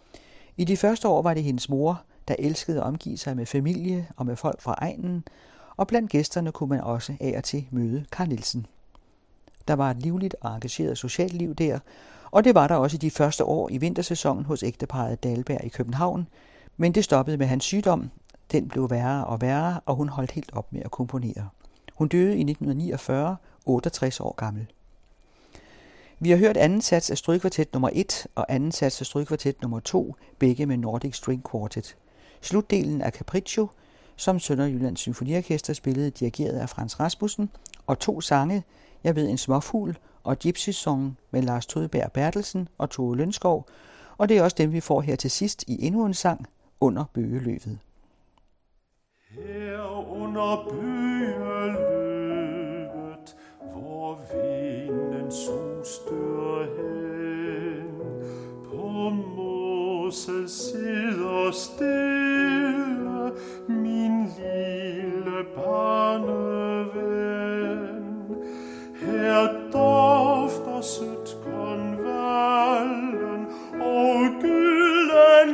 I de første år var det hendes mor, der elskede at omgive sig med familie og med folk fra egnen, og blandt gæsterne kunne man også af og til møde Carl Nielsen. Der var et livligt og engageret socialt liv der, og det var der også i de første år i vintersæsonen hos ægteparret Dahlberg i København, men det stoppede med hans sygdom. Den blev værre og værre, og hun holdt helt op med at komponere. Hun døde i nitten niogfyrre, otteogtres år gammel. Vi har hørt anden sats af strygekvartet nummer et og anden sats af strygekvartet nummer to, begge med Nordic String Quartet. Slutdelen af Capriccio, som Sønderjyllands Symfoniorkester spillede dirigeret af Frans Rasmussen, og to sange, Jeg ved en småfugl og Gypsy Song med Lars Todberg Bertelsen og Tove Lønskov, og det er også dem, vi får her til sidst i endnu en sang, Under bøgeløvet. Her under bøgeløvet, hvor vinden suster hen, på moset sidder stille min lille barneven. Her dufter sødt konvallen og gylden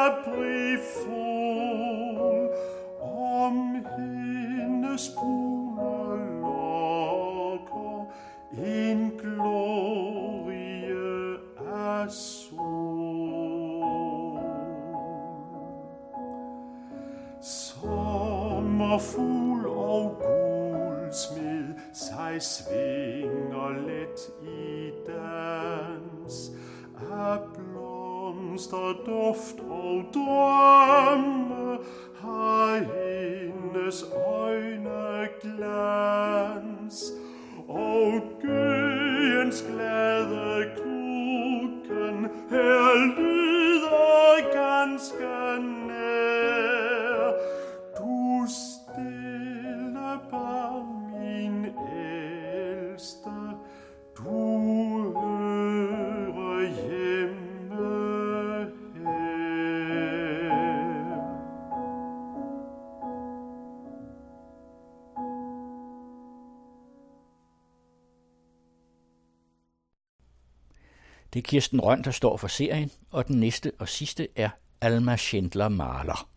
kaprifol. Om hendes brune lokker en glorie af sol. Sommerfugl og guldsmed sig svinger let i dans af blomster, duft og drømme har hende hendes øjne glans, og gøens glade klukken her lyder ganske nær. Du stille barn, min ældste, du hører hjemme her. Det er Kirsten Rønn, der står for serien, og den næste og sidste er Alma Schindler Mahler.